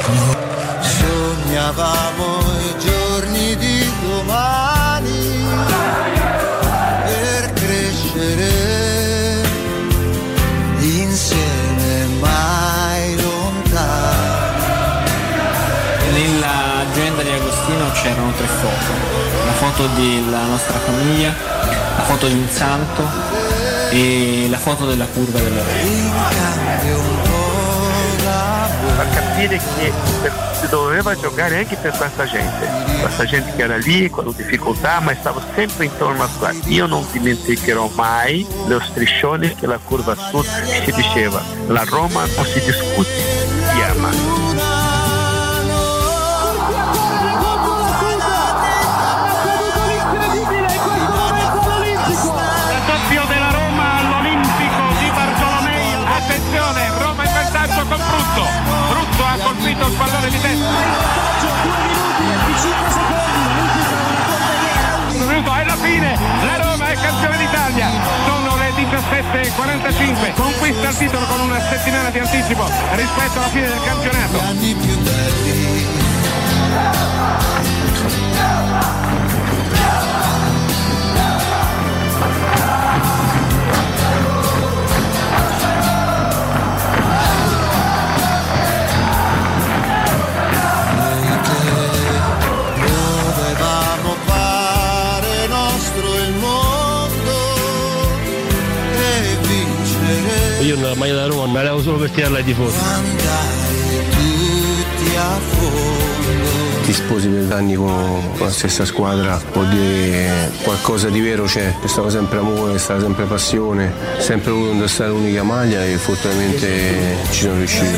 Sognavamo i giorni di domani per crescere insieme mai lontani. Nell'agenda di Agostino c'erano 3 foto: la foto della nostra famiglia, la foto di un santo e la foto della curva della a capire che si doveva giocare anche per questa gente che era lì con difficoltà ma stava sempre intorno a qua. Io non dimenticherò mai lo striscione che la curva sud si diceva: la Roma non si discute, si ama. Con Brutto ha colpito il pallone di testa. 2 minuti e alla fine la Roma è campione d'Italia. Sono le 17:45, conquista il titolo con una settimana di anticipo rispetto alla fine del campionato. Gli anni più belli. Io nella maglia da Roma me la levo solo per tirarla ai tifosi. Ti sposi per anni con la stessa squadra, vuol dire qualcosa di vero c'è stato sempre amore, è stata sempre passione, sempre voluto indossare l'unica maglia e fortunatamente ci sono riuscito.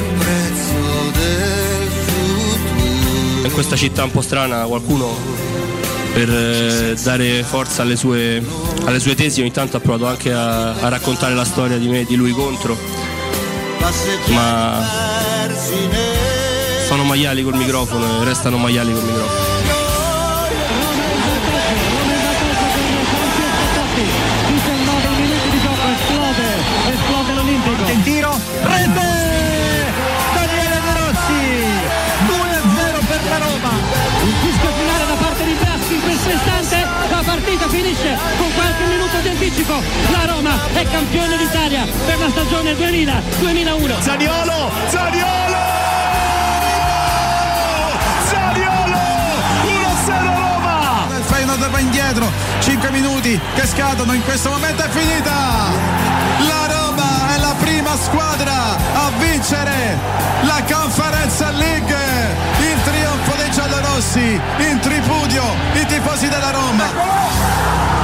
In questa città un po' strana qualcuno, per dare forza alle sue tesi, ogni tanto ha provato anche a raccontare la storia di me e di lui contro, ma sono maiali col microfono e restano maiali col microfono. Esplode l'Olimpico. Il tiro, rete! Daniele De Rossi, 2-0 per la Roma. Il fischio finale da parte di Braschi in questo istante. La partita finisce con qualche minuto di anticipo. La Roma è campione d'Italia per la stagione 2000-2001. Zaniolo 1-0 Roma. Il Feyenoord va indietro, 5 minuti che scadono, in questo momento è finita. La Roma è la prima squadra a vincere la Conference League. Il trionfo dei giallorossi, in tripudio i tifosi della Roma.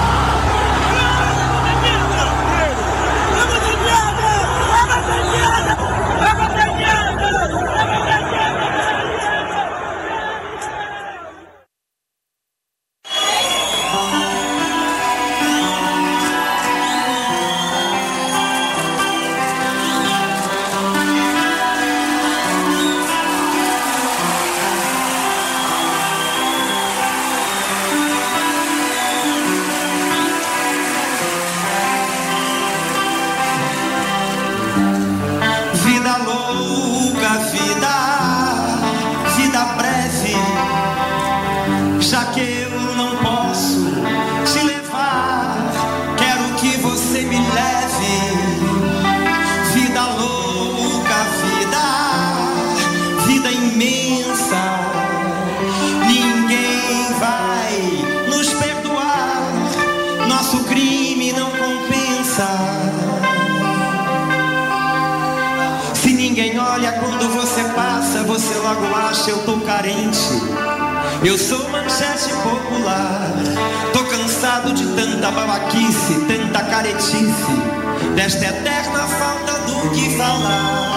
Você logo acha eu tô carente. Eu sou manchete popular. Tô cansado de tanta babaquice, tanta caretice, desta eterna falta do que falar.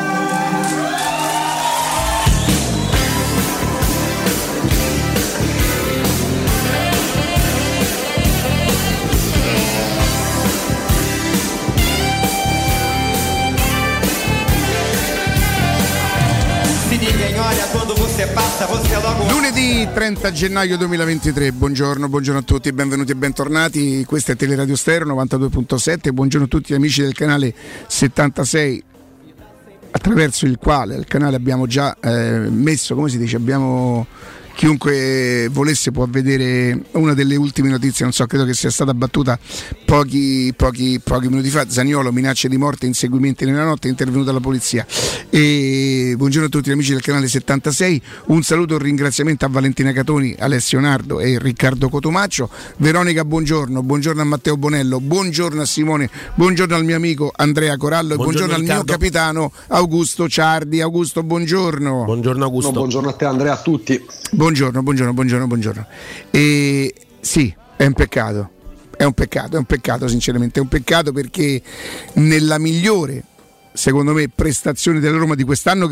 Lunedì 30 gennaio 2023, buongiorno a tutti, benvenuti e bentornati. Questa è Teleradio Stereo 92.7. Buongiorno a tutti gli amici del canale 76 attraverso il quale il canale abbiamo già messo, come si dice, abbiamo, chiunque volesse può vedere una delle ultime notizie, non so, credo che sia stata battuta pochi minuti fa. Zaniolo, minacce di morte, inseguimenti nella notte, è intervenuta la polizia. E buongiorno a tutti gli amici del canale 76, un saluto e un ringraziamento a Valentina Catoni, Alessio Nardo e Riccardo Cotomaccio. Veronica, buongiorno a Matteo Bonello, buongiorno a Simone, buongiorno al mio amico Andrea Corallo e buongiorno al mio capitano Augusto Ciardi. Augusto, buongiorno. Buongiorno Augusto. No, buongiorno a te Andrea, a tutti. Buongiorno. E sì, è un peccato sinceramente, è un peccato perché nella migliore, secondo me, prestazione della Roma di quest'anno,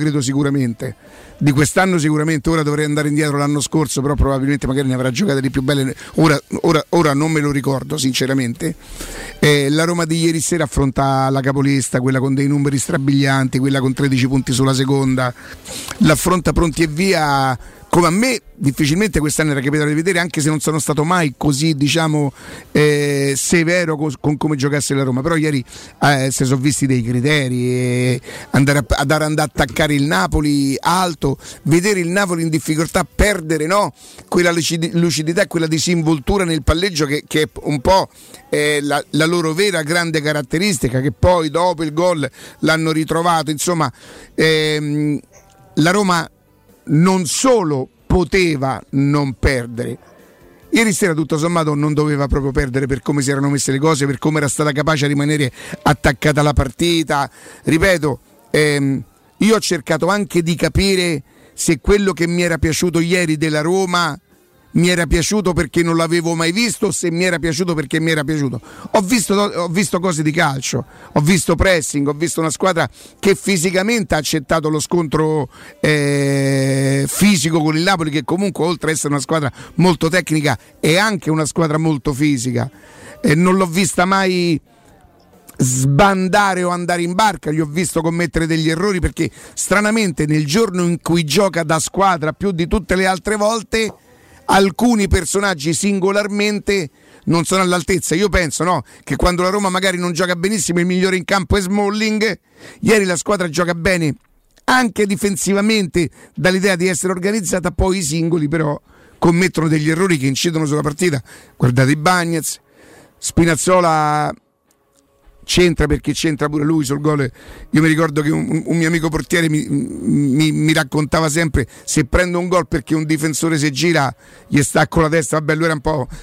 ora dovrei andare indietro l'anno scorso, però probabilmente magari ne avrà giocate di più belle, ora non me lo ricordo sinceramente. La Roma di ieri sera affronta la capolista, quella con dei numeri strabilianti, quella con 13 punti sulla seconda, l'affronta pronti e via, come a me difficilmente quest'anno era capitato di vedere, anche se non sono stato mai così, diciamo, severo con come giocasse la Roma. Però ieri si sono visti dei criteri, andare ad attaccare il Napoli alto, vedere il Napoli in difficoltà, perdere, no? Quella lucidità e quella disinvoltura nel palleggio che è un po' la loro vera grande caratteristica, che poi dopo il gol l'hanno ritrovato. Insomma, la Roma non solo poteva non perdere, ieri sera tutto sommato non doveva proprio perdere per come si erano messe le cose, per come era stata capace a rimanere attaccata alla partita. Ripeto, io ho cercato anche di capire se quello che mi era piaciuto ieri della Roma mi era piaciuto perché non l'avevo mai visto o se mi era piaciuto perché mi era piaciuto. Ho visto cose di calcio, ho visto pressing, ho visto una squadra che fisicamente ha accettato lo scontro fisico con il Napoli, che comunque oltre ad essere una squadra molto tecnica è anche una squadra molto fisica. Non l'ho vista mai sbandare o andare in barca, gli ho visto commettere degli errori, perché stranamente nel giorno in cui gioca da squadra più di tutte le altre volte alcuni personaggi singolarmente non sono all'altezza. Io penso, no, che quando la Roma magari non gioca benissimo il migliore in campo è Smalling. Ieri la squadra gioca bene anche difensivamente dall'idea di essere organizzata, poi i singoli però commettono degli errori che incidono sulla partita. Guardate Bagnez, Spinazzola c'entra perché c'entra pure lui sul gol. Io mi ricordo che un mio amico portiere mi raccontava sempre: se prendo un gol perché un difensore si gira gli stacco la testa. Vabbè, lui era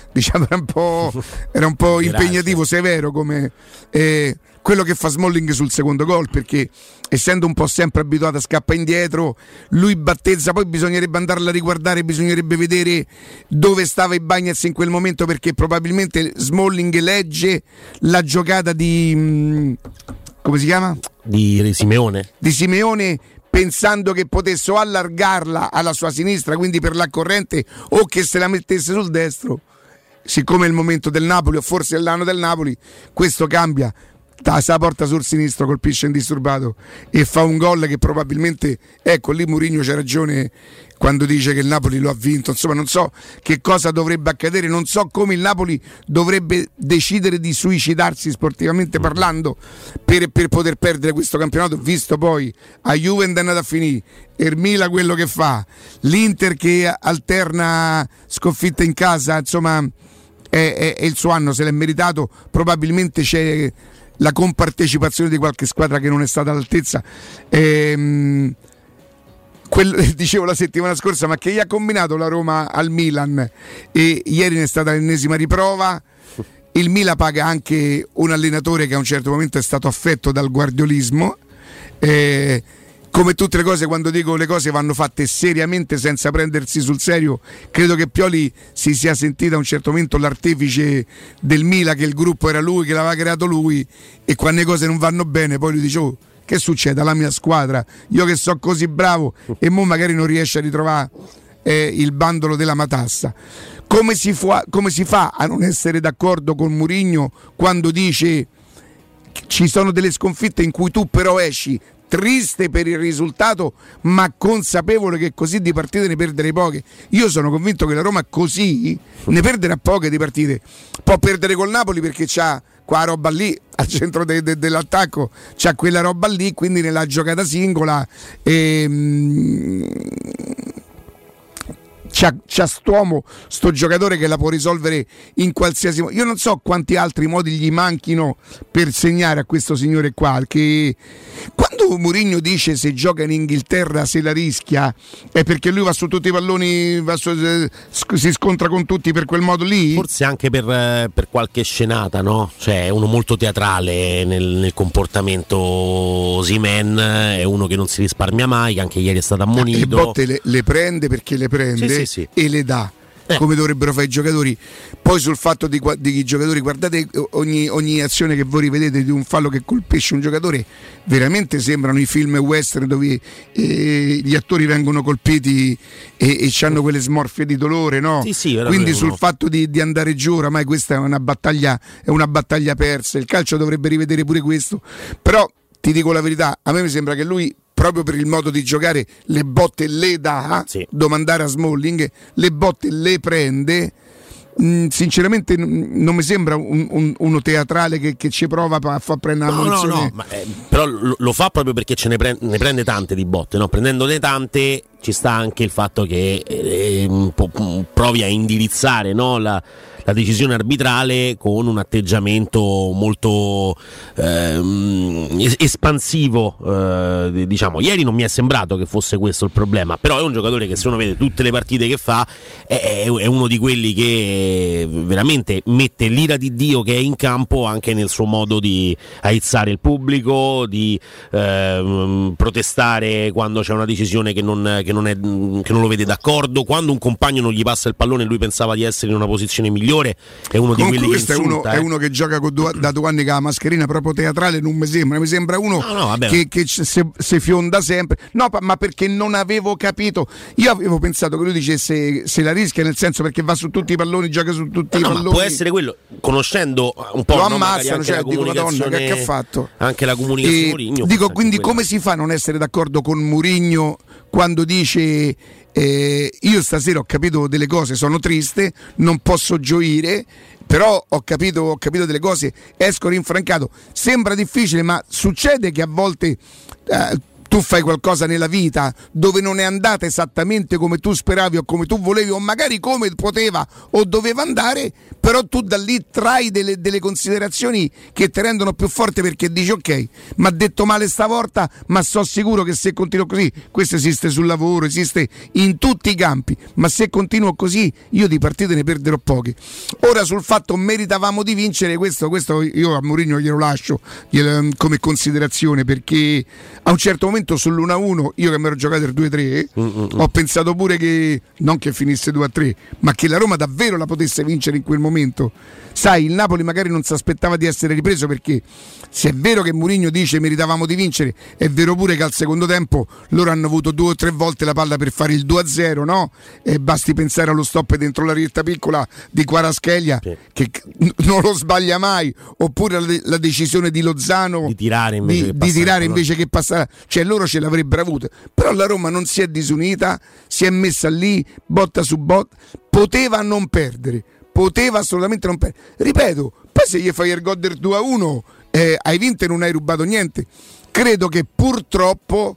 un po' impegnativo, severo come quello che fa Smalling sul secondo gol, perché essendo un po' sempre abituato a scappa indietro, lui battezza, poi bisognerebbe andarla a riguardare, bisognerebbe vedere dove stava i Bagnez in quel momento, perché probabilmente Smalling legge la giocata di come si chiama? Di Simeone, pensando che potesse o allargarla alla sua sinistra, quindi per la corrente, o che se la mettesse sul destro. Siccome è il momento del Napoli, o forse è l'anno del Napoli, questo cambia, se la porta sul sinistro, colpisce indisturbato e fa un gol che probabilmente, ecco, lì Mourinho c'ha ragione quando dice che il Napoli lo ha vinto. Insomma, non so che cosa dovrebbe accadere, non so come il Napoli dovrebbe decidere di suicidarsi sportivamente parlando per poter perdere questo campionato, visto poi a Juve è andata a finire, Ermila quello che fa, l'Inter che alterna sconfitte in casa. Insomma, è il suo anno, se l'è meritato. Probabilmente c'è la compartecipazione di qualche squadra che non è stata all'altezza. Dicevo la settimana scorsa, ma che gli ha combinato la Roma al Milan, e ieri ne è stata l'ennesima riprova. Il Milan paga anche un allenatore che a un certo momento è stato affetto dal guardiolismo. Come tutte le cose, quando dico le cose vanno fatte seriamente, senza prendersi sul serio, credo che Pioli si sia sentito a un certo momento l'artefice del Milan, che il gruppo era lui, che l'aveva creato lui, e quando le cose non vanno bene poi lui dice: oh, che succede alla mia squadra? Io che so così bravo, e mo magari non riesce a ritrovare il bandolo della matassa. Come si fa a non essere d'accordo con Mourinho quando dice ci sono delle sconfitte in cui tu però esci triste per il risultato, ma consapevole che così di partite ne perderei poche? Io sono convinto che la Roma così ne perderà poche di partite. Può perdere col Napoli perché c'ha qua roba lì al centro dell'attacco c'ha quella roba lì, quindi nella giocata singola c'ha sto giocatore che la può risolvere in qualsiasi modo. Io non so quanti altri modi gli manchino per segnare a questo signore qua, che quando Mourinho dice se gioca in Inghilterra se la rischia è perché lui va su tutti i palloni, si scontra con tutti per quel modo lì, forse anche per qualche scenata, no? Cioè è uno molto teatrale nel comportamento. Osimhen è uno che non si risparmia mai, che anche ieri è stato ammonito. Le botte le prende perché le prende, sì. E le dà come dovrebbero fare i giocatori. Poi sul fatto di i giocatori, guardate ogni azione che voi rivedete di un fallo che colpisce un giocatore, veramente sembrano i film western dove gli attori vengono colpiti e hanno quelle smorfie di dolore, no? Sì, quindi sul fatto di andare giù, oramai questa è una battaglia persa. Il calcio dovrebbe rivedere pure questo, però ti dico la verità, a me mi sembra che lui, proprio per il modo di giocare, le botte le dà, domandare a Smalling, le botte le prende. Sinceramente non mi sembra uno teatrale che ci prova a far prendere una munizione. Però lo fa proprio perché ne prende tante di botte, no? Prendendone tante ci sta anche il fatto che provi a indirizzare, no? la decisione arbitrale con un atteggiamento molto espansivo, diciamo. Ieri non mi è sembrato che fosse questo il problema, però è un giocatore che, se uno vede tutte le partite che fa, è uno di quelli che veramente mette l'ira di Dio che è in campo anche nel suo modo di aizzare il pubblico, di protestare quando c'è una decisione che non lo vede d'accordo, quando un compagno non gli passa il pallone e lui pensava di essere in una posizione migliore. È uno di quelli che insulta, è uno che gioca da 2 anni con la mascherina, proprio teatrale non mi sembra uno che si fionda sempre. No, ma perché non avevo capito. Io avevo pensato che lui dicesse se la rischia, nel senso perché va su tutti i palloni, gioca su tutti i palloni. Ma può essere quello, conoscendo un po', lo ammazzano, cioè dico Madonna che ha fatto anche la comunicazione Mourinho. Dico, quindi come si fa a non essere d'accordo con Mourinho quando dice io stasera ho capito delle cose, sono triste, non posso gioire, però ho capito delle cose, esco rinfrancato. Sembra difficile, ma succede che a volte tu fai qualcosa nella vita dove non è andata esattamente come tu speravi o come tu volevi o magari come poteva o doveva andare, però tu da lì trai delle considerazioni che ti rendono più forte, perché dici ok, mi ha detto male stavolta, ma so sicuro che se continuo così, questo esiste sul lavoro, esiste in tutti i campi, ma se continuo così io di partite ne perderò poche. Ora sul fatto meritavamo di vincere, questo io a Mourinho glielo lascio come considerazione, perché a un certo momento sull'1-1 io che mi ero giocato il 2-3 ho pensato pure che non che finisse 2-3, ma che la Roma davvero la potesse vincere in quel momento. Sai, il Napoli magari non si aspettava di essere ripreso, perché se è vero che Mourinho dice meritavamo di vincere, è vero pure che al secondo tempo loro hanno avuto 2 o 3 volte la palla per fare il 2-0, no? E basti pensare allo stop dentro la rietta piccola di Kvaratskhelia, che non lo sbaglia mai, oppure la decisione di Lozano di tirare invece che passare, cioè loro ce l'avrebbero avuto, però la Roma non si è disunita, si è messa lì botta su botta, poteva non perdere, poteva assolutamente non perdere. Ripeto, poi se gli fai il gol del 2-1 hai vinto e non hai rubato niente. Credo che purtroppo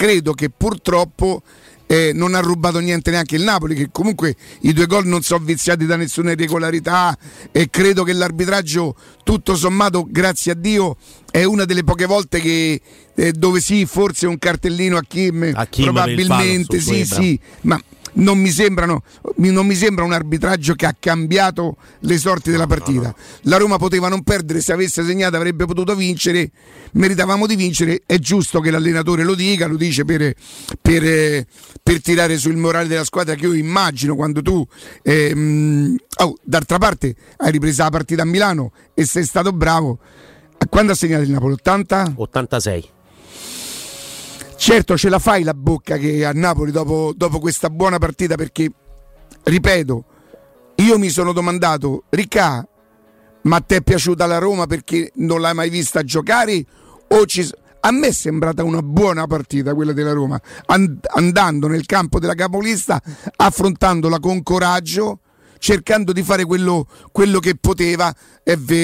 non ha rubato niente neanche il Napoli, che comunque i 2 gol non sono viziati da nessuna irregolarità, e credo che l'arbitraggio tutto sommato, grazie a Dio, è una delle poche volte che dove sì, forse un cartellino a Kim probabilmente sì, ma non mi sembra un arbitraggio che ha cambiato le sorti della partita. No. La Roma poteva non perdere, se avesse segnato avrebbe potuto vincere, meritavamo di vincere. È giusto che l'allenatore lo dice per tirare sul morale della squadra, che io immagino quando tu d'altra parte hai ripreso la partita a Milano e sei stato bravo. Quando ha segnato il Napoli? 86. Certo, ce la fai la bocca che a Napoli dopo questa buona partita, perché ripeto, io mi sono domandato, Ricca, ma ti è piaciuta la Roma perché non l'hai mai vista giocare? A me è sembrata una buona partita quella della Roma, andando nel campo della capolista, affrontandola con coraggio, cercando di fare quello che poteva. È vero,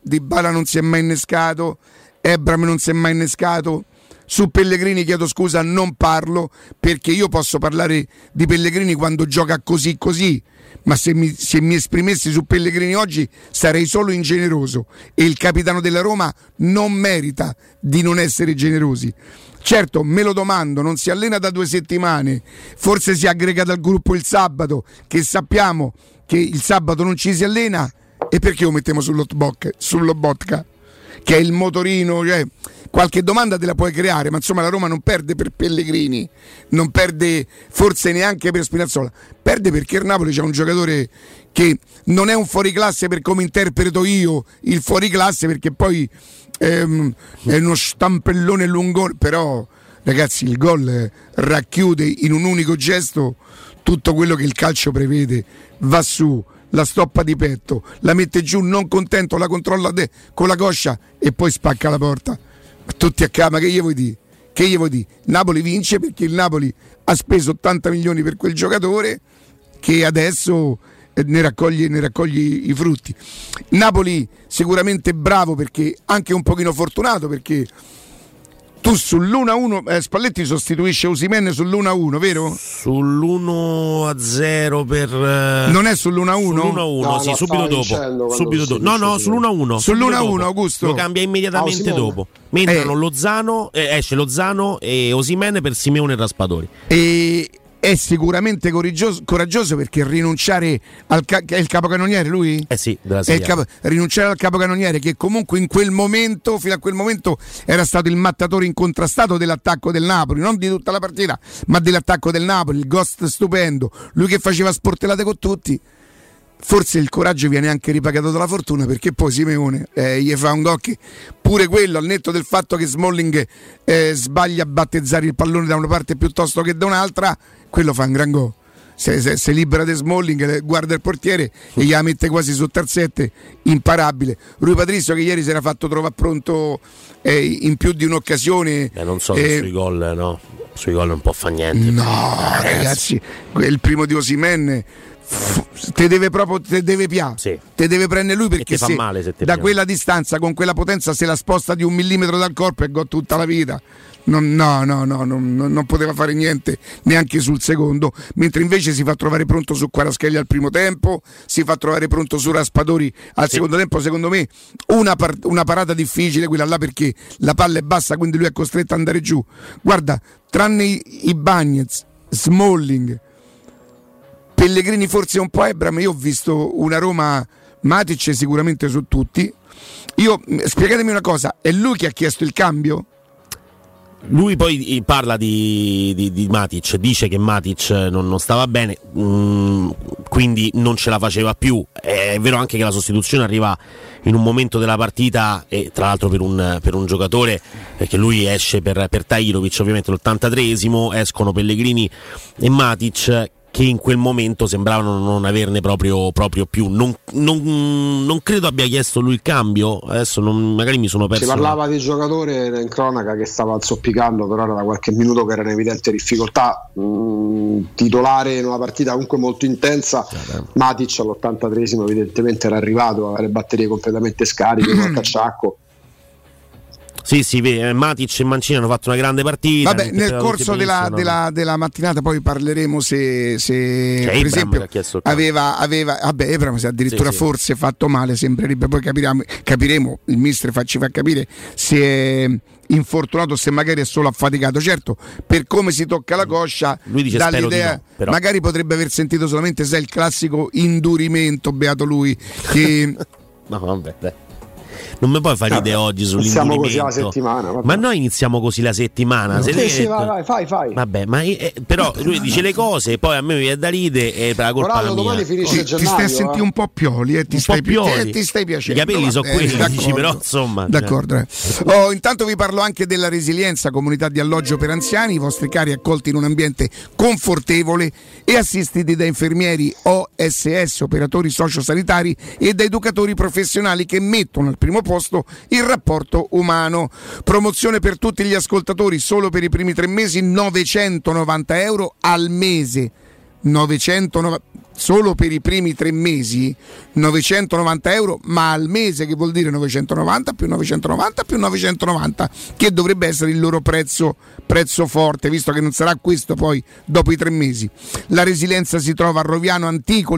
Dybala non si è mai innescato, Ebram non si è mai innescato. Su Pellegrini chiedo scusa, non parlo, perché io posso parlare di Pellegrini quando gioca così, ma se mi esprimessi su Pellegrini oggi sarei solo ingeneroso, e il capitano della Roma non merita di non essere generosi. Certo, me lo domando, non si allena da 2 settimane, forse si è aggregato al gruppo il sabato, che sappiamo che il sabato non ci si allena, e perché lo mettiamo sull'Lobotka, che è il motorino, cioè, qualche domanda te la puoi creare, ma insomma la Roma non perde per Pellegrini, non perde forse neanche per Spinazzola, perde perché il Napoli c'è un giocatore che non è un fuoriclasse per come interpreto io il fuoriclasse, perché poi è uno stampellone lungone, però ragazzi il gol racchiude in un unico gesto tutto quello che il calcio prevede, va su, la stoppa di petto, la mette giù non contento, la controlla con la coscia e poi spacca la porta. Tutti a casa, ma che gli vuoi dire? Napoli vince perché il Napoli ha speso 80 milioni per quel giocatore che adesso ne raccoglie i frutti. Napoli sicuramente bravo, perché anche un pochino fortunato, perché tu sull'1-1 Spalletti sostituisce Osimhen sull'1-1, vero? Sull'1-0 per non è sull'1-1? Sull'1-1, no, sì, subito dopo. No, sull'1-1. Sull'1-1 Augusto lo cambia immediatamente dopo. Mentrano Lozano, esce Lozano e Osimhen per Simeone e Raspadori. E è sicuramente coraggioso, perché rinunciare è il capocannoniere lui? Sì, della Serie A. Rinunciare al capocannoniere, che comunque in quel momento, fino a quel momento, era stato il mattatore incontrastato dell'attacco del Napoli, non di tutta la partita, ma dell'attacco del Napoli, il ghost stupendo, lui che faceva sportellate con tutti. Forse il coraggio viene anche ripagato dalla fortuna, perché poi Simeone gli fa un gol che pure quello, al netto del fatto che Smalling sbaglia a battezzare il pallone da una parte piuttosto che da un'altra, quello fa un gran gol. Se libera di Smalling, guarda il portiere e gliela mette quasi su terzette, imparabile. Rui Patrizio, che ieri si era fatto trovare pronto in più di un'occasione, non so se sui gol, no, sui gol non può fare niente. No, ragazzi, il primo di Osimhen te deve piacere, sì. Te deve prendere lui, perché fa male se da quella distanza, con quella potenza, se la sposta di 1 millimetro dal corpo è gol tutta la vita. Non poteva fare niente neanche sul secondo, mentre invece si fa trovare pronto su Kvaratskhelia al primo tempo, si fa trovare pronto su Raspadori al secondo tempo. Secondo me una parata difficile quella là, perché la palla è bassa, quindi lui è costretto ad andare giù. Guarda, tranne i Bagnez, Smalling, Pellegrini, forse un po' Ebram, io ho visto una Roma, Matic sicuramente su tutti. Spiegatemi una cosa, è lui che ha chiesto il cambio? Lui poi parla di Matic, dice che Matic non stava bene, quindi non ce la faceva più. È vero anche che la sostituzione arriva in un momento della partita, e tra l'altro per un giocatore, perché lui esce per Tahirovic, ovviamente l'83esimo, escono Pellegrini e Matic, che in quel momento sembravano non averne proprio più. Non credo abbia chiesto lui il cambio, adesso magari mi sono perso. Si parlava di giocatore in cronaca che stava zoppicando, però era da qualche minuto che era in evidente difficoltà, titolare in una partita comunque molto intensa. Matic all'83esimo evidentemente era arrivato, aveva le batterie completamente scariche, qualche acciacco. Sì, Matic e Mancini hanno fatto una grande partita. Vabbè, nel corso della mattinata poi parleremo se per esempio aveva vabbè, Ebram si è addirittura forse fatto male, sembrerebbe, poi capiremo, il mister ci fa capire se è infortunato, se magari è solo affaticato. Certo, per come si tocca la coscia, lui dice dall'idea, no, magari potrebbe aver sentito solamente se è il classico indurimento, beato lui, che no, vabbè, dai. Non mi puoi fare idee oggi sull'indurimento. Così la settimana, vabbè. Ma noi iniziamo così la settimana. Vai. Vabbè, ma però lui dice le cose e poi a me mi viene da ridere e per la colpa la mia. Domani finisce gennaio, ti stai a sentire un po' pioli e ti stai piacendo. I capelli sono quelli, dici, però insomma. D'accordo. Intanto vi parlo anche della Resilienza, comunità di alloggio per anziani, i vostri cari accolti in un ambiente confortevole e assistiti da infermieri OSS, operatori sociosanitari, e da educatori professionali che mettono al primo posto il rapporto umano. Promozione per tutti gli ascoltatori, solo per i primi 3 mesi, €990 al mese. solo per i primi 3 mesi 990 euro, ma al mese, che vuol dire 990 più 990 più 990, che dovrebbe essere il loro prezzo forte, visto che non sarà questo poi dopo i 3 mesi. La resilienza si trova a Roviano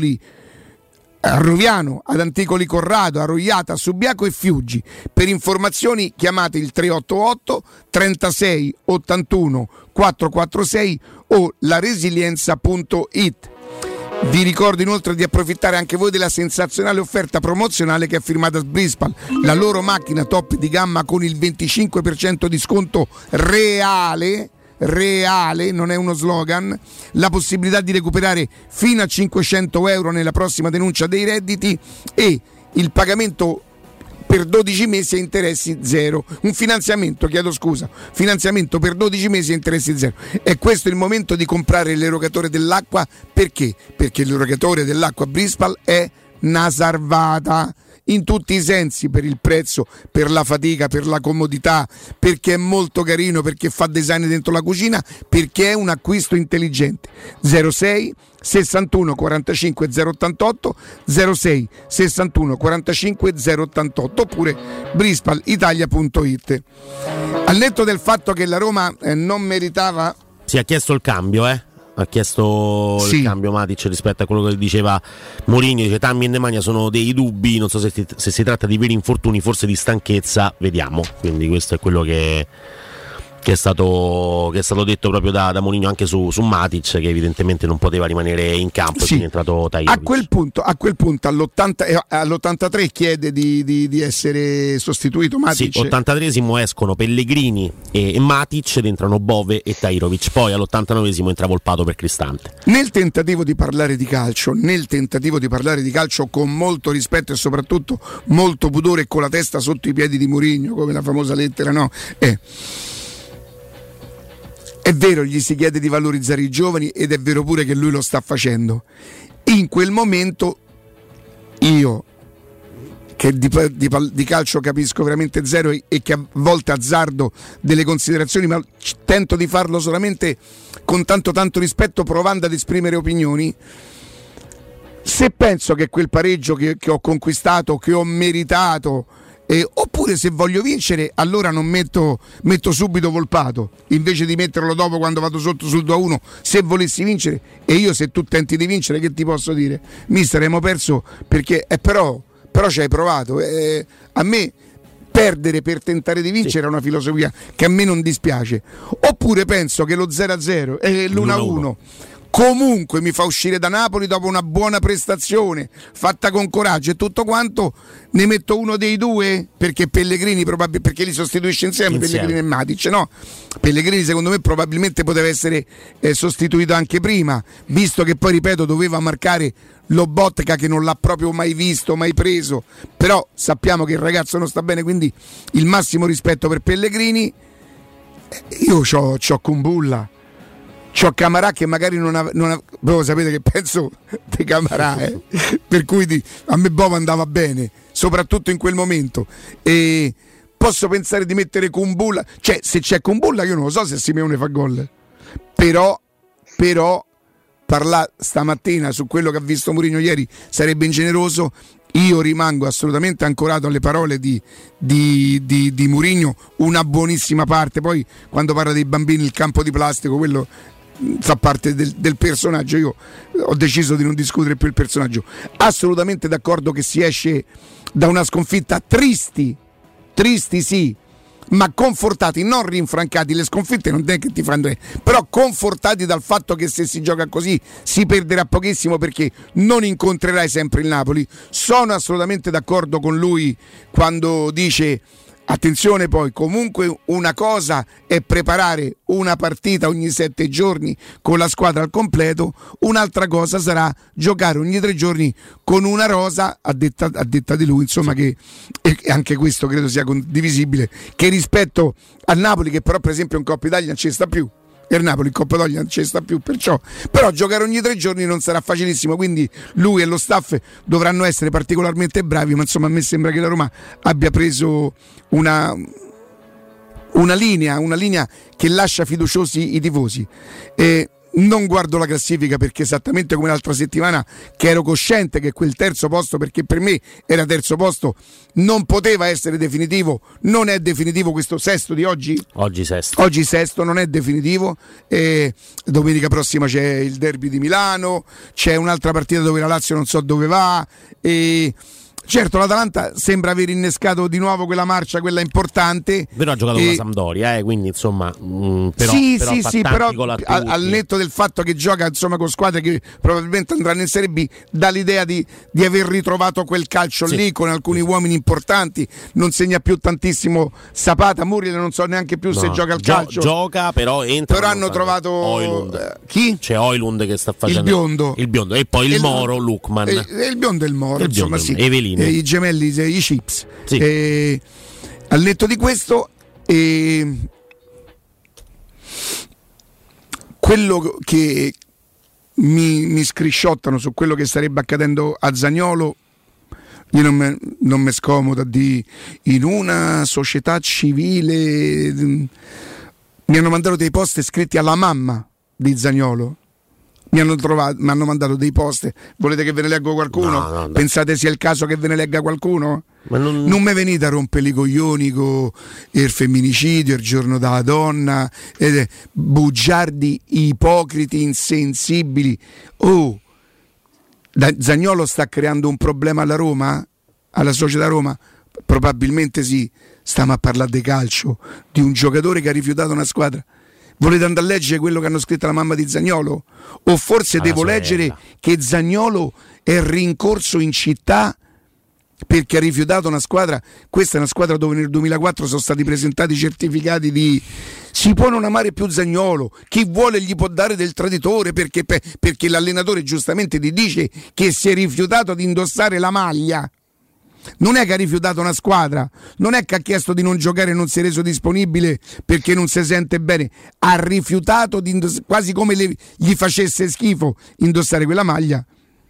ad Anticoli Corrado, a Roiata, a Subiaco e Fiuggi. Per informazioni chiamate il 388 36 81 446 o laresilienza.it. Vi ricordo inoltre di approfittare anche voi della sensazionale offerta promozionale che è firmata Brispal, la loro macchina top di gamma con il 25% di sconto reale, non è uno slogan, la possibilità di recuperare fino a 500 euro nella prossima denuncia dei redditi e il pagamento per 12 mesi a interessi zero. Un finanziamento per 12 mesi a interessi zero. E questo è il momento di comprare l'erogatore dell'acqua. Perché? Perché l'erogatore dell'acqua Brispal è una salvata in tutti i sensi, per il prezzo, per la fatica, per la comodità, perché è molto carino, perché fa design dentro la cucina, perché è un acquisto intelligente. 06 61 45 088 06 61 45 088 oppure brispalitalia.it. Al netto del fatto che la Roma non meritava, si ha chiesto il cambio, ha chiesto il cambio Matic rispetto a quello che diceva Mourinho. Dice Tammy e Nemanja sono dei dubbi, non so se si tratta di veri infortuni, forse di stanchezza, vediamo. Quindi questo è quello che è stato detto proprio da Mourinho anche su Matic, che evidentemente non poteva rimanere in campo, e quindi è entrato Tahirovic. A quel punto all'83 chiede di essere sostituito Matic. Sì, 83esimo escono Pellegrini e Matic ed entrano Bove e Tahirovic, poi all'89esimo entra Volpato per Cristante. Nel tentativo di parlare di calcio con molto rispetto e soprattutto molto pudore e con la testa sotto i piedi di Mourinho, come la famosa lettera, no? È vero, gli si chiede di valorizzare i giovani ed è vero pure che lui lo sta facendo. In quel momento io, che di calcio capisco veramente zero e che a volte azzardo delle considerazioni, ma tento di farlo solamente con tanto rispetto, provando ad esprimere opinioni, se penso che quel pareggio che ho conquistato, che ho meritato, oppure se voglio vincere, allora non metto subito Volpato invece di metterlo dopo, quando vado sotto sul 2-1, se volessi vincere. E io, se tu tenti di vincere, che ti posso dire? Mister, abbiamo perso perché però ci hai provato. A me perdere per tentare di vincere è una filosofia che a me non dispiace. Oppure penso che lo 0-0 e l'1-1 comunque mi fa uscire da Napoli dopo una buona prestazione fatta con coraggio e tutto quanto, ne metto uno dei due, perché Pellegrini perché li sostituisce insieme. Pellegrini e Matic, no? Pellegrini secondo me probabilmente poteva essere sostituito anche prima, visto che poi, ripeto, doveva marcare Lobotka, che non l'ha proprio mai visto, mai preso, però sappiamo che il ragazzo non sta bene, quindi il massimo rispetto per Pellegrini. Io c'ho Kumbulla, c'ho Camarà, che magari non ha voi sapete che penso di Camarà, per cui a me Bova andava bene, soprattutto in quel momento, e posso pensare di mettere Kumbulla, cioè se c'è Kumbulla io non lo so se Simeone fa gol, però parlare stamattina su quello che ha visto Mourinho ieri sarebbe ingeneroso. Io rimango assolutamente ancorato alle parole di Mourinho, una buonissima parte. Poi quando parla dei bambini, il campo di plastico, quello fa parte del personaggio. Io ho deciso di non discutere più il personaggio. Assolutamente d'accordo che si esce da una sconfitta tristi sì, ma confortati, non rinfrancati. Le sconfitte non è che ti fanno, però confortati dal fatto che se si gioca così si perderà pochissimo, perché non incontrerai sempre il Napoli. Sono assolutamente d'accordo con lui quando dice: attenzione, poi comunque una cosa è preparare una partita ogni 7 giorni con la squadra al completo, un'altra cosa sarà giocare ogni 3 giorni con una rosa, a detta di lui, insomma, che e anche questo credo sia condivisibile, che rispetto al Napoli, che però per esempio in Coppa Italia non ci sta più, e il Napoli in Coppa Italia non ci sta più, perciò però giocare ogni 3 giorni non sarà facilissimo, quindi lui e lo staff dovranno essere particolarmente bravi. Ma insomma, a me sembra che la Roma abbia preso una linea che lascia fiduciosi i tifosi. non guardo la classifica perché esattamente come l'altra settimana che ero cosciente che quel terzo posto, perché per me era terzo posto, non poteva essere definitivo, non è definitivo questo sesto di oggi? Oggi sesto non è definitivo. Domenica prossima c'è il derby di Milano, c'è un'altra partita dove la Lazio non so dove va, e certo l'Atalanta sembra aver innescato di nuovo quella marcia, quella importante, però ha giocato con la Sampdoria, quindi insomma però al netto del fatto che gioca insomma con squadre che probabilmente andranno in Serie B, dà l'idea di aver ritrovato quel calcio lì con alcuni uomini importanti. Non segna più tantissimo Zapata, Muriel non so neanche più se gioca al calcio, gioca però hanno trovato Højlund. Chi? C'è Højlund che sta facendo il biondo e poi il Moro Lukman, il biondo e il Moro, insomma sì, Evelini, i gemelli, i Chips, sì. Al netto di questo, quello che mi scrisciottano su quello che starebbe accadendo a Zaniolo, io non mi scomoda di in una società civile. Mi hanno mandato dei post scritti alla mamma di Zaniolo. Mi hanno mandato dei post. Volete che ve ne leggo qualcuno? No, pensate sia il caso che ve ne legga qualcuno? Ma non mi venite a rompere i coglioni con il femminicidio, il giorno della donna, bugiardi, ipocriti, insensibili. Zaniolo sta creando un problema alla Roma? Alla società Roma? Probabilmente sì. Stiamo a parlare di calcio, di un giocatore che ha rifiutato una squadra. Volete andare a leggere quello che hanno scritto la mamma di Zaniolo? O forse devo leggere che Zaniolo è rincorso in città perché ha rifiutato una squadra? Questa è una squadra dove nel 2004 sono stati presentati certificati di si può non amare più Zaniolo, chi vuole gli può dare del traditore perché l'allenatore giustamente ti dice che si è rifiutato di indossare la maglia. Non è che ha rifiutato una squadra, non è che ha chiesto di non giocare e non si è reso disponibile perché non si sente bene, ha rifiutato di quasi come gli facesse schifo indossare quella maglia.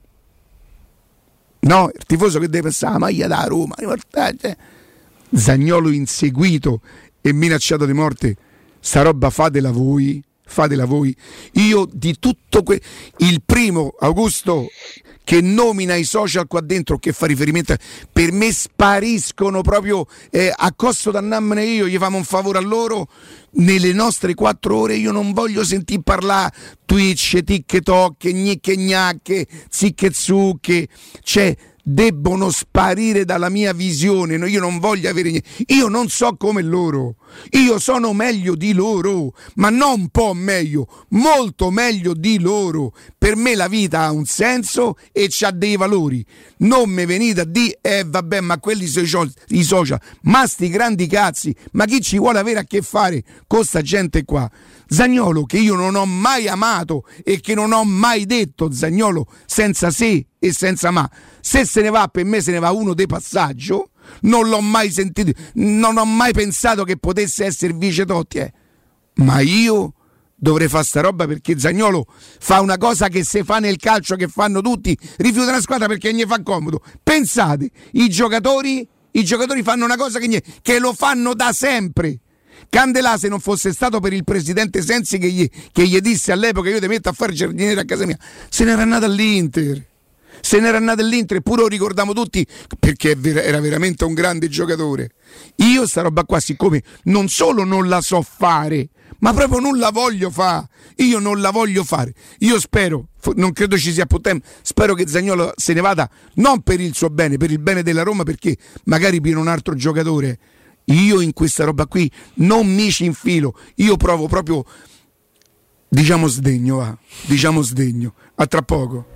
No, il tifoso che deve pensare la maglia da Roma, Zaniolo inseguito e minacciato di morte, sta roba fatela voi. Io di tutto il primo Augusto che nomina i social qua dentro, che fa riferimento, per me spariscono proprio a costo d'annammene. Io gli famo un favore a loro, nelle nostre 4 ore io non voglio sentire parlare Twitch, TikTok, gnicche gnacche, zicche zucche, debbono sparire dalla mia visione. Io non voglio avere niente. Io non so come loro, io sono meglio di loro, ma non un po' meglio, molto meglio di loro. Per me la vita ha un senso e c'ha dei valori. Non mi venite a dire vabbè, ma quelli i social, ma sti grandi cazzi, ma chi ci vuole avere a che fare con sta gente qua? Zaniolo, che io non ho mai amato e che non ho mai detto Zaniolo senza se e senza ma, se se ne va, per me se ne va uno de passaggio. Non l'ho mai sentito, non ho mai pensato che potesse essere vice Totti, ma io dovrei fare sta roba perché Zaniolo fa una cosa che se fa nel calcio, che fanno tutti, rifiuta una squadra perché gli fa comodo. Pensate, i giocatori fanno una cosa che lo fanno da sempre. Candelà, se non fosse stato per il presidente Sensi che gli disse all'epoca io ti metto a fare il giardiniere a casa mia, se n'era andato all'Inter. Eppure lo ricordiamo tutti perché era veramente un grande giocatore. Io sta roba qua, siccome non solo non la so fare, ma proprio non la voglio fare. Io non la voglio fare. Io spero, non credo ci sia più tempo, spero che Zaniolo se ne vada non per il suo bene, per il bene della Roma, perché magari viene un altro giocatore. Io in questa roba qui non mi ci infilo. Io provo proprio, diciamo sdegno. A tra poco.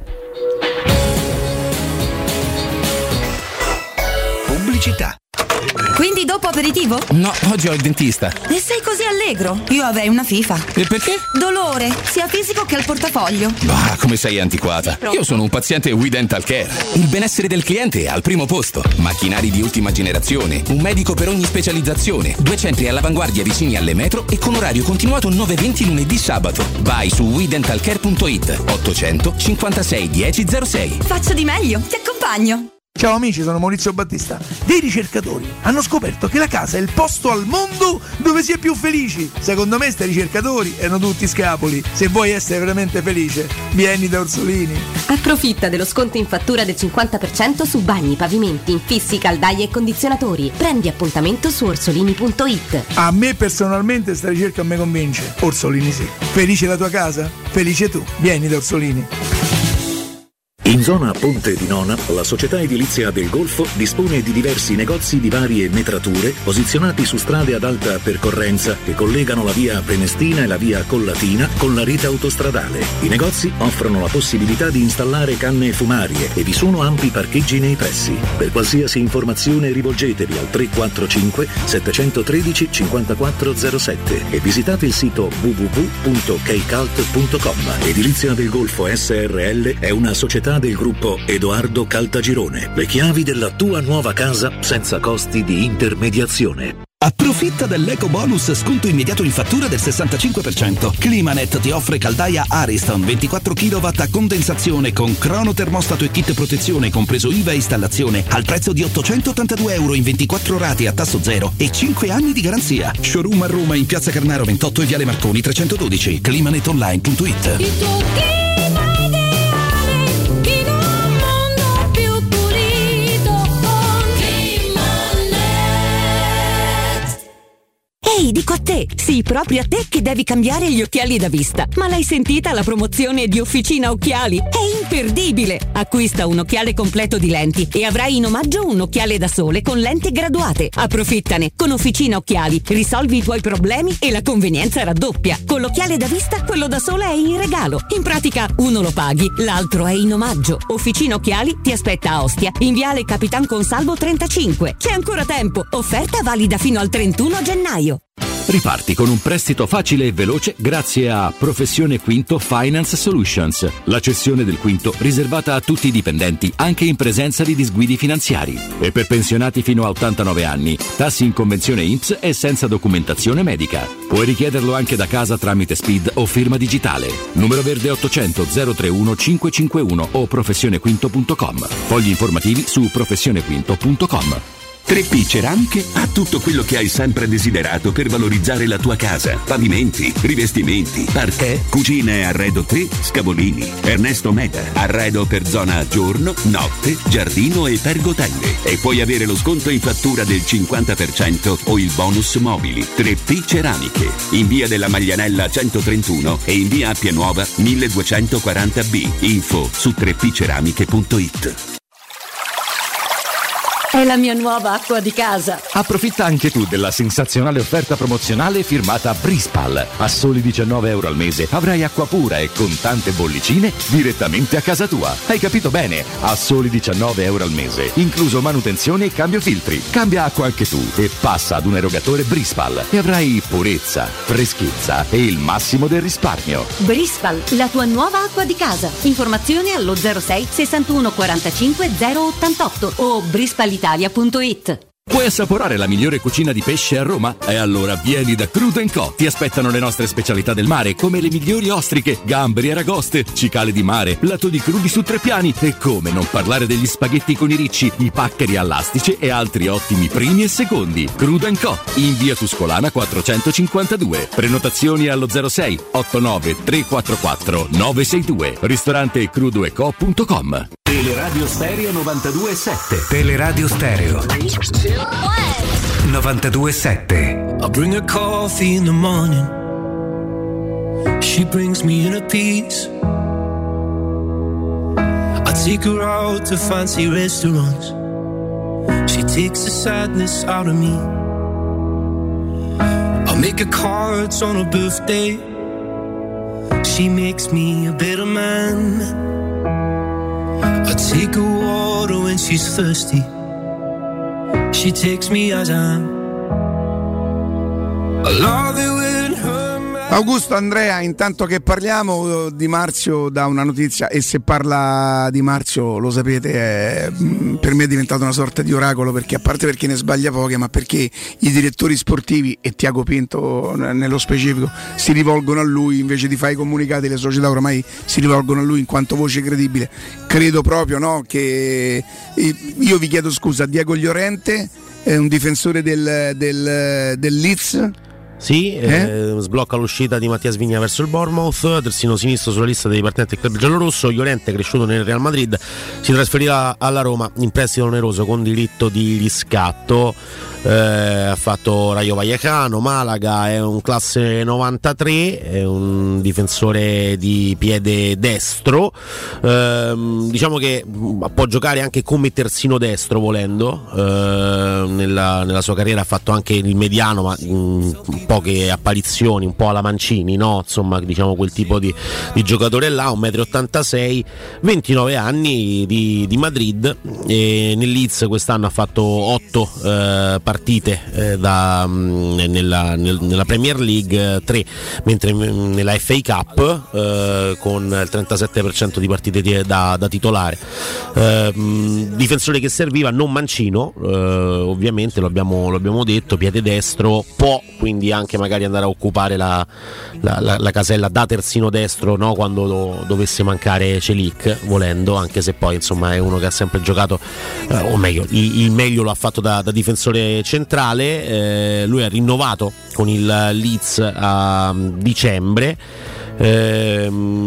Pubblicità. Quindi dopo aperitivo? No, oggi ho il dentista. E sei così allegro? Io avrei una FIFA. E perché? Dolore, sia fisico che al portafoglio. Bah, come sei antiquata. Io sono un paziente We Dental Care. Il benessere del cliente è al primo posto. Macchinari di ultima generazione, un medico per ogni specializzazione, 2 centri all'avanguardia vicini alle metro e con orario continuato 9:20 lunedì sabato. Vai su wedentalcare.it 800 56 10 06. Faccio di meglio, ti accompagno. Ciao amici, sono Maurizio Battista. Dei ricercatori hanno scoperto che la casa è il posto al mondo dove si è più felici. Secondo me sti ricercatori erano tutti scapoli. Se vuoi essere veramente felice, vieni da Orsolini. Approfitta dello sconto in fattura del 50% su bagni, pavimenti, infissi, caldaie e condizionatori. Prendi appuntamento su orsolini.it. A me personalmente sta ricerca mi convince. Orsolini sì. Felice la tua casa? Felice tu. Vieni da Orsolini. In zona Ponte di Nona, la società edilizia del Golfo dispone di diversi negozi di varie metrature posizionati su strade ad alta percorrenza che collegano la via Prenestina e la via Collatina con la rete autostradale. I negozi offrono la possibilità di installare canne fumarie e vi sono ampi parcheggi nei pressi. Per qualsiasi informazione rivolgetevi al 345 713 5407 e visitate il sito www.keicalt.com. Edilizia del Golfo SRL è una società del gruppo Edoardo Caltagirone. Le chiavi della tua nuova casa senza costi di intermediazione. Approfitta dell'eco bonus sconto immediato in fattura del 65%. Climanet ti offre caldaia Ariston 24 kW a condensazione con crono termostato e kit protezione compreso IVA e installazione al prezzo di €882 in 24 rate a tasso zero e 5 anni di garanzia. Showroom a Roma in Piazza Carnaro 28 e Viale Marconi 312. climanetonline.it. Ehi, dico a te, sì, proprio a te che devi cambiare gli occhiali da vista. Ma l'hai sentita la promozione di Officina Occhiali? È imperdibile! Acquista un occhiale completo di lenti e avrai in omaggio un occhiale da sole con lenti graduate. Approfittane! Con Officina Occhiali risolvi i tuoi problemi e la convenienza raddoppia. Con l'occhiale da vista, quello da sole è in regalo. In pratica, uno lo paghi, l'altro è in omaggio. Officina Occhiali ti aspetta a Ostia, in viale Capitan Consalvo 35. C'è ancora tempo! Offerta valida fino al 31 gennaio. Riparti con un prestito facile e veloce grazie a Professione Quinto Finance Solutions, la cessione del quinto riservata a tutti i dipendenti anche in presenza di disguidi finanziari. E per pensionati fino a 89 anni, tassi in convenzione INPS e senza documentazione medica. Puoi richiederlo anche da casa tramite SPID o firma digitale. Numero verde 800 031 551 o professionequinto.com. Fogli informativi su professionequinto.com. 3P Ceramiche ha tutto quello che hai sempre desiderato per valorizzare la tua casa. Pavimenti, rivestimenti, parquet, cucine e arredo 3, Scavolini. Ernesto Meda, arredo per zona giorno, notte, giardino e pergotelle. E puoi avere lo sconto in fattura del 50% o il bonus mobili. 3P Ceramiche, in via della Maglianella 131 e in via Appia Nuova 1240B. Info su 3pceramiche.it. È la mia nuova acqua di casa. Approfitta anche tu della sensazionale offerta promozionale firmata Brispal. A soli €19 al mese avrai acqua pura e con tante bollicine direttamente a casa tua. Hai capito bene? A soli €19 al mese, incluso manutenzione e cambio filtri. Cambia acqua anche tu e passa ad un erogatore Brispal e avrai purezza, freschezza e il massimo del risparmio. Brispal, la tua nuova acqua di casa. Informazioni allo 06 61 45 088 o brispalitalia.it. Puoi assaporare la migliore cucina di pesce a Roma? E allora vieni da Crudo & Co. Ti aspettano le nostre specialità del mare, come le migliori ostriche, gamberi e aragoste, cicale di mare, plato di crudi su 3 piani e come non parlare degli spaghetti con i ricci, i paccheri all'astice e altri ottimi primi e secondi. Crudo & Co. in via Tuscolana 452. Prenotazioni allo 06 89 344 962. Ristorante crudoeco.com. Teleradio Stereo 92.7. Teleradio Stereo 92.7. I bring her coffee in the morning. She brings me inner peace. I take her out to fancy restaurants. She takes the sadness out of me. I make her cards on her birthday. She makes me a better man. I take her water when she's thirsty. She takes me as I am. I love it when her Augusto, Andrea, intanto che parliamo, Di Marzio dà una notizia, e se parla Di Marzio, lo sapete, per me è diventato una sorta di oracolo, perché a parte perché ne sbaglia poche, ma perché i direttori sportivi e Tiago Pinto nello specifico si rivolgono a lui invece di fare i comunicati. Le società oramai si rivolgono a lui in quanto voce credibile. Credo proprio, no, che io vi chiedo scusa, Diego Llorente è un difensore del Leeds. Sì, sblocca l'uscita di Mattia Vigna verso il Bournemouth, terzino sinistro sulla lista dei partenti del club giallorosso. Llorente, cresciuto nel Real Madrid, si trasferirà alla Roma in prestito oneroso con diritto di riscatto. Ha fatto Rayo Vallecano, Malaga, è un classe 93, è un difensore di piede destro, diciamo che può giocare anche come terzino destro volendo. Nella sua carriera ha fatto anche il mediano, ma poche apparizioni, un po' alla Mancini, no? Insomma, diciamo quel tipo di giocatore là, 1,86 m, 29 anni di Madrid, e nel Leeds quest'anno ha fatto 8 partite nella Premier League, 3 mentre nella FA Cup, con il 37% di partite da titolare. Difensore che serviva, non mancino, ovviamente lo abbiamo detto, piede destro, può quindi anche magari andare a occupare la casella da terzino destro, no? Quando dovesse mancare Celik, volendo, anche se poi insomma è uno che ha sempre giocato, o meglio, il meglio lo ha fatto da difensore centrale. Lui ha rinnovato con il Leeds a dicembre, e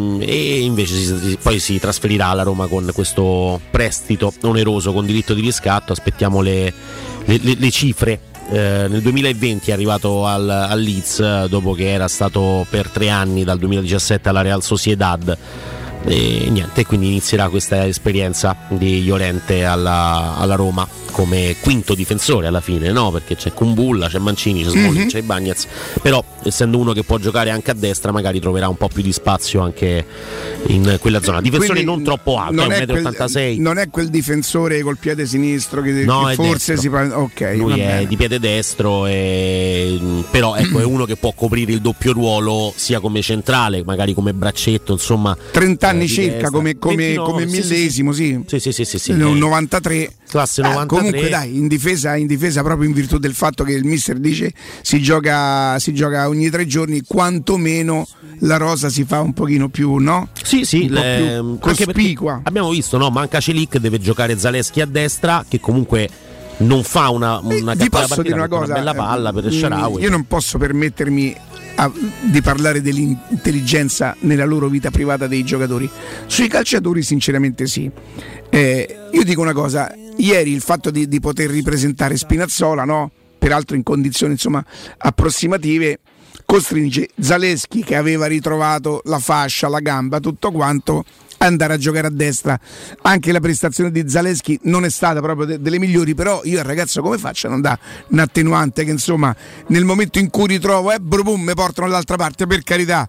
invece poi si trasferirà alla Roma con questo prestito oneroso con diritto di riscatto. Aspettiamo le cifre. Nel 2020 è arrivato al Leeds, dopo che era stato per 3 anni, dal 2017 alla Real Sociedad, e niente, quindi inizierà questa esperienza di Llorente alla Roma come quinto difensore alla fine, no? Perché c'è Kumbulla, c'è Mancini, c'è Smalling, c'è Ibañez, però essendo uno che può giocare anche a destra magari troverà un po' più di spazio anche in quella zona. Difensore quindi non troppo alto, non è 1,86 m. Non è quel difensore col piede sinistro che forse destro. Si parla. Ok, lui è di piede destro, però ecco, è uno che può coprire il doppio ruolo sia come centrale, magari come braccetto, insomma. 30 anni circa, come millesimo, sì. Sì. 93. Classe 93. Comunque dai, in difesa proprio in virtù del fatto che il mister dice si gioca ogni 3 giorni, quantomeno la rosa si fa un pochino più, no? Sì, un po' più cospicua. Abbiamo visto, no? Manca Celik, deve giocare Zalewski a destra, che comunque non fa una cattiva partita, una bella palla per il Shaarawy. Io non posso permettermi di parlare dell'intelligenza nella loro vita privata dei giocatori. Sui calciatori sinceramente sì. Io dico una cosa, ieri il fatto di poter ripresentare Spinazzola, no? Peraltro in condizioni insomma approssimative, costringe Zalewski, che aveva ritrovato la fascia, la gamba, tutto quanto, a andare a giocare a destra. Anche la prestazione di Zalewski non è stata proprio delle migliori, però io al ragazzo come faccio a non dare un attenuante che insomma nel momento in cui ritrovo mi portano dall'altra parte, per carità.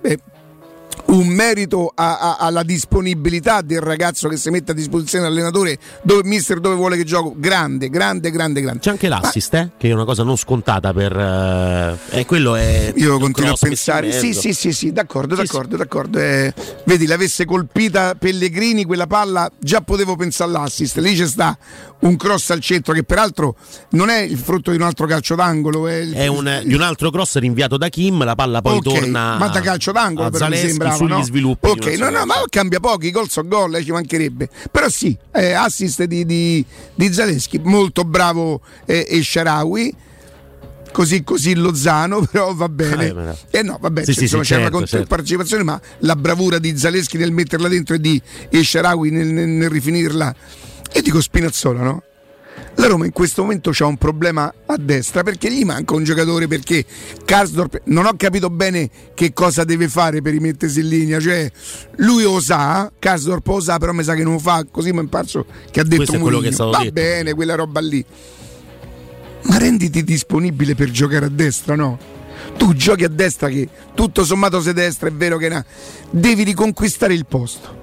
Un merito alla disponibilità del ragazzo che si mette a disposizione dell'allenatore, dove vuole che gioco, grande. C'è anche l'assist, che è una cosa non scontata per quello è. Io continuo a pensare, sì, d'accordo. Vedi, l'avesse colpita Pellegrini quella palla, già potevo pensare all'assist. Lì c'è sta un cross al centro che peraltro non è il frutto di un altro calcio d'angolo, di un altro cross rinviato da Kim, la palla poi torna, ma da calcio d'angolo, però mi sembrava, sugli no? sviluppi. Ok, ma cambia pochi, gol so gol, ci mancherebbe. Però sì, assist di Zalewski, molto bravo El Shaarawy. Così Lozano, però va bene. C'è una partecipazione, ma la bravura di Zalewski nel metterla dentro e di El Shaarawy nel rifinirla. Io dico Spinazzola, no? La Roma in questo momento c'ha un problema a destra, perché gli manca un giocatore, perché Karsdorp non ho capito bene che cosa deve fare per rimettersi in linea, cioè lui Karsdorp osa, però mi sa che non lo fa, così mi è parso che ha detto Mourinho, va bene quella roba lì, ma renditi disponibile per giocare a destra, no? Tu giochi a destra, che tutto sommato sei destra, è vero che devi riconquistare il posto.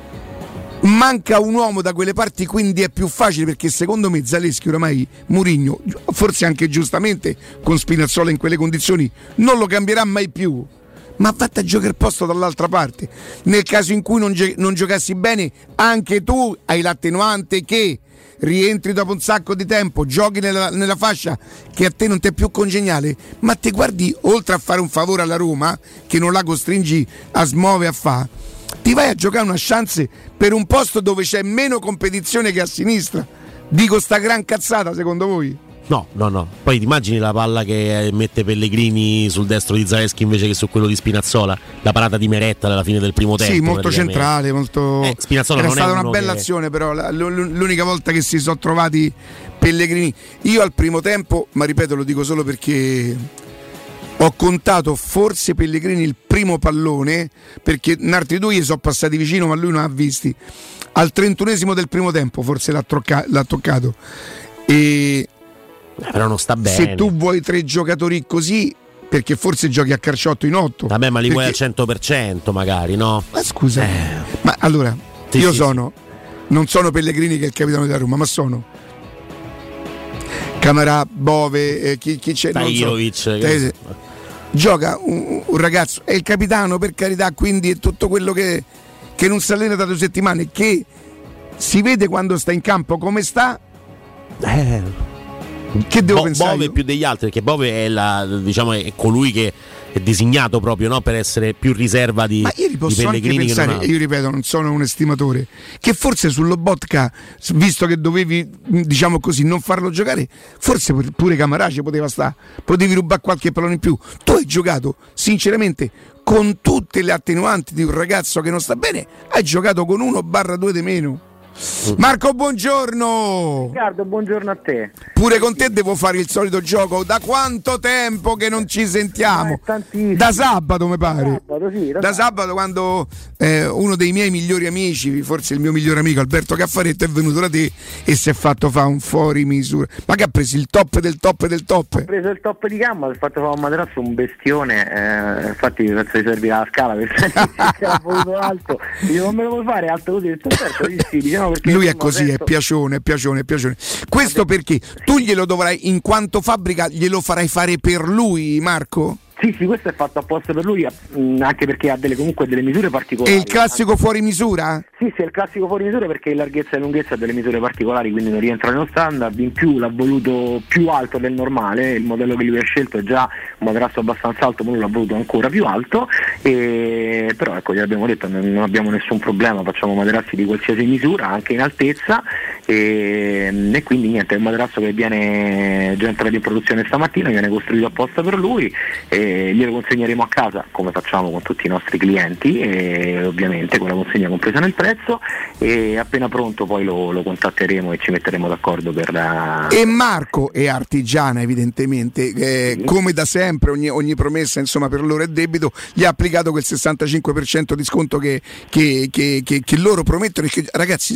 Manca un uomo da quelle parti, quindi è più facile, perché secondo me Zalewski oramai Mourinho, forse anche giustamente con Spinazzola in quelle condizioni, non lo cambierà mai più. ma vatti a giocare il posto dall'altra parte. Nel caso in cui non giocassi bene, anche tu hai l'attenuante che rientri dopo un sacco di tempo, giochi nella fascia che a te non ti è più congeniale, ma ti guardi, oltre a fare un favore alla Roma che non la costringi a smuovere a fa, ti vai a giocare una chance per un posto dove c'è meno competizione che a sinistra. Dico sta gran cazzata, secondo voi? No. Poi ti immagini la palla che mette Pellegrini sul destro di Zalewski invece che su quello di Spinazzola, la parata di Meretta alla fine del primo tempo. Sì, molto centrale, molto. Spinazzola era non stata è una bella azione, però l'unica volta che si sono trovati Pellegrini. Io al primo tempo, ma ripeto, lo dico solo perché ho contato forse Pellegrini il primo pallone, perché in altri due gli sono passati vicino ma lui non ha visti. Al 31esimo del primo tempo forse l'ha toccato. E però non sta bene. Se tu vuoi 3 giocatori così, perché forse giochi a calciotto in 8. Vabbè, ma li vuoi al 100% magari, no? Ma scusa, ma allora io non sono Pellegrini che è il capitano della Roma, ma sono Camarà, Bove, chi c'è? Tahirovic. Gioca un ragazzo, è il capitano, per carità, quindi è tutto quello che non si allena da 2 settimane, che si vede quando sta in campo come sta. Che devo pensare? Bove più degli altri, perché Bove è è colui che è designato proprio, no, per essere più riserva di ma io posso di Pellegrini anche pensare, che non ha. Io ripeto, non sono un estimatore, che forse sull'Lobotka, visto che dovevi, diciamo così, non farlo giocare, forse pure Camarà ci poteva stare, potevi rubare qualche pallone in più. Tu hai giocato sinceramente con tutte le attenuanti di un ragazzo che non sta bene, hai giocato con 1/2 di meno. Marco, buongiorno. Riccardo, buongiorno a te. Pure con te devo fare il solito gioco. Da quanto tempo che non ci sentiamo? Da sabato, mi pare. Da sabato, quando uno dei miei migliori amici, forse il mio migliore amico Alberto Caffaretto, è venuto da te e si è fatto fare un fuori misura. Ma che ha preso il top del top del top? Ha preso il top di gamma, ha fatto fare un materasso, un bestione. Infatti penso di servire la scala per che era voluto alto. Io non me lo vuoi fare alto così? Certo, sì, diciamo. Lui è così, è piacione. Questo perché tu glielo dovrai, in quanto fabbrica, glielo farai fare per lui, Marco? Sì, questo è fatto apposta per lui, anche perché ha comunque delle misure particolari. È il classico fuori misura? Sì, è il classico fuori misura, perché larghezza e lunghezza ha delle misure particolari, quindi non rientra nello standard. In più l'ha voluto più alto del normale, il modello che lui ha scelto è già un materasso abbastanza alto, ma lui l'ha voluto ancora più alto, però ecco, gli abbiamo detto non abbiamo nessun problema, facciamo materassi di qualsiasi misura, anche in altezza, e quindi niente, è un materasso che viene già entrato in produzione stamattina, viene costruito apposta per lui, glielo consegneremo a casa come facciamo con tutti i nostri clienti, e ovviamente con la consegna compresa nel prezzo, e appena pronto poi lo contatteremo e ci metteremo d'accordo per la... E Marco è artigiana evidentemente, come da sempre ogni promessa, insomma, per loro è debito, gli ha applicato quel 65% di sconto che loro promettono, e che, ragazzi,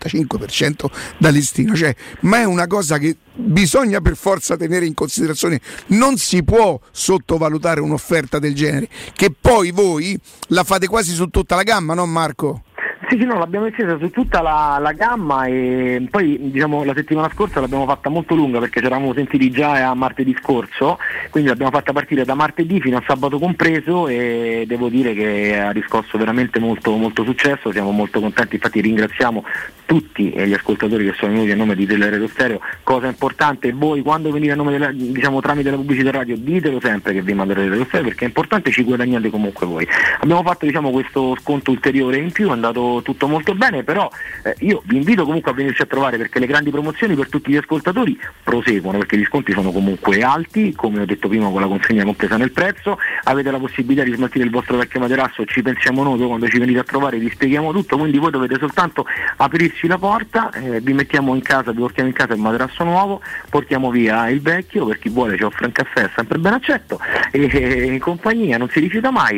65% da listino, cioè, ma è una cosa che bisogna per forza tenere in considerazione. Non si può sottovalutare un'offerta del genere, che poi voi la fate quasi su tutta la gamma, no Marco? Sì, no, l'abbiamo estesa su tutta la gamma, e poi diciamo la settimana scorsa l'abbiamo fatta molto lunga perché ci eravamo sentiti già a martedì scorso, quindi l'abbiamo fatta partire da martedì fino a sabato compreso, e devo dire che ha riscosso veramente molto, molto successo, siamo molto contenti, infatti ringraziamo tutti gli ascoltatori che sono venuti a nome di Teleradio Stereo. Cosa importante, voi quando venite a nome tramite la pubblicità radio, ditelo sempre che vi mando Teleradio Stereo, perché è importante, ci guadagnate comunque voi. Abbiamo fatto questo sconto ulteriore in più, è andato tutto molto bene, però io vi invito comunque a venirci a trovare, perché le grandi promozioni per tutti gli ascoltatori proseguono, perché gli sconti sono comunque alti, come ho detto prima, con la consegna compresa nel prezzo. Avete la possibilità di smaltire il vostro vecchio materasso, ci pensiamo noi, quando ci venite a trovare vi spieghiamo tutto, quindi voi dovete soltanto aprirci la porta, vi mettiamo in casa, vi portiamo in casa il materasso nuovo, portiamo via il vecchio, per chi vuole ci offre un caffè, è sempre ben accetto, e in compagnia non si rifiuta mai,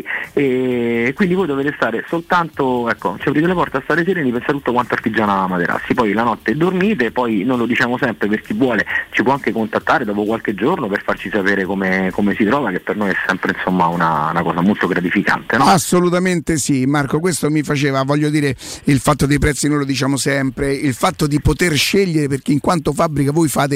e quindi voi dovete stare soltanto, ecco, ci aprite le porte, a stare sereni, pensate tutto quanto artigiana materassi. Poi la notte dormite, poi non lo diciamo sempre, per chi vuole ci può anche contattare dopo qualche giorno per farci sapere come si trova, che per noi è sempre, insomma, una cosa molto gratificante, no? Assolutamente sì, Marco, questo mi faceva, voglio dire, il fatto dei prezzi noi lo diciamo sempre, il fatto di poter scegliere, perché in quanto fabbrica voi fate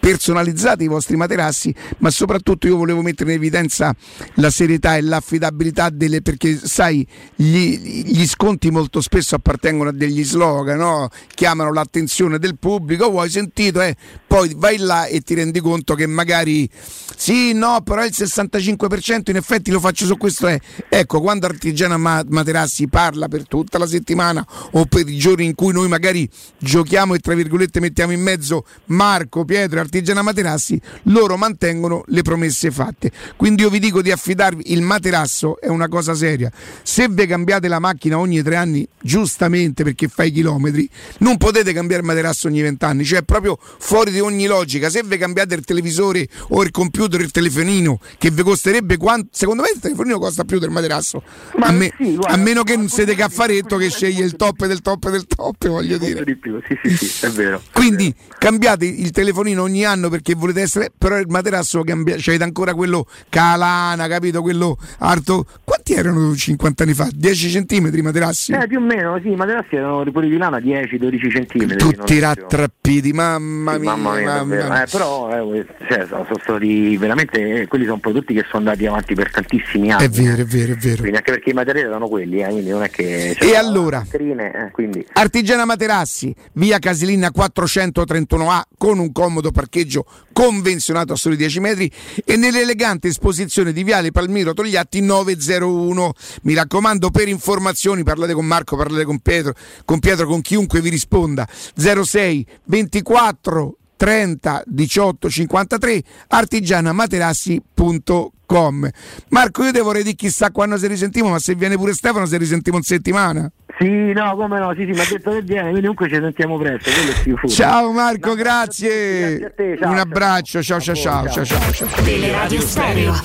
personalizzate i vostri materassi, ma soprattutto io volevo mettere in evidenza la serietà e l'affidabilità perché sai gli sconti molto spesso appartengono a degli slogan, no? Chiamano l'attenzione del pubblico, vuoi sentito, poi vai là e ti rendi conto che magari sì, no, però il 65% in effetti lo faccio su questo. Ecco, quando Artigiana Materassi parla per tutta la settimana o per i giorni in cui noi magari giochiamo e tra virgolette mettiamo in mezzo Marco, Pietro e Artigiana Materassi, loro mantengono le promesse fatte. Quindi io vi dico di affidarvi, il materasso è una cosa seria. Se vi cambiate la macchina ogni 3 anni, giustamente perché fai chilometri, non potete cambiare il materasso ogni 20 anni, cioè è proprio fuori di ogni logica. Se vi cambiate il televisore o il computer, il telefonino, che vi costerebbe secondo me il telefonino costa più del materasso, a meno che non siete Caffaretto che sceglie il top del top del top, voglio dire di più. Sì, è vero. Quindi cambiate il telefonino ogni anno perché volete essere, però il materasso avete ancora quello Calana, capito, quello alto. Quanti erano 50 anni fa? 10 centimetri i materassi? Più o meno, sì, i materassi erano quelli di lana 10-12 centimetri. Tutti rattrappiti, mamma mia. Però sono stati veramente, quelli sono prodotti che sono andati avanti per tantissimi anni. È vero. Quindi anche perché i materiali erano quelli, quindi non è che e allora quindi. Artigiana Materassi, via Casilina 431A, con un comodo parcheggio convenzionato a soli 10 metri e nell'elegante esposizione di viale Palmiro Togliatti 901. Mi raccomando, per informazioni parlate con Marco, parlate con Pietro, con chiunque vi risponda. 06 24 30 18 53 artigianamaterassi.com. Marco, io te vorrei dire chissà quando si risentiamo, ma se viene pure Stefano si risentiamo in settimana. Sì, no, come no, sì, mi ha detto che viene, quindi comunque ci sentiamo presto, quello è sicuro. Ciao Marco, grazie. Grazie a te, ciao, un abbraccio, ciao. Teleradio Stereo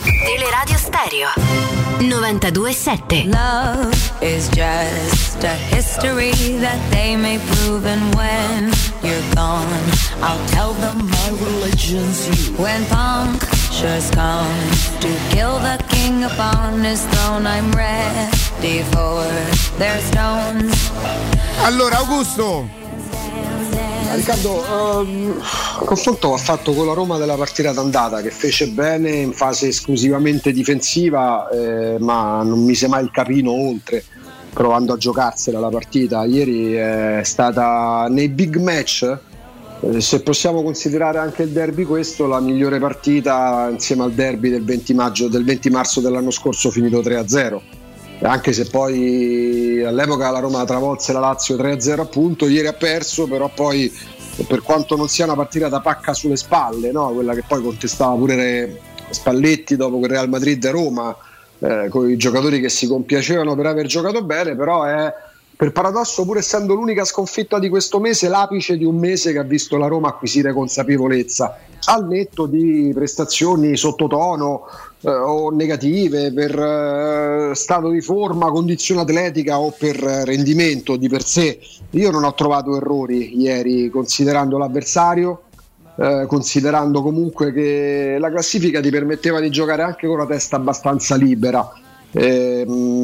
92.7. Love is just a history that they may prove, and when you're gone I'll tell them my religion's you. When punctures come to kill the king upon his throne, I'm ready for their stones. Allora Augusto, Riccardo, il confronto va fatto con la Roma della partita d'andata, che fece bene in fase esclusivamente difensiva, ma non mise mai il capino oltre, provando a giocarsela la partita. Ieri è stata nei big match, se possiamo considerare anche il derby questo, la migliore partita insieme al derby del 20 marzo dell'anno scorso finito 3-0. Anche se poi all'epoca la Roma travolse la Lazio 3-0 appunto, ieri ha perso, però poi per quanto non sia una partita da pacca sulle spalle, no? Quella che poi contestava pure Spalletti dopo quel Real Madrid-Roma, con i giocatori che si compiacevano per aver giocato bene, però è, per paradosso, pur essendo l'unica sconfitta di questo mese, l'apice di un mese che ha visto la Roma acquisire consapevolezza, al netto di prestazioni sottotono o negative per stato di forma, condizione atletica o per rendimento di per sé. Io non ho trovato errori ieri, considerando l'avversario, considerando comunque che la classifica ti permetteva di giocare anche con la testa abbastanza libera, perché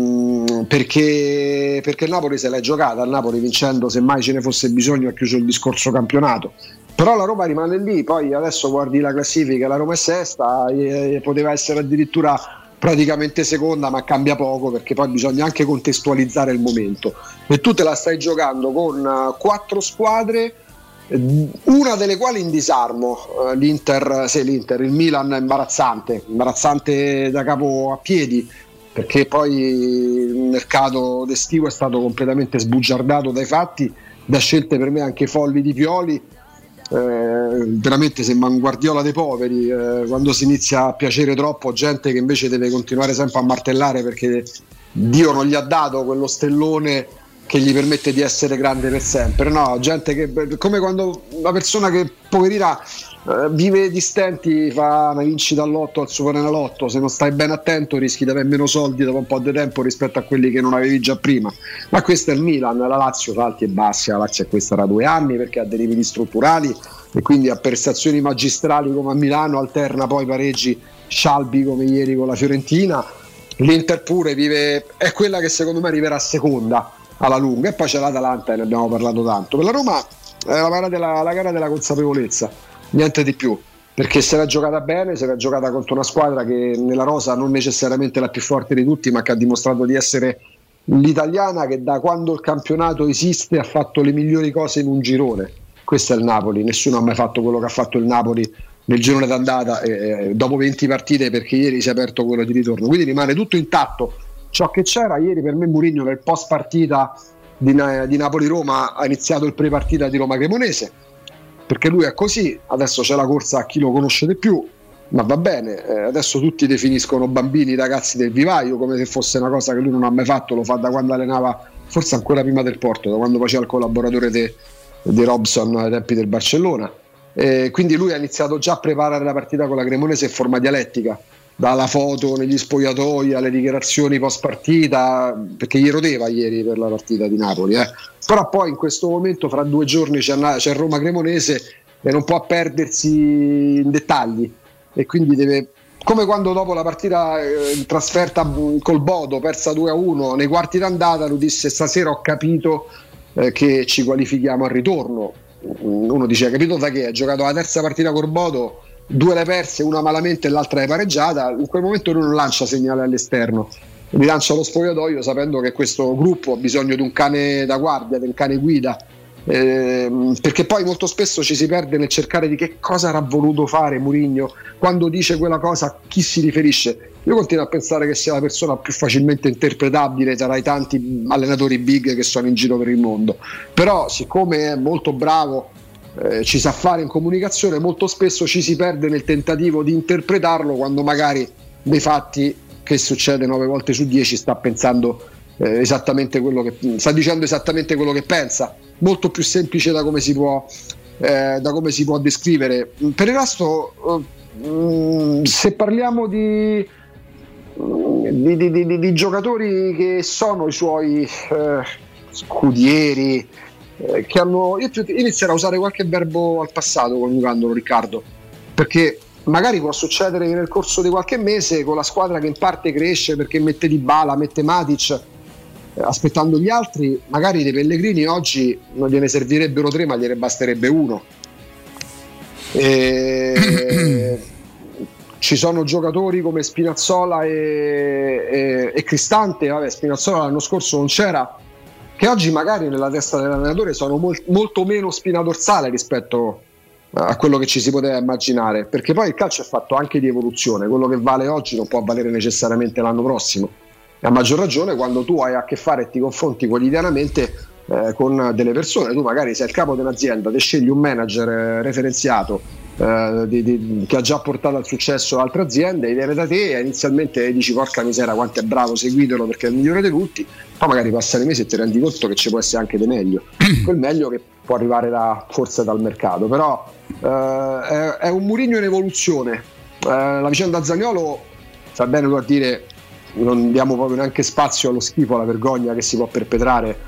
il Napoli se l'è giocata, il Napoli vincendo, semmai ce ne fosse bisogno, ha chiuso il discorso campionato. Però la Roma rimane lì, poi adesso guardi la classifica, la Roma è sesta, poteva essere addirittura praticamente seconda, ma cambia poco perché poi bisogna anche contestualizzare il momento, e tu te la stai giocando con 4 squadre, una delle quali in disarmo, l'Inter, il Milan è imbarazzante da capo a piedi, perché poi il mercato estivo è stato completamente sbugiardato dai fatti, da scelte per me anche folli di Pioli. Veramente sembra un Guardiola dei poveri, quando si inizia a piacere troppo gente che invece deve continuare sempre a martellare perché Dio non gli ha dato quello stellone che gli permette di essere grande per sempre, no? Gente che, come quando una persona che poverina vive di stenti, fa una vincita all'otto al Superenalotto, se non stai ben attento rischi di avere meno soldi dopo un po' di tempo rispetto a quelli che non avevi già prima. Ma questo è il Milan, la Lazio fa alti e bassi, la Lazio è questa da 2 anni perché ha dei limiti strutturali e quindi a prestazioni magistrali come a Milano alterna poi pareggi scialbi come ieri con la Fiorentina. L'Inter pure è quella che secondo me arriverà seconda alla lunga, e poi c'è l'Atalanta e ne abbiamo parlato tanto. Per la Roma è la gara della consapevolezza, niente di più, perché se l'ha giocata bene, se l'ha giocata contro una squadra che nella rosa non necessariamente la più forte di tutti, ma che ha dimostrato di essere l'italiana che da quando il campionato esiste ha fatto le migliori cose in un girone. Questo è il Napoli, nessuno ha mai fatto quello che ha fatto il Napoli nel girone d'andata dopo 20 partite, perché ieri si è aperto quello di ritorno, quindi rimane tutto intatto ciò che c'era. Ieri per me Mourinho nel post partita di Napoli-Roma ha iniziato il pre-partita di Roma-Cremonese, perché lui è così, adesso c'è la corsa a chi lo conosce di più, ma va bene, adesso tutti definiscono bambini ragazzi del vivaio, come se fosse una cosa che lui non ha mai fatto, lo fa da quando allenava, forse ancora prima del Porto, da quando faceva il collaboratore di Robson ai tempi del Barcellona, quindi lui ha iniziato già a preparare la partita con la Cremonese in forma dialettica, dalla foto negli spogliatoi alle dichiarazioni post partita, perché gli rodeva ieri per la partita di Napoli, però poi in questo momento fra 2 giorni c'è Roma Cremonese e non può perdersi in dettagli, e quindi deve, come quando dopo la partita in trasferta col Bodo persa 2-1 nei quarti d'andata, lui disse stasera ho capito che ci qualifichiamo al ritorno. Uno dice, capito da che? Ha giocato la terza partita col Bodo, 2 le perse, una malamente e l'altra è pareggiata. In quel momento lui non lancia segnale all'esterno, li lancia allo spogliatoio sapendo che questo gruppo ha bisogno di un cane da guardia, di un cane guida, perché poi molto spesso ci si perde nel cercare di che cosa avrà voluto fare Mourinho quando dice quella cosa, a chi si riferisce. Io continuo a pensare che sia la persona più facilmente interpretabile tra i tanti allenatori big che sono in giro per il mondo, però siccome è molto bravo, ci sa fare in comunicazione, molto spesso ci si perde nel tentativo di interpretarlo quando magari nei fatti, che succede 9 volte su 10, sta pensando esattamente quello che sta dicendo, esattamente quello che pensa, molto più semplice da come si può descrivere. Per il resto, se parliamo di giocatori che sono i suoi scudieri, che hanno, io inizierò a usare qualche verbo al passato coniugandolo, Riccardo, perché magari può succedere che nel corso di qualche mese, con la squadra che in parte cresce perché mette Dybala, mette Matic, aspettando gli altri, magari dei Pellegrini oggi non gliene servirebbero 3 ma gliene basterebbe 1. Ci sono giocatori come Spinazzola e Cristante. Vabbè, Spinazzola l'anno scorso non c'era, che oggi magari nella testa dell'allenatore sono molto meno spina dorsale rispetto a quello che ci si poteva immaginare, perché poi il calcio è fatto anche di evoluzione, quello che vale oggi non può valere necessariamente l'anno prossimo, e a maggior ragione quando tu hai a che fare e ti confronti quotidianamente con delle persone. Tu magari sei il capo di un'azienda, ti scegli un manager referenziato che ha già portato al successo altre aziende, viene da te e inizialmente dici porca misera quanto è bravo, seguitelo perché è il migliore di tutti, poi magari passano i mesi e ti rendi conto che ci può essere anche di meglio, quel meglio che può arrivare forse dal mercato, però è un Mourinho in evoluzione. La vicenda Zaniolo, fa bene lui a dire, non diamo proprio neanche spazio allo schifo, alla vergogna che si può perpetrare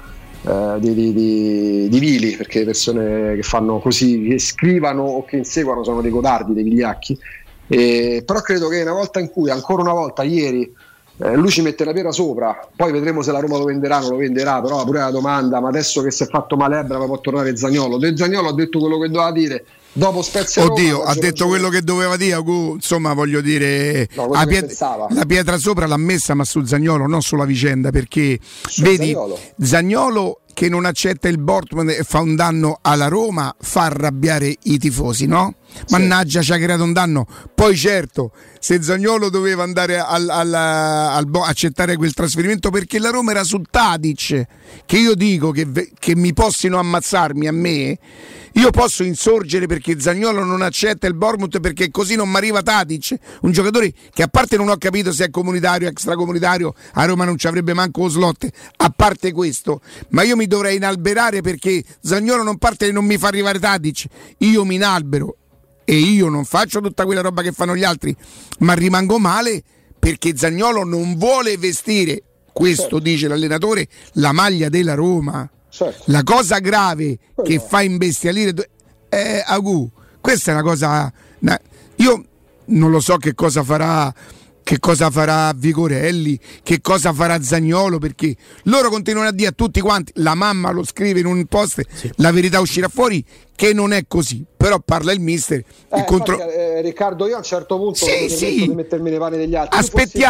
di vili, perché le persone che fanno così, che scrivano o che inseguono, sono dei codardi, dei vigliacchi, però credo che una volta in cui, ancora una volta ieri, lui ci mette la pera sopra, poi vedremo se la Roma lo venderà, non lo venderà, però pure la domanda, ma adesso che si è fatto male Ebra può tornare Zaniolo? De Zaniolo ha detto quello che doveva dire, dopo Spezia Oddio, Roma, ha detto quello che doveva dire, insomma, voglio dire, no, la pietra sopra l'ha messa, ma su Zaniolo, non sulla vicenda, perché vedi, Zaniolo che non accetta il Dortmund e fa un danno alla Roma, fa arrabbiare i tifosi, no? Mannaggia, ci ha creato un danno. Poi certo, se Zaniolo doveva andare accettare quel trasferimento perché la Roma era su Tadic, che io dico che mi possino ammazzarmi a me, io posso insorgere perché Zaniolo non accetta il Bournemouth perché così non mi arriva Tadic, un giocatore che a parte non ho capito se è comunitario o extracomunitario, a Roma non ci avrebbe manco lo slot, a parte questo, ma io mi dovrei inalberare perché Zaniolo non parte e non mi fa arrivare Tadic, io mi inalbero e io non faccio tutta quella roba che fanno gli altri, ma rimango male perché Zaniolo non vuole vestire, questo dice l'allenatore, la maglia della Roma. La cosa grave che fa imbestialire Agu, questa è una cosa, io non lo so che cosa farà che cosa farà Vigorelli, che cosa farà Zaniolo, perché loro continuano a dire a tutti quanti, la mamma lo scrive in un post, la verità uscirà fuori che non è così, però parla il mister. Riccardo, io a un certo punto sì. di mettermi nei panni degli altri.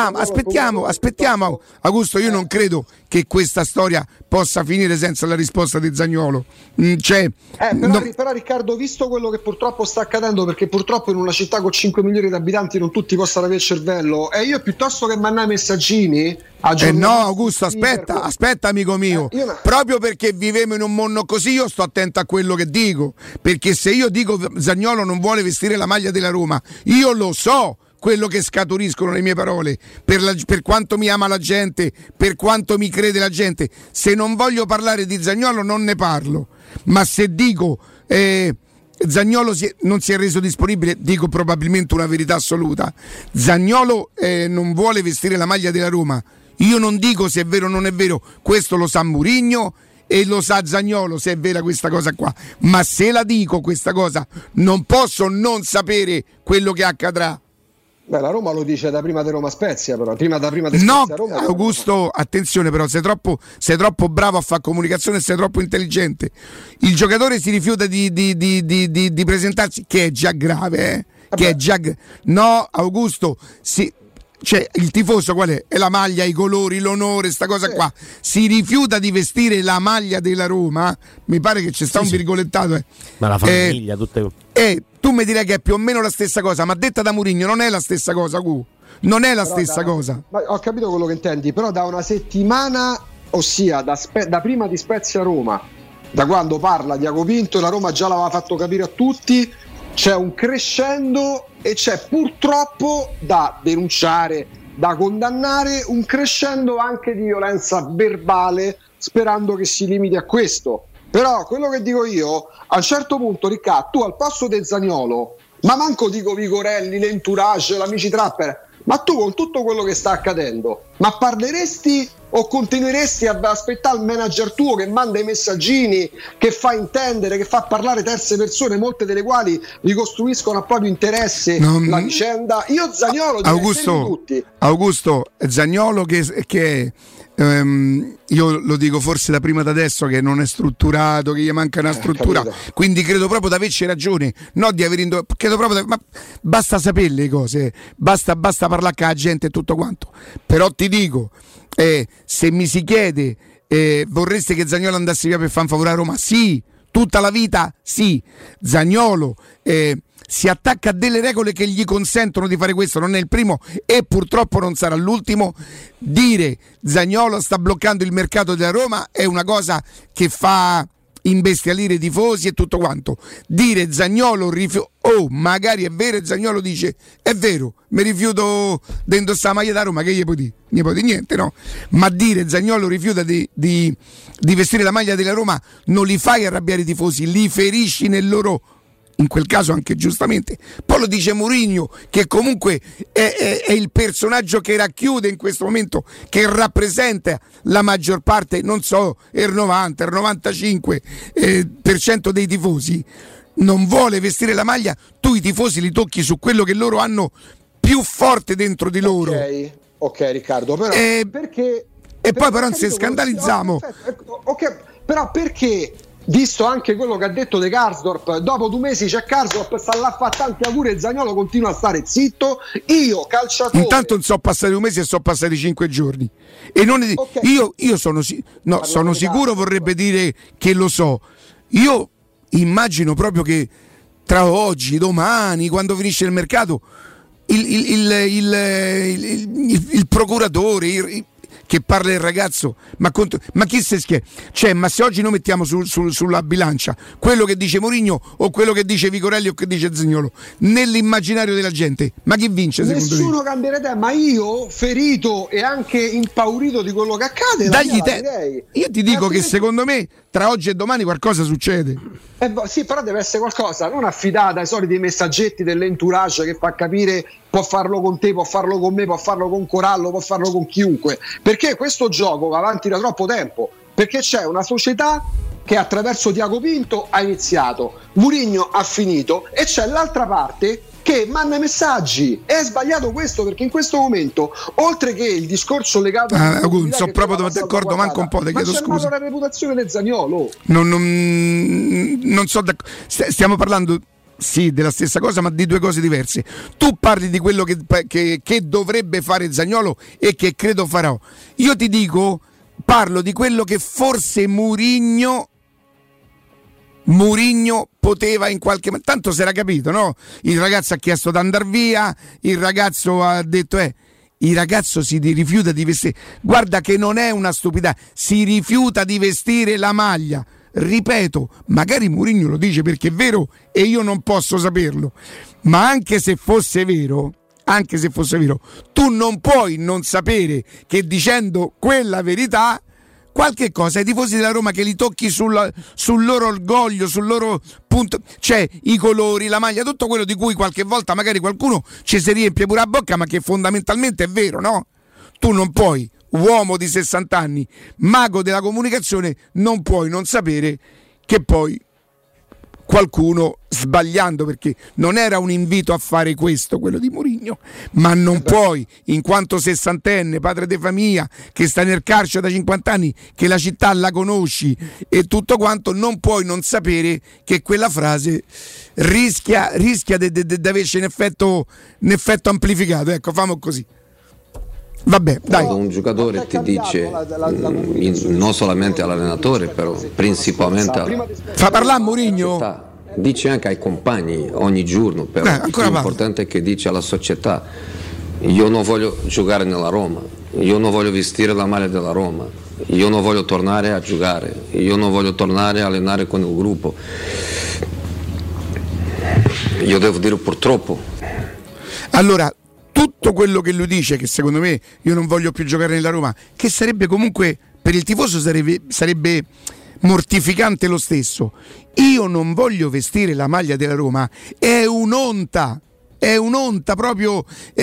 Aspettiamo, Augusto, io non credo che questa storia possa finire senza la risposta di Zaniolo. Però Riccardo, visto quello che purtroppo sta accadendo, perché purtroppo in una città con 5 milioni di abitanti non tutti possano avere il cervello, e io piuttosto che mandare messaggini no, Augusto, aspetta amico mio, proprio perché viviamo in un mondo così io sto attento a quello che dico, perché se io dico Zaniolo non vuole vestire la maglia della Roma, io lo so quello che scaturiscono le mie parole, per quanto mi ama la gente, per quanto mi crede la gente. Se non voglio parlare di Zaniolo non ne parlo, ma se dico Zaniolo non si è reso disponibile, dico probabilmente una verità assoluta. Zaniolo non vuole vestire la maglia della Roma, io non dico se è vero o non è vero, questo lo sa Mourinho e lo sa Zaniolo se è vera questa cosa qua, ma se la dico questa cosa non posso non sapere quello che accadrà. Beh, la Roma lo dice da prima di Roma Spezia, però prima di no, Roma, Augusto, attenzione però, sei troppo bravo a fare comunicazione e sei troppo intelligente. Il giocatore si rifiuta di presentarsi, che è già grave, no, Augusto, cioè il tifoso qual è? È la maglia, i colori, l'onore, sta cosa qua. Si rifiuta di vestire la maglia della Roma, mi pare che c'è sta un virgolettato. Ma la famiglia, tutte. Tu mi direi che è più o meno la stessa cosa, ma detta da Mourinho non è la stessa cosa, non è la stessa cosa. Ma ho capito quello che intendi, però da una settimana, ossia da prima di Spezia Roma, da quando parla di Diaco Pinto, la Roma già l'aveva fatto capire a tutti, c'è un crescendo e c'è purtroppo da denunciare, da condannare, un crescendo anche di violenza verbale, sperando che si limiti a questo. Però quello che dico io, a un certo punto, Riccardo, tu al passo del Zaniolo, ma manco dico Vigorelli, l'entourage, l'amici trapper, ma tu con tutto quello che sta accadendo, ma parleresti o continueresti ad aspettare il manager tuo che manda i messaggini, che fa intendere, che fa parlare terze persone, molte delle quali ricostruiscono a proprio interesse la vicenda? Io Zaniolo Augusto Zaniolo che io lo dico forse da prima da adesso che non è strutturato, che gli manca una struttura, quindi credo proprio di averci ragione, no di aver credo proprio ma basta sapere le cose, basta parlare con la gente e tutto quanto. Però ti dico, se mi si chiede vorreste che Zaniolo andasse via per far favorire a Roma? Sì, tutta la vita sì. Zaniolo si attacca a delle regole che gli consentono di fare questo, non è il primo e purtroppo non sarà l'ultimo. Dire Zaniolo sta bloccando il mercato della Roma è una cosa che fa imbestialire i tifosi e tutto quanto. Dire Zaniolo magari è vero e Zaniolo dice è vero, mi rifiuto di indossare la maglia da Roma, che gli puoi dire? Ne puoi dire niente, no? Ma dire Zaniolo rifiuta di vestire la maglia della Roma non li fai arrabbiare i tifosi, li ferisci nel loro, in quel caso anche giustamente. Poi lo dice Mourinho, che comunque è il personaggio che racchiude in questo momento, che rappresenta la maggior parte, non so, il 90, il 95% dei tifosi. Non vuole vestire la maglia, tu i tifosi li tocchi su quello che loro hanno più forte dentro di loro. Ok Riccardo, però perché? E poi però non si scandalizziamo. Ok, però perché? Visto anche quello che ha detto De Karsdorp, dopo 2 mesi c'è Karsdorp, sta là a fare tanti auguri e Zaniolo continua a stare zitto. Io calciatore, intanto non so passati 2 mesi e so passati 5 giorni e non io sono sicuro, vorrebbe dire che lo so. Io immagino proprio che tra oggi, domani, quando finisce il mercato, il procuratore che parla il ragazzo, ma chi se schiera? Cioè, ma se oggi noi mettiamo sulla bilancia quello che dice Mourinho o quello che dice Vigorelli o che dice Zaniolo nell'immaginario della gente, ma chi vince secondo te? Nessuno cambierà idea, ma io ferito e anche impaurito di quello che accade, io ti dico che secondo me tra oggi e domani qualcosa succede. Sì, però deve essere qualcosa non affidata ai soliti messaggetti dell'entourage che fa capire può farlo con te, può farlo con me, può farlo con Corallo, può farlo con chiunque, perché questo gioco va avanti da troppo tempo, perché c'è una società che attraverso Diaco Pinto ha iniziato, Mourinho ha finito e c'è l'altra parte che manda i messaggi. È sbagliato questo, perché in questo momento, oltre che il discorso legato non so proprio d'accordo manco un po', ti chiedo scusa. Ma c'è la reputazione del Zaniolo. Non so, stiamo parlando sì della stessa cosa, ma di due cose diverse. Tu parli di quello che dovrebbe fare Zaniolo e che credo farà. Io ti dico, parlo di quello che forse Mourinho poteva in qualche modo, tanto si era capito, no? Il ragazzo ha chiesto di andare via, il ragazzo ha detto il ragazzo si rifiuta di vestire, guarda che non è una stupidità, si rifiuta di vestire la maglia. Ripeto, magari Mourinho lo dice perché è vero e io non posso saperlo, ma anche se fosse vero, tu non puoi non sapere che dicendo quella verità qualche cosa ai tifosi della Roma che li tocchi sul loro orgoglio, sul loro punto, cioè i colori, la maglia, tutto quello di cui qualche volta magari qualcuno ci si riempie pure la bocca, ma che fondamentalmente è vero, no? Tu non puoi, uomo di 60 anni, mago della comunicazione, non puoi non sapere che poi qualcuno, sbagliando, perché non era un invito a fare questo quello di Mourinho, ma non puoi, in quanto sessantenne, padre di famiglia, che sta nel carcere da 50 anni, che la città la conosci e tutto quanto, non puoi non sapere che quella frase rischia di averci un effetto amplificato. Ecco, famo così. Vabbè, dai. Un giocatore ti dice, non solamente all'allenatore, però principalmente fa parlare Mourinho, dice anche ai compagni ogni giorno, però l'importante è che dice alla società: io non voglio giocare nella Roma, io non voglio vestire la maglia della Roma, io non voglio tornare a giocare, io non voglio tornare a allenare con il gruppo. Io devo dire purtroppo. Allora, tutto quello che lui dice, che secondo me io non voglio più giocare nella Roma, che sarebbe comunque per il tifoso sarebbe mortificante lo stesso. Io non voglio vestire la maglia della Roma, è un'onta proprio,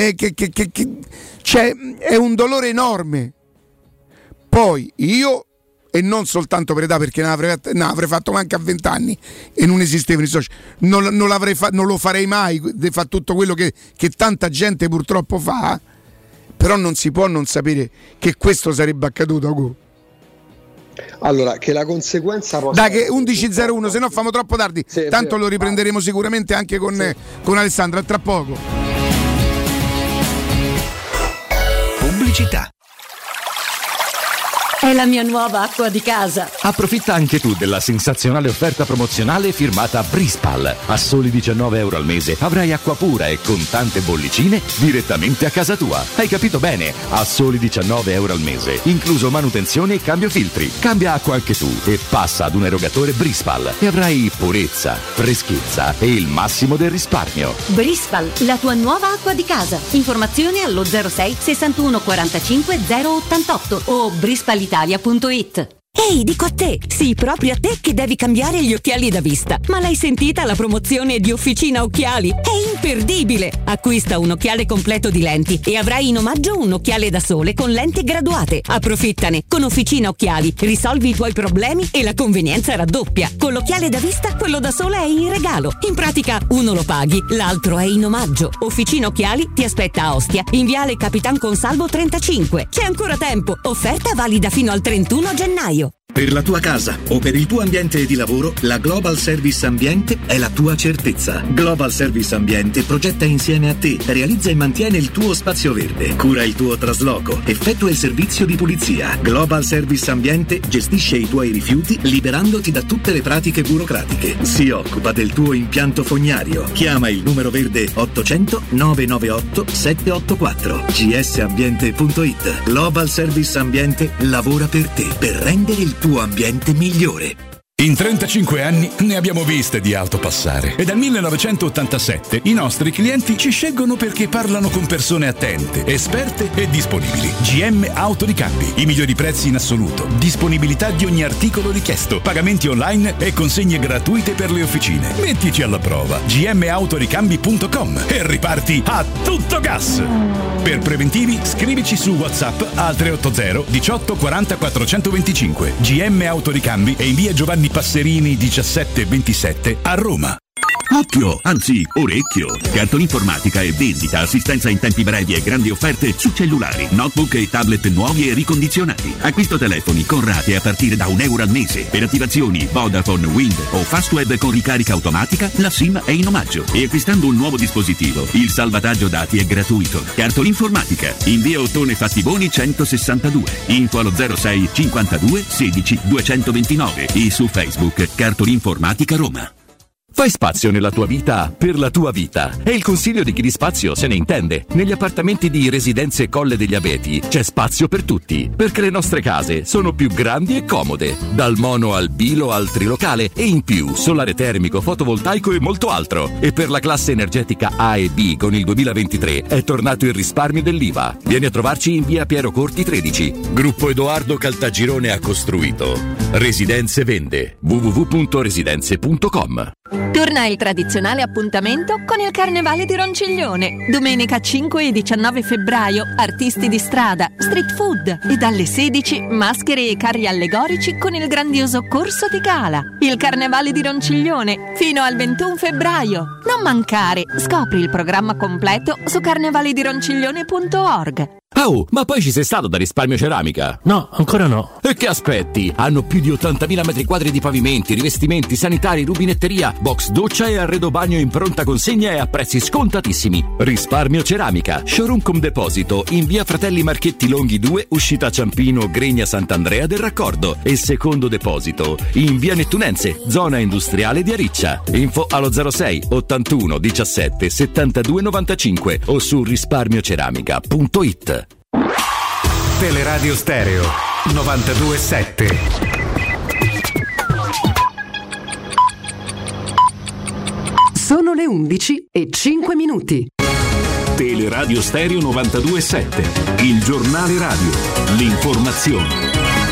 cioè, è un dolore enorme. Poi io, e non soltanto per età, perché ne avrei fatto manca a 20 anni e non esistevano i social, non lo farei mai di fare tutto quello che tanta gente purtroppo fa, però non si può non sapere che questo sarebbe accaduto. Allora, che la conseguenza dai, che 11:01, se no famo troppo tardi, tanto lo riprenderemo sicuramente anche con Alessandra tra poco. Pubblicità. È la mia nuova acqua di casa. Approfitta anche tu della sensazionale offerta promozionale firmata Brispal. A soli €19 al mese avrai acqua pura e con tante bollicine direttamente a casa tua. Hai capito bene? A soli €19 al mese, incluso manutenzione e cambio filtri. Cambia acqua anche tu e passa ad un erogatore Brispal e avrai purezza, freschezza e il massimo del risparmio. Brispal, la tua nuova acqua di casa. Informazioni allo 06 61 45 088 o brispalitalia.it. Ehi, dico a te, sì, proprio a te che devi cambiare gli occhiali da vista. Ma l'hai sentita la promozione di Officina Occhiali? È imperdibile! Acquista un occhiale completo di lenti e avrai in omaggio un occhiale da sole con lenti graduate. Approfittane! Con Officina Occhiali risolvi i tuoi problemi e la convenienza raddoppia. Con l'occhiale da vista, quello da sole è in regalo. In pratica, uno lo paghi, l'altro è in omaggio. Officina Occhiali ti aspetta a Ostia, in viale Capitan Consalvo 35. C'è ancora tempo! Offerta valida fino al 31 gennaio. Per la tua casa o per il tuo ambiente di lavoro, la Global Service Ambiente è la tua certezza. Global Service Ambiente progetta insieme a te, realizza e mantiene il tuo spazio verde, cura il tuo trasloco, effettua il servizio di pulizia. Global Service Ambiente gestisce i tuoi rifiuti liberandoti da tutte le pratiche burocratiche. Si occupa del tuo impianto fognario. Chiama il numero verde 800 998 784. gsambiente.it. Global Service Ambiente lavora per te, per rendere il tuo ambiente migliore. In 35 anni ne abbiamo viste di auto passare e dal 1987 i nostri clienti ci scelgono perché parlano con persone attente, esperte e disponibili. GM Autoricambi, i migliori prezzi in assoluto, disponibilità di ogni articolo richiesto, pagamenti online e consegne gratuite per le officine. Mettici alla prova. gmautoricambi.com e riparti a tutto gas. Per preventivi scrivici su WhatsApp al 380 18 40 425. GM Autoricambi e in via Giovanni Passerini 1727 a Roma. Occhio, anzi orecchio. Cartolinformatica e vendita, assistenza in tempi brevi e grandi offerte su cellulari, notebook e tablet nuovi e ricondizionati. Acquisto telefoni con rate a partire da €1 al mese. Per attivazioni Vodafone, Wind o Fastweb con ricarica automatica, la SIM è in omaggio. E acquistando un nuovo dispositivo, il salvataggio dati è gratuito. Cartolinformatica, in via Ottone Fattiboni 162. Info allo 06 52 16 229 e su Facebook Cartolinformatica Roma. Fai spazio nella tua vita per la tua vita. È il consiglio di chi di spazio se ne intende. Negli appartamenti di Residenze Colle degli Abeti c'è spazio per tutti, perché le nostre case sono più grandi e comode. Dal mono al bilo al trilocale e in più solare termico, fotovoltaico e molto altro. E per la classe energetica A e B con il 2023 è tornato il risparmio dell'IVA. Vieni a trovarci in via Piero Corti 13. Gruppo Edoardo Caltagirone ha costruito. Residenze vende. www.residenze.com. Torna il tradizionale appuntamento con il Carnevale di Ronciglione. Domenica 5 e 19 febbraio, artisti di strada, street food e dalle 16 maschere e carri allegorici con il grandioso Corso di Gala. Il Carnevale di Ronciglione fino al 21 febbraio. Non mancare, scopri il programma completo su carnevaledironciglione.org. Oh, ma poi ci sei stato da Risparmio Ceramica? No, ancora no. E che aspetti? Hanno più di 80.000 metri quadri di pavimenti, rivestimenti, sanitari, rubinetteria, box doccia e arredo bagno in pronta consegna e a prezzi scontatissimi. Risparmio Ceramica, showroom con deposito in via Fratelli Marchetti Longhi 2, uscita Ciampino, Gregna Sant'Andrea del Raccordo, e secondo deposito in via Nettunense, zona industriale di Ariccia. Info allo 06 81 17 72 95 o su risparmioceramica.it. Teleradio Stereo 92.7. Sono le 11:05. Teleradio Stereo 92.7, il giornale radio, l'informazione.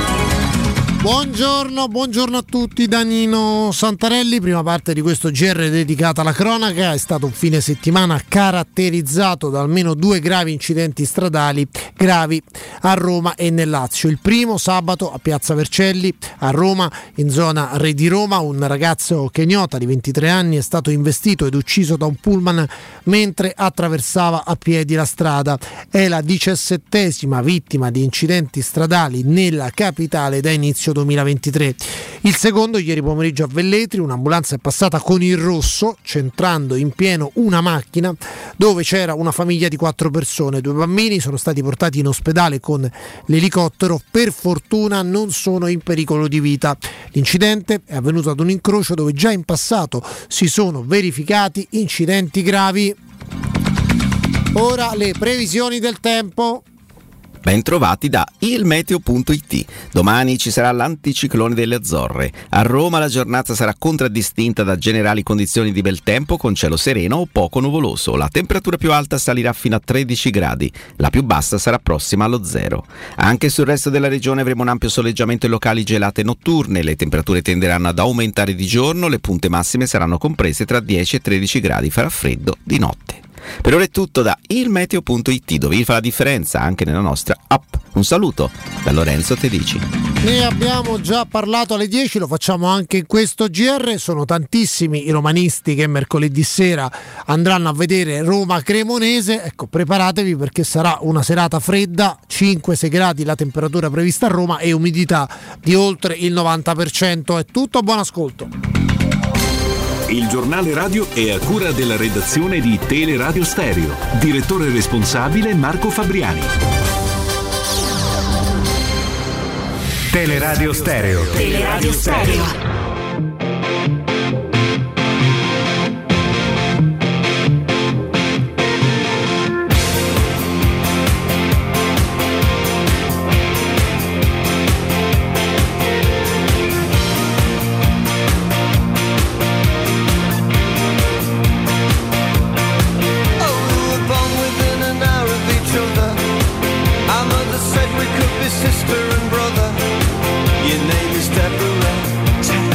Buongiorno a tutti da Nino Santarelli. Prima parte di questo GR dedicata alla cronaca. È stato un fine settimana caratterizzato da almeno 2 gravi incidenti stradali gravi a Roma e nel Lazio. Il primo sabato a Piazza Vercelli a Roma, in zona Re di Roma, un ragazzo kenyota di 23 anni è stato investito ed ucciso da un pullman mentre attraversava a piedi la strada. È la 17ª vittima di incidenti stradali nella capitale da inizio 2023. Il secondo ieri pomeriggio a Velletri, un'ambulanza è passata con il rosso centrando in pieno una macchina dove c'era una famiglia di 4 persone. 2 bambini sono stati portati in ospedale con l'elicottero, per fortuna non sono in pericolo di vita. L'incidente è avvenuto ad un incrocio dove già in passato si sono verificati incidenti gravi. Ora le previsioni del tempo. Ben trovati da ilmeteo.it. Domani ci sarà l'anticiclone delle Azzorre. A Roma la giornata sarà contraddistinta da generali condizioni di bel tempo con cielo sereno o poco nuvoloso. La temperatura più alta salirà fino a 13 gradi, la più bassa sarà prossima allo 0. Anche sul resto della regione avremo un ampio soleggiamento e locali gelate notturne. Le temperature tenderanno ad aumentare di giorno, le punte massime saranno comprese tra 10 e 13 gradi, farà freddo di notte. Per ora è tutto da ilmeteo.it, dove vi fa la differenza anche nella nostra app. Un saluto da Lorenzo Tedici. Ne abbiamo già parlato alle 10, lo facciamo anche in questo GR. Sono tantissimi i romanisti che mercoledì sera andranno a vedere Roma-Cremonese. Ecco, preparatevi perché sarà una serata fredda, 5-6 gradi la temperatura prevista a Roma e umidità di oltre il 90%. È tutto, buon ascolto. Il giornale radio è a cura della redazione di Teleradio Stereo. Direttore responsabile Marco Fabriani. Teleradio Stereo. Teleradio Stereo. Sister and brother, your name is Deborah.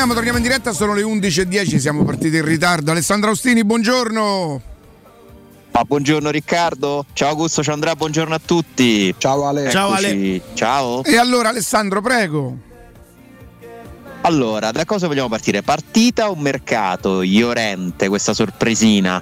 Torniamo in diretta, sono le 11:10, siamo partiti in ritardo. Alessandro Austini, buongiorno. Buongiorno Riccardo, ciao Augusto, ciao Andrea, buongiorno a tutti. Ciao Ale. Ciao Ale. Ciao. E allora Alessandro, prego. Allora, da cosa vogliamo partire? Partita o mercato? Iorente, questa sorpresina.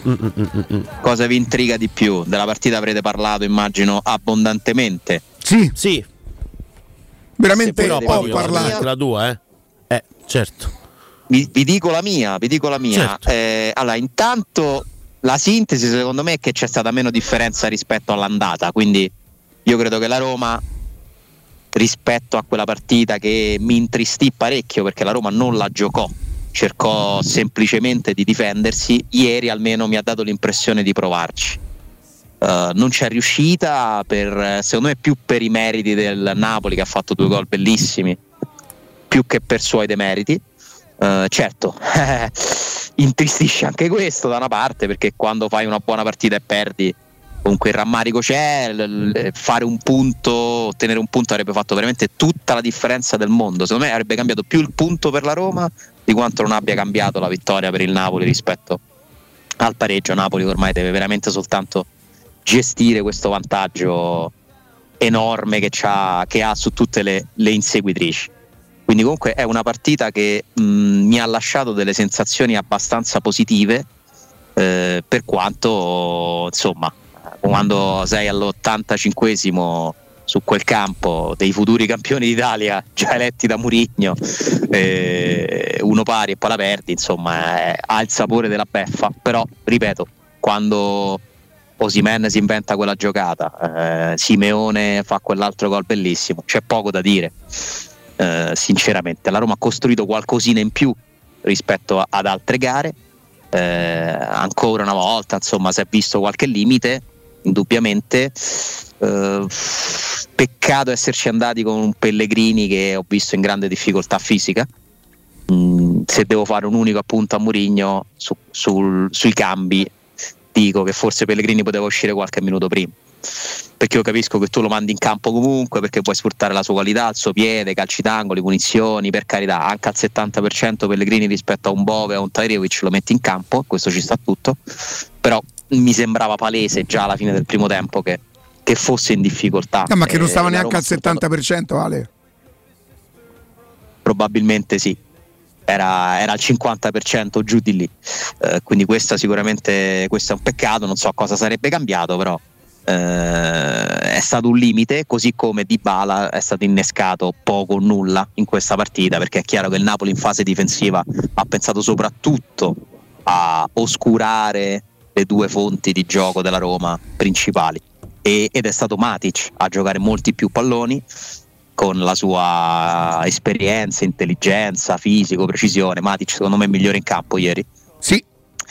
Cosa vi intriga di più? Della partita avrete parlato, immagino, abbondantemente. Sì. Veramente ho parlato. La tua, certo. Vi dico la mia. Certo. Allora, intanto la sintesi secondo me è che c'è stata meno differenza rispetto all'andata, quindi io credo che la Roma, rispetto a quella partita che mi intristì parecchio perché la Roma non la giocò, cercò semplicemente di difendersi, ieri almeno mi ha dato l'impressione di provarci. Non c'è riuscita, secondo me più per i meriti del Napoli, che ha fatto 2 gol bellissimi, più che per suoi demeriti. Certo, intristisce anche questo da una parte, perché quando fai una buona partita e perdi, comunque il rammarico c'è, fare un punto, ottenere un punto avrebbe fatto veramente tutta la differenza del mondo. Secondo me avrebbe cambiato più il punto per la Roma di quanto non abbia cambiato la vittoria per il Napoli rispetto al pareggio. Napoli ormai deve veramente soltanto gestire questo vantaggio enorme che ha su tutte le inseguitrici. Quindi comunque è una partita che mi ha lasciato delle sensazioni abbastanza positive, per quanto insomma, quando sei all'85esimo su quel campo dei futuri campioni d'Italia già eletti da Mourinho, uno pari e poi la perdi, insomma ha il sapore della beffa. Però ripeto, quando Osimhen si inventa quella giocata, Simeone fa quell'altro gol bellissimo, c'è poco da dire. Sinceramente la Roma ha costruito qualcosina in più rispetto ad altre gare, ancora una volta insomma si è visto qualche limite indubbiamente. Peccato esserci andati con un Pellegrini che ho visto in grande difficoltà fisica. Se devo fare un unico appunto a Mourinho sui cambi, dico che forse Pellegrini poteva uscire qualche minuto prima, perché io capisco che tu lo mandi in campo comunque perché puoi sfruttare la sua qualità, il suo piede, calci d'angoli, punizioni, per carità, anche al 70% Pellegrini rispetto a un Bove, a un Tajrevic lo metti in campo, questo ci sta tutto, però mi sembrava palese già alla fine del primo tempo che fosse in difficoltà. Ma che non stava neanche al 70%, Ale? Probabilmente sì, era al 50% giù di lì, quindi questo è un peccato, non so cosa sarebbe cambiato, però è stato un limite, così come Dybala è stato innescato poco o nulla in questa partita, perché è chiaro che il Napoli in fase difensiva ha pensato soprattutto a oscurare le 2 fonti di gioco della Roma principali, ed è stato Matic a giocare molti più palloni con la sua esperienza, intelligenza, fisico, precisione. Matic secondo me è migliore in campo ieri, sì,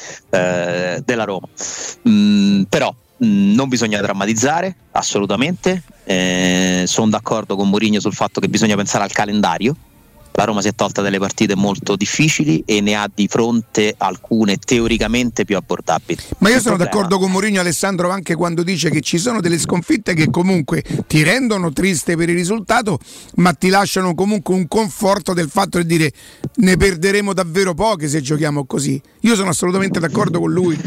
della Roma. Però non bisogna drammatizzare assolutamente, sono d'accordo con Mourinho sul fatto che bisogna pensare al calendario. La Roma si è tolta delle partite molto difficili e ne ha di fronte alcune teoricamente più abbordabili. Ma io sono d'accordo con Mourinho, Alessandro, anche quando dice che ci sono delle sconfitte che comunque ti rendono triste per il risultato, ma ti lasciano comunque un conforto del fatto di dire ne perderemo davvero poche se giochiamo così. Io sono assolutamente d'accordo con lui.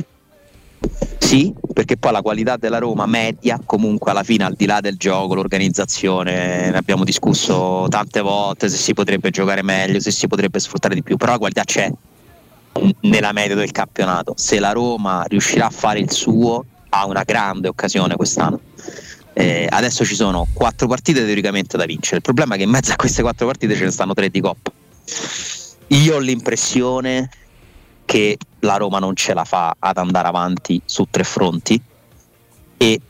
Sì, perché poi la qualità della Roma media, comunque alla fine, al di là del gioco, l'organizzazione, ne abbiamo discusso tante volte, se si potrebbe giocare meglio, se si potrebbe sfruttare di più, però la qualità c'è nella media del campionato. Se la Roma riuscirà a fare il suo, ha una grande occasione quest'anno. Adesso ci sono 4 partite teoricamente da vincere, il problema è che in mezzo a queste 4 partite ce ne stanno 3 di Coppa. Io ho l'impressione che la Roma non ce la fa ad andare avanti su 3 fronti, e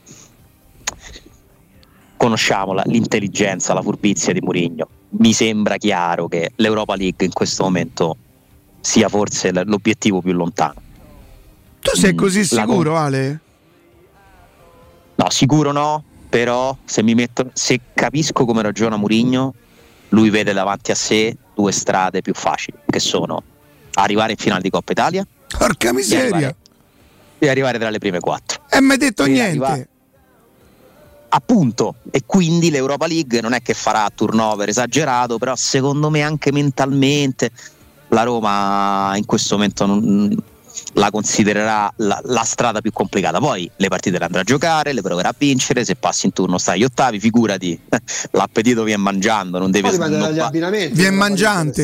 conosciamo l'intelligenza, la furbizia di Mourinho. Mi sembra chiaro che l'Europa League in questo momento sia forse l'obiettivo più lontano. Tu sei così sicuro, Ale? No, sicuro no, però se capisco come ragiona Mourinho, lui vede davanti a sé 2 strade più facili, che sono arrivare in finale di Coppa Italia, porca miseria, e arrivare tra le prime 4. E mi hai detto niente. appunto, e quindi l'Europa League non è che farà turnover esagerato, però secondo me anche mentalmente la Roma in questo momento la considererà la strada più complicata. Poi le partite le andrà a giocare, le proverà a vincere, se passi in turno stai agli ottavi, figurati, l'appetito viene mangiando, non deve dipende dagli abbinamenti, viene mangiante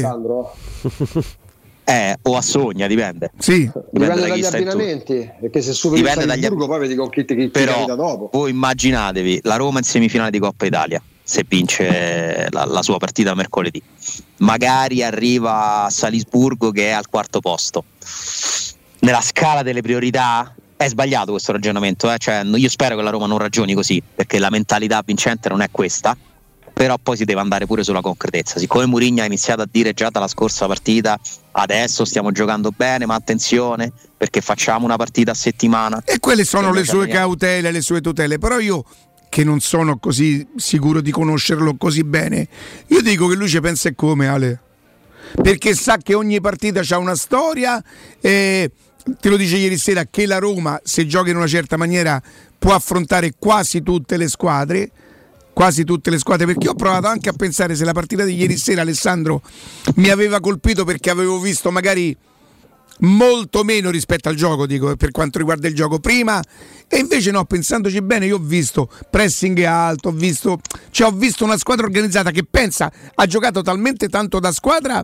o a sogna, dipende. Sì, dipende dagli abbinamenti, perché se superi il Salisburgo poi vedi con chi ti capita dopo. Voi immaginatevi la Roma in semifinale di Coppa Italia, se vince la sua partita mercoledì, magari arriva a Salisburgo che è al quarto posto. Nella scala delle priorità è sbagliato questo ragionamento, cioè, io spero che la Roma non ragioni così, perché la mentalità vincente non è questa, però poi si deve andare pure sulla concretezza. Siccome Mourinho ha iniziato a dire già dalla scorsa partita adesso stiamo giocando bene, ma attenzione perché facciamo una partita a settimana, e quelle sono le sue cautele, le sue tutele. Però io, che non sono così sicuro di conoscerlo così bene, io dico che lui ci pensa e come, Ale, perché sa che ogni partita c'ha una storia, te lo dice ieri sera che la Roma, se gioca in una certa maniera, può affrontare quasi tutte le squadre, perché ho provato anche a pensare se la partita di ieri sera, Alessandro, mi aveva colpito perché avevo visto magari molto meno rispetto al gioco, dico, per quanto riguarda il gioco prima, e invece no, pensandoci bene, io ho visto pressing alto, ho visto una squadra organizzata che ha giocato talmente tanto da squadra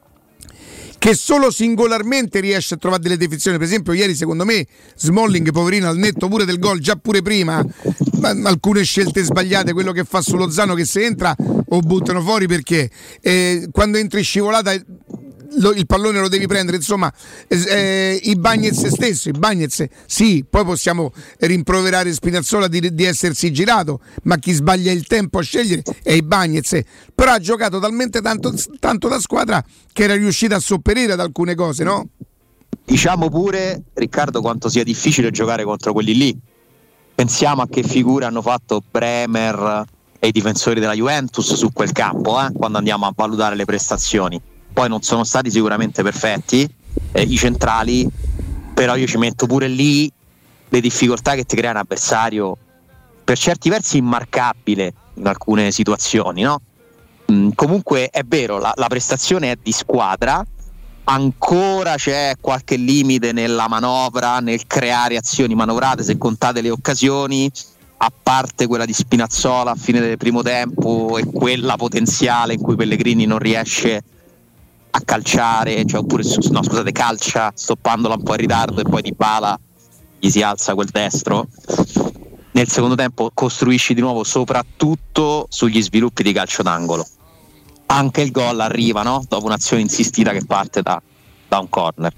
che solo singolarmente riesce a trovare delle definizioni. Per esempio ieri secondo me Smalling, poverino, al netto pure del gol, già pure prima alcune scelte sbagliate, quello che fa su Lozano che se entra o buttano fuori, perché quando entri scivolata il pallone lo devi prendere, insomma, Ibañez stesso, sì, poi possiamo rimproverare Spinazzola di essersi girato, ma chi sbaglia il tempo a scegliere è Ibañez, però ha giocato talmente tanto da squadra che era riuscita a sopperire ad alcune cose, no? Diciamo pure, Riccardo, quanto sia difficile giocare contro quelli lì. Pensiamo a che figure hanno fatto Bremer e i difensori della Juventus su quel campo, quando andiamo a valutare le prestazioni. Poi non sono stati sicuramente perfetti i centrali, però io ci metto pure lì le difficoltà che ti crea un avversario per certi versi immarcabile in alcune situazioni, no? Comunque è vero, la prestazione è di squadra, ancora c'è qualche limite nella manovra, nel creare azioni manovrate, se contate le occasioni, a parte quella di Spinazzola a fine del primo tempo e quella potenziale in cui Pellegrini non riesce a calciare, cioè, oppure calcia stoppandola un po' in ritardo e poi Dybala gli si alza quel destro. Nel secondo tempo costruisci di nuovo soprattutto sugli sviluppi di calcio d'angolo. Anche il gol arriva, no? Dopo un'azione insistita che parte da un corner.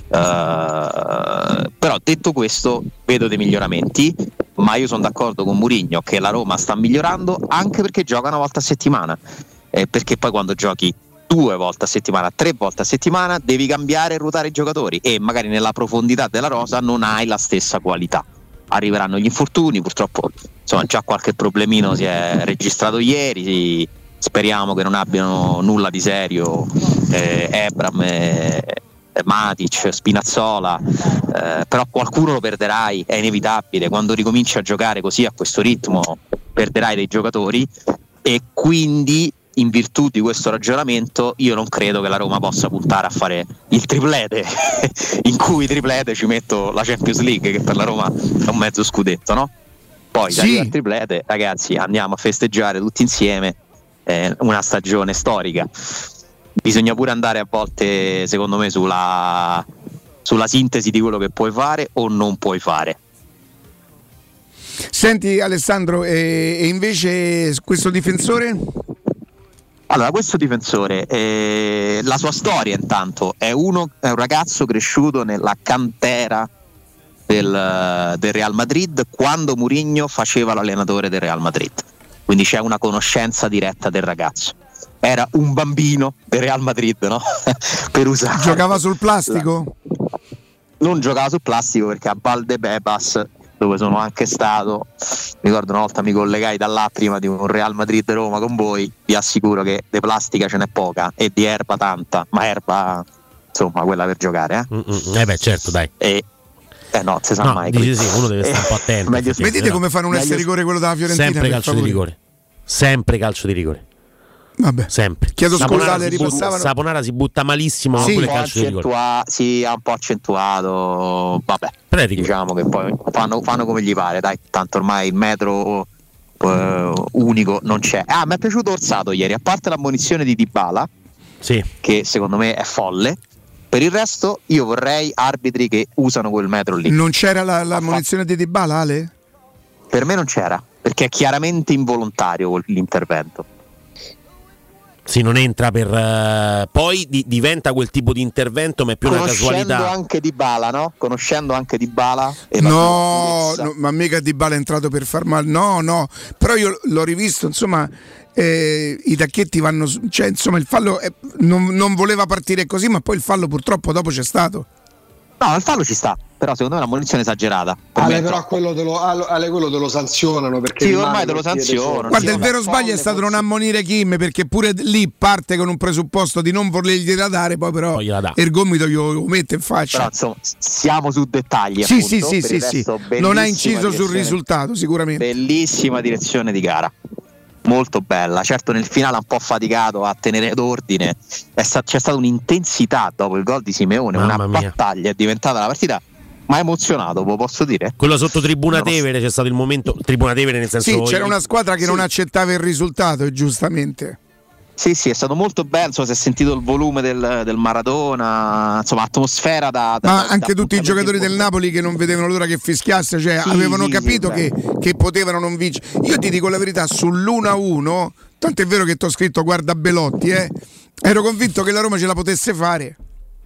Però detto questo vedo dei miglioramenti, ma io sono d'accordo con Mourinho che la Roma sta migliorando anche perché gioca una volta a settimana, perché poi quando giochi 2 volte a settimana, 3 volte a settimana, devi cambiare e ruotare i giocatori e magari nella profondità della rosa non hai la stessa qualità. Arriveranno gli infortuni, purtroppo insomma già qualche problemino si è registrato ieri, speriamo che non abbiano nulla di serio Ebram, Matic, Spinazzola, però qualcuno lo perderai, è inevitabile, quando ricominci a giocare così a questo ritmo perderai dei giocatori e quindi in virtù di questo ragionamento io non credo che la Roma possa puntare a fare il triplete in cui triplete ci metto la Champions League, che per la Roma è un mezzo scudetto, no? Poi se arriva il triplete, ragazzi, andiamo a festeggiare tutti insieme una stagione storica. Bisogna pure andare a volte, secondo me, sulla sintesi di quello che puoi fare o non puoi fare. Senti Alessandro, e invece questo difensore? Allora, questo difensore, la sua storia intanto è un ragazzo cresciuto nella cantera del Real Madrid quando Mourinho faceva l'allenatore del Real Madrid, quindi c'è una conoscenza diretta del ragazzo. Era un bambino del Real Madrid, no? Per usare. Giocava sul plastico? Non giocava sul plastico perché a Valdebebas, dove sono anche stato, ricordo una volta mi collegai da là prima di un Real Madrid Roma con voi, vi assicuro che di plastica ce n'è poca e di erba tanta, ma erba insomma quella per giocare beh certo, dai. No, se sa mai. Dici sì, uno deve stare un po' attento. Vedete come fanno un essere rigore quello della Fiorentina? Sempre calcio di rigore. Sempre calcio di rigore. Vabbè. Sempre. Chiedo scusa, Saponara si butta malissimo, sì, pure calcio di rigore. Sì, ha un po' accentuato. Vabbè. Diciamo che poi fanno come gli pare, dai, tanto ormai il metro unico non c'è. Mi è piaciuto Orsato ieri, a parte l'ammonizione di Dybala, che secondo me è folle. Per il resto io vorrei arbitri che usano quel metro lì. Non c'era l'ammonizione di Dybala, Ale? Per me non c'era, perché è chiaramente involontario l'intervento. Sì, non entra per poi diventa quel tipo di intervento, ma è più una casualità. Anche Dybala, no? Conoscendo anche Dybala. No, ma mica Dybala è entrato per far male. No, però io l'ho rivisto, insomma, i tacchetti vanno, cioè insomma il fallo non voleva partire così, ma poi il fallo purtroppo dopo c'è stato. No, il fallo ci sta, però secondo me è una munizione esagerata. Però quello te lo sanzionano, perché sì, ormai te lo sanzionano. Guarda, il vero sbaglio è stato non ammonire Kim, perché pure lì parte con un presupposto di non volergliela dare, poi però il gomito glielo mette in faccia. Però insomma, siamo su dettagli. Sì, appunto, sì. Non ha inciso sul risultato, sicuramente. Bellissima direzione di gara. Molto bella, certo nel finale ha un po' faticato a tenere d'ordine, c'è stata un'intensità dopo il gol di Simeone, una battaglia, è diventata la partita, ma emozionato, ve lo posso dire. Quello sotto Tribuna Tevere c'è stato il momento, Tribuna Tevere nel senso c'era una squadra che non accettava il risultato, giustamente. Sì, è stato molto bello, si è sentito il volume del Maradona, insomma atmosfera ma anche tutti i giocatori del Napoli che non vedevano l'ora che fischiasse, cioè avevano capito che potevano non vincere. Io ti dico la verità, sull'1-1, tanto è vero che ti ho scritto guarda Belotti, ero convinto che la Roma ce la potesse fare.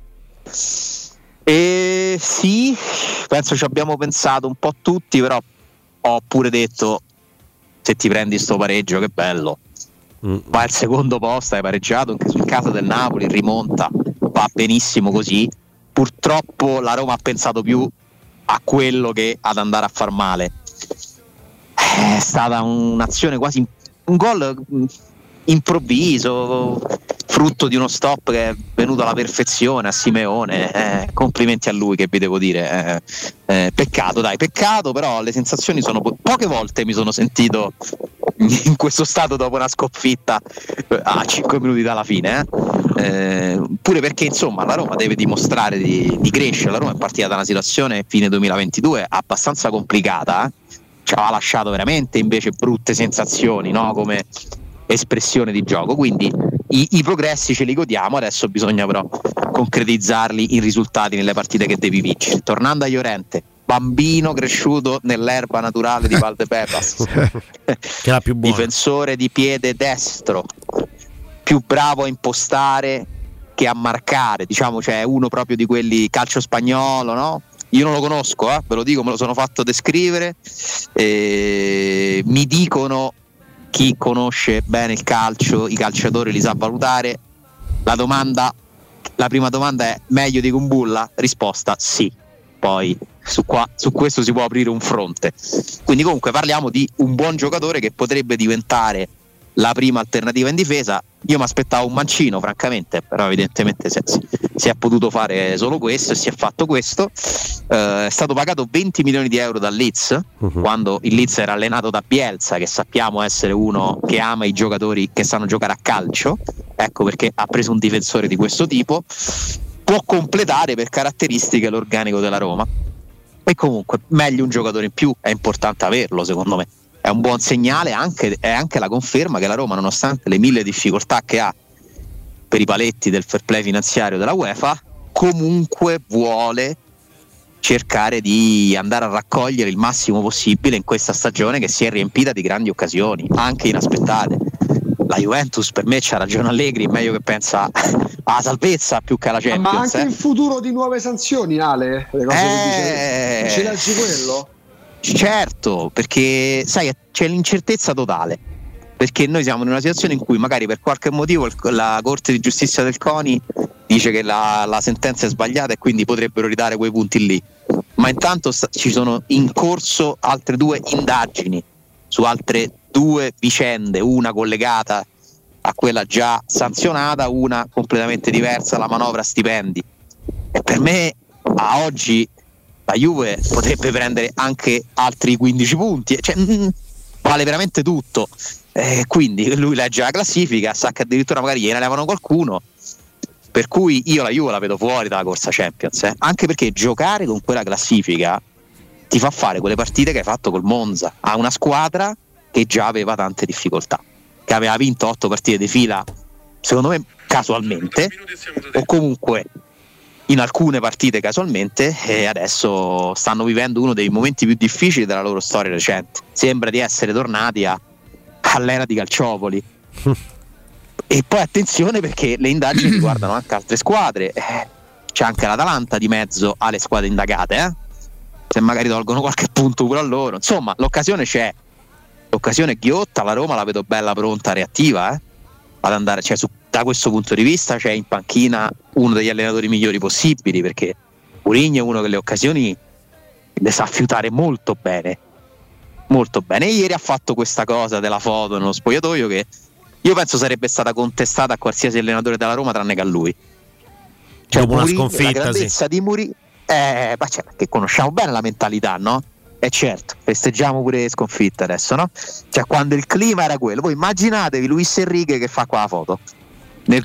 Sì, penso ci abbiamo pensato un po' tutti, però ho pure detto se ti prendi sto pareggio che bello. Va al secondo posto, hai pareggiato anche in casa del Napoli, rimonta, va benissimo così. Purtroppo la Roma ha pensato più a quello che ad andare a far male. È stata un'azione quasi un gol improvviso, frutto di uno stop che è venuto alla perfezione a Simeone. Complimenti a lui, che vi devo dire. Peccato, però le sensazioni sono poche volte mi sono sentito in questo stato dopo una sconfitta a 5 minuti dalla fine, pure perché insomma la Roma deve dimostrare di crescere. La Roma è partita da una situazione fine 2022 abbastanza complicata, ci aveva lasciato veramente invece brutte sensazioni, no? Come espressione di gioco, quindi i progressi ce li godiamo, adesso bisogna però concretizzarli in risultati nelle partite che devi vincere. Tornando a Llorente, bambino cresciuto nell'erba naturale di Valdebebas, che è la più buona. Difensore di piede destro, più bravo a impostare che a marcare, diciamo, cioè uno proprio di quelli calcio spagnolo, no? Io non lo conosco, ve lo dico, me lo sono fatto descrivere, mi dicono chi conosce bene il calcio, i calciatori li sa valutare. La prima domanda è: meglio di Kumbulla? Risposta sì. Poi su questo si può aprire un fronte. Quindi comunque parliamo di un buon giocatore che potrebbe diventare la prima alternativa in difesa. Io mi aspettavo un mancino, francamente, però evidentemente si è potuto fare solo questo e si è fatto questo. È stato pagato 20 milioni di euro dal Leeds, quando il Leeds era allenato da Bielsa, che sappiamo essere uno che ama i giocatori che sanno giocare a calcio. Ecco perché ha preso un difensore di questo tipo. Può completare per caratteristiche l'organico della Roma, e comunque meglio un giocatore in più, è importante averlo, secondo me. È un buon segnale, è anche la conferma che la Roma, nonostante le 1000 difficoltà che ha per i paletti del fair play finanziario della UEFA, comunque vuole cercare di andare a raccogliere il massimo possibile in questa stagione che si è riempita di grandi occasioni, anche inaspettate. La Juventus, per me c'ha ragione Allegri, è meglio che pensa alla salvezza più che alla Champions. Ma anche in futuro di nuove sanzioni, Ale? Le cose che dice, ce leggi quello? Certo, perché sai, c'è l'incertezza totale, perché noi siamo in una situazione in cui magari per qualche motivo la Corte di Giustizia del CONI dice che la sentenza è sbagliata e quindi potrebbero ridare quei punti lì, ma intanto ci sono in corso altre 2 indagini su altre 2 vicende, una collegata a quella già sanzionata, una completamente diversa, la manovra stipendi. E per me a oggi la Juve potrebbe prendere anche altri 15 punti, cioè, vale veramente tutto. Quindi lui legge la classifica, sa che addirittura magari gliene levano qualcuno, per cui io la Juve la vedo fuori dalla corsa Champions, anche perché giocare con quella classifica ti fa fare quelle partite che hai fatto col Monza a una squadra che già aveva tante difficoltà, che aveva vinto 8 partite di fila, secondo me casualmente, o comunque in alcune partite casualmente, e adesso stanno vivendo uno dei momenti più difficili della loro storia recente. Sembra di essere tornati all'era di Calciopoli. E poi attenzione, perché le indagini riguardano anche altre squadre, c'è anche l'Atalanta di mezzo alle squadre indagate, se magari tolgono qualche punto pure a loro. Insomma, l'occasione c'è, l'occasione è ghiotta, la Roma la vedo bella pronta, reattiva ad andare, cioè, da questo punto di vista c'è in panchina uno degli allenatori migliori possibili, perché Mourinho è uno che le occasioni le sa fiutare molto bene, molto bene. E ieri ha fatto questa cosa della foto nello spogliatoio che io penso sarebbe stata contestata a qualsiasi allenatore della Roma tranne che a lui. Cioè, dopo una Mourinho, sconfitta, la grandezza di Mourinho, che conosciamo bene la mentalità, no? E certo, festeggiamo pure sconfitta adesso, no? Cioè, quando il clima era quello, voi immaginatevi Luis Enrique che fa qua la foto nel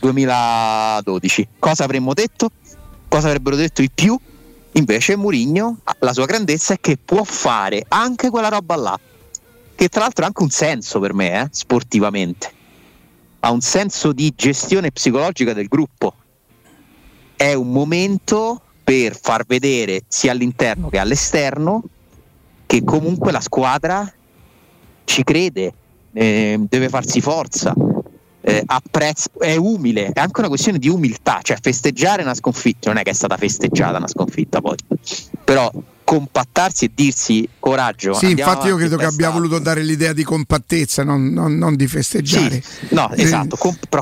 2012, cosa avremmo detto? Cosa avrebbero detto i più? Invece Mourinho, la sua grandezza è che può fare anche quella roba là, che tra l'altro ha anche un senso per me, sportivamente, ha un senso di gestione psicologica del gruppo. È un momento per far vedere sia all'interno che all'esterno che comunque la squadra ci crede, deve farsi forza, apprezza, è umile, è anche una questione di umiltà, cioè festeggiare una sconfitta, non è che è stata festeggiata una sconfitta poi, però compattarsi e dirsi coraggio. Sì, infatti io credo che abbia voluto dare l'idea di compattezza, non di festeggiare. Sì, no, esatto,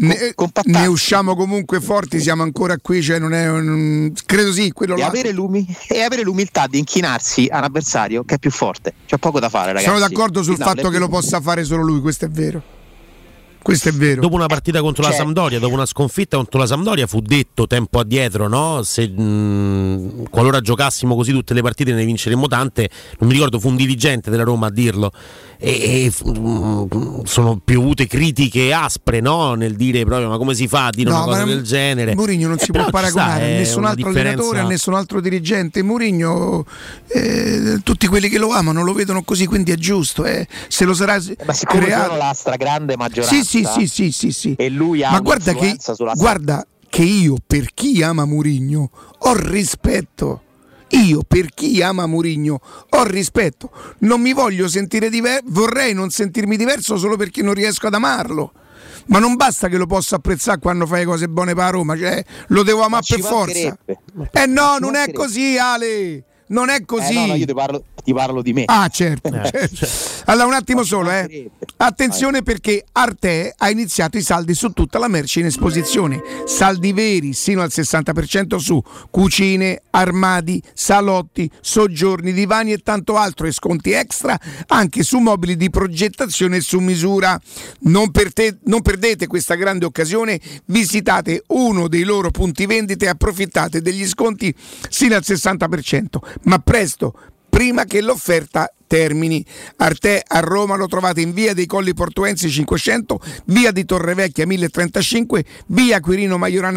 ne usciamo comunque forti, siamo ancora qui, cioè non è credo sì, quello là. Avere l'umiltà di inchinarsi a un avversario che è più forte. C'è poco da fare, ragazzi. Sono d'accordo sul fatto che lo possa fare solo lui, questo è vero. Questo è vero. Dopo una partita contro la Sampdoria, dopo una sconfitta contro la Sampdoria, fu detto tempo addietro, no? Se qualora giocassimo così tutte le partite ne vinceremmo tante. Non mi ricordo, fu un dirigente della Roma a dirlo. E sono piovute critiche aspre, no? Nel dire proprio ma come si fa a dire una cosa del genere. Mourinho non si può paragonare a nessun altro allenatore, a nessun altro dirigente. Mourinho, tutti quelli che lo amano lo vedono così, quindi è giusto. Se lo sarà creato la stragrande maggioranza. Sì. E lui ha ma guarda che io, per chi ama Mourinho, ho rispetto. Io per chi ama Mourinho ho rispetto. Non mi voglio sentire vorrei non sentirmi diverso solo perché non riesco ad amarlo. Ma non basta che lo possa apprezzare quando fai cose buone per la Roma, cioè lo devo amare per forza. No, non è così, Ale. Non è così. No, io ti parlo di me. Ah, certo. Allora, un attimo solo, Attenzione, perché Arte ha iniziato i saldi su tutta la merce in esposizione. Saldi veri sino al 60% su cucine, armadi, salotti, soggiorni, divani e tanto altro, e sconti extra anche su mobili di progettazione su misura. Non perdete questa grande occasione, visitate uno dei loro punti vendita e approfittate degli sconti sino al 60%. Ma presto, prima che l'offerta termini. Arte a Roma lo trovate in via dei Colli Portuensi 500, via di Torrevecchia 1035, via Quirino Maiorana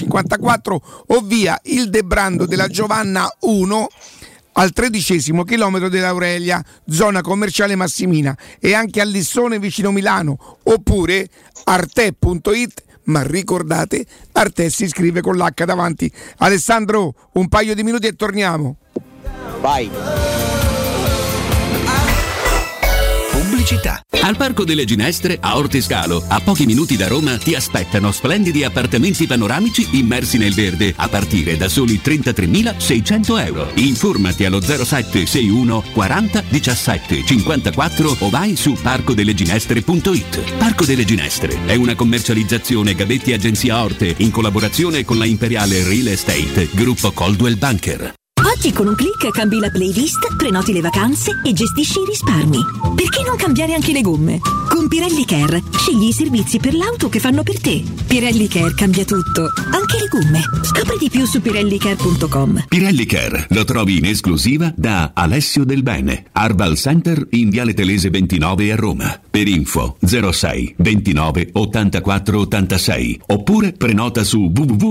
154 o via Ildebrando della Giovanna 1 al 13° chilometro dell'Aurelia, zona commerciale Massimina, e anche a Lissone vicino Milano, oppure arte.it. Ma ricordate, Arte si scrive con l'H davanti. Alessandro, un paio di minuti e torniamo. Vai. Pubblicità. Al Parco delle Ginestre a Ortiscalo, a pochi minuti da Roma, ti aspettano splendidi appartamenti panoramici immersi nel verde a partire da soli 33.600 euro. Informati allo 0761 40 17 54 o vai su parcodelleginestre.it. Parco delle Ginestre è una commercializzazione Gabetti Agenzia Orte in collaborazione con la Imperiale Real Estate, gruppo Coldwell Banker. Oggi con un click cambi la playlist, prenoti le vacanze e gestisci i risparmi. Perché non cambiare anche le gomme? Con Pirelli Care scegli i servizi per l'auto che fanno per te. Pirelli Care cambia tutto, anche le gomme. Scopri di più su pirellicare.com. Pirelli Care lo trovi in esclusiva da Alessio Del Bene, Arbal Center in Viale Telese 29 a Roma. Per info 06 29 84 86 oppure prenota su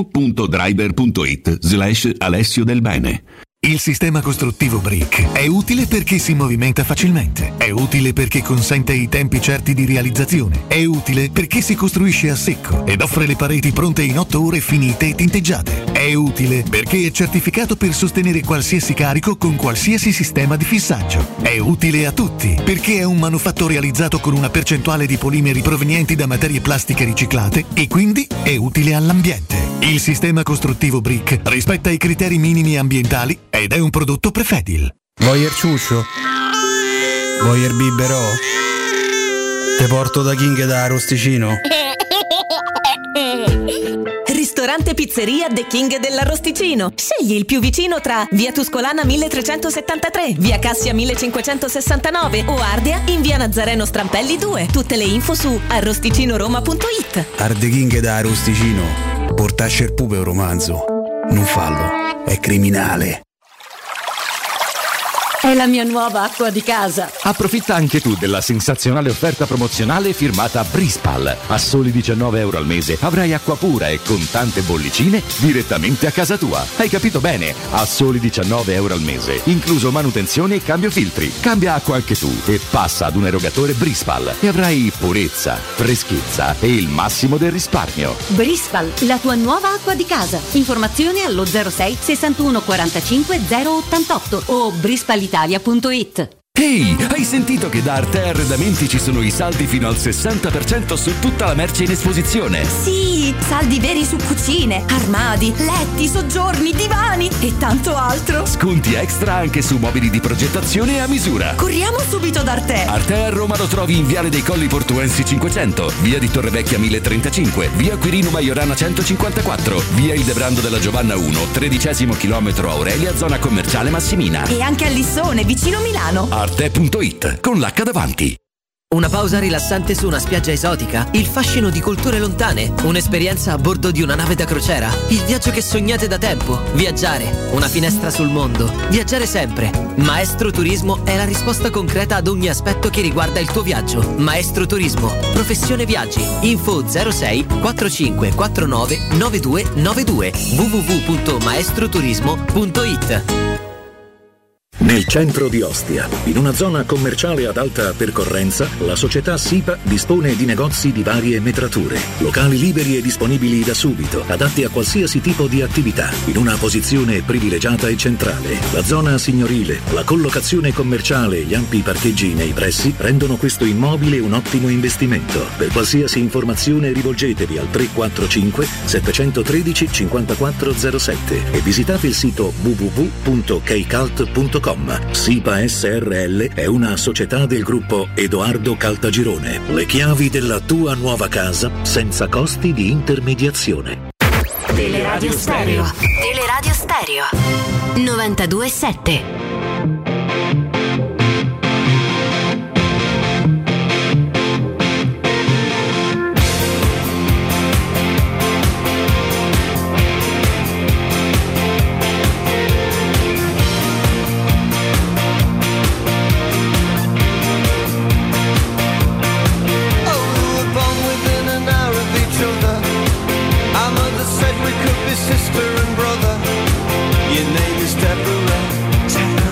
www.driver.it/Alessio Del Bene. Il sistema costruttivo Brick è utile perché si movimenta facilmente, è utile perché consente i tempi certi di realizzazione, è utile perché si costruisce a secco ed offre le pareti pronte in 8 ore finite e tinteggiate, è utile perché è certificato per sostenere qualsiasi carico con qualsiasi sistema di fissaggio, è utile a tutti perché è un manufatto realizzato con una percentuale di polimeri provenienti da materie plastiche riciclate e quindi è utile all'ambiente. Il sistema costruttivo Brick rispetta i criteri minimi ambientali ed è un prodotto Prefedil. Voyer ciuscio? Voyer biberò? Te porto da King da Arrosticino? Ristorante Pizzeria The King dell'Arrosticino. Scegli il più vicino tra Via Tuscolana 1373, Via Cassia 1569 o Ardea in Via Nazareno Strampelli 2. Tutte le info su arrosticinoroma.it. Arde King da Arrosticino. Portasce il pupe un romanzo. Non fallo, è criminale. È la mia nuova acqua di casa. Approfitta anche tu della sensazionale offerta promozionale firmata Brispal. A soli €19 al mese avrai acqua pura e con tante bollicine direttamente a casa tua. Hai capito bene? A soli €19 al mese, incluso manutenzione e cambio filtri. Cambia acqua anche tu e passa ad un erogatore Brispal e avrai purezza, freschezza e il massimo del risparmio. Brispal, la tua nuova acqua di casa. Informazioni allo 06 61 45 088 o brispalitalia.it. Ehi, hai sentito che da Arte Arredamenti ci sono i saldi fino al 60% su tutta la merce in esposizione? Sì, saldi veri su cucine, armadi, letti, soggiorni, divani e tanto altro. Sconti extra anche su mobili di progettazione a misura. Corriamo subito da Arte. Arte a Roma lo trovi in Viale dei Colli Portuensi 500, Via di Torrevecchia 1035, Via Quirino Maiorana 154, Via Il Debrando della Giovanna 1, 13° chilometro Aurelia, zona commerciale Massimina. E anche a Lissone, vicino Milano. Arte.it con l'H davanti. Una pausa rilassante su una spiaggia esotica? Il fascino di culture lontane? Un'esperienza a bordo di una nave da crociera? Il viaggio che sognate da tempo? Viaggiare, una finestra sul mondo. Viaggiare sempre. Maestro Turismo è la risposta concreta ad ogni aspetto che riguarda il tuo viaggio. Maestro Turismo, professione viaggi. Info 06 45 49 9292 www.maestroturismo.it. Nel centro di Ostia, in una zona commerciale ad alta percorrenza, la società SIPA dispone di negozi di varie metrature, locali liberi e disponibili da subito, adatti a qualsiasi tipo di attività, in una posizione privilegiata e centrale. La zona signorile, la collocazione commerciale e gli ampi parcheggi nei pressi rendono questo immobile un ottimo investimento. Per qualsiasi informazione rivolgetevi al 345 713 5407 e visitate il sito www.kcalt.com. SIPA SRL è una società del gruppo Edoardo Caltagirone. Le chiavi della tua nuova casa senza costi di intermediazione. Teleradio Stereo. Teleradio Stereo 92.7. Sister and brother, your name is Deborah.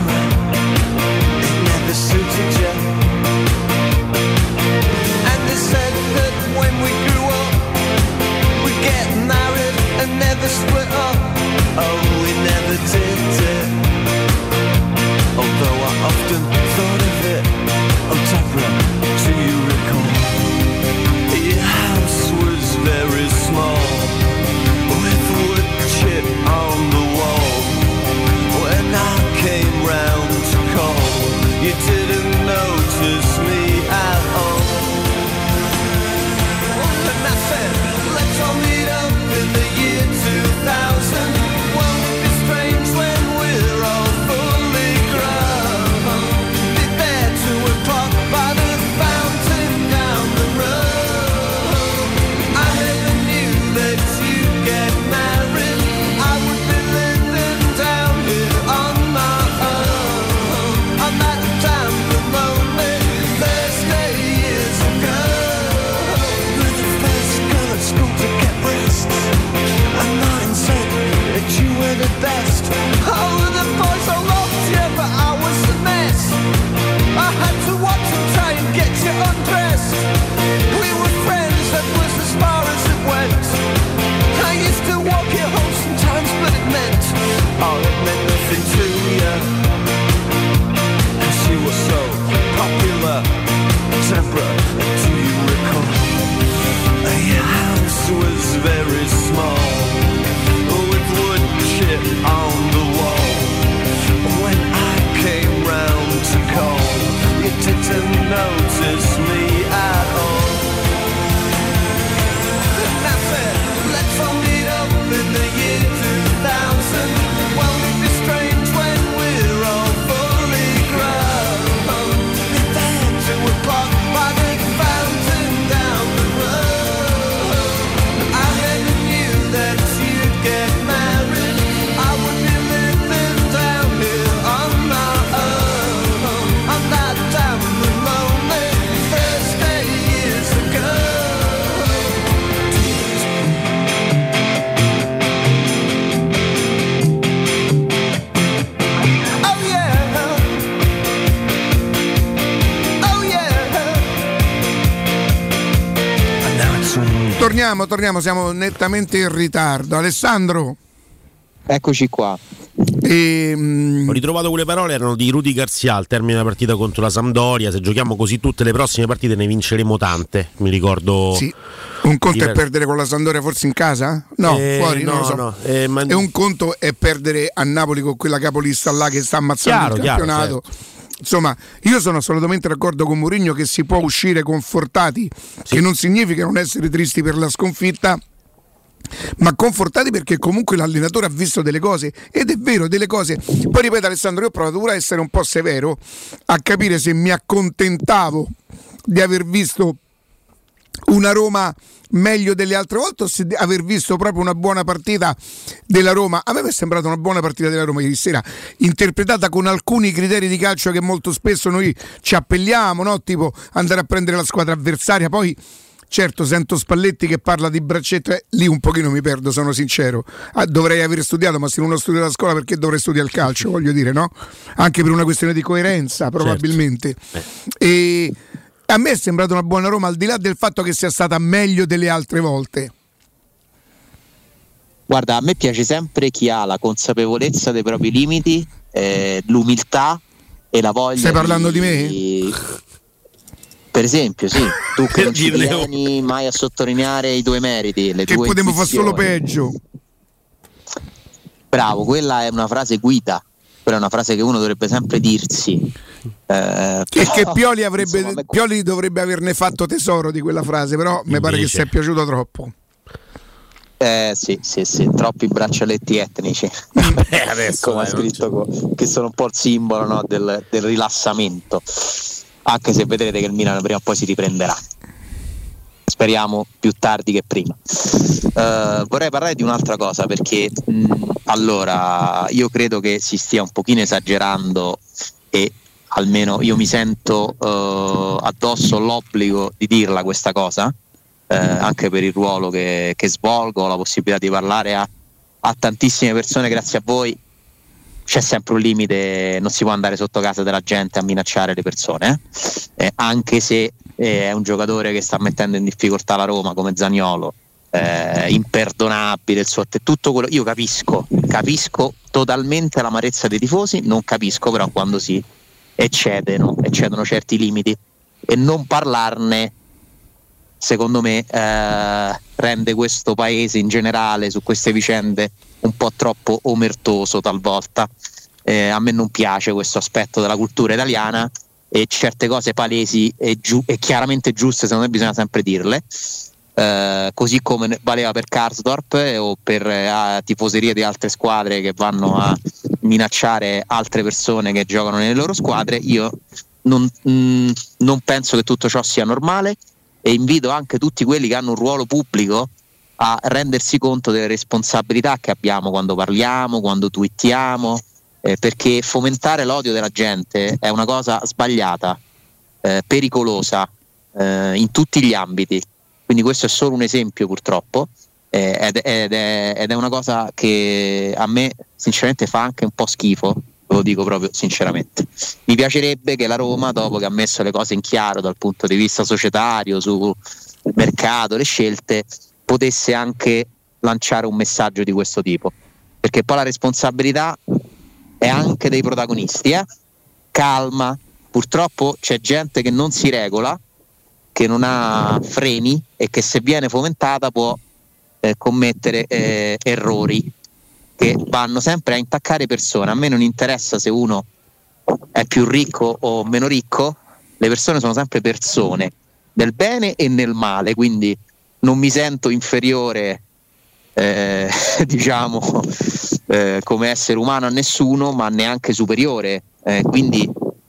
Torniamo, siamo nettamente in ritardo. Alessandro. Eccoci qua. Ho ritrovato quelle parole, erano di Rudy Garcia al termine della partita contro la Sampdoria. Se giochiamo così tutte le prossime partite ne vinceremo tante. Mi ricordo. Sì. Un conto è perdere con la Sampdoria forse in casa? No, fuori, non lo so. No, e un conto è perdere a Napoli con quella capolista là che sta ammazzando il campionato. Certo. Insomma, io sono assolutamente d'accordo con Mourinho che si può uscire confortati, che non significa non essere tristi per la sconfitta, ma confortati perché comunque l'allenatore ha visto delle cose, ed è vero, delle cose. Poi ripeto, Alessandro, io ho provato pure a essere un po' severo, a capire se mi accontentavo di aver visto una Roma meglio delle altre volte o se aver visto proprio una buona partita della Roma. A me è sembrata una buona partita della Roma ieri sera, interpretata con alcuni criteri di calcio che molto spesso noi ci appelliamo, no? Tipo andare a prendere la squadra avversaria. Poi certo sento Spalletti che parla di braccetto, lì un pochino mi perdo, sono sincero. Dovrei aver studiato, ma se non ho studiato a scuola perché dovrei studiare il calcio, voglio dire, no? Anche per una questione di coerenza probabilmente. E a me è sembrata una buona Roma, al di là del fatto che sia stata meglio delle altre volte. Guarda, a me piace sempre chi ha la consapevolezza dei propri limiti, l'umiltà e la voglia. Stai parlando di me? Per esempio, sì, tu che non ci vieni mai a sottolineare i tuoi meriti, le che tue potremmo fare intuizioni. solo peggio. Bravo, quella è una frase guida, quella è una frase che uno dovrebbe sempre dirsi. E che Pioli avrebbe, insomma, Pioli dovrebbe averne fatto tesoro di quella frase, però mi pare che sia piaciuto troppo. Sì, troppi braccialetti etnici. Adesso come ha scritto, che sono un po' il simbolo, no, del rilassamento. Anche se vedrete che il Milan prima o poi si riprenderà. Speriamo più tardi che prima. Vorrei parlare di un'altra cosa, perché allora io credo che si stia un pochino esagerando, e almeno io mi sento addosso l'obbligo di dirla questa cosa, anche per il ruolo che svolgo, la possibilità di parlare a tantissime persone grazie a voi. C'è sempre un limite, non si può andare sotto casa della gente a minacciare le persone, anche se è un giocatore che sta mettendo in difficoltà la Roma come Zaniolo, imperdonabile il suo tutto quello. Io capisco totalmente l'amarezza dei tifosi, non capisco però quando si eccedono certi limiti, e non parlarne secondo me rende questo paese in generale su queste vicende un po' troppo omertoso talvolta. A me non piace questo aspetto della cultura italiana, e certe cose palesi e chiaramente giuste secondo me bisogna sempre dirle, così come valeva per Karsdorp o per tifoserie di altre squadre che vanno a minacciare altre persone che giocano nelle loro squadre. Io non penso che tutto ciò sia normale, e invito anche tutti quelli che hanno un ruolo pubblico a rendersi conto delle responsabilità che abbiamo quando parliamo, quando twittiamo, perché fomentare l'odio della gente è una cosa sbagliata, pericolosa in tutti gli ambiti. Quindi questo è solo un esempio, purtroppo, ed è una cosa che a me sinceramente fa anche un po' schifo, ve lo dico proprio sinceramente. Mi piacerebbe che la Roma, dopo che ha messo le cose in chiaro dal punto di vista societario, sul mercato, le scelte, potesse anche lanciare un messaggio di questo tipo, perché poi la responsabilità è anche dei protagonisti. Calma, purtroppo c'è gente che non si regola, che non ha freni, e che se viene fomentata può commettere errori che vanno sempre a intaccare persone. A me non interessa se uno è più ricco o meno ricco, le persone sono sempre persone, nel bene e nel male, quindi non mi sento inferiore diciamo come essere umano a nessuno, ma neanche superiore, quindi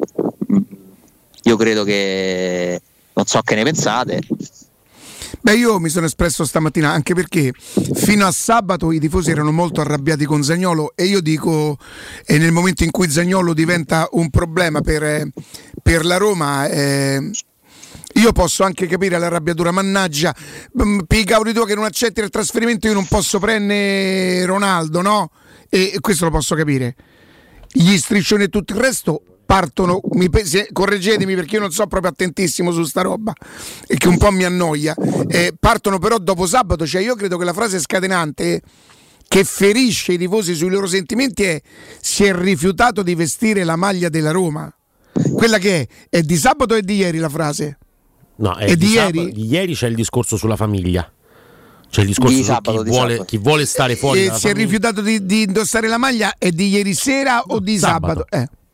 io credo che, non so che ne pensate. Beh, io mi sono espresso stamattina anche perché fino a sabato i tifosi erano molto arrabbiati con Zaniolo, e io dico, e nel momento in cui Zaniolo diventa un problema per la Roma, io posso anche capire l'arrabbiatura. Mannaggia, per i cavoli tuoi che non accetti il trasferimento, io non posso prendere Ronaldo, no? E questo lo posso capire. Gli striscioni e tutto il resto partono, correggetemi perché io non so proprio attentissimo su sta roba e che un po' mi annoia, partono però dopo sabato, cioè io credo che la frase scatenante che ferisce i tifosi sui loro sentimenti è: si è rifiutato di vestire la maglia della Roma. Quella che è di sabato o è di ieri la frase? No, è di ieri? Di ieri c'è il discorso sulla famiglia. C'è il discorso su chi vuole stare fuori. Si famiglia. È rifiutato di indossare la maglia, è di ieri sera o di sabato?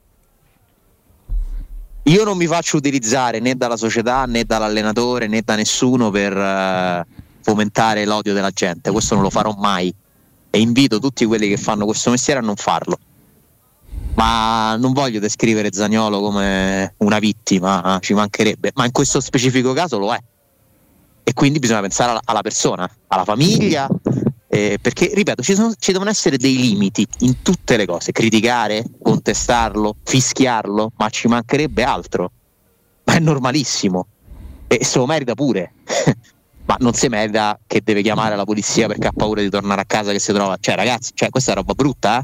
Io non mi faccio utilizzare né dalla società né dall'allenatore né da nessuno per fomentare l'odio della gente, questo non lo farò mai e invito tutti quelli che fanno questo mestiere a non farlo. Ma non voglio descrivere Zaniolo come una vittima, ci mancherebbe, ma in questo specifico caso lo è. E quindi bisogna pensare alla persona, alla famiglia, perché ripeto ci devono essere dei limiti in tutte le cose, criticare, contestarlo, fischiarlo, ma ci mancherebbe altro, ma è normalissimo e se lo merita pure. Ma non si merita che deve chiamare la polizia perché ha paura di tornare a casa che si trova, cioè ragazzi, questa è roba brutta,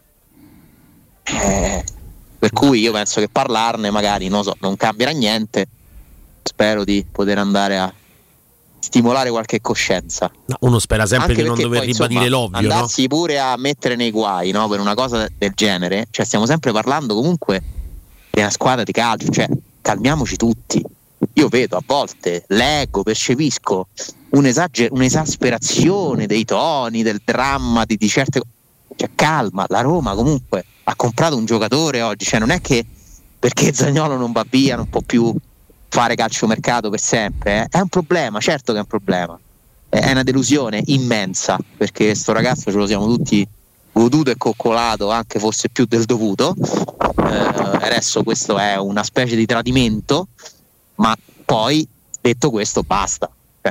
per cui io penso che parlarne magari non cambierà niente, spero di poter andare a stimolare qualche coscienza. No, uno spera sempre di non dover ribadire l'ovvio, andarsi no? pure a mettere nei guai, no? Per una cosa del genere, cioè stiamo sempre parlando comunque di una squadra di calcio, cioè calmiamoci tutti. Io vedo a volte, leggo, percepisco un'esasperazione dei toni, del dramma di certe cose. Cioè calma, la Roma comunque ha comprato un giocatore oggi, cioè non è che perché Zaniolo non va via non può più fare calciomercato per sempre, è un problema, certo che è un problema, è una delusione immensa perché sto ragazzo ce lo siamo tutti goduto e coccolato anche forse più del dovuto, adesso questo è una specie di tradimento, ma poi detto questo basta,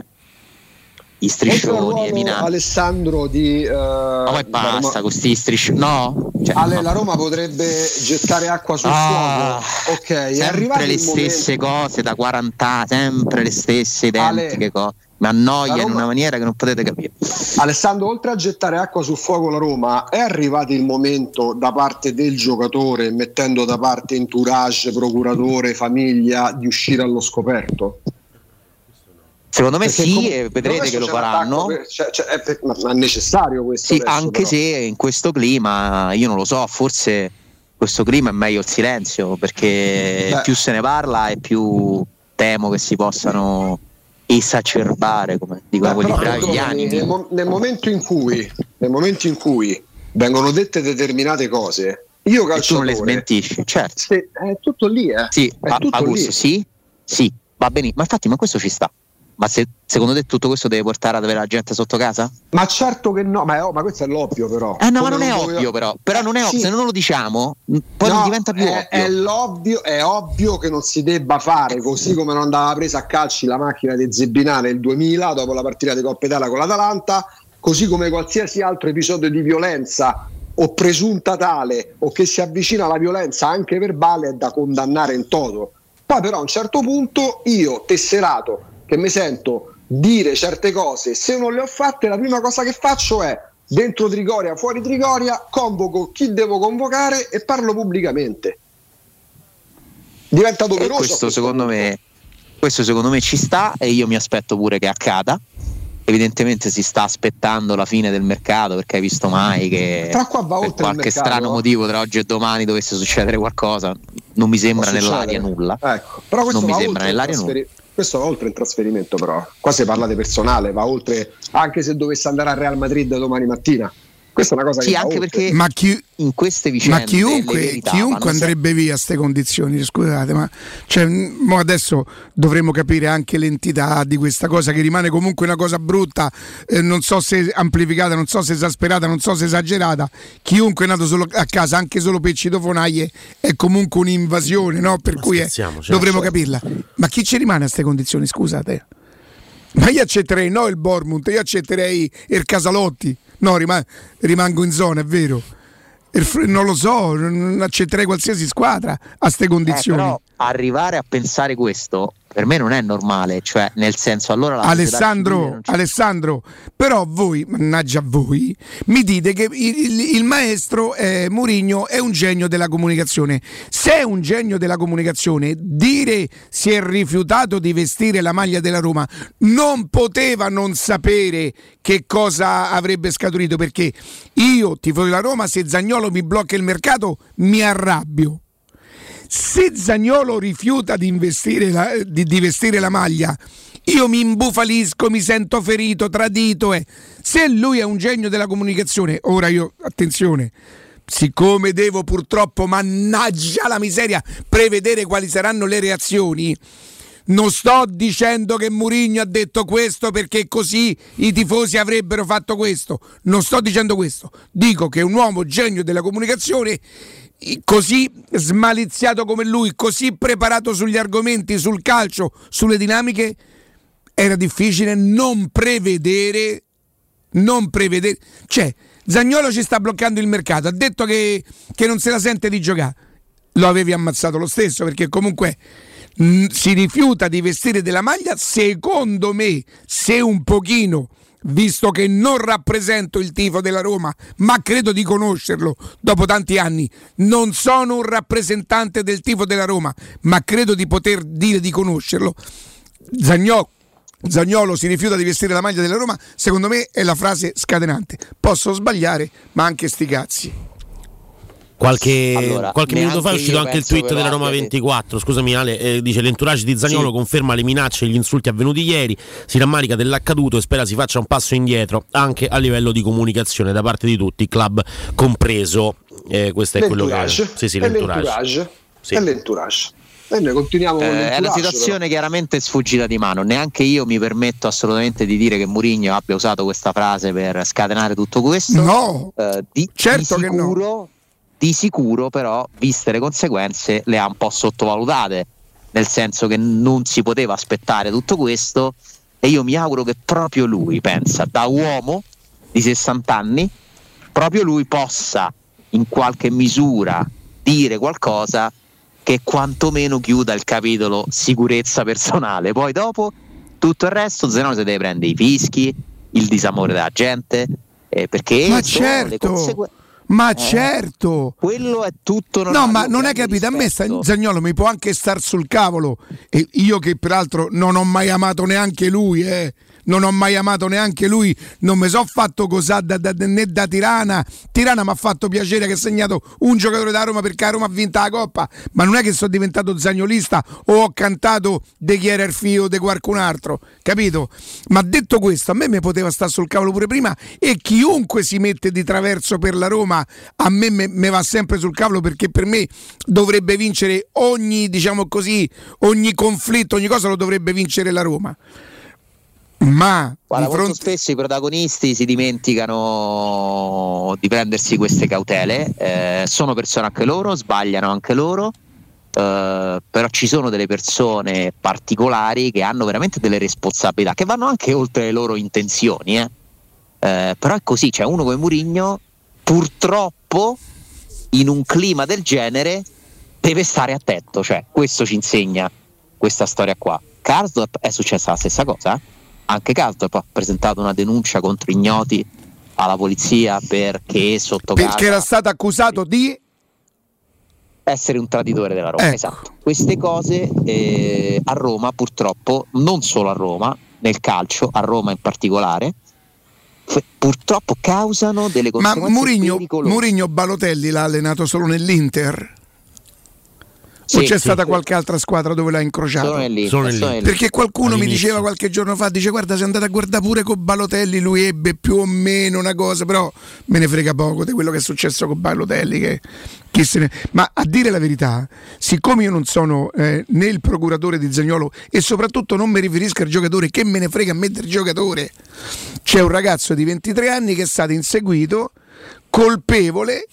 gli striscioni Alessandro di ma poi basta con questi striscioni, no? La Roma potrebbe gettare acqua sul fuoco, ok, è arrivato le stesse cose da 40 anni, sempre le stesse identiche cose, mi annoia in una maniera che non potete capire. Alessandro, oltre a gettare acqua sul fuoco la Roma, è arrivato il momento da parte del giocatore, mettendo da parte entourage, procuratore, famiglia, di uscire allo scoperto? Secondo me sì, e vedrete che lo faranno. Ma è necessario questo? Sì, anche se in questo clima, io non lo so, forse questo clima è meglio il silenzio, perché più se ne parla e più temo che si possano esacerbare, come dicono quelli bravi, gli animi. Nel momento in cui vengono dette determinate cose, io calciatore, e tu non le smentisci, certo. È tutto lì, Sì, è tutto Augusto, lì. Sì, va bene, ma infatti questo ci sta. Ma secondo te tutto questo deve portare ad avere la gente sotto casa? Ma certo che no, ma questo è l'ovvio però. No, ma non è ovvio però non è ovvio, se non lo diciamo poi non diventa più ovvio. È ovvio che non si debba fare, così come non andava presa a calci la macchina di Zebinà nel 2000 dopo la partita di Coppa Italia con l'Atalanta, così come qualsiasi altro episodio di violenza o presunta tale o che si avvicina alla violenza anche verbale è da condannare in toto. Poi però a un certo punto io, tesserato, che mi sento dire certe cose, se non le ho fatte la prima cosa che faccio è, dentro Trigoria, fuori Trigoria, convoco chi devo convocare e parlo pubblicamente. Diventa doveroso. Questo secondo me ci sta, e io mi aspetto pure che accada. Evidentemente si sta aspettando la fine del mercato, perché hai visto mai che tra qua va per oltre qualche mercato, strano motivo tra oggi e domani dovesse succedere qualcosa, non mi sembra nell'aria nulla. Ecco, però questo non mi sembra nell'aria nulla. Questo va oltre il trasferimento, però qua si parla di personale, va oltre, anche se dovesse andare al Real Madrid domani mattina. Questa è una cosa che va anche oltre. Perché in queste vicende chiunque andrebbe via a queste condizioni, scusate, ma mo adesso dovremmo capire anche l'entità di questa cosa, che rimane comunque una cosa brutta, non so se amplificata, non so se esasperata, non so se esagerata. Chiunque è nato solo a casa, anche solo per citofonaie, è comunque un'invasione, no? Per cui dovremmo capirla. Ma chi ci rimane a queste condizioni, scusate? Ma io accetterei il Bournemouth, io accetterei il Casalotti. No, rimango in zona, è vero. Non lo so, non accetterei qualsiasi squadra a ste condizioni. Però arrivare a pensare questo per me non è normale, cioè nel senso, allora Alessandro, però voi, mannaggia voi, mi dite che il maestro Mourinho è un genio della comunicazione. Se è un genio della comunicazione, dire si è rifiutato di vestire la maglia della Roma non poteva non sapere che cosa avrebbe scaturito, perché io, tifoso della Roma, se Zaniolo mi blocca il mercato mi arrabbio. Se Zaniolo rifiuta di vestire la maglia, io mi imbufalisco, mi sento ferito, tradito. Se lui è un genio della comunicazione, ora io, attenzione, siccome devo purtroppo, mannaggia la miseria, prevedere quali saranno le reazioni, non sto dicendo che Mourinho ha detto questo perché così i tifosi avrebbero fatto questo, non sto dicendo questo, dico che un uomo genio della comunicazione, così smaliziato come lui, così preparato sugli argomenti, sul calcio, sulle dinamiche, era difficile non prevedere, cioè Zaniolo ci sta bloccando il mercato, ha detto che non se la sente di giocare, lo avevi ammazzato lo stesso, perché comunque si rifiuta di vestire della maglia, secondo me, se un pochino, visto che non rappresento il tifo della Roma, ma credo di conoscerlo dopo tanti anni, non sono un rappresentante del tifo della Roma, ma credo di poter dire di conoscerlo, Zaniolo si rifiuta di vestire la maglia della Roma, secondo me è la frase scatenante. Posso sbagliare, ma anche sti cazzi. Qualche minuto fa è uscito anche il tweet della Roma 24, scusami Ale, dice l'entourage di Zaniolo conferma le minacce e gli insulti avvenuti ieri, si rammarica dell'accaduto e spera si faccia un passo indietro anche a livello di comunicazione da parte di tutti, club compreso. Questo è quello che l'entourage. È l'entourage. E noi continuiamo con è una situazione però chiaramente sfuggita di mano. Neanche io mi permetto assolutamente di dire che Mourinho abbia usato questa frase per scatenare tutto questo. No, certo che no. Di sicuro però, viste le conseguenze, le ha un po' sottovalutate, nel senso che non si poteva aspettare tutto questo, e io mi auguro che proprio lui, pensa, da uomo di 60 anni, proprio lui possa in qualche misura dire qualcosa che quantomeno chiuda il capitolo sicurezza personale. Poi dopo tutto il resto Zaniolo si deve prendere i fischi, il disamore della gente, perché ma sono certo, le conseguenze. Ma certo, quello è tutto normale. No, ma non è capito, a me Zaniolo mi può anche star sul cavolo, e io che peraltro non ho mai amato neanche lui, non mi so fatto cos'ha né da Tirana mi ha fatto piacere che ha segnato un giocatore da Roma perché la Roma ha vinto la Coppa, ma non è che sono diventato zagnolista o ho cantato De chi era il figlio di qualcun altro, capito? Ma detto questo, a me mi poteva stare sul cavolo pure prima, e chiunque si mette di traverso per la Roma a me va sempre sul cavolo, perché per me dovrebbe vincere ogni conflitto, ogni cosa lo dovrebbe vincere la Roma. Ma molto spesso i protagonisti si dimenticano di prendersi queste cautele, sono persone anche loro, sbagliano anche loro, però ci sono delle persone particolari che hanno veramente delle responsabilità che vanno anche oltre le loro intenzioni, però è così, c'è uno come Mourinho, purtroppo in un clima del genere deve stare attento, cioè questo ci insegna questa storia qua. Karsdorp è successa la stessa cosa, anche Karsdorp ha presentato una denuncia contro ignoti alla polizia perché era stato accusato di essere un traditore della Roma. Esatto. Queste cose a Roma, purtroppo, non solo a Roma, nel calcio, a Roma in particolare, purtroppo causano delle conseguenze. Ma Mourinho Balotelli l'ha allenato solo nell'Inter? O c'è stata qualche altra squadra dove l'ha incrociato? Sono lì. Perché qualcuno mi diceva qualche giorno fa, dice guarda, sei andato a guardare pure con Balotelli, lui ebbe più o meno una cosa, però me ne frega poco di quello che è successo con Balotelli, ma a dire la verità, siccome io non sono né il procuratore di Zaniolo e soprattutto non mi riferisco al giocatore, che me ne frega a me del giocatore, c'è un ragazzo di 23 anni che è stato inseguito colpevole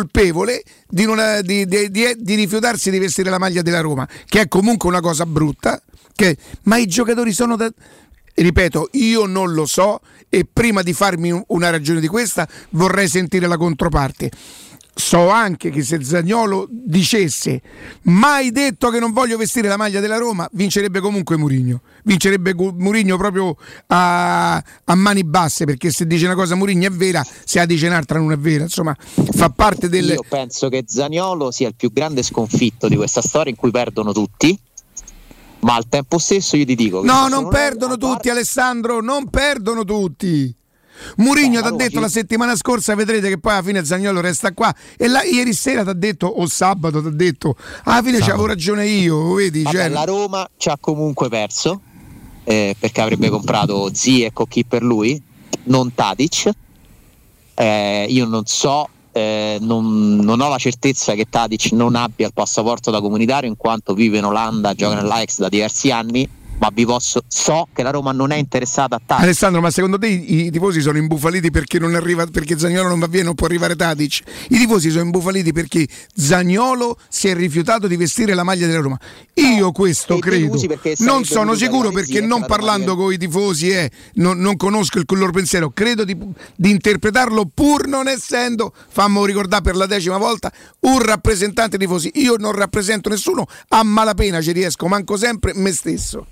di rifiutarsi di vestire la maglia della Roma, che è comunque una cosa brutta, ma i giocatori sono ripeto, io non lo so, e prima di farmi una ragione di questa vorrei sentire la controparte. so anche che se Zaniolo dicesse mai detto che non voglio vestire la maglia della Roma, vincerebbe comunque Mourinho. Vincerebbe Mourinho proprio a mani basse, perché se dice una cosa Mourinho è vera, se la dice un'altra non è vera. Insomma, fa parte del... Io penso che Zaniolo sia il più grande sconfitto di questa storia in cui perdono tutti, ma al tempo stesso io ti dico che no, non perdono tutti, Alessandro, non perdono tutti. Mourinho ti ha detto la settimana scorsa, vedrete che poi alla fine Zaniolo resta qua, e ieri sera ti ha detto, o sabato ti ha detto, alla fine c'avevo ragione io, vedi? Vabbè, la Roma ci ha comunque perso, perché avrebbe comprato Ziyech o chi per lui, non Tadic. Io non so, non ho la certezza che Tadic non abbia il passaporto da comunitario, in quanto vive in Olanda, gioca nell'Ajax da diversi anni, ma so che la Roma non è interessata a Tadic. Alessandro, ma secondo te i tifosi sono imbufaliti perché non arriva, perché Zaniolo non va via, non può arrivare Tadic? I tifosi sono imbufaliti perché Zaniolo si è rifiutato di vestire la maglia della Roma. Io questo credo, non sono sicuro, perché non parlando con i tifosi non conosco il loro pensiero, credo di interpretarlo, pur non essendo, fammo ricordare per la 10ª volta, un rappresentante dei tifosi. Io non rappresento nessuno, a malapena ci riesco, manco sempre me stesso.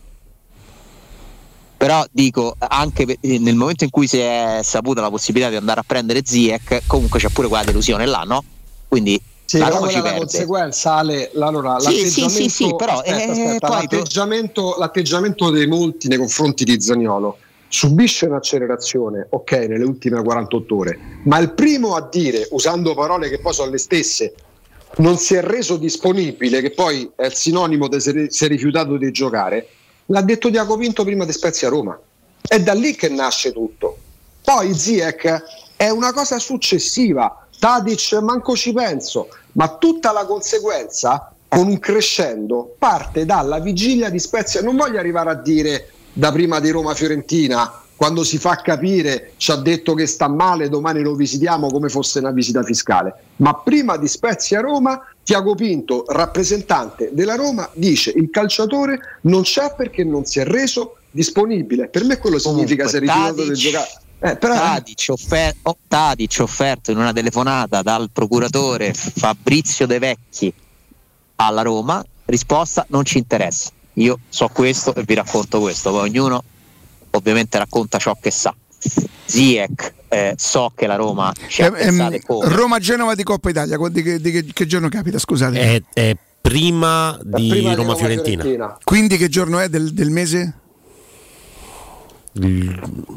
Però dico, anche nel momento in cui si è saputa la possibilità di andare a prendere Ziyech, comunque c'è pure quella delusione là, no? Quindi sì, la Roma ci la perde. conseguenza, allora, sì, però aspetta, l'atteggiamento dei molti nei confronti di Zaniolo subisce un'accelerazione, ok, nelle ultime 48 ore, ma il primo a dire, usando parole che poi sono le stesse, non si è reso disponibile, che poi è il sinonimo di si è rifiutato di giocare, l'ha detto Diaco Pinto prima di Spezia Roma. È da lì che nasce tutto. Poi Ziyech è una cosa successiva, Tadic manco ci penso, ma tutta la conseguenza, con un crescendo, parte dalla vigilia di Spezia. Non voglio arrivare a dire da prima di Roma-Fiorentina, quando si fa capire, ci ha detto che sta male, domani lo visitiamo come fosse una visita fiscale, ma prima di Spezia-Roma Tiago Pinto, rappresentante della Roma, dice il calciatore non c'è perché non si è reso disponibile. Per me quello significa se rifiutato di giocare. Tadic offerto in una telefonata dal procuratore Fabrizio De Vecchi alla Roma, risposta: non ci interessa, io so questo e vi racconto questo, poi ognuno ovviamente racconta ciò che sa. Ziyech, so che la Roma ci ha pensato come. Roma-Genova di Coppa Italia, che giorno capita, scusate? È prima di Roma-Fiorentina. Quindi che giorno è del mese? Il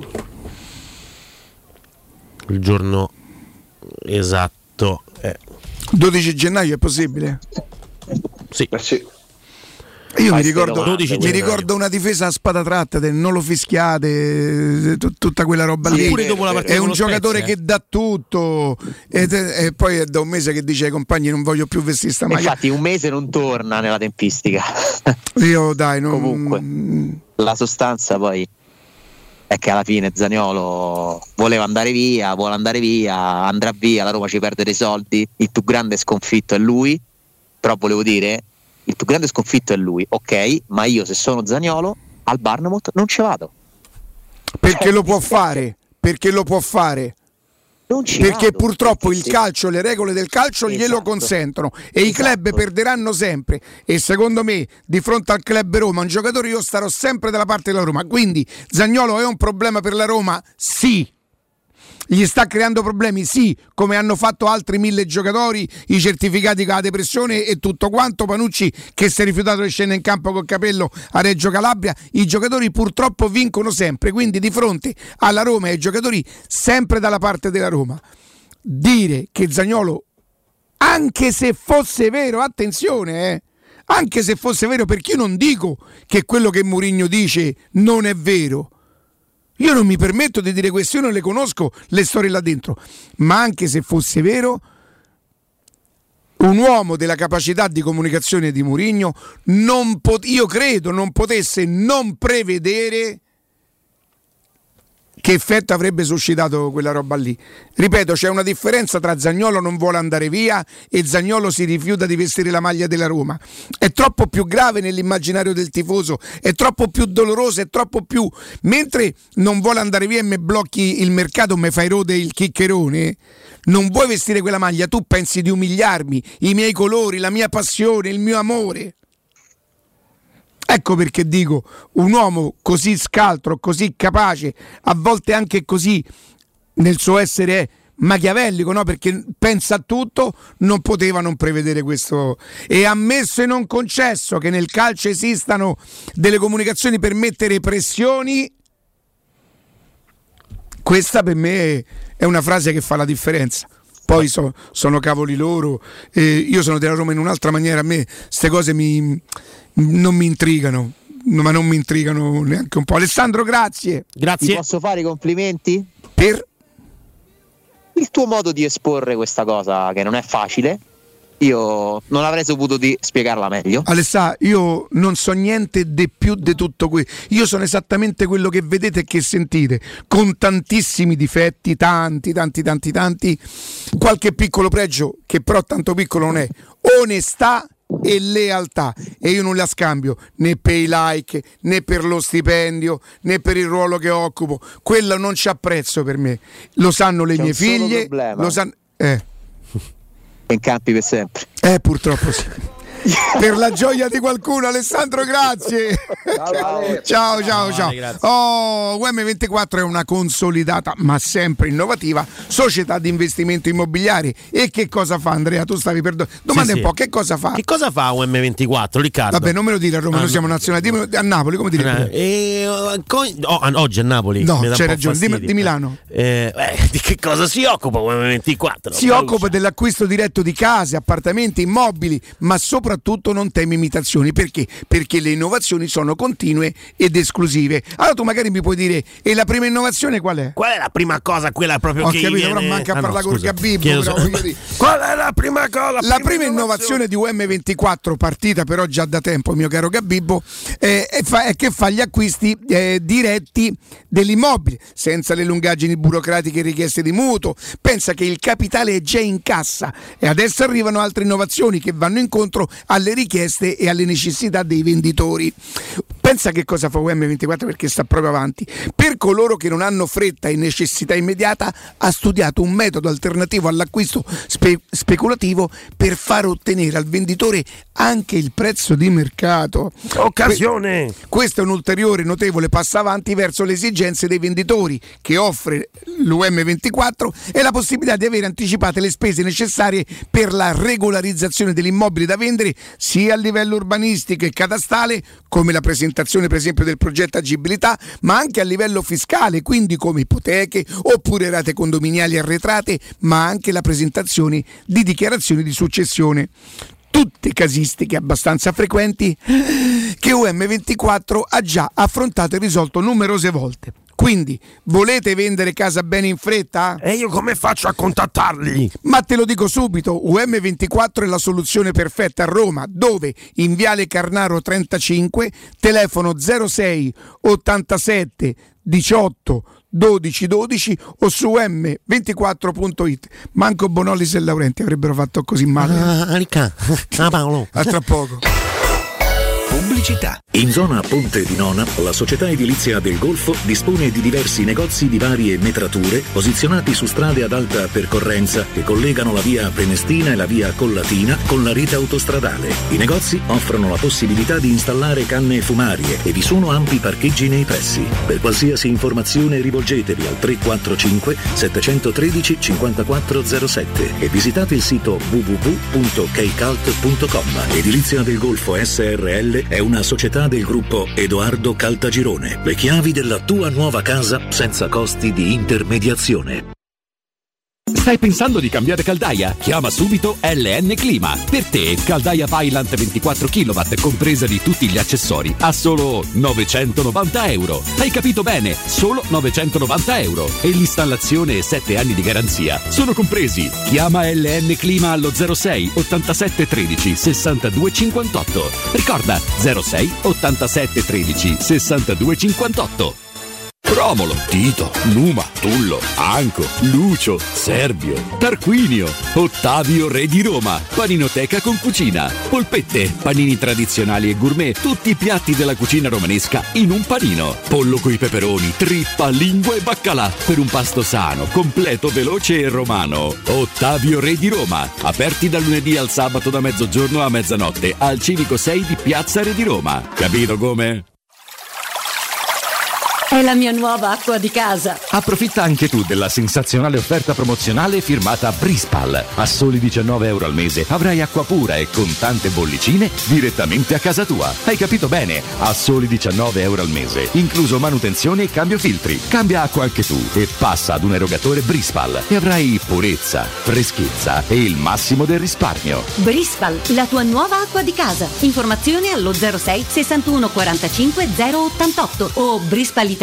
giorno esatto è 12 gennaio, è possibile? Sì. Sì. Io mi ricordo una difesa a spada tratta, non lo fischiate, tutta quella roba lì. Dopo la partita è un giocatore che dà tutto, e poi è da un mese che dice ai compagni non voglio più vestire sta maglia. Infatti un mese non torna nella tempistica. Io dai, comunque la sostanza poi è che alla fine Zaniolo vuole andare via, andrà via, la Roma ci perde dei soldi, il più grande sconfitto è lui, però volevo dire, il più grande sconfitto è lui, ok, ma io se sono Zaniolo al Bournemouth non ci vado. Perché lo può fare, perché purtroppo il calcio, le regole del calcio glielo consentono, e i club perderanno sempre, e secondo me di fronte al club Roma, un giocatore, io starò sempre dalla parte della Roma. Quindi Zaniolo è un problema per la Roma? Sì. Gli sta creando problemi? Sì, come hanno fatto altri 1000 giocatori, i certificati con la depressione e tutto quanto. Panucci che si è rifiutato di scendere in campo col capello a Reggio Calabria. I giocatori purtroppo vincono sempre, quindi di fronte alla Roma e ai giocatori sempre dalla parte della Roma. Dire che Zaniolo, anche se fosse vero, attenzione, anche se fosse vero, perché io non dico che quello che Mourinho dice non è vero. Io non mi permetto di dire questo, io non le conosco le storie là dentro, ma anche se fosse vero, un uomo della capacità di comunicazione di Mourinho io credo non potesse non prevedere che effetto avrebbe suscitato quella roba lì. Ripeto, c'è una differenza tra Zaniolo non vuole andare via e Zaniolo si rifiuta di vestire la maglia della Roma. È troppo più grave nell'immaginario del tifoso, è troppo più doloroso, è troppo più... Mentre non vuole andare via e mi blocchi il mercato, mi fai rode il chiccherone, non vuoi vestire quella maglia, tu pensi di umiliarmi, i miei colori, la mia passione, il mio amore. Ecco perché dico, un uomo così scaltro, così capace, a volte anche così nel suo essere machiavellico, no? Perché pensa a tutto, non poteva non prevedere questo. E ammesso e non concesso che nel calcio esistano delle comunicazioni per mettere pressioni, questa per me è una frase che fa la differenza. Poi sono cavoli loro, io sono della Roma in un'altra maniera, a me queste cose non mi intrigano, ma non mi intrigano neanche un po'. Alessandro, grazie. Ti posso fare i complimenti? Per il tuo modo di esporre questa cosa, che non è facile. Io non avrei saputo di spiegarla meglio. Alessà, io non so niente di più di tutto questo. Io sono esattamente quello che vedete e che sentite, con tantissimi difetti, tanti, qualche piccolo pregio che però tanto piccolo non è. Onestà e lealtà, e io non la scambio né per i like, né per lo stipendio, né per il ruolo che occupo. Quello non c'ha prezzo per me. Lo sanno le mie figlie, lo sanno. In campi per sempre. Purtroppo sì. Per la gioia di qualcuno, Alessandro, grazie. Ciao. UM24 è una consolidata ma sempre innovativa società di investimento immobiliare. E che cosa fa, Andrea? Tu stavi per domanda un po', che cosa fa? Che cosa fa UM24, Riccardo? Vabbè, non me lo dire a Roma, noi siamo nazionali. A Napoli, come dire? Oggi a Napoli. No, c'hai ragione, di Milano. Di che cosa si occupa UM24? Si occupa dell'acquisto diretto di case, appartamenti, immobili, ma soprattutto non teme imitazioni. Perché? Perché le innovazioni sono continue ed esclusive. Allora tu magari mi puoi dire, e la prima innovazione qual è? Qual è la prima cosa, quella proprio che capito, viene... però manca a parlare con Gabibbo. Qual è la prima cosa? La prima innovazione di UM24, partita però già da tempo, mio caro Gabibbo, è che fa gli acquisti diretti dell'immobile, senza le lungaggini burocratiche richieste di mutuo. Pensa che il capitale è già in cassa e adesso arrivano altre innovazioni che vanno incontro alle richieste e alle necessità dei venditori. Pensa che cosa fa UM24, perché sta proprio avanti. Per coloro che non hanno fretta e necessità immediata, ha studiato un metodo alternativo all'acquisto speculativo per far ottenere al venditore anche il prezzo di mercato. Occasione! Questo è un ulteriore notevole passo avanti verso le esigenze dei venditori che offre l'UM24 e la possibilità di avere anticipate le spese necessarie per la regolarizzazione dell'immobile da vendere, sia a livello urbanistico e catastale, come la presentazione per esempio del progetto agibilità, ma anche a livello fiscale, quindi come ipoteche oppure rate condominiali arretrate, ma anche la presentazione di dichiarazioni di successione. Tutte casistiche abbastanza frequenti che UM24 ha già affrontato e risolto numerose volte. Quindi, volete vendere casa bene in fretta? E io come faccio a contattarli? Ma te lo dico subito, UM24 è la soluzione perfetta a Roma, dove in Viale Carnaro 35, telefono 06 87 18 12 12 o su m24.it. Manco Bonolis e Laurenti avrebbero fatto così male. Paolo. A tra poco. Pubblicità. In zona Ponte di Nona, la società edilizia del Golfo dispone di diversi negozi di varie metrature posizionati su strade ad alta percorrenza che collegano la via Prenestina e la via Collatina con la rete autostradale. I negozi offrono la possibilità di installare canne fumarie e vi sono ampi parcheggi nei pressi. Per qualsiasi informazione rivolgetevi al 345 713 5407 e visitate il sito www.keicalt.com. Edilizia del Golfo SRL è una società del gruppo Edoardo Caltagirone. Le chiavi della tua nuova casa senza costi di intermediazione. Stai pensando di cambiare caldaia? Chiama subito LN Clima. Per te, caldaia Vaillant 24 kW compresa di tutti gli accessori a solo €990. Hai capito bene, solo €990. E l'installazione e 7 anni di garanzia sono compresi. Chiama LN Clima allo 06 87 13 62 58. Ricorda 06 87 13 62 58. Romolo, Tito, Numa, Tullo, Anco, Lucio, Servio, Tarquinio, Ottavio Re di Roma, paninoteca con cucina, polpette, panini tradizionali e gourmet, tutti i piatti della cucina romanesca in un panino, pollo coi peperoni, trippa, lingua e baccalà, per un pasto sano, completo, veloce e romano. Ottavio Re di Roma, aperti dal lunedì al sabato da mezzogiorno a mezzanotte al Civico 6 di Piazza Re di Roma. Capito come? È la mia nuova acqua di casa. Approfitta anche tu della sensazionale offerta promozionale firmata Brispal. A soli €19 al mese avrai acqua pura e con tante bollicine direttamente a casa tua. Hai capito bene? A soli €19 al mese, incluso manutenzione e cambio filtri. Cambia acqua anche tu e passa ad un erogatore Brispal e avrai purezza, freschezza e il massimo del risparmio. Brispal, la tua nuova acqua di casa. Informazioni allo 06 61 45 088 o brispalitalia.it.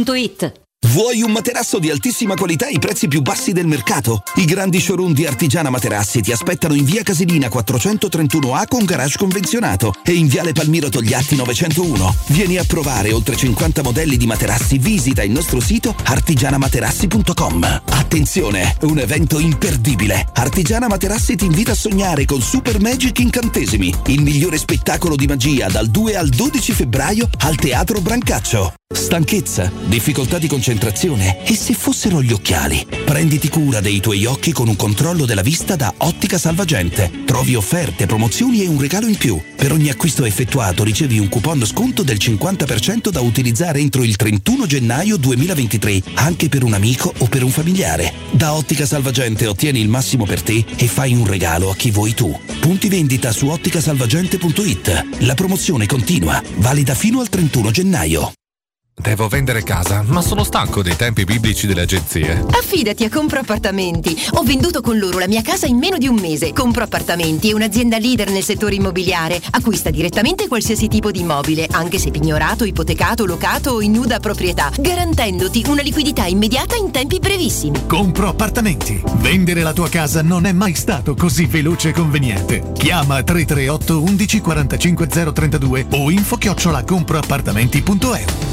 Vuoi un materasso di altissima qualità ai prezzi più bassi del mercato? I grandi showroom di Artigiana Materassi ti aspettano in via Casilina 431A con garage convenzionato e in viale Palmiro Togliatti 901. Vieni a provare oltre 50 modelli di materassi. Visita il nostro sito artigianamaterassi.com. Attenzione, un evento imperdibile. Artigiana Materassi ti invita a sognare con Super Magic Incantesimi, il migliore spettacolo di magia dal 2 al 12 febbraio al Teatro Brancaccio. Stanchezza, difficoltà di concentrazione e se fossero gli occhiali? Prenditi cura dei tuoi occhi con un controllo della vista da Ottica Salvagente. Trovi offerte, promozioni e un regalo in più. Per ogni acquisto effettuato ricevi un coupon sconto del 50% da utilizzare entro il 31 gennaio 2023, anche per un amico o per un familiare. Da Ottica Salvagente ottieni il massimo per te e fai un regalo a chi vuoi tu. Punti vendita su otticasalvagente.it. La promozione continua, valida fino al 31 gennaio. Devo vendere casa, ma sono stanco dei tempi biblici delle agenzie. Affidati a Compro Appartamenti. Ho venduto con loro la mia casa in meno di un mese. Compro Appartamenti è un'azienda leader nel settore immobiliare. Acquista direttamente qualsiasi tipo di immobile, anche se pignorato, ipotecato, locato o in nuda proprietà, garantendoti una liquidità immediata in tempi brevissimi. Compro Appartamenti. Vendere la tua casa non è mai stato così veloce e conveniente. Chiama 338 11 45 032 o info@comproappartamenti.eu.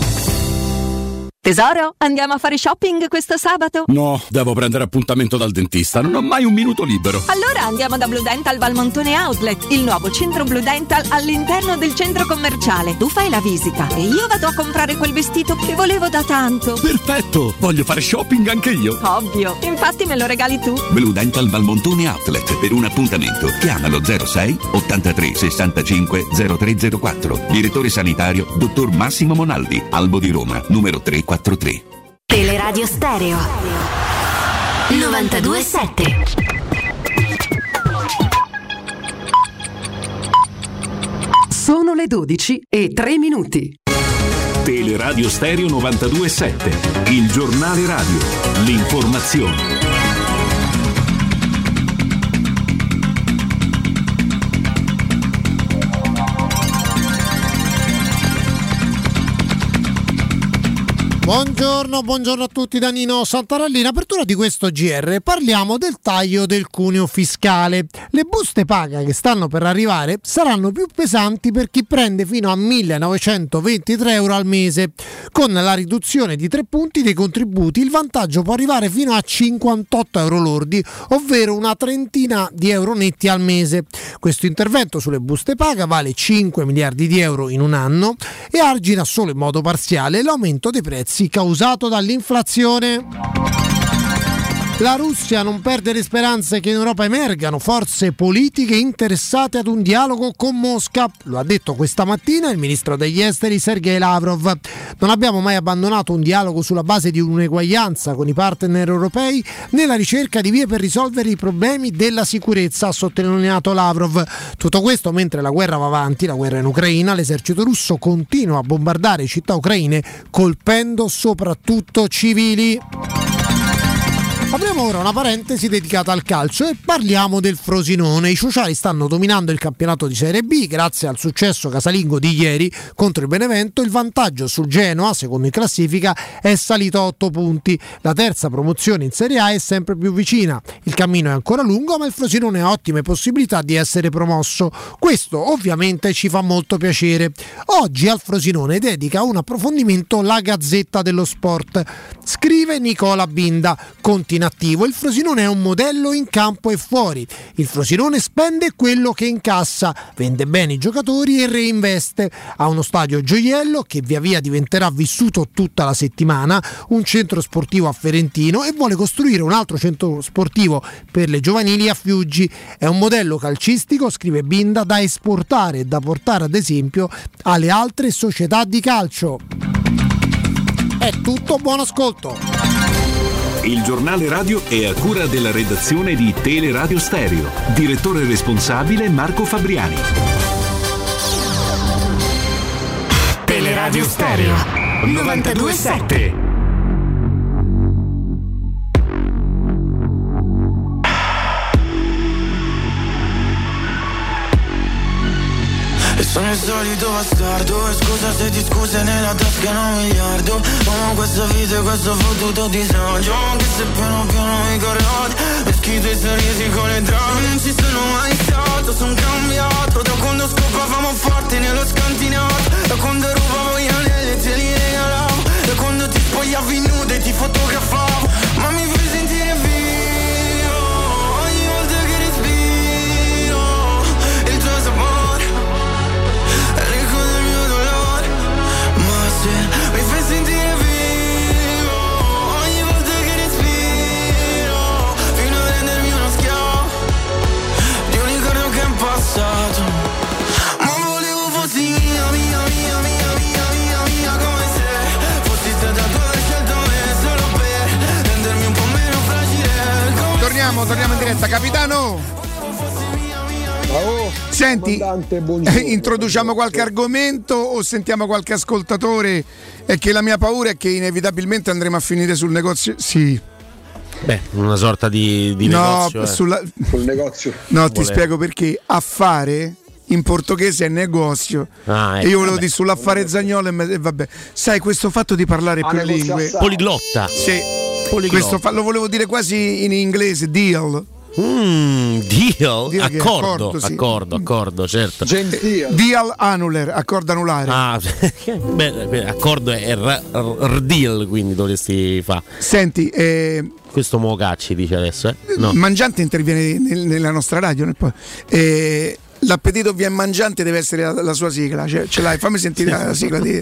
Tesoro, andiamo a fare shopping questo sabato? No, devo prendere appuntamento dal dentista, non ho mai un minuto libero. Allora andiamo da Blue Dental Valmontone Outlet, il nuovo centro Blue Dental all'interno del centro commerciale. Tu fai la visita e io vado a comprare quel vestito che volevo da tanto. Perfetto, voglio fare shopping anche io. Ovvio, infatti me lo regali tu. Blue Dental Valmontone Outlet. Per un appuntamento chiamalo 06 83 65 0304. Direttore sanitario dottor Massimo Monaldi, Albo di Roma, numero 343. Teleradio Stereo 92.7. Sono le 12:03. Teleradio Stereo 92.7, il giornale radio, l'informazione. Buongiorno a tutti da Nino Santarelli. In apertura di questo GR parliamo del taglio del cuneo fiscale. Le buste paga che stanno per arrivare saranno più pesanti per chi prende fino a 1.923 euro al mese. Con la riduzione di 3 punti dei contributi il vantaggio può arrivare fino a 58 euro lordi, ovvero una trentina di euro netti al mese. Questo intervento sulle buste paga vale 5 miliardi di euro in un anno e argina solo in modo parziale l'aumento dei prezzi causato dall'inflazione. La Russia non perde le speranze che in Europa emergano forze politiche interessate ad un dialogo con Mosca. Lo ha detto questa mattina il ministro degli esteri Sergei Lavrov. Non abbiamo mai abbandonato un dialogo sulla base di un'eguaglianza con i partner europei nella ricerca di vie per risolvere i problemi della sicurezza, ha sottolineato Lavrov. Tutto questo mentre la guerra va avanti, la guerra in Ucraina, l'esercito russo continua a bombardare città ucraine colpendo soprattutto civili. Apriamo ora una parentesi dedicata al calcio e parliamo del Frosinone. I ciociari stanno dominando il campionato di Serie B grazie al successo casalingo di ieri contro il Benevento. Il vantaggio sul Genoa, secondo in classifica, è salito a 8 punti. La terza promozione in Serie A è sempre più vicina. Il cammino è ancora lungo, ma il Frosinone ha ottime possibilità di essere promosso. Questo ovviamente ci fa molto piacere. Oggi al Frosinone dedica un approfondimento la Gazzetta dello Sport. Scrive Nicola Binda: conti in attivo, il Frosinone è un modello in campo e fuori. Il Frosinone spende quello che incassa, vende bene i giocatori e reinveste. Ha uno stadio gioiello che via via diventerà vissuto tutta la settimana, un centro sportivo a Ferentino e vuole costruire un altro centro sportivo per le giovanili a Fiuggi. È un modello calcistico, scrive Binda, da esportare e da portare ad esempio alle altre società di calcio. È tutto, buon ascolto. Il giornale radio è a cura della redazione di Teleradio Stereo. Direttore responsabile Marco Fabriani. Teleradio Stereo 92.7. E sono il solito bastardo, e scusa se ti scuse nella tasca un miliardo. Ma questa vita e questo fottuto disagio, anche se piano piano mi corre odio, e schito i sorrisi con le drame. Non ci sono mai stato, son cambiato, da quando scopavamo forte nello scantinato, da quando rubavo gli anelli e te li regalavo, da quando ti spogliavi nude e ti fotografavo. Ma mi fai sentire vivo, ogni volta che respiro il tuo sapore. Mi fai sentire vivo ogni volta che respiro, fino a rendermi uno schiavo di un ricordo che è passato. Ma volevo fossi mia, come se fossi stata tu aver scelto me solo per rendermi un po' meno fragile. Torniamo in diretta, capitano. Senti, introduciamo qualche argomento o sentiamo qualche ascoltatore? È che la mia paura è che inevitabilmente andremo a finire sul negozio. Sì. Beh, una sorta di negozio. Sul negozio. No, ti spiego perché. Affare in portoghese è negozio. Ecco, e io volevo dire sull'affare Zaniolo e vabbè. Sai, questo fatto di parlare più lingue. Poliglotta. Sì. Questo lo volevo dire quasi in inglese, deal. Deal? Accordo, certo. Deal annuler, accordo anulare. Beh, accordo è deal, quindi dovresti fare. Senti, questo Mocacci dice adesso, no. Mangiante interviene nella nostra radio, l'appetito via mangiante deve essere la sua sigla, ce l'hai, fammi sentire la sigla di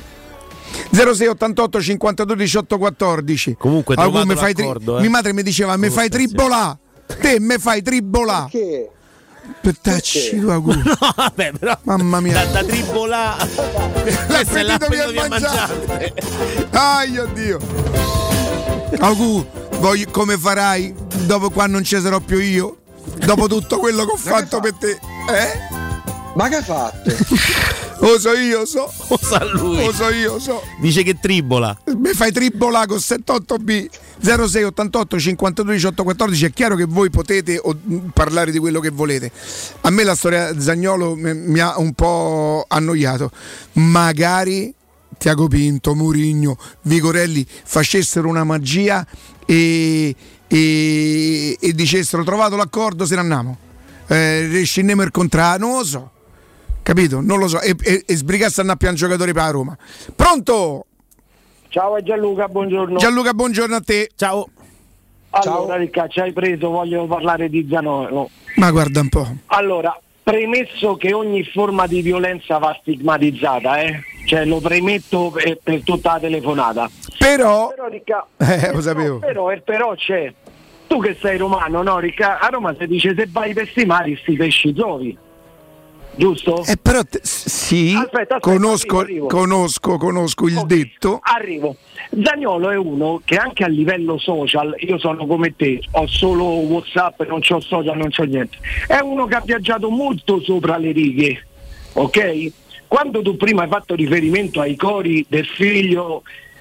0688 52 18 14. Comunque mia madre mi diceva mi fai tribolà. Te me fai tribolà. Perché? Pettacci tu Agu. No, vabbè, però mamma mia. Da tribolà. L'appetito via mangiante. Ai oddio. Agu, come farai dopo quando non ci sarò più io? Dopo tutto quello che ho fatto per te, Ma che hai fatto? Lo so io, Lo sa lui. Lo so io. Dice che tribola. Mi fai tribola con 78B 06 88 52 18 14. È chiaro che voi potete parlare di quello che volete. A me la storia Zaniolo mi ha un po' annoiato. Magari Tiago Pinto, Mourinho, Vigorelli facessero una magia e dicessero trovato l'accordo, se ne andiamo, rescindiamo il contratto, non lo so, capito? Non lo so, e sbrigasse a nappare un giocatore per la Roma. Pronto? Ciao, è Gianluca, buongiorno. Gianluca, buongiorno a te. Ciao. Allora, Ricca, ci hai preso, voglio parlare di Zaniolo. Ma guarda un po'. Allora, premesso che ogni forma di violenza va stigmatizzata, cioè lo premetto per tutta la telefonata. Però Ricca, lo sapevo. Però c'è. Tu che sei romano, no, Ricca? A Roma si dice se vai per sti mari sti pesci trovi. Giusto? Però sì, aspetta, conosco il detto. Arrivo. Zaniolo è uno che anche a livello social, io sono come te, ho solo WhatsApp, non c'ho social, non c'ho niente. È uno che ha viaggiato molto sopra le righe, ok? Quando tu prima hai fatto riferimento ai cori del figlio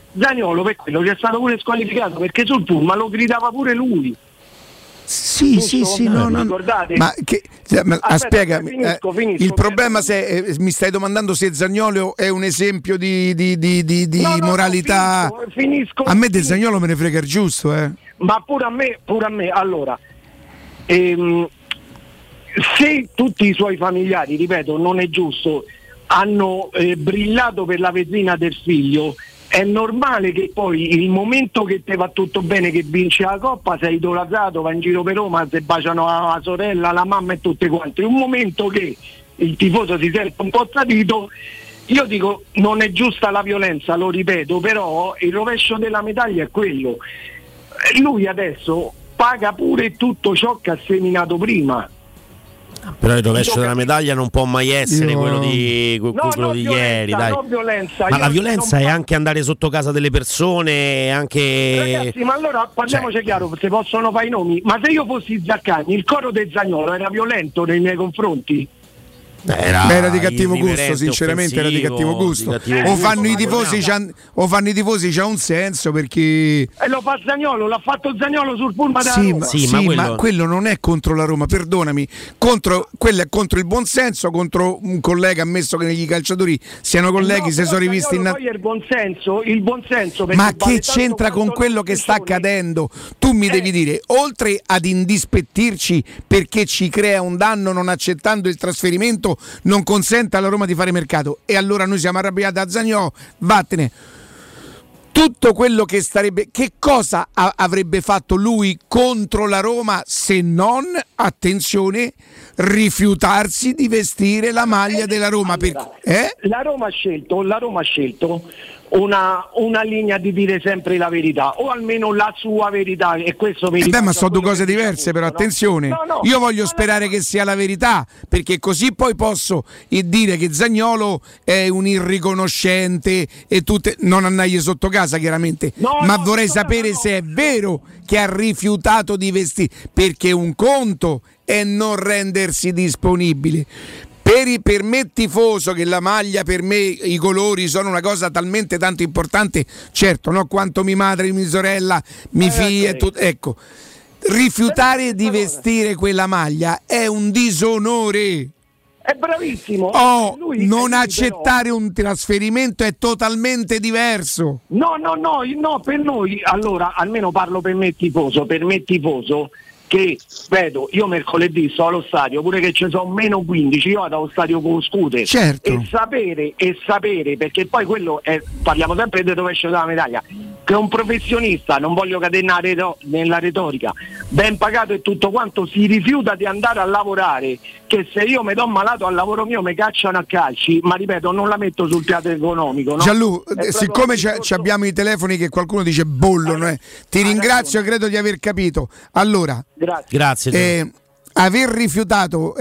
Zaniolo per quello c'è stato pure squalificato, perché sul pullman lo gridava pure lui. Sì, no. Ma spiegami, finisco, il problema se mi stai domandando se Zaniolo è un esempio di moralità. Finisco. A me del Zaniolo me ne frega il giusto, Ma pure a me. Allora, se tutti i suoi familiari, ripeto, non è giusto, hanno brillato per la vetrina del figlio, è normale che poi il momento che te va tutto bene, che vince la Coppa, sei idolatrato, va in giro per Roma, se baciano la sorella, la mamma e tutte quante. Un momento che il tifoso si sente un po' tradito, io dico non è giusta la violenza, lo ripeto, però il rovescio della medaglia è quello. Lui adesso paga pure tutto ciò che ha seminato prima. Però il rovescio della medaglia non può mai essere quello di ieri, dai. Ma la violenza è anche andare sotto casa delle persone, anche. Ragazzi, ma allora parliamoci chiaro, se possono fare i nomi. Ma se io fossi Zaccagni, il coro del Zaniolo era violento nei miei confronti? Era di cattivo gusto, sinceramente era di cattivo gusto. O fanno i tifosi c'ha un senso, perché e lo fa Zaniolo, l'ha fatto Zaniolo sul pullman da Roma. Ma quello non è contro la Roma, perdonami, quello è contro il buonsenso, contro un collega, ammesso che negli calciatori siano colleghi, se sono rivisti poi il buonsenso ma che c'entra con quello che sta accadendo? Tu mi devi dire, oltre ad indispettirci perché ci crea un danno non accettando il trasferimento, non consente alla Roma di fare mercato, e allora noi siamo arrabbiati a Zaniolo, vattene. Tutto quello che che cosa avrebbe fatto lui contro la Roma, se non, attenzione, rifiutarsi di vestire la maglia della Roma? La Roma ha scelto una linea di dire sempre la verità, o almeno la sua verità, e questo ma sono due cose diverse, però attenzione, io voglio sperare che sia la verità, perché così poi posso dire che Zaniolo è un irriconoscente e non andagli sotto casa, chiaramente, ma vorrei sapere se è vero che ha rifiutato di vestire, perché un conto è non rendersi disponibile. Per me tifoso, che la maglia, per me i colori sono una cosa talmente tanto importante, certo, no, quanto mia madre, mia sorella, mia figlia, ecco, rifiutare di vestire quella maglia è un disonore. È bravissimo. Non accettare un trasferimento è totalmente diverso. No, per noi, allora, almeno parlo per me tifoso, che vedo, io mercoledì sto allo stadio, pure che ci sono meno 15, io vado allo stadio con lo scooter, certo. e sapere, perché poi quello è, parliamo sempre del rovescio della medaglia, che un professionista, non voglio catenare nella retorica, ben pagato e tutto quanto, si rifiuta di andare a lavorare, che se io mi do malato al lavoro mio mi cacciano a calci, ma ripeto, non la metto sul piatto economico, no? Gianlu, siccome abbiamo i telefoni che qualcuno dice bollono, ti ringrazio, credo di aver capito. Allora, grazie. Aver rifiutato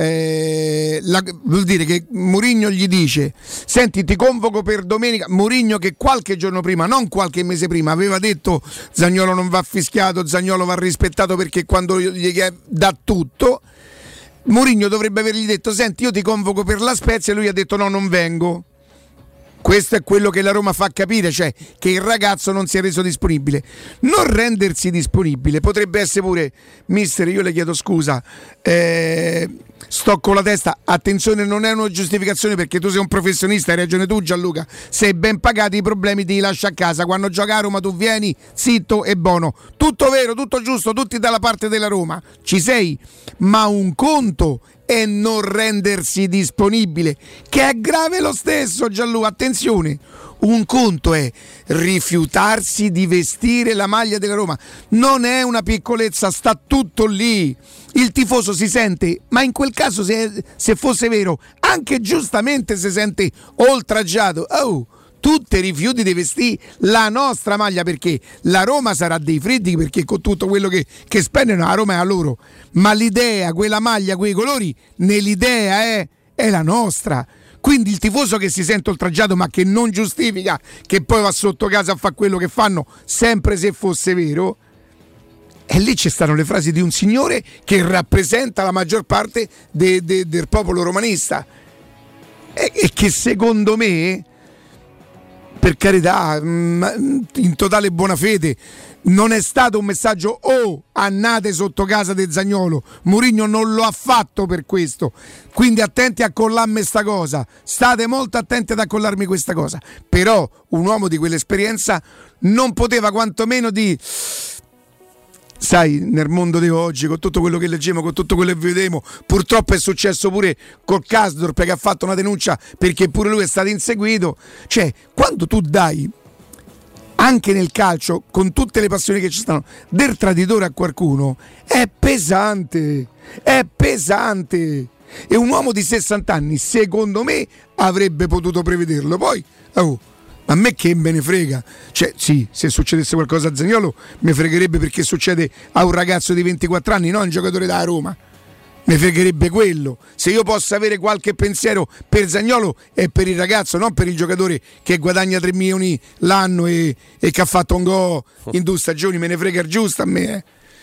vuol dire che Mourinho gli dice: senti, ti convoco per domenica. Mourinho, che qualche giorno prima, non qualche mese prima, aveva detto Zaniolo non va fischiato, Zaniolo va rispettato perché quando gli dà tutto. Mourinho dovrebbe avergli detto: senti, io ti convoco per la Spezia, e lui ha detto no, non vengo. Questo è quello che la Roma fa capire, cioè che il ragazzo non si è reso disponibile. Non rendersi disponibile potrebbe essere pure: mister, io le chiedo scusa, sto con la testa. Attenzione, non è una giustificazione, perché tu sei un professionista, hai ragione tu Gianluca, sei ben pagato, i problemi ti lasci a casa, quando gioca a Roma tu vieni zitto e buono, tutto vero, tutto giusto, tutti dalla parte della Roma, ci sei, ma un conto è non rendersi disponibile, che è grave lo stesso, Gianluca, attenzione. Un conto è rifiutarsi di vestire la maglia della Roma, non è una piccolezza, sta tutto lì. Il tifoso si sente, ma in quel caso se fosse vero, anche giustamente si sente oltraggiato. Tu ti rifiuti di vestire la nostra maglia, perché la Roma sarà dei freddi, perché con tutto quello che spendono la Roma è a loro, ma l'idea, quella maglia, quei colori, nell'idea è la nostra. Quindi il tifoso che si sente oltraggiato, ma che non giustifica che poi va sotto casa a fare quello che fanno, sempre se fosse vero. E lì ci stanno le frasi di un signore che rappresenta la maggior parte del popolo romanista, e che secondo me, per carità, in totale buona fede. Non è stato un messaggio annate sotto casa di Zaniolo. Mourinho non lo ha fatto per questo. Quindi attenti a collarmi sta cosa. State molto attenti ad accollarmi questa cosa. Però un uomo di quell'esperienza non poteva quantomeno sai, nel mondo di oggi, con tutto quello che leggiamo, con tutto quello che vedemo, purtroppo è successo pure col Karsdorp che ha fatto una denuncia perché pure lui è stato inseguito. Cioè, quando tu dai anche nel calcio, con tutte le passioni che ci stanno, del traditore a qualcuno, è pesante. E un uomo di 60 anni, secondo me, avrebbe potuto prevederlo. Poi, a me che me ne frega. Cioè, sì, se succedesse qualcosa a Zaniolo, mi fregherebbe perché succede a un ragazzo di 24 anni, non a un giocatore da Roma. Mi fregherebbe quello. Se io posso avere qualche pensiero per Zaniolo è per il ragazzo, non per il giocatore che guadagna 3 milioni l'anno e che ha fatto un gol in 2 stagioni. Me ne frega il giusto a me.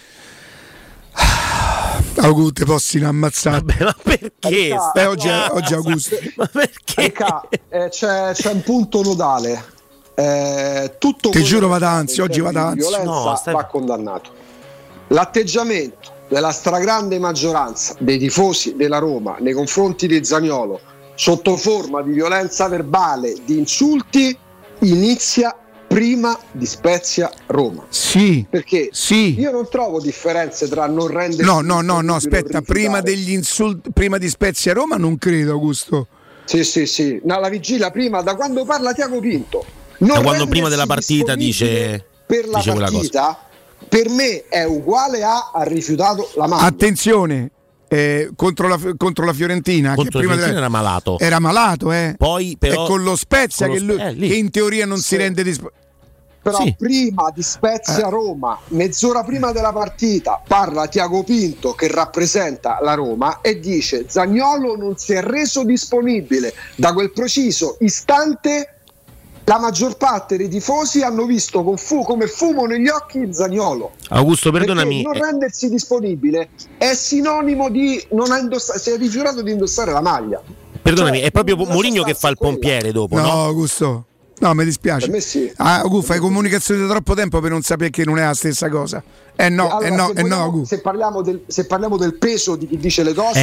Augusto, te possi ammazzare. Vabbè, ma perché? Oggi è Augusto. Ma perché? C'è un punto nodale. Tutto ti giuro vado anzi, oggi vado anzi. Va condannato. L'atteggiamento della stragrande maggioranza dei tifosi della Roma nei confronti di Zaniolo sotto forma di violenza verbale, di insulti, inizia prima di Spezia Roma. Sì. Perché io non trovo differenze tra non rendere No, aspetta, prima degli insulti, prima di Spezia Roma non credo, Augusto. Sì. No, la vigilia prima, da quando parla Tiago Pinto. Da quando prima della partita dice per la partita, per me è uguale ha rifiutato la maglia. Attenzione, contro la Fiorentina, contro che la prima Fiorentina era malato. Era malato, Poi però è con lo Spezia che in teoria non si rende disponibile. Però prima di Spezia Roma, mezz'ora prima della partita, parla Tiago Pinto che rappresenta la Roma e dice: Zaniolo non si è reso disponibile. Da quel preciso istante la maggior parte dei tifosi hanno visto come fumo negli occhi Zaniolo. Augusto, perdonami. Perché non rendersi disponibile è sinonimo di si è rifiutato di indossare la maglia. Perdonami, è proprio Mourinho che fa il pompiere dopo, no? Augusto. No, mi dispiace. Per me sì. Fai comunicazione da troppo tempo per non sapere che non è la stessa cosa. Se parliamo del peso di chi dice le cose.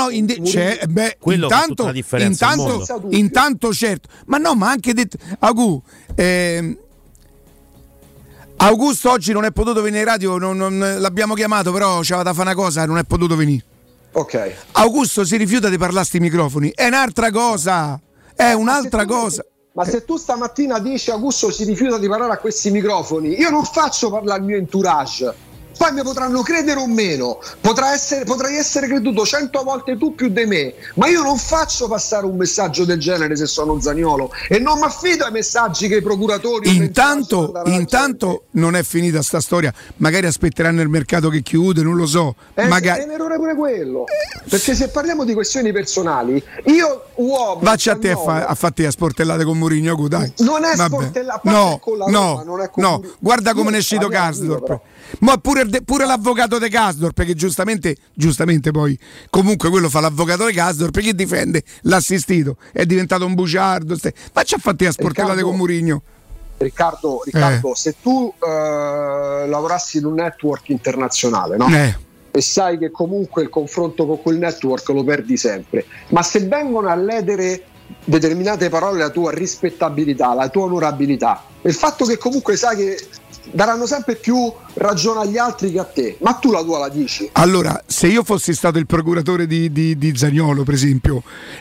Intanto certo. Ma anche detto Augusto oggi non è potuto venire in radio, non l'abbiamo chiamato, però c'aveva da fare una cosa, non è potuto venire. Ok. Augusto si rifiuta di parlare sti microfoni, è un'altra cosa. Ma se tu stamattina dici Augusto si rifiuta di parlare a questi microfoni, io non faccio parlare il mio entourage. Poi mi potranno credere o meno, potrai essere creduto 100 volte tu più di me, ma io non faccio passare un messaggio del genere se sono Zaniolo e non mi affido ai messaggi che i procuratori. Intanto non è finita sta storia, magari aspetteranno il mercato che chiude, non lo so. È un errore pure quello, perché se parliamo di questioni personali, io uomo vacci a te a fatti a sportellate con Mourinho, dai. Non è sportellata con la Roma, non è con Mourinho. Guarda come ne è uscito Karsdorp. Ma pure l'avvocato De Karsdorp, che giustamente poi comunque quello fa l'avvocato De Karsdorp, che difende l'assistito, è diventato un bugiardo. Ma ci ha fatti a sportellate con Mourinho. Riccardo, se tu lavorassi in un network internazionale, no? E sai che comunque il confronto con quel network lo perdi sempre, ma se vengono a ledere determinate parole la tua rispettabilità, la tua onorabilità, il fatto che comunque sai che daranno sempre più ragione agli altri che a te, ma tu la tua la dici. Allora, se io fossi stato il procuratore di Zaniolo, per esempio,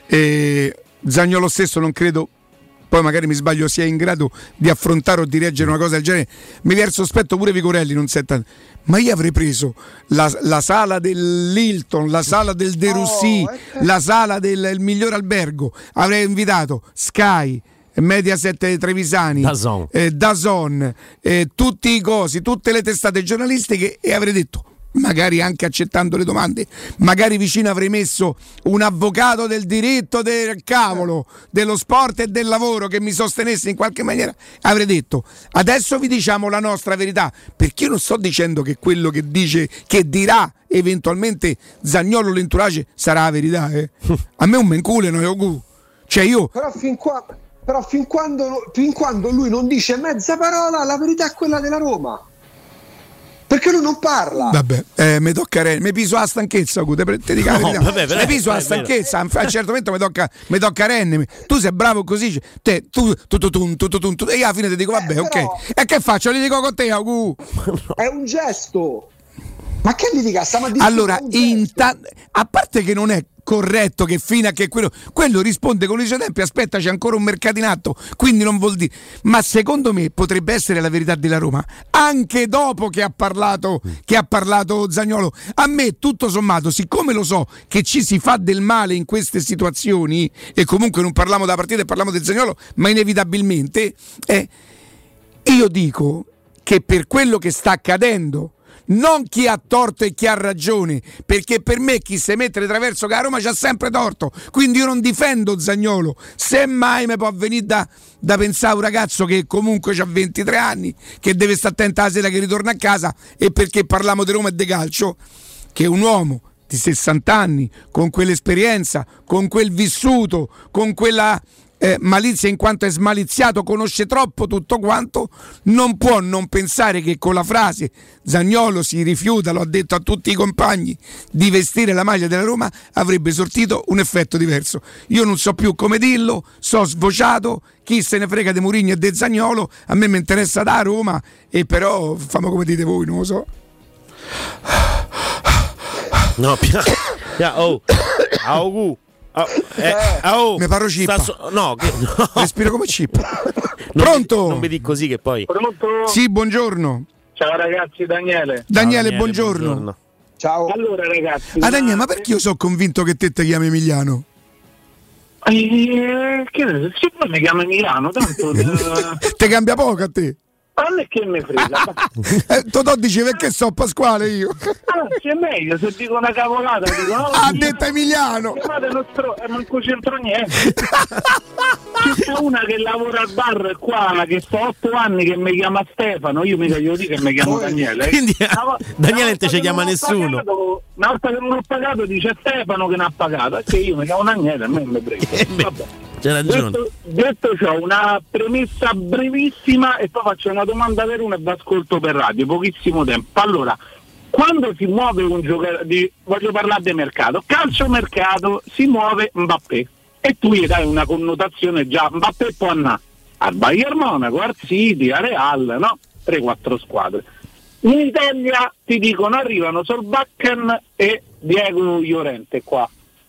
Zaniolo stesso non credo, poi magari mi sbaglio, sia in grado di affrontare o di reggere una cosa del genere. Mi viene il sospetto pure Vigorelli, non senta, ma io avrei preso la sala dell'Hilton, la sala del De Russi, la sala del miglior albergo, avrei invitato Sky, Mediaset Trevisani, DAZN, tutti i cosi, tutte le testate giornalistiche, e avrei detto, magari anche accettando le domande, magari vicino avrei messo un avvocato del diritto del cavolo, dello sport e del lavoro che mi sostenesse in qualche maniera, avrei detto adesso vi diciamo la nostra verità, perché io non sto dicendo che quello che dice, che dirà eventualmente Zaniolo l'entourage sarà la verità, a me un mencule, no? Cioè io però fin qua Però fin quando lui non dice mezza parola, la verità è quella della Roma. Perché lui non parla. Vabbè, mi tocca mi piso la stanchezza, te dico la verità. Mi piso la stanchezza, a un certo momento mi tocca Renni. Tu sei bravo così, tu e alla fine ti dico vabbè, ok. E che faccio? Gli dico con te, Agu. È un gesto. Ma che litiga? Allora, a parte che non è corretto che fino a che quello risponde con i suoi tempi, aspetta, c'è ancora un mercato in atto, quindi non vuol dire, ma secondo me potrebbe essere la verità della Roma anche dopo che ha parlato Zaniolo. A me tutto sommato, siccome lo so che ci si fa del male in queste situazioni, e comunque non parliamo della partita e parliamo del Zaniolo, ma inevitabilmente io dico che per quello che sta accadendo, non chi ha torto e chi ha ragione, perché per me chi si mette traverso che a Roma c'ha sempre torto, quindi io non difendo Zaniolo, semmai mi può venire da pensare un ragazzo che comunque ha 23 anni, che deve stare attento la sera che ritorna a casa, e perché parliamo di Roma e di calcio, che è un uomo di 60 anni, con quell'esperienza, con quel vissuto, con quella malizia in quanto è smaliziato, conosce troppo tutto quanto, non può non pensare che con la frase Zaniolo si rifiuta, lo ha detto a tutti i compagni, di vestire la maglia della Roma, avrebbe sortito un effetto diverso. Io non so più come dirlo, so sbociato, chi se ne frega di Mourinho e di Zaniolo, a me mi interessa da Roma, e però famo come dite voi, non lo so. No, mi paro cippa. No. Respiro come cippa. Pronto? Non vedi così che poi. Pronto? Sì, buongiorno. Ciao ragazzi, Daniele. Daniele, buongiorno. Ciao. Allora ragazzi. Daniele, ma perché io sono convinto che te chiami Emiliano? Che se poi mi chiama Emiliano, tanto te cambia poco a te. A me che mi frega. Totò diceva che so Pasquale io. Anzi, è meglio se dico una cavolata, dico no, ha detto Emiliano. Manco c'entro niente. C'è una che lavora al bar qua, che sto 8 anni, che mi chiama Stefano, io mica glielo dico che mi chiamo Daniele. Quindi Daniele te ci chiama nessuno. Una volta che non ho pagato dice Stefano che ne ha pagato, e che io mi chiamo Daniele, a me mi prego. Vabbè. C'è ragione. Detto ciò, una premessa brevissima e poi faccio una domanda per uno e vi ascolto per radio, pochissimo tempo. Allora, quando si muove un giocatore, voglio parlare di mercato, calciomercato, si muove Mbappé e tu gli dai una connotazione, già Mbappé può andare al Bayern Monaco, al City, al Real, no? 3-4 squadre. In Italia ti dicono arrivano Solbakken e Diego Llorente qua.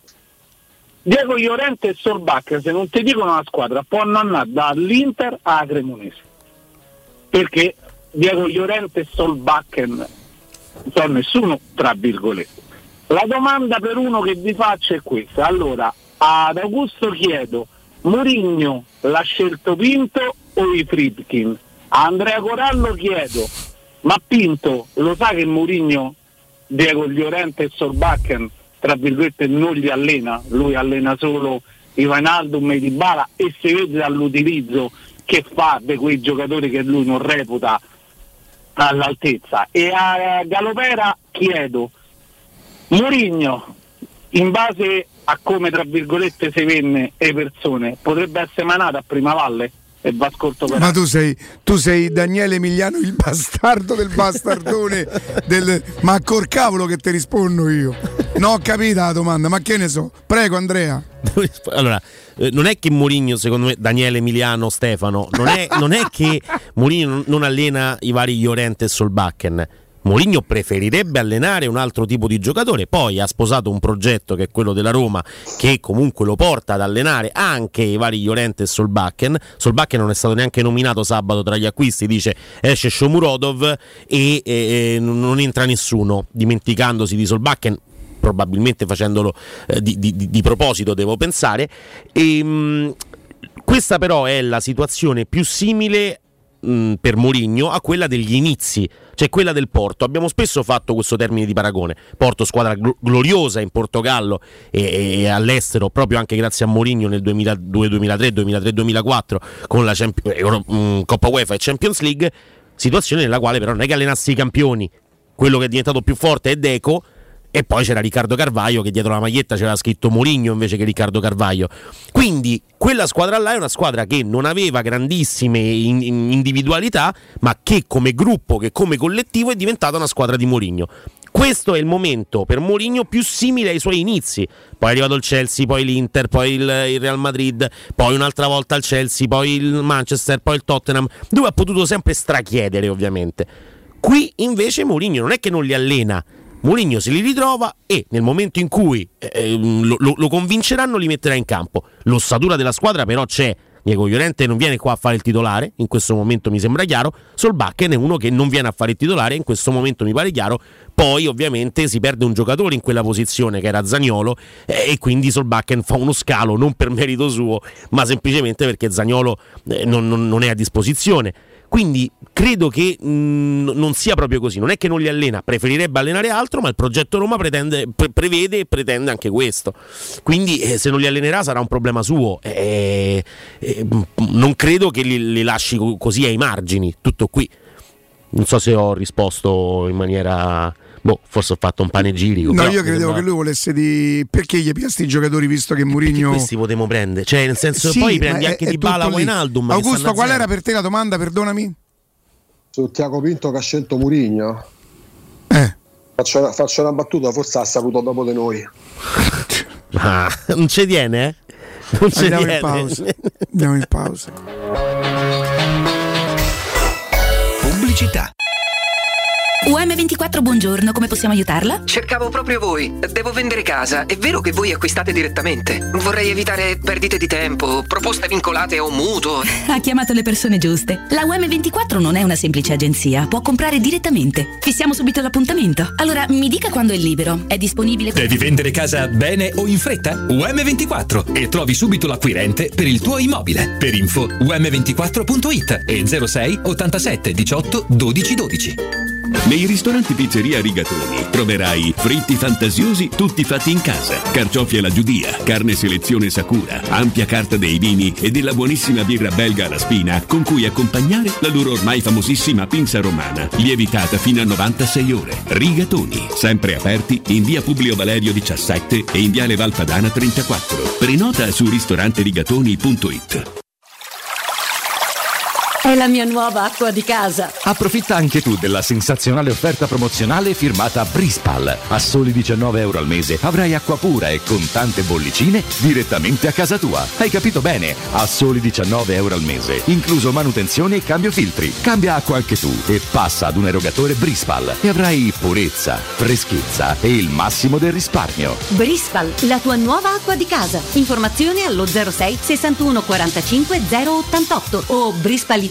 Diego Llorente e Solbakken, se non ti dicono la squadra, possono andare dall'Inter alla Cremonese, perché Diego Llorente e Solbakken non sono nessuno, tra virgolette. La domanda per uno che vi faccio è questa. Allora, ad Augusto chiedo: Mourinho l'ha scelto Pinto o i Friedkin? A Andrea Corallo chiedo: ma Pinto lo sa che Mourinho Diego Llorente e Solbakken tra virgolette non li allena, lui allena solo i Wijnaldum e Dybala, e si vede dall'utilizzo che fa di quei giocatori che lui non reputa all'altezza. E a Galopera chiedo: Mourinho, in base a come tra virgolette si venne le persone, potrebbe essere manata a Prima Valle? E va ascolto per. Ma tu sei Daniele Emiliano, il bastardo del bastardone ma col cavolo che ti rispondo io. No, ho capito la domanda, ma che ne so. Prego Andrea. Allora, non è che Mourinho, secondo me, Daniele Emiliano, Stefano, non è che Mourinho non allena i vari Llorente e Solbakken. Mourinho preferirebbe allenare un altro tipo di giocatore, poi ha sposato un progetto che è quello della Roma, che comunque lo porta ad allenare anche i vari Llorente e Solbakken. Solbakken non è stato neanche nominato sabato tra gli acquisti, dice esce Shomurodov e non entra nessuno, dimenticandosi di Solbakken, probabilmente facendolo di proposito, devo pensare. Questa però è la situazione più simile per Mourinho a quella degli inizi, cioè quella del Porto. Abbiamo spesso fatto questo termine di paragone. Porto, squadra gloriosa in Portogallo e all'estero, proprio anche grazie a Mourinho nel 2002-2003-2004 con la Coppa UEFA e Champions League, situazione nella quale però non è che allenassi i campioni, quello che è diventato più forte è Deco, e poi c'era Riccardo Carvalho che dietro la maglietta c'era scritto Mourinho invece che Riccardo Carvalho. Quindi quella squadra là è una squadra che non aveva grandissime individualità, ma che come gruppo, che come collettivo è diventata una squadra di Mourinho. Questo è il momento per Mourinho più simile ai suoi inizi. Poi è arrivato il Chelsea, poi l'Inter, poi il Real Madrid, poi un'altra volta il Chelsea, poi il Manchester, poi il Tottenham, dove ha potuto sempre strachiedere ovviamente. Qui invece Mourinho non è che non li allena, Mourinho se li ritrova e nel momento in cui lo convinceranno li metterà in campo. L'ossatura della squadra però c'è. Diego Llorente non viene qua a fare il titolare, in questo momento mi sembra chiaro. Solbakken è uno che non viene a fare il titolare, in questo momento mi pare chiaro. Poi ovviamente si perde un giocatore in quella posizione che era Zaniolo, e quindi Solbakken fa uno scalo non per merito suo, ma semplicemente perché Zaniolo non è a disposizione. Quindi credo che non sia proprio così, non è che non li allena, preferirebbe allenare altro, ma il progetto Roma prevede e pretende anche questo. Quindi se non li allenerà sarà un problema suo, non credo che li lasci così ai margini, tutto qui. Non so se ho risposto in maniera... forse ho fatto un panegirico. No, io credevo che lui volesse perché gli piasti i giocatori visto che Mourinho. Questi potremmo prendere, cioè nel senso sì, poi prendi anche Dybala o Wijnaldum. Augusto, qual era per te la domanda, perdonami? Su Tiago Pinto che ha scelto Mourinho. Faccio una battuta, forse ha saputo dopo di noi. Non ci tiene, Non ci tiene. Andiamo in pausa. Pubblicità. UM24, buongiorno, come possiamo aiutarla? Cercavo proprio voi. Devo vendere casa. È vero che voi acquistate direttamente? Vorrei evitare perdite di tempo, proposte vincolate a un mutuo. Ha chiamato le persone giuste. La UM24 non è una semplice agenzia, può comprare direttamente. Fissiamo subito l'appuntamento. Allora, mi dica quando è libero. È disponibile? Devi vendere casa bene o in fretta? UM24 e trovi subito l'acquirente per il tuo immobile. Per info um24.it e 06 87 18 12 12. Nei ristoranti Pizzeria Rigatoni troverai fritti fantasiosi tutti fatti in casa, carciofi alla giudia, carne selezione Sakura, ampia carta dei vini e della buonissima birra belga alla spina con cui accompagnare la loro ormai famosissima pinza romana, lievitata fino a 96 ore. Rigatoni, sempre aperti in via Publio Valerio 17 e in viale Valpadana 34. Prenota su ristoranterigatoni.it. È la mia nuova acqua di casa. Approfitta anche tu della sensazionale offerta promozionale firmata Brispal. A soli €19 al mese avrai acqua pura e con tante bollicine direttamente a casa tua. Hai capito bene? A soli €19 al mese, incluso manutenzione e cambio filtri. Cambia acqua anche tu e passa ad un erogatore Brispal e avrai purezza, freschezza e il massimo del risparmio. Brispal, la tua nuova acqua di casa. Informazioni allo 06 61 45 088 o brispalitalia.it.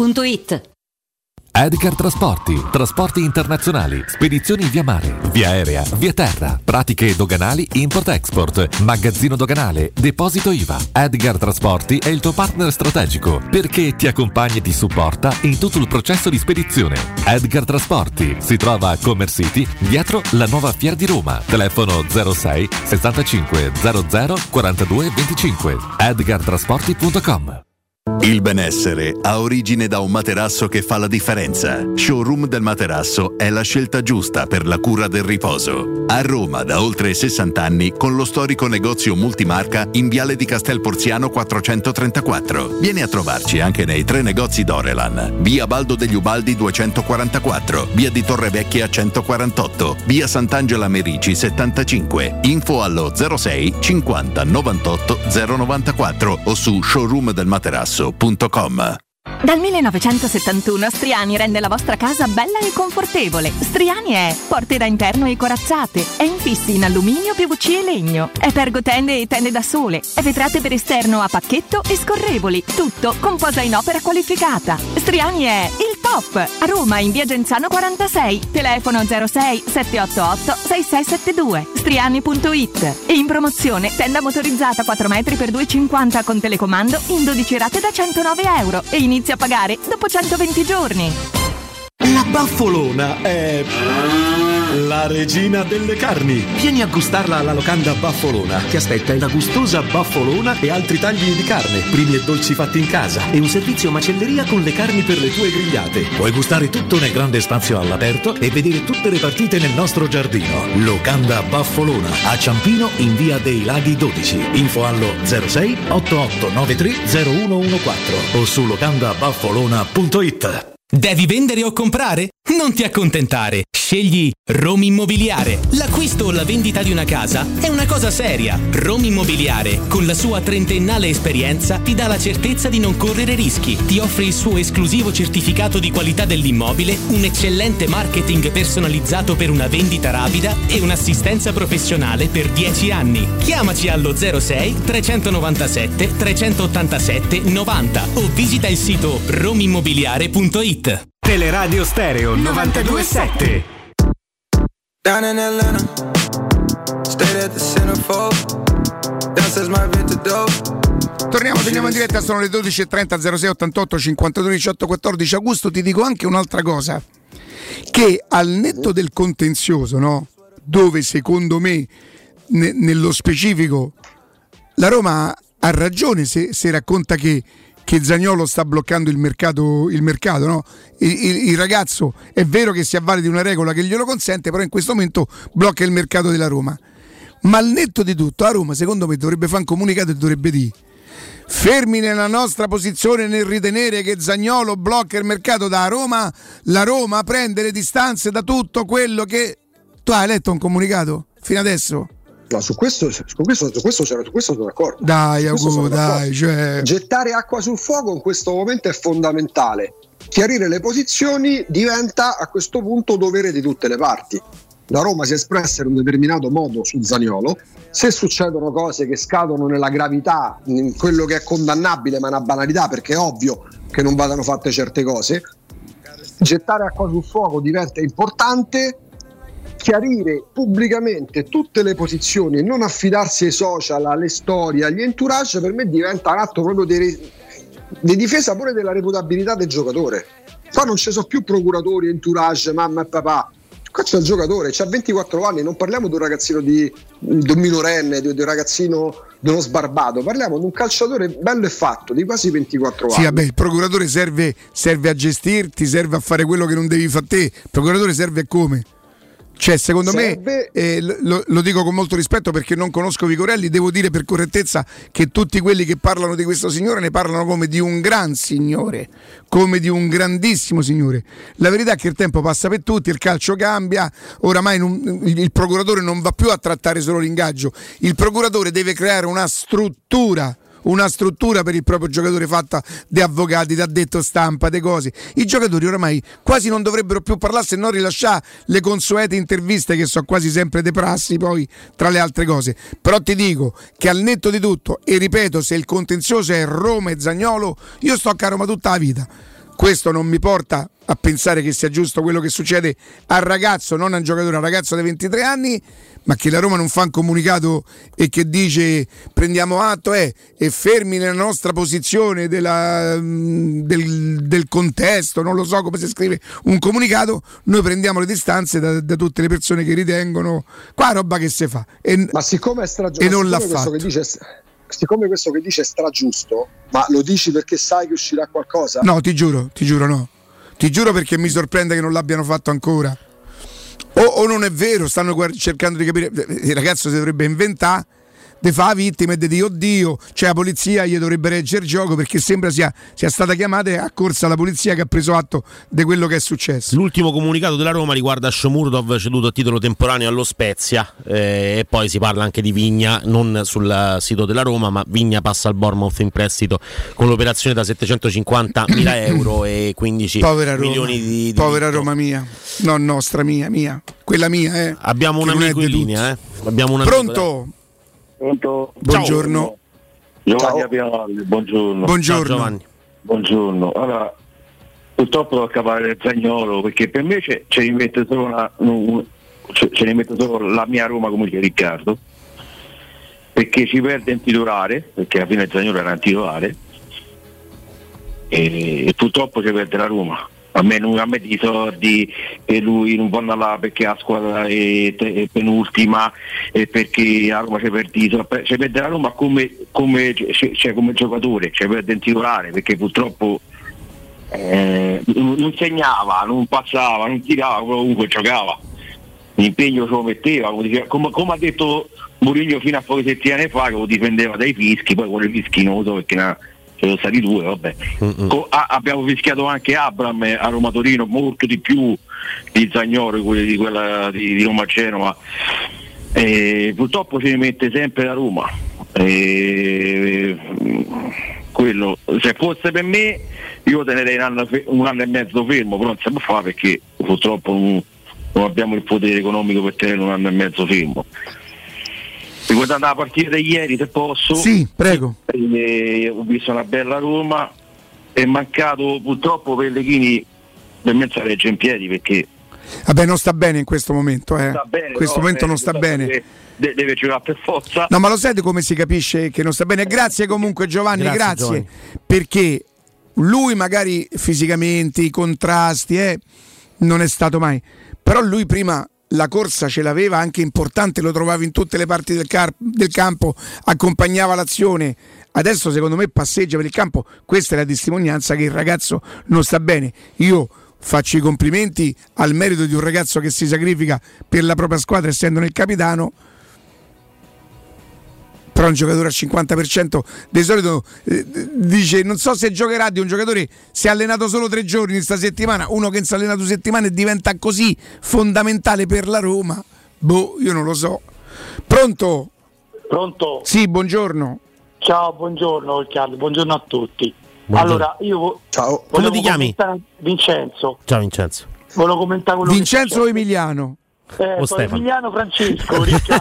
Edgar Trasporti internazionali, spedizioni via mare, via aerea, via terra, pratiche doganali import-export, magazzino doganale, deposito IVA. Edgar Trasporti è il tuo partner strategico perché ti accompagna e ti supporta in tutto il processo di spedizione. Edgar Trasporti si trova a Commerce City, dietro la nuova Fiera di Roma. Telefono 06 65 00 42 25. edgartrasporti.com. Il benessere ha origine da un materasso che fa la differenza. Showroom del Materasso è la scelta giusta per la cura del riposo. A Roma da oltre 60 anni con lo storico negozio multimarca in Viale di Castel Porziano 434. Vieni a trovarci anche nei 3 negozi Dorelan. Via Baldo degli Ubaldi 244, Via di Torrevecchia 148, Via Sant'Angela Merici 75. Info allo 06 50 98 094 o su showroomdelmaterasso.com. Dal 1971 Striani rende la vostra casa bella e confortevole. Striani è porte da interno e corazzate, è infissi in alluminio, PVC e legno, è pergotende e tende da sole, è vetrate per esterno a pacchetto e scorrevoli, tutto con posa in opera qualificata. Striani è il top! A Roma in via Genzano 46, telefono 06 788 6672, striani.it. E in promozione tenda motorizzata 4 metri per 2,50 con telecomando in 12 rate da €109 e inizia a pagare dopo 120 giorni. La baffolona è la regina delle carni. Vieni a gustarla alla locanda Baffolona. Ti aspetta una gustosa baffolona e altri tagli di carne, primi e dolci fatti in casa e un servizio macelleria con le carni per le tue grigliate. Puoi gustare tutto nel grande spazio all'aperto e vedere tutte le partite nel nostro giardino. Locanda Baffolona a Ciampino in via dei Laghi 12. Info allo 06 8893 0114 o su locandabaffolona.it. Devi vendere o comprare? Non ti accontentare. Scegli Roma Immobiliare. L'acquisto o la vendita di una casa è una cosa seria. Roma Immobiliare, con la sua trentennale esperienza, ti dà la certezza di non correre rischi. Ti offre il suo esclusivo certificato di qualità dell'immobile, un eccellente marketing personalizzato per una vendita rapida e un'assistenza professionale per 10 anni. Chiamaci allo 06 397 387 90 o visita il sito romimmobiliare.it. Teleradio Stereo 92.7. Down in Atlanta, stayed at the centerfold. Downstairs my vintage dope. Torniamo in diretta, sono le 12.30, 06 88 52 18 14. Augusto, ti dico anche un'altra cosa, che al netto del contenzioso, no? Dove secondo me nello specifico la Roma ha ragione se racconta che Zaniolo sta bloccando il mercato, no? Il ragazzo è vero che si avvale di una regola che glielo consente, però in questo momento blocca il mercato della Roma. Ma al netto di tutto, a Roma secondo me dovrebbe fare un comunicato e dovrebbe dire: fermi nella nostra posizione nel ritenere che Zaniolo blocca il mercato da Roma, la Roma prende le distanze da tutto quello che... Tu hai letto un comunicato fino adesso? No, su questo sono d'accordo. Dai, Augusto, dai, cioè... Gettare acqua sul fuoco in questo momento è fondamentale. Chiarire le posizioni diventa a questo punto dovere di tutte le parti. La Roma si è espressa in un determinato modo su Zaniolo. Se succedono cose che scadono nella gravità, in quello che è condannabile, ma è una banalità, perché è ovvio che non vadano fatte certe cose, gettare acqua sul fuoco diventa importante. Chiarire pubblicamente tutte le posizioni e non affidarsi ai social, alle storie, agli entourage, per me diventa un atto proprio di difesa pure della reputabilità del giocatore. Qua non ci sono più procuratori, entourage, mamma e papà. Qua c'è il giocatore, c'ha 24 anni, non parliamo di un ragazzino di un minorenne, di un ragazzino, di uno sbarbato, parliamo di un calciatore bello e fatto, di quasi 24 anni. Sì, vabbè, il procuratore serve a gestirti, serve a fare quello che non devi fare te. Il procuratore serve a come? Cioè, secondo me, lo dico con molto rispetto perché non conosco Vicorelli, devo dire per correttezza che tutti quelli che parlano di questo signore ne parlano come di un gran signore, come di un grandissimo signore. La verità è che il tempo passa per tutti, il calcio cambia, oramai il procuratore non va più a trattare solo l'ingaggio, il procuratore deve creare una struttura per il proprio giocatore, fatta di avvocati, da addetto stampa, di cose. I giocatori oramai quasi non dovrebbero più parlare se non rilasciare le consuete interviste che sono quasi sempre de prassi, poi tra le altre cose. Però ti dico che al netto di tutto, e ripeto, se il contenzioso è Roma e Zaniolo, io sto a Roma tutta la vita. Questo non mi porta a pensare che sia giusto quello che succede al ragazzo, non al giocatore, al ragazzo dei 23 anni, ma che la Roma non fa un comunicato e che dice prendiamo atto e fermi nella nostra posizione del contesto, non lo so come si scrive un comunicato, noi prendiamo le distanze da tutte le persone che ritengono qua roba che si fa ma siccome è e non l'ha fatto. Siccome questo che dice è stragiusto, ma lo dici perché sai che uscirà qualcosa? No, ti giuro no. Ti giuro perché mi sorprende che non l'abbiano fatto ancora. O non è vero, stanno cercando di capire. Il ragazzo si dovrebbe inventare di fare vittima e di dire oddio, cioè la polizia gli dovrebbe reggere il gioco, perché sembra sia stata chiamata e accorsa la polizia che ha preso atto di quello che è successo. L'ultimo comunicato della Roma riguarda Shomurodov, ceduto a titolo temporaneo allo Spezia, e poi si parla anche di Vigna, non sul sito della Roma, ma Vigna passa al Bournemouth in prestito con l'operazione da 750.000 euro e 15 milioni di povera Roma mia, non nostra, mia, quella mia. Abbiamo un amico in linea, Pronto? Pronto? Buongiorno. Giovanni Apiavalli, buongiorno. Ciao Giovanni. Buongiorno. Allora, purtroppo devo capare Zaniolo, perché per me ce ne mette solo la mia Roma, come dice Riccardo, perché ci perde in titolare, perché alla fine Zaniolo era un titolare, e purtroppo ci perde la Roma. A me di soldi e lui non può andare là perché la squadra è penultima e perché la Roma ci perde la Roma come giocatore, ci perde in titolare perché purtroppo non segnava, non passava, non tirava, comunque giocava, l'impegno ce lo metteva, come ha detto Mourinho fino a poche settimane fa, che lo difendeva dai fischi, poi con i fischi non lo so perché ci sono stati due, vabbè. Abbiamo fischiato anche Abram a Roma Torino molto di più di Zaniolo di quella di Roma Genova, purtroppo ci mette sempre la Roma, quello, se fosse per me io tenerei un anno e mezzo fermo, però non si può fare perché purtroppo non abbiamo il potere economico per tenere un anno e mezzo fermo. Riguardando la partita di ieri, se posso. Sì, prego. Ho visto una bella Roma, è mancato purtroppo Pellegrini, per me si regge in piedi perché vabbè, non sta bene in questo momento, in questo momento non sta bene. Deve giocare per forza. No, ma lo sai come si capisce che non sta bene? Grazie comunque Giovanni, grazie. Giovanni. Perché lui magari fisicamente, i contrasti, non è stato mai. Però lui prima la corsa ce l'aveva anche importante, lo trovavi in tutte le parti del campo, accompagnava l'azione. Adesso secondo me passeggia per il campo, questa è la testimonianza che il ragazzo non sta bene. Io faccio i complimenti al merito di un ragazzo che si sacrifica per la propria squadra essendo nel capitano, però un giocatore al 50% di solito dice non so se giocherà, di un giocatore si è allenato solo 3 giorni questa settimana, uno che si è allenato settimane e diventa così fondamentale per la Roma, io non lo so. Pronto? Sì, buongiorno. Ciao, buongiorno Riccardo, buongiorno a tuti. Buongiorno. Allora io ciao, come ti chiami? Vincenzo. Ciao Vincenzo. Volevo commentare quello Vincenzo o Emiliano? Emiliano Francesco.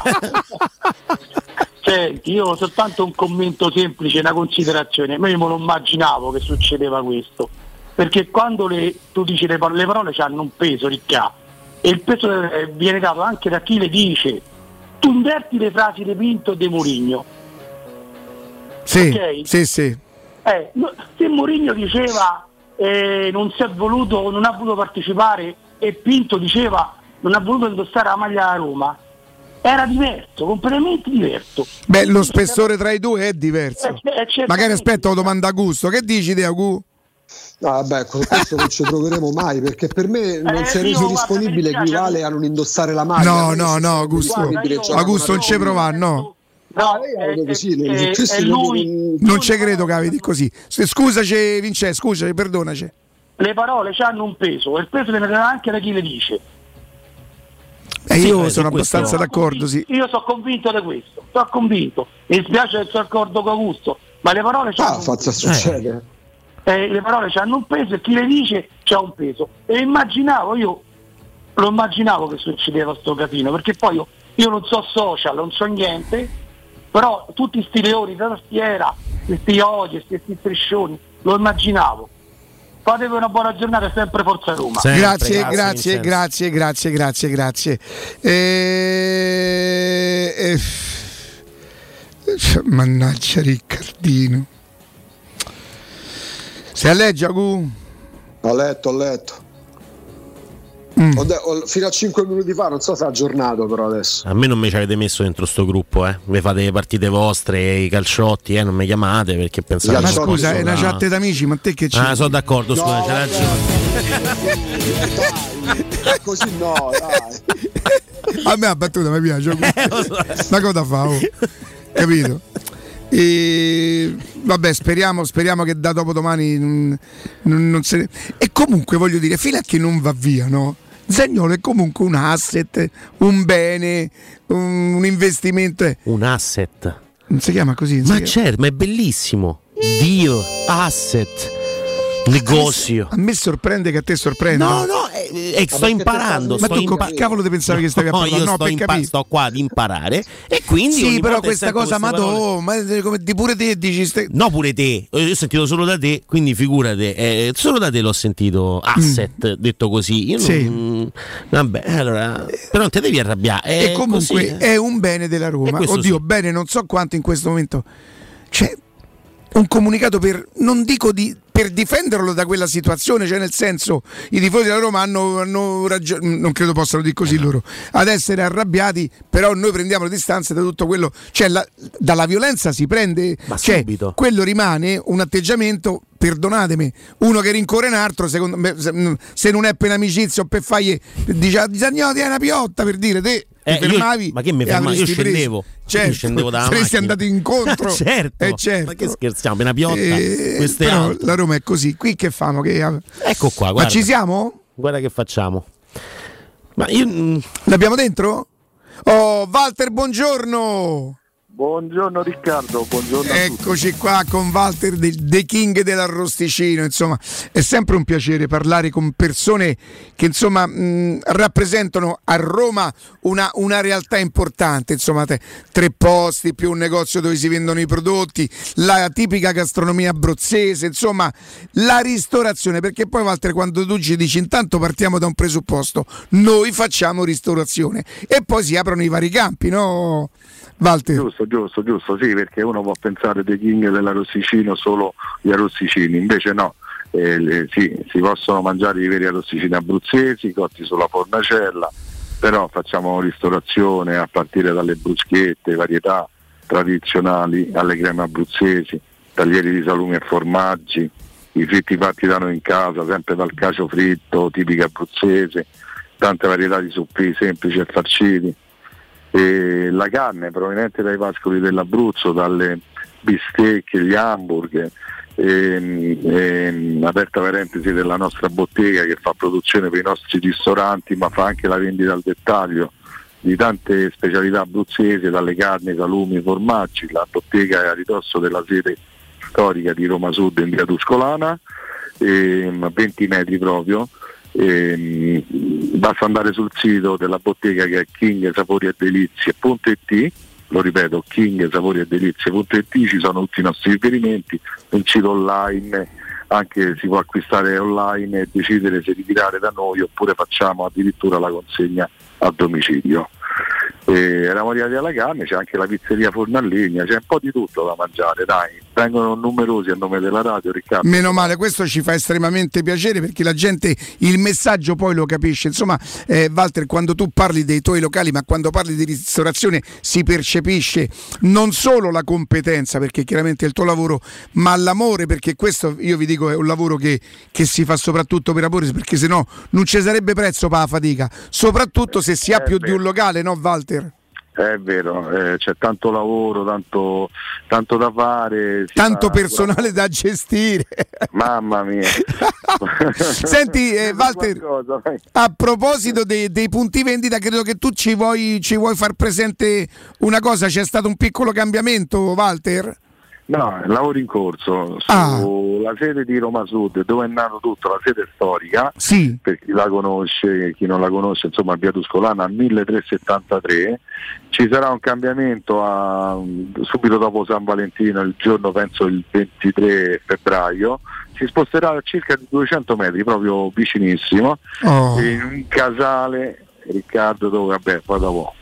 Senti, io ho soltanto un commento semplice, una considerazione. Ma io me lo immaginavo che succedeva questo, perché quando tu dici le parole hanno un peso, Riccardo, e il peso viene dato anche da chi le dice. Tu inverti le frasi di Pinto e di Mourinho. Sì, okay? Sì. Se Mourinho diceva non ha voluto partecipare e Pinto diceva non ha voluto indossare la maglia della Roma, era diverso, completamente diverso. Beh, lo spessore tra i due è diverso. Magari aspetta, lo domanda a Augusto. Che dici te, Augusto? No, vabbè, con questo non ci troveremo mai, perché per me non si è reso disponibile equivale a non indossare la maglia. No, Augusto non ci prova, no. Non ci credo che avete così. Scusaci Vincenzo, perdonaci. Le parole hanno un peso e il peso viene anche da chi le dice. Io sono abbastanza d'accordo, sì. Io sono convinto di questo, mi spiace che sono d'accordo con Augusto, ma le parole hanno un peso. Succede. Le parole hanno un peso e chi le dice c'ha un peso. E io lo immaginavo che succedeva sto casino, perché poi io non so social, non so niente, però tutti sti leoni da tastiera, questi odi, questi striscioni, lo immaginavo. Fatevi una buona giornata, sempre Forza Roma. Grazie. Mannaggia Riccardino. Sei a leggere, Agu? Ho letto. Fino a 5 minuti fa, non so se è aggiornato però adesso. A me non mi ci avete messo dentro sto gruppo, Mi fate le partite vostre, i calciotti, non mi chiamate perché pensate. Ma scusa, è una chat d'amici, ma te che c'è? Sono d'accordo, scusa, c'è ragione. Così no, dai. A me la battuta mi piace. Ma cosa fa? Capito? Vabbè, speriamo che da dopodomani non se ne... E comunque voglio dire, fino a che non va via, no? Zaniolo è comunque un asset, un bene, un investimento. Un asset. Non si chiama così? Ma certo, ma è bellissimo. Dio, asset, negozio. A me sorprende che a te sorprenda. No, sto imparando. Ma tu come cavolo ti pensavi che stavi a parlare? Io sto qua ad imparare e quindi. Sì, però questa cosa, ma come di pure te dici. No, pure te. Io ho sentito solo da te, quindi figurate. Solo da te l'ho sentito asset, detto così. Io non. Vabbè, allora. Però non te devi arrabbiare. E comunque così, è un bene della Roma. Oddio, bene, non so quanto in questo momento. C'è un comunicato per, non dico di per difenderlo da quella situazione, cioè nel senso i tifosi della Roma hanno ragione, non credo possano dire così loro, ad essere arrabbiati, però noi prendiamo le distanze da tutto quello, cioè dalla violenza si prende, cioè subito. Quello rimane un atteggiamento, perdonatemi, uno che rincorre un altro, secondo me, se non è per amicizia o per fargli dice Zagnoti è una piotta, per dire te ti fermavi, ma che mi fermavi? Io scendevo, certo, io scendevo dalla macchina, saresti andato incontro. certo. Certo, ma che scherziamo, una piotta, queste però altre. la Roma è così, qui che famo? Ecco qua, guarda. Ma ci siamo? Guarda che facciamo. Ma io l'abbiamo dentro? Oh, Walter, buongiorno. Buongiorno Riccardo, buongiorno a tutti. Eccoci qua con Walter, The King dell'Arrosticino. Insomma, è sempre un piacere parlare con persone che insomma rappresentano a Roma una realtà importante. Insomma, 3 posti più un negozio dove si vendono i prodotti, la tipica gastronomia abruzzese, insomma, la ristorazione. Perché poi, Walter, quando tu ci dici intanto partiamo da un presupposto, noi facciamo ristorazione e poi si aprono i vari campi, no? Walter. Giusto, sì, perché uno può pensare dei King dell'Arrosticino solo gli arrosticini, invece no, si possono mangiare i veri arrosticini abruzzesi cotti sulla fornacella, però facciamo ristorazione a partire dalle bruschette, varietà tradizionali alle creme abruzzesi, taglieri di salumi e formaggi, i fritti fatti da noi in casa, sempre dal cacio fritto tipico abruzzese, tante varietà di suppli semplici e farciti. E la carne proveniente dai pascoli dell'Abruzzo, dalle bistecche, gli hamburger, aperta parentesi della nostra bottega che fa produzione per i nostri ristoranti, ma fa anche la vendita al dettaglio di tante specialità abruzzesi, dalle carni, salumi, formaggi. La bottega è a ridosso della sede storica di Roma Sud in via Tuscolana, 20 metri proprio. Basta andare sul sito della bottega che è kingsaporiedelizie.it, lo ripeto, kingsaporiedelizie.it, ci sono tutti i nostri riferimenti, un sito online, anche si può acquistare online e decidere se ritirare da noi oppure facciamo addirittura la consegna a domicilio. Eravamo arrivati alla carne, c'è anche la pizzeria Forno a Legna, c'è un po' di tutto da mangiare, dai, vengono numerosi a nome della radio, Riccardo. Meno male, questo ci fa estremamente piacere perché la gente il messaggio poi lo capisce. Insomma, Walter, quando tu parli dei tuoi locali, ma quando parli di ristorazione si percepisce non solo la competenza, perché chiaramente è il tuo lavoro, ma l'amore, perché questo io vi dico è un lavoro che si fa soprattutto per amore, perché sennò non ci sarebbe prezzo per la fatica, soprattutto se si ha più di un locale, no Walter? È vero, c'è tanto lavoro, tanto da fare, tanto personale da gestire. Mamma mia. Senti Walter, a proposito dei punti vendita, credo che tu ci vuoi far presente una cosa, c'è stato un piccolo cambiamento, Walter? No, lavoro in corso sulla sede di Roma Sud, dove è nato tutto, la sede storica, sì. Per chi la conosce, chi non la conosce, insomma, via Tuscolana 1373. Ci sarà un cambiamento subito dopo San Valentino, il giorno penso il 23 febbraio, si sposterà a circa 200 metri, proprio vicinissimo, in un casale, Riccardo, dove vabbè, poi dopo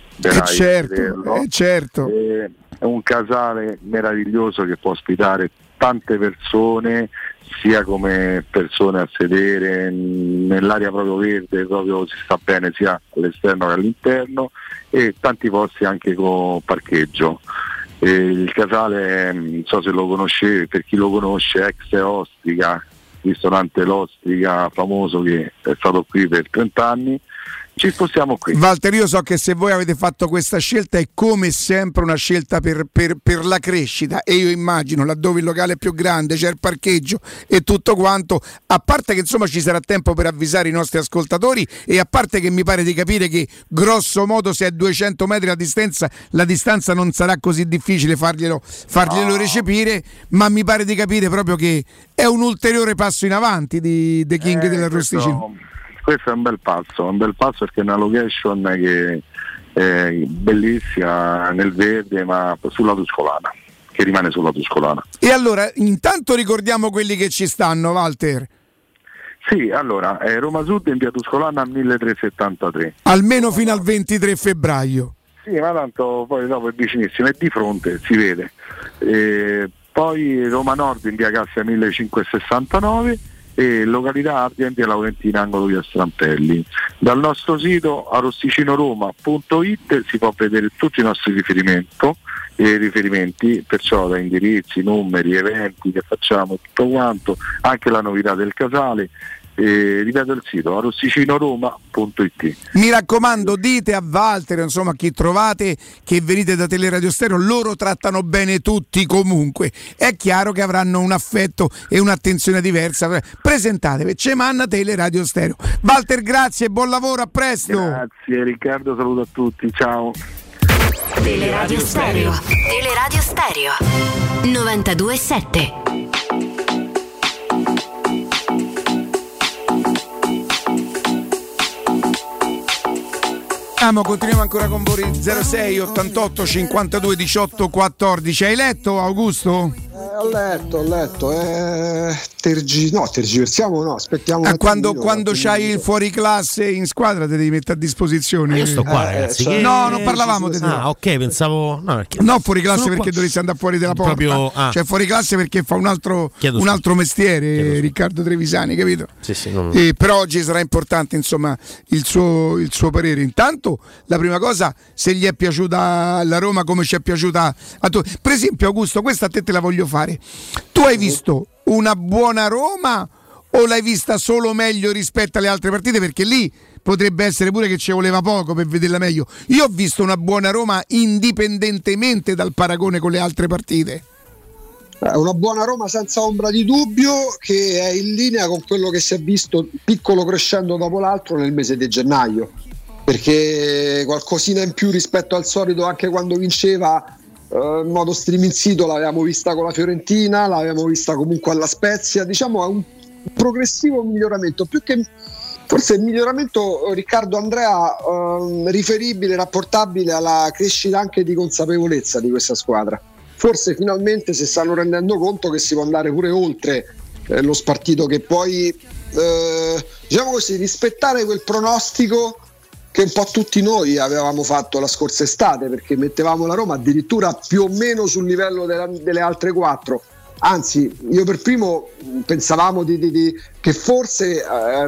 certo. È un casale meraviglioso che può ospitare tante persone, sia come persone a sedere, nell'area proprio verde, proprio si sta bene sia all'esterno che all'interno, e tanti posti anche con parcheggio. Il casale, non so se lo conoscete, per chi lo conosce, ex Ostrica, ristorante L'Ostrica famoso che è stato qui per 30 anni. Ci spostiamo qui. Walter, io so che se voi avete fatto questa scelta è come sempre una scelta per la crescita, e io immagino laddove il locale è più grande, c'è il parcheggio e tutto quanto, a parte che insomma ci sarà tempo per avvisare i nostri ascoltatori, e a parte che mi pare di capire che grosso modo se è 200 metri la distanza non sarà così difficile farglielo recepire, ma mi pare di capire proprio che è un ulteriore passo in avanti di The King dell'Arrosticino. Questo è un bel passo perché è una location che è bellissima nel verde, ma sulla Tuscolana, che rimane sulla Tuscolana. E allora intanto ricordiamo quelli che ci stanno, Walter. Sì, allora è Roma Sud in via Tuscolana 1373. Almeno fino al 23 febbraio. Sì, ma tanto poi dopo è vicinissimo, è di fronte, si vede. poi Roma Nord in via Cassia 1569 e località Ardea in via Laurentina angolo via Strampelli. Dal nostro sito arrosticinoroma.it si può vedere tutti i nostri riferimenti, perciò da indirizzi, numeri, eventi che facciamo, tutto quanto, anche la novità del casale. Ripeto il sito arrosticinoroma.it. Mi raccomando, dite a Walter, insomma, a chi trovate che venite da Teleradio Stereo, loro trattano bene tutti comunque. È chiaro che avranno un affetto e un'attenzione diversa. Presentatevi, Cemanna Teleradio Stereo. Walter, grazie, buon lavoro, a presto. Grazie Riccardo, saluto a tutti, ciao. Teleradio Stereo. Teleradio Stereo 92.7. Continuiamo ancora con voi 06 88 52 18 14. Hai letto, Augusto? Ho letto. Tergiversiamo, no, aspettiamo. Quando c'hai il fuoriclasse in squadra te devi mettere a disposizione. Io sto qua, ragazzi. No, non parlavamo di te. Ok, pensavo. No, fuoriclasse perché dovresti andare fuori dalla porta. Cioè fuoriclasse perché fa un altro mestiere, Riccardo Trevisani, capito? Sì, però oggi sarà importante, insomma, il suo parere. Intanto, la prima cosa, se gli è piaciuta la Roma come ci è piaciuta a tu. Per esempio, Augusto, questa a te la voglio fare. Tu hai visto una buona Roma o l'hai vista solo meglio rispetto alle altre partite? Perché lì potrebbe essere pure che ci voleva poco per vederla meglio. Io ho visto una buona Roma indipendentemente dal paragone con le altre partite. Una buona Roma senza ombra di dubbio, che è in linea con quello che si è visto piccolo crescendo dopo l'altro nel mese di gennaio, perché qualcosina in più rispetto al solito, anche quando vinceva in modo striminzito, l'avevamo vista con la Fiorentina, l'avevamo vista comunque alla Spezia. Diciamo è un progressivo miglioramento, più che forse il miglioramento, Riccardo Andrea, riferibile, rapportabile alla crescita anche di consapevolezza di questa squadra. Forse finalmente si stanno rendendo conto che si può andare pure oltre lo spartito, che poi diciamo così, rispettare quel pronostico che un po' tutti noi avevamo fatto la scorsa estate, perché mettevamo la Roma addirittura più o meno sul livello delle altre quattro. Anzi, io per primo pensavamo che forse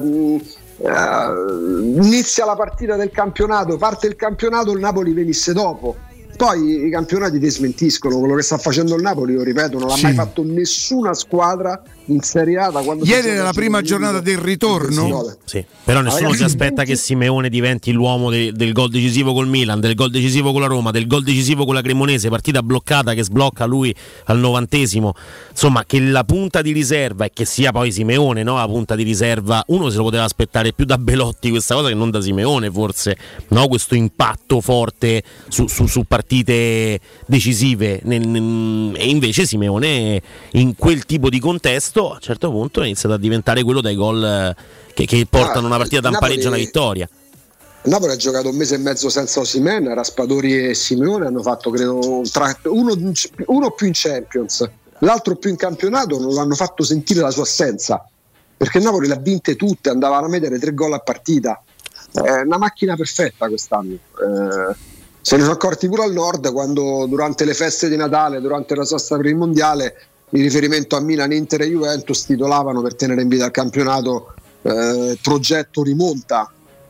inizia la partita del campionato, parte il campionato, il Napoli venisse dopo. Poi i campionati ti smentiscono. Quello che sta facendo il Napoli, io ripeto, non l'ha mai fatto nessuna squadra in Serie A da quando. Ieri era la prima giornata del ritorno. Sì, però nessuno si aspetta che Simeone diventi l'uomo del gol decisivo col Milan, del gol decisivo con la Roma, del gol decisivo con la Cremonese, partita bloccata che sblocca lui al 90°. Insomma, che la punta di riserva, e che sia poi Simeone, no, la punta di riserva, uno se lo poteva aspettare più da Belotti questa cosa che non da Simeone, forse, no, questo impatto forte su partite decisive, e invece Simeone in quel tipo di contesto a un certo punto è iniziato a diventare quello dai gol che portano una partita da un pareggio a una vittoria. Napoli ha giocato un mese e mezzo senza Osimhen, Raspadori e Simeone hanno fatto credo uno più in Champions, l'altro più in campionato, non l'hanno fatto sentire la sua assenza, perché Napoli le ha vinte tutte, andava a mettere 3 gol a partita. È una macchina perfetta quest'anno. Se ne sono accorti pure al nord, quando durante le feste di Natale, durante la sosta per il mondiale, in riferimento a Milan, Inter e Juventus, titolavano per tenere in vita il campionato progetto rimonta,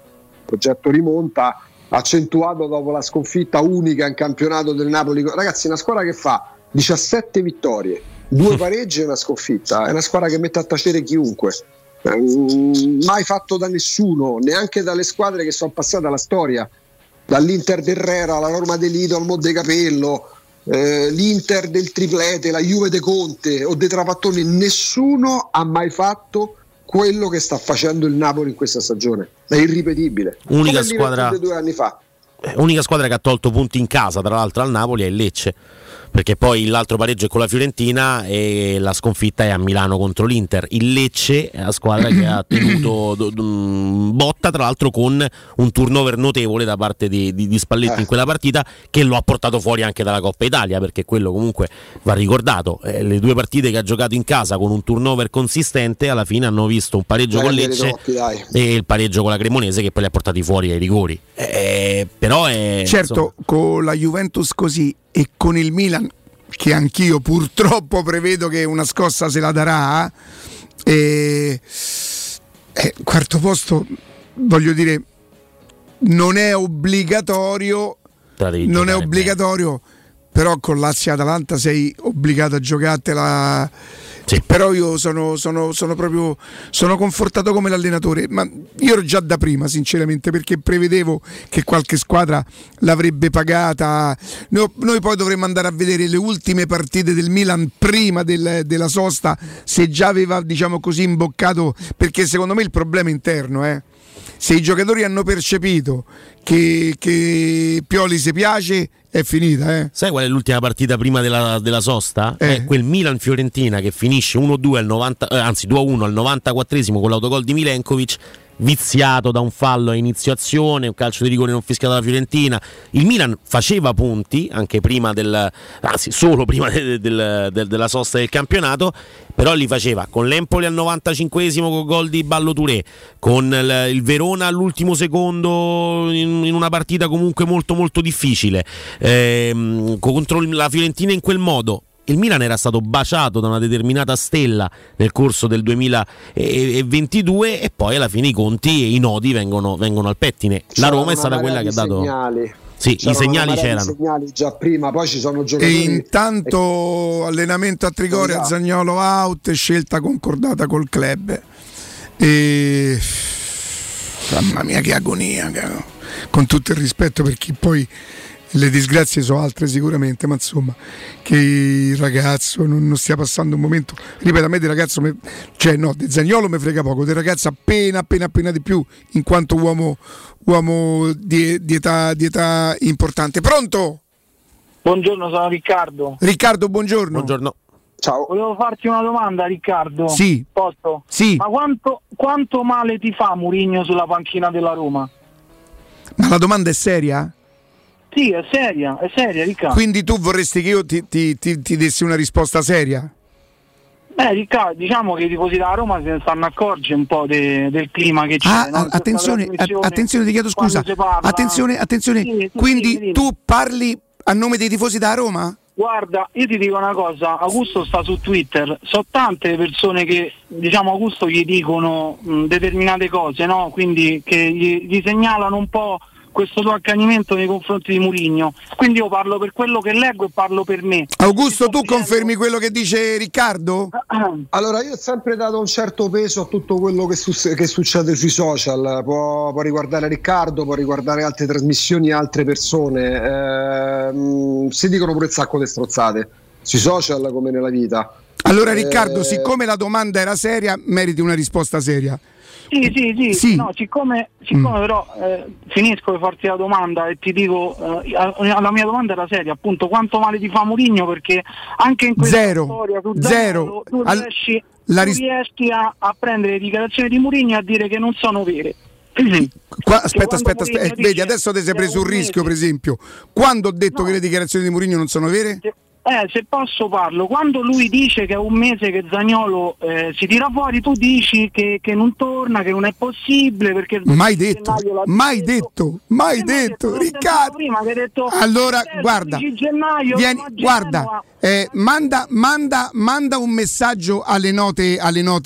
accentuato dopo la sconfitta unica in campionato del Napoli. Ragazzi, una squadra che fa 17 vittorie, 2 pareggi e una sconfitta, è una squadra che mette a tacere chiunque, mai fatto da nessuno, neanche dalle squadre che sono passate alla storia, dall'Inter d'Herrera, la Roma dell'Ito al Mo' de Capello, l'Inter del triplete, la Juve de Conte o dei Trapattoni. Nessuno ha mai fatto quello che sta facendo il Napoli in questa stagione, è irripetibile. Unica squadra 2 anni fa. Unica squadra che ha tolto punti in casa, tra l'altro, al Napoli è il Lecce, perché poi l'altro pareggio è con la Fiorentina e la sconfitta è a Milano contro l'Inter. Il Lecce è la squadra che ha tenuto botta, tra l'altro con un turnover notevole da parte di Spalletti in quella partita, che lo ha portato fuori anche dalla Coppa Italia, perché quello comunque va ricordato. Le 2 partite che ha giocato in casa con un turnover consistente alla fine hanno visto un pareggio con Lecce e il pareggio con la Cremonese, che poi li ha portati fuori ai rigori. Però è, certo, insomma, con la Juventus così e con il Milan che anch'io purtroppo prevedo che una scossa se la darà, quarto posto, voglio dire, non è obbligatorio, però con Lazio e Atalanta sei obbligato a giocartela. Sì. Però io sono proprio confortato come l'allenatore, ma io ero già da prima sinceramente, perché prevedevo che qualche squadra l'avrebbe pagata. Noi poi dovremmo andare a vedere le ultime partite del Milan prima della sosta, se già aveva, diciamo così, imboccato, perché secondo me il problema è interno, se i giocatori hanno percepito che Pioli si piace, è finita. Sai qual è l'ultima partita prima della sosta? È quel Milan-Fiorentina che finisce 1-2 al 90, anzi 2-1 al 94esimo con l'autogol di Milenkovic, viziato da un fallo a inizio azione, un calcio di rigore non fischiato dalla Fiorentina. Il Milan faceva punti anche prima solo prima della sosta del campionato, però li faceva con l'Empoli al 95esimo con gol di Ballo Touré, con il Verona all'ultimo secondo in una partita comunque molto molto difficile, contro la Fiorentina in quel modo. Il Milan era stato baciato da una determinata stella nel corso del 2022 e poi alla fine i conti e i nodi vengono al pettine. La Roma è stata quella che ha dato segnali. Sì, i segnali c'erano. I segnali già prima, poi ci sono giocatori. E intanto allenamento a Trigoria, Zaniolo out, scelta concordata col club. E mamma mia che agonia, con tutto il rispetto per chi poi le disgrazie sono altre sicuramente, ma insomma, che il ragazzo non stia passando un momento, ripeto, a me del ragazzo di Zaniolo mi frega poco, del ragazzo appena di più, in quanto uomo di età importante. Pronto? Buongiorno, sono Riccardo. Riccardo, buongiorno. Buongiorno. Ciao. Volevo farti una domanda, Riccardo. Sì. Posso? Sì. Ma quanto male ti fa Mourinho sulla panchina della Roma? Ma la domanda è seria? Sì, è seria, Riccardo. Quindi tu vorresti che io ti dessi una risposta seria? Riccardo, diciamo che i tifosi della Roma se ne stanno accorgendo un po' del clima che c'è. Attenzione, ti chiedo scusa. Attenzione. Sì, quindi sì. tu parli a nome dei tifosi della Roma? Guarda, io ti dico una cosa, Augusto sta su Twitter, so tante persone che, diciamo, Augusto gli dicono determinate cose, no? Quindi che gli segnalano un po' questo tuo accanimento nei confronti di Mourinho. Quindi io parlo per quello che leggo e parlo per me. Augusto, tu confermi quello che dice Riccardo? Allora, io ho sempre dato un certo peso a tutto quello che succede sui social. Può riguardare Riccardo, può riguardare altre trasmissioni, altre persone. Si dicono pure un sacco di strozzate sui social come nella vita. Allora Riccardo, siccome la domanda era seria, meriti una risposta seria. Sì. No, siccome però finisco per farti la domanda e ti dico, la mia domanda era seria, appunto, quanto male ti fa Mourinho, perché anche in questa storia tu riesci a prendere le dichiarazioni di Mourinho e a dire che non sono vere. Aspetta, vedi, adesso ti sei preso un rischio, per esempio. Quando ho detto che le dichiarazioni di Mourinho non sono vere? Se posso parlo, quando lui dice che è un mese che Zaniolo si tira fuori, tu dici che non torna, che non è possibile, perché mai detto, Riccardo. Prima che hai detto, allora guarda, manda un messaggio alle note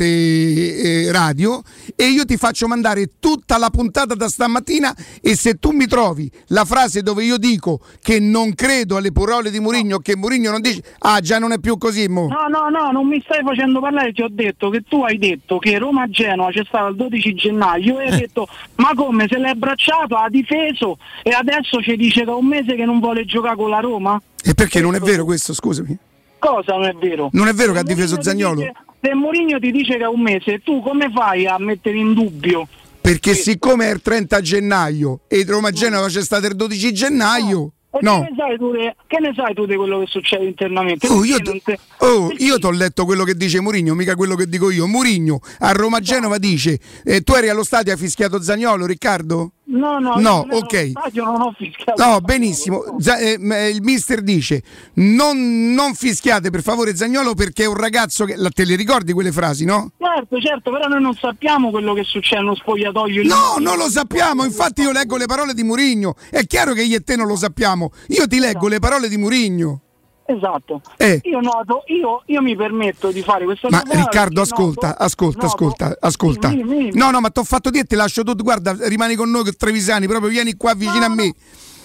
radio e io ti faccio mandare tutta la puntata da stamattina, e se tu mi trovi la frase dove io dico che non credo alle parole di Mourinho, che Mourinho non dice già non è più così mo. No, non mi stai facendo parlare, ti ho detto che tu hai detto che Roma-Genoa c'è stato il 12 gennaio e hai detto ma come, se l'hai abbracciato, ha difeso e adesso ci dice che è un mese che non vuole giocare con la Roma? E perché non è vero questo, scusami? Cosa non è vero? Non è vero che ha difeso Zaniolo? Se Mourinho ti dice che è un mese, tu come fai a mettere in dubbio? Perché siccome è il 30 gennaio e Roma-Genova c'è stato il 12 gennaio... No. Che ne sai tu di quello che succede internamente? Io ti ho letto quello che dice Mourinho, mica quello che dico io. Mourinho a Roma-Genova dice tu eri allo stadio e hai fischiato Zaniolo, Riccardo? No, ok. Non ho fischiato. No, benissimo. Il mister dice non fischiate per favore Zaniolo perché è un ragazzo che... Te le ricordi quelle frasi, no? Certo, però noi non sappiamo quello che succede nello spogliatoio. No, non lo sappiamo, infatti io leggo le parole di Mourinho. È chiaro che io e te non lo sappiamo. Io ti leggo le parole di Mourinho. Esatto. Io noto, io mi permetto di fare questa Ma cosa. Riccardo, ascolta. Dimmi. No, ma t'ho fatto dire, ti lascio tutto. Guarda, rimani con noi, Trevisani, proprio vieni qua vicino a me.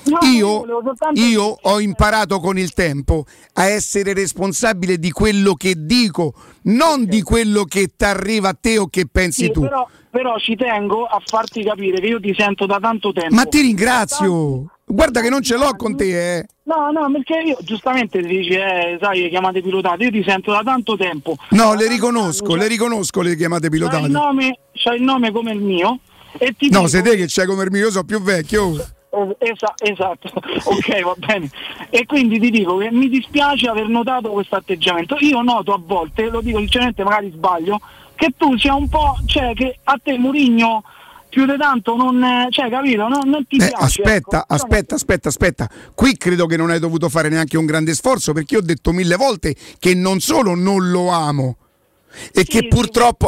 Io ho imparato con il tempo a essere responsabile di quello che dico, non di quello che ti arriva a te o che pensi tu. Però ci tengo a farti capire che io ti sento da tanto tempo. Ma ti ringrazio. Guarda che non ce l'ho con te, No, perché io giustamente ti dici, sai, chiamate pilotate, io ti sento da tanto tempo. No, le riconosco le chiamate pilotate. C'hai il nome come il mio e ti No, dico... sei te che c'hai come il mio, io sono più vecchio. Esatto, ok, va bene. E quindi ti dico che mi dispiace aver notato questo atteggiamento. Io noto a volte, lo dico sinceramente, magari sbaglio, che tu sia un po', cioè che a te Mourinho più di tanto non, cioè, capito, non ti piace. Aspetta. Qui credo che non hai dovuto fare neanche un grande sforzo, perché io ho detto 1000 volte che non solo non lo amo, e che purtroppo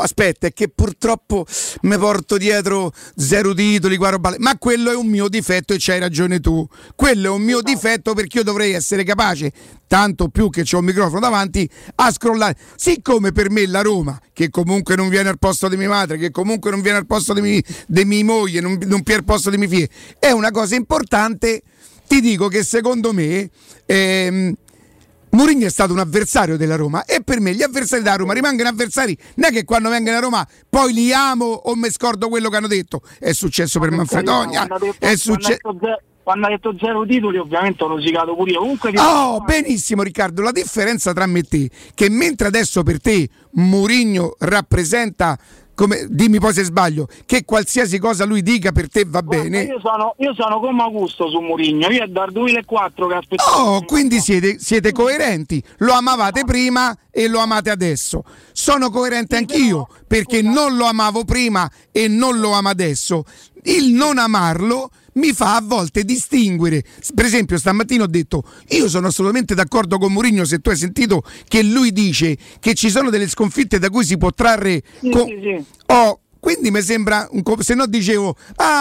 mi porto dietro 0 titoli, ma quello è un mio difetto e c'hai ragione tu. Quello è un mio difetto, perché io dovrei essere capace, tanto più che c'ho un microfono davanti, a scrollare. Siccome per me la Roma, che comunque non viene al posto di mia madre, che comunque non viene al posto di mia moglie, non viene al posto di mie figlie, è una cosa importante, ti dico che secondo me Mourinho è stato un avversario della Roma, e per me gli avversari della Roma rimangono avversari, non è che quando vengono a Roma poi li amo o mi scordo quello che hanno detto. È successo per Manfredonia, quando ha detto 0 titoli ovviamente ho rosicato pure io. Comunque benissimo Riccardo, la differenza tra me e te, che mentre adesso per te Mourinho rappresenta, come, dimmi poi se sbaglio, che qualsiasi cosa lui dica per te va bene. Io sono come Augusto su Mourinho, io è dal 2004 che aspettavo. Quindi siete coerenti, lo amavate prima e lo amate adesso. Sono coerente anch'io, perché non lo amavo prima e non lo amo adesso. Il non amarlo mi fa a volte distinguere. Per esempio stamattina ho detto, io sono assolutamente d'accordo con Mourinho, se tu hai sentito che lui dice che ci sono delle sconfitte da cui si può trarre quindi mi sembra se no dicevo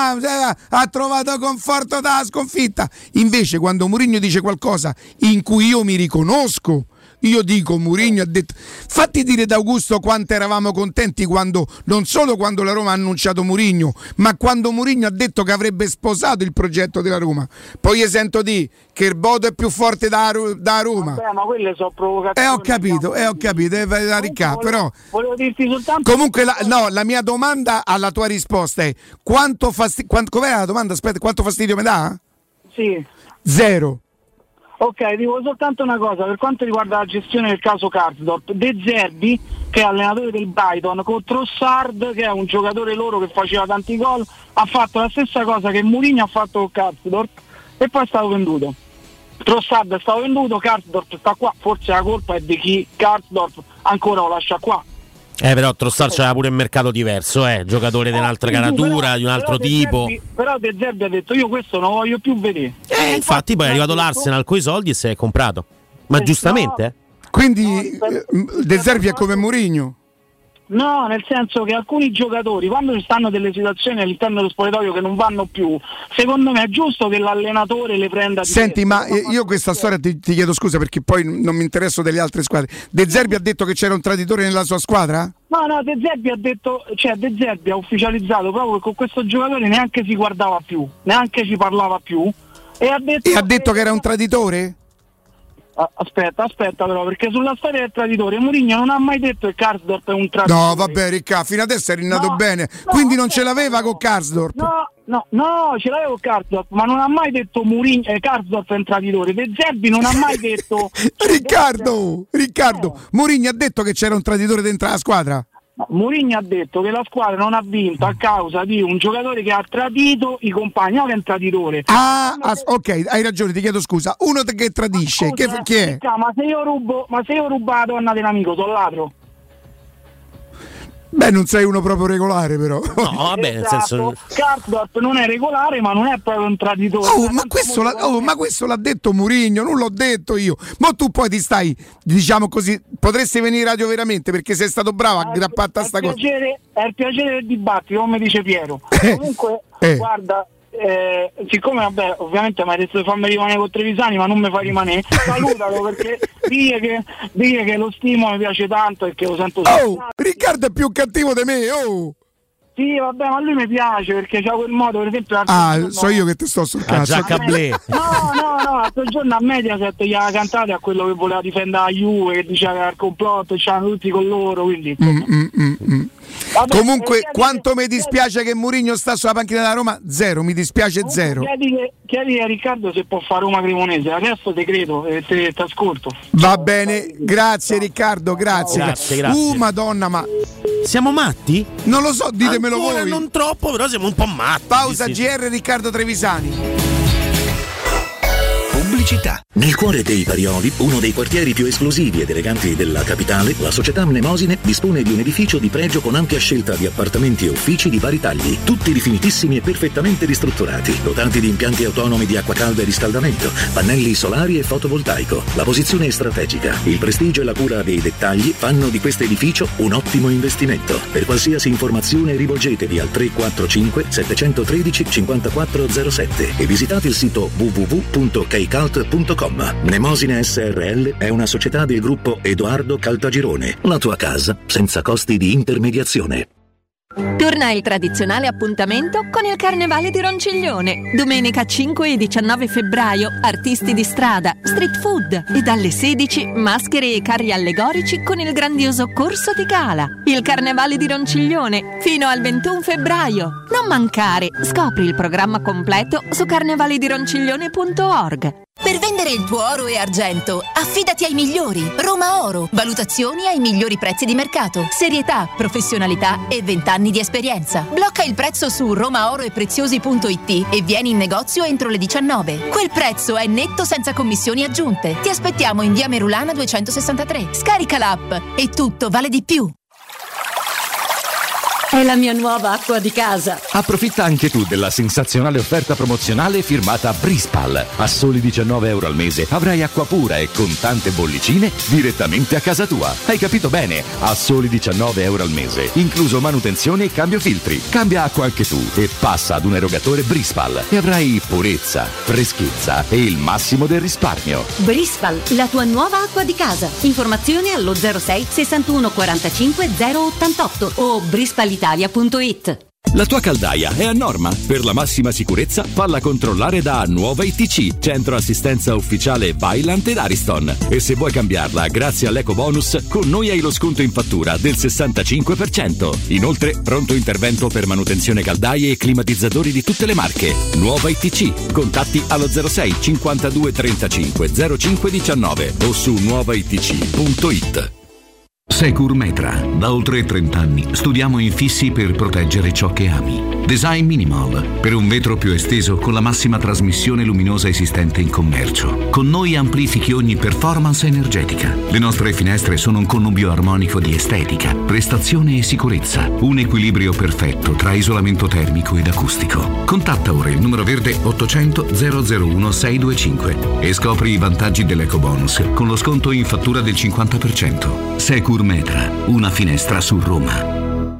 ha trovato conforto dalla sconfitta. Invece quando Mourinho dice qualcosa in cui io mi riconosco, io dico, Mourinho ha detto, fatti dire da Augusto quanto eravamo contenti quando, non solo quando la Roma ha annunciato Mourinho, ma quando Mourinho ha detto che avrebbe sposato il progetto della Roma. Poi io sento di che il Bodo è più forte da Roma. Vabbè, ma quelle sono provocazioni. Ho capito, la ricca, però volevo dirti soltanto. Comunque la mia domanda alla tua risposta è com'era la domanda? Aspetta, quanto fastidio mi dà? Sì. 0. Ok, dico soltanto una cosa, per quanto riguarda la gestione del caso Karsdorp, De Zerbi, che è allenatore del Brighton, con Trossard, che è un giocatore loro che faceva tanti gol, ha fatto la stessa cosa che Mourinho ha fatto con Karsdorp e poi è stato venduto. Trossard è stato venduto, Karsdorp sta qua, forse la colpa è di chi Karsdorp ancora lo lascia qua. Però Trossard c'era pure un mercato diverso, giocatore di un'altra caratura, di un altro tipo. Però De Zerbi ha detto, io questo non voglio più vedere. Infatti poi è arrivato l'Arsenal coi soldi e si è comprato. Ma giustamente. Quindi De Zerbi è come Mourinho? No, nel senso che alcuni giocatori, quando ci stanno delle situazioni all'interno dello spogliatoio che non vanno più, secondo me è giusto che l'allenatore le prenda di Senti, ma io questa storia ti chiedo scusa, perché poi non mi interesso delle altre squadre. De Zerbi ha detto che c'era un traditore nella sua squadra? No, De Zerbi ha detto, De Zerbi ha ufficializzato proprio che con questo giocatore neanche si guardava più, neanche ci parlava più, e ha detto che era un traditore? Aspetta però, perché sulla storia del traditore Mourinho non ha mai detto che Karsdorp è un traditore. No, vabbè Ricca, fino adesso è rinato bene, quindi non ce l'aveva con Karsdorp. No, ce l'aveva con Karsdorp, ma non ha mai detto Mourinho Karsdorp è un traditore. De Zerbi non ha mai detto Riccardo, Mourinho ha detto che c'era un traditore dentro la squadra. Mourinho ha detto che la squadra non ha vinto a causa di un giocatore che ha tradito i compagni, non che è un traditore. Ok, hai ragione, ti chiedo scusa. Uno che tradisce, chi è? Ma se io rubo la donna dell'amico, sono ladro. Beh, non sei uno proprio regolare, però. No, vabbè, nel senso. Karsdorp non è regolare, ma non è proprio un traditore. Ma questo l'ha detto Mourinho, non l'ho detto io. Ma tu poi ti stai, diciamo così, potresti venire in radio veramente, perché sei stato bravo a grappatta sta cosa. È il piacere del dibattito, come dice Piero. Comunque, guarda, siccome vabbè, ovviamente mi hai detto di farmi rimanere con Trevisani, ma non mi fa rimanere, salutalo, perché dire che lo stimo mi piace tanto e che lo sento Riccardo è più cattivo di me, Sì, vabbè, ma lui mi piace perché c'ha quel modo, per esempio. So io che ti sto sul cazzo. No, l'altro giorno a Mediaset gli ha cantato a quello che voleva difendere la Juve, che diceva che era il complotto, c'erano tutti con loro, quindi. Vabbè, comunque, quanto mi dispiace che Mourinho sta sulla panchina della Roma? Zero, mi dispiace zero. Chiedi a Riccardo se può fare Roma Cremonese, adesso te credo e ti ascolto. Va bene, grazie Riccardo, grazie. Madonna, ma siamo matti? Non lo so, ditemelo ancora voi. Non troppo, però siamo un po' matti. Pausa GR Riccardo Trevisani. Pubblicità. Nel cuore dei Parioli, uno dei quartieri più esclusivi ed eleganti della capitale, la società Mnemosine dispone di un edificio di pregio con ampia scelta di appartamenti e uffici di vari tagli, tutti rifinitissimi e perfettamente ristrutturati, dotati di impianti autonomi di acqua calda e riscaldamento, pannelli solari e fotovoltaico. La posizione è strategica, il prestigio e la cura dei dettagli fanno di questo edificio un ottimo investimento. Per qualsiasi informazione rivolgetevi al 345 713 5407 e visitate il sito www.kcalt.com. Mnemosine SRL è una società del gruppo Edoardo Caltagirone. La tua casa senza costi di intermediazione. Torna il tradizionale appuntamento con il Carnevale di Ronciglione. Domenica 5 e 19 febbraio, artisti di strada, street food e dalle 16 maschere e carri allegorici con il grandioso Corso di Gala. Il Carnevale di Ronciglione fino al 21 febbraio. Non mancare, scopri il programma completo su carnevaledironciglione.org. Per vendere il tuo oro e argento, affidati ai migliori. Roma Oro. Valutazioni ai migliori prezzi di mercato. Serietà, professionalità e 20 anni di esperienza. Blocca il prezzo su romaoroepreziosi.it e vieni in negozio entro le 19. Quel prezzo è netto senza commissioni aggiunte. Ti aspettiamo in via Merulana 263. Scarica l'app e tutto vale di più. È la mia nuova acqua di casa. Approfitta anche tu della sensazionale offerta promozionale firmata Brispal. A soli 19 euro al mese avrai acqua pura e con tante bollicine direttamente a casa tua. Hai capito bene? A soli 19 euro al mese, incluso manutenzione e cambio filtri. Cambia acqua anche tu e passa ad un erogatore Brispal e avrai purezza, freschezza e il massimo del risparmio. Brispal, la tua nuova acqua di casa. Informazioni allo 06 61 45 088 o brispalitalia.it. La tua caldaia è a norma? Per la massima sicurezza falla controllare da Nuova ITC, centro assistenza ufficiale Vaillant ed Ariston. E se vuoi cambiarla grazie all'eco bonus, con noi hai lo sconto in fattura del 65%. Inoltre, pronto intervento per manutenzione caldaie e climatizzatori di tutte le marche. Nuova ITC. Contatti allo 06 52 35 05 19 o su nuovaitc.it. Securmetra. Da oltre 30 anni studiamo infissi per proteggere ciò che ami. Design Minimal, per un vetro più esteso con la massima trasmissione luminosa esistente in commercio. Con noi amplifichi ogni performance energetica. Le nostre finestre sono un connubio armonico di estetica, prestazione e sicurezza. Un equilibrio perfetto tra isolamento termico ed acustico. Contatta ora il numero verde 800 001 625 e scopri i vantaggi dell'ecobonus con lo sconto in fattura del 50%. Securmetra, una finestra su Roma.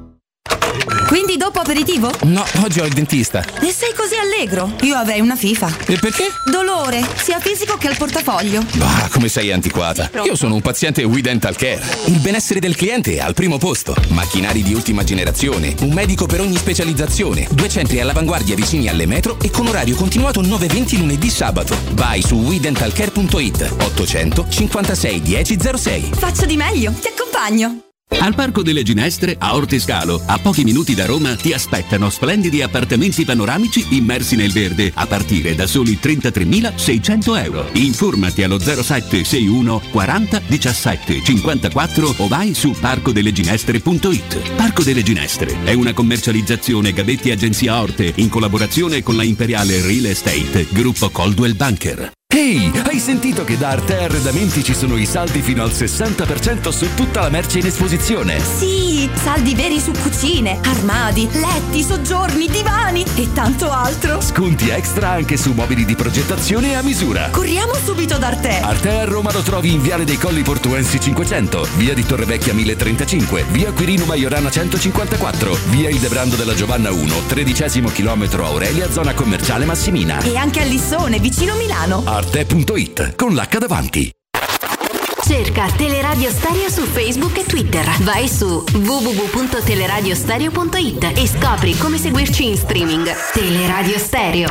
Quindi dopo aperitivo? No, oggi ho il dentista. E sei così allegro? Io avrei una FIFA. E perché? Dolore, sia fisico che al portafoglio. Bah, come sei antiquata. Io sono un paziente We Dental Care. Il benessere del cliente è al primo posto. Macchinari di ultima generazione, un medico per ogni specializzazione, 2 centri all'avanguardia vicini alle metro e con orario continuato 9-20 lunedì sabato. Vai su WeDentalCare.it 800 56 1006. Faccio di meglio, ti accompagno. Al Parco delle Ginestre, a Ortescalo, a pochi minuti da Roma, ti aspettano splendidi appartamenti panoramici immersi nel verde a partire da soli 33.600 euro. Informati allo 07 61 40 17 54 o vai su parcodelleginestre.it. Parco delle Ginestre è una commercializzazione Gabetti Agenzia Orte in collaborazione con la Imperiale Real Estate, gruppo Coldwell Banker. Ehi, hai sentito che da Arte Arredamenti ci sono i saldi fino al 60% su tutta la merce in esposizione? Sì, saldi veri su cucine, armadi, letti, soggiorni, divani e tanto altro. Sconti extra anche su mobili di progettazione a misura. Corriamo subito da Arte. Arte a Roma lo trovi in Viale dei Colli Portuensi 500, via di Torrevecchia 1035, via Quirino Maiorana 154, via Il Debrando della Giovanna 1, 13° chilometro Aurelia, zona commerciale Massimina. E anche a Lissone, vicino Milano. Arte.it con l'H davanti. Cerca Teleradio Stereo su Facebook e Twitter. Vai su www.teleradiostereo.it e scopri come seguirci in streaming. Teleradio Stereo.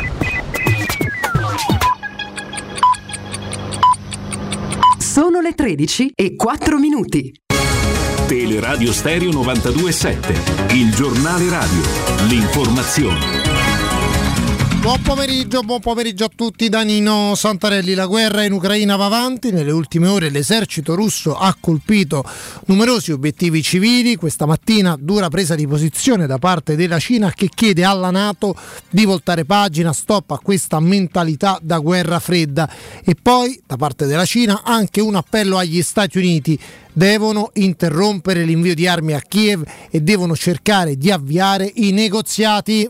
Sono le 13:04. Teleradio Stereo 92.7, il giornale radio, l'informazione. Buon pomeriggio a tutti da Nino Santarelli. La guerra in Ucraina va avanti. Nelle ultime ore l'esercito russo ha colpito numerosi obiettivi civili. Questa mattina dura presa di posizione da parte della Cina che chiede alla NATO di voltare pagina, stop a questa mentalità da guerra fredda. E poi da parte della Cina anche un appello agli Stati Uniti. Devono interrompere l'invio di armi a Kiev e devono cercare di avviare i negoziati.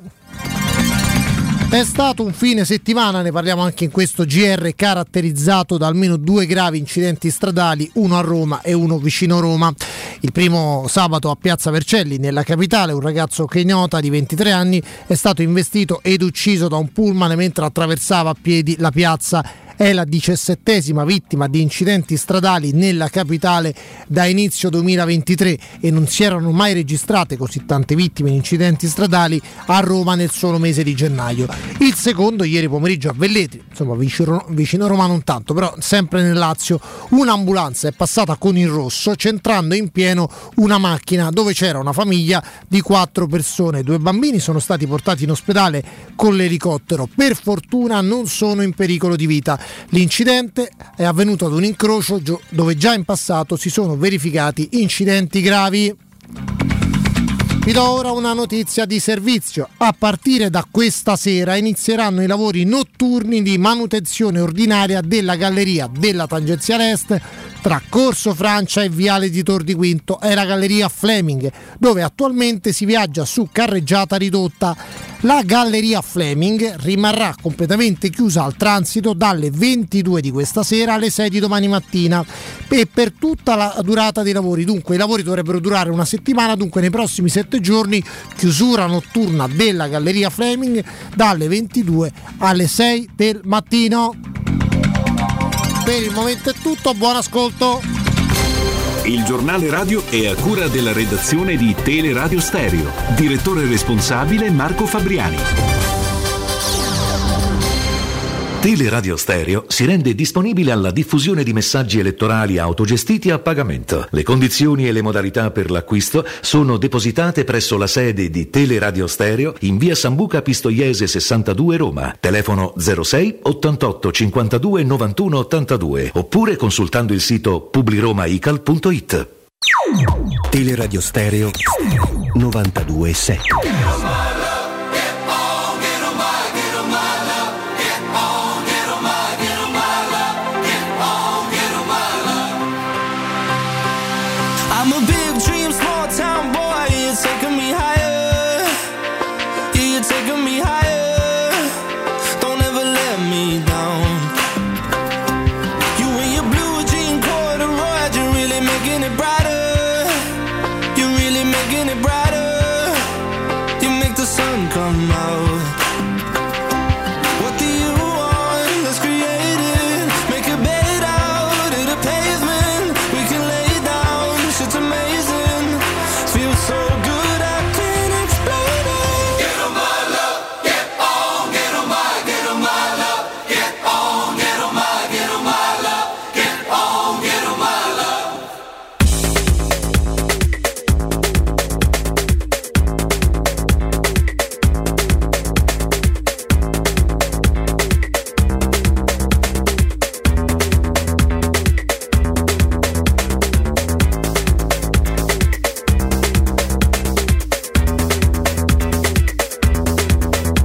È stato un fine settimana, ne parliamo anche in questo GR, caratterizzato da almeno 2 gravi incidenti stradali, uno a Roma e uno vicino Roma. Il primo sabato a Piazza Vercelli, nella capitale, un ragazzo kenyota di 23 anni è stato investito ed ucciso da un pullman mentre attraversava a piedi la piazza. È la 17ª vittima di incidenti stradali nella capitale da inizio 2023 e non si erano mai registrate così tante vittime in incidenti stradali a Roma nel solo mese di gennaio. Il secondo ieri pomeriggio a Velletri, insomma vicino Roma non tanto, però sempre nel Lazio, un'ambulanza è passata con il rosso centrando in pieno una macchina dove c'era una famiglia di 4 persone. 2 bambini sono stati portati in ospedale con l'elicottero, per fortuna non sono in pericolo di vita. L'incidente è avvenuto ad un incrocio dove già in passato si sono verificati incidenti gravi. Vi do ora una notizia di servizio. A partire da questa sera inizieranno i lavori notturni di manutenzione ordinaria della galleria della tangenziale est tra Corso Francia e Viale di Tor di Quinto. È la galleria Fleming, dove attualmente si viaggia su carreggiata ridotta. La galleria Fleming rimarrà completamente chiusa al transito dalle 22 di questa sera alle 6 di domani mattina e per tutta la durata dei lavori. Dunque i lavori dovrebbero durare una settimana, dunque nei prossimi 7 giorni chiusura notturna della galleria Fleming dalle 22 alle 6 del mattino. Per il momento è tutto, buon ascolto. Il giornale radio è a cura della redazione di Teleradio Stereo. Direttore responsabile Marco Fabriani. Teleradio Stereo si rende disponibile alla diffusione di messaggi elettorali autogestiti a pagamento. Le condizioni e le modalità per l'acquisto sono depositate presso la sede di Teleradio Stereo in via Sambuca Pistoiese 62 Roma. Telefono 06 88 52 91 82 oppure consultando il sito publiromaical.it. Teleradio Stereo 92.7. I'm a big dream, small town boy. You're taking me higher. Yeah, you're taking me higher. Don't ever let me down. You and your blue jean corduroy, you're really making it brighter. You're really making it brighter. You make the sun come out. What do you want? Let's create it. Make a bed out of the pavement. We can lay down. It's amazing. Feels so good I can't explain it. Get on my love, get on, get on my, get on my love, get on, get on my, get on my love, get on, get on my love.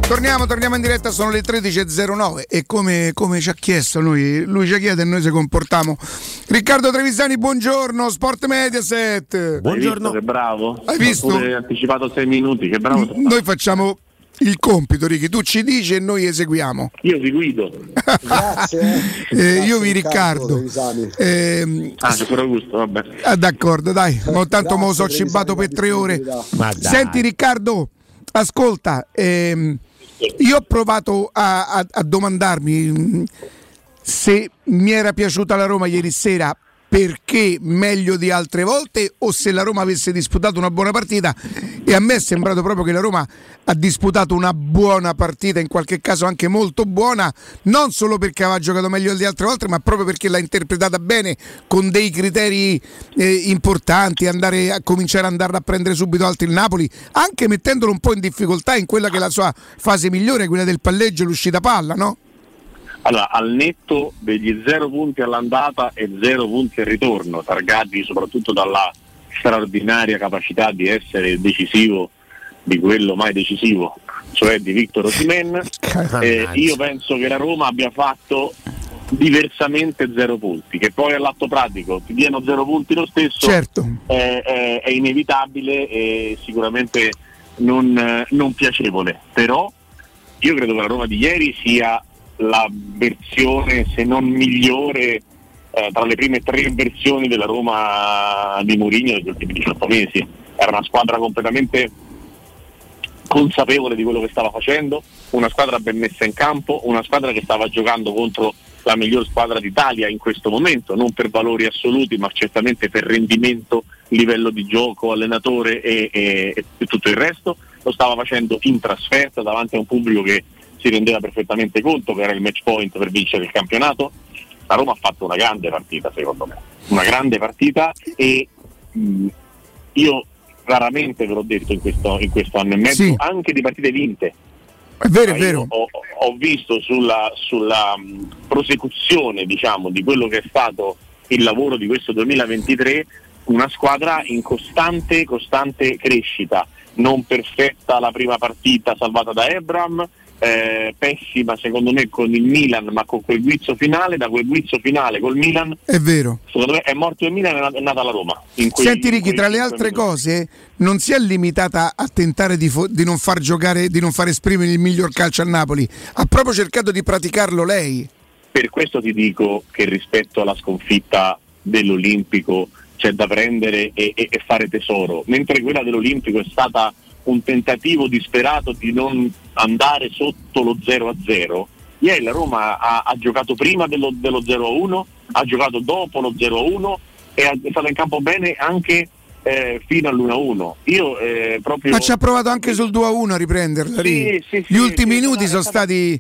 Torniamo in diretta, sono le 13.09 e come ci ha chiesto lui ci chiede e noi ci comportiamo. Riccardo Trevisani, buongiorno, Sport Mediaset. Buongiorno. Che bravo. Hai visto? Hai anticipato 6 minuti, che bravo. Noi facciamo il compito, Ricky, tu ci dici e noi eseguiamo. Io vi guido. Grazie. Io vi Riccardo. C'è pure Augusto, vabbè. D'accordo, dai. Ma tanto me lo so cibato per 3 ore. Senti Riccardo, ascolta, io ho provato a domandarmi se mi era piaciuta la Roma ieri sera perché meglio di altre volte o se la Roma avesse disputato una buona partita, e a me è sembrato proprio che la Roma ha disputato una buona partita, in qualche caso anche molto buona, non solo perché aveva giocato meglio di altre volte, ma proprio perché l'ha interpretata bene con dei criteri importanti, cominciare ad andare a prendere subito alto il Napoli, anche mettendolo un po' in difficoltà in quella che è la sua fase migliore, quella del palleggio e l'uscita palla, no? Allora, al netto degli 0 punti all'andata e 0 punti al ritorno, targati soprattutto dalla straordinaria capacità di essere decisivo di quello mai decisivo, cioè di Victor Osimhen, io penso che la Roma abbia fatto diversamente 0 punti, che poi all'atto pratico ti diano 0 punti lo stesso, certo. È inevitabile e sicuramente non piacevole, però io credo che la Roma di ieri sia la versione, se non migliore, tra le prime 3 versioni della Roma di Mourinho negli ultimi 18 mesi. Era una squadra completamente consapevole di quello che stava facendo, una squadra ben messa in campo, una squadra che stava giocando contro la miglior squadra d'Italia in questo momento, non per valori assoluti ma certamente per rendimento, livello di gioco, allenatore e tutto il resto. Lo stava facendo in trasferta davanti a un pubblico che si rendeva perfettamente conto che era il match point per vincere il campionato. La Roma ha fatto una grande partita, secondo me, una grande partita, e io raramente ve l'ho detto in questo anno e mezzo, anche di partite vinte. È vero, è vero. Ho visto sulla prosecuzione, diciamo, di quello che è stato il lavoro di questo 2023 una squadra in costante crescita, non perfetta la prima partita salvata da Ebram, pessima secondo me con il Milan, ma con quel guizzo finale, da quel guizzo finale col Milan, è vero, secondo me è morto il Milan, è nata la Roma. Senti Ricky, tra le altre cose non si è limitata a tentare di non far giocare, di non far esprimere il miglior calcio al Napoli, ha proprio cercato di praticarlo lei. Per questo ti dico che rispetto alla sconfitta dell'Olimpico c'è da prendere e fare tesoro, mentre quella dell'Olimpico è stata un tentativo disperato di non andare sotto lo 0-0. Ieri la Roma ha giocato prima dello 0-1, ha giocato dopo lo 0-1 e è stata in campo bene anche fino all'1-1. Io proprio. Ma ci ha provato anche sul 2-1 a riprenderla. Gli ultimi minuti sono stati.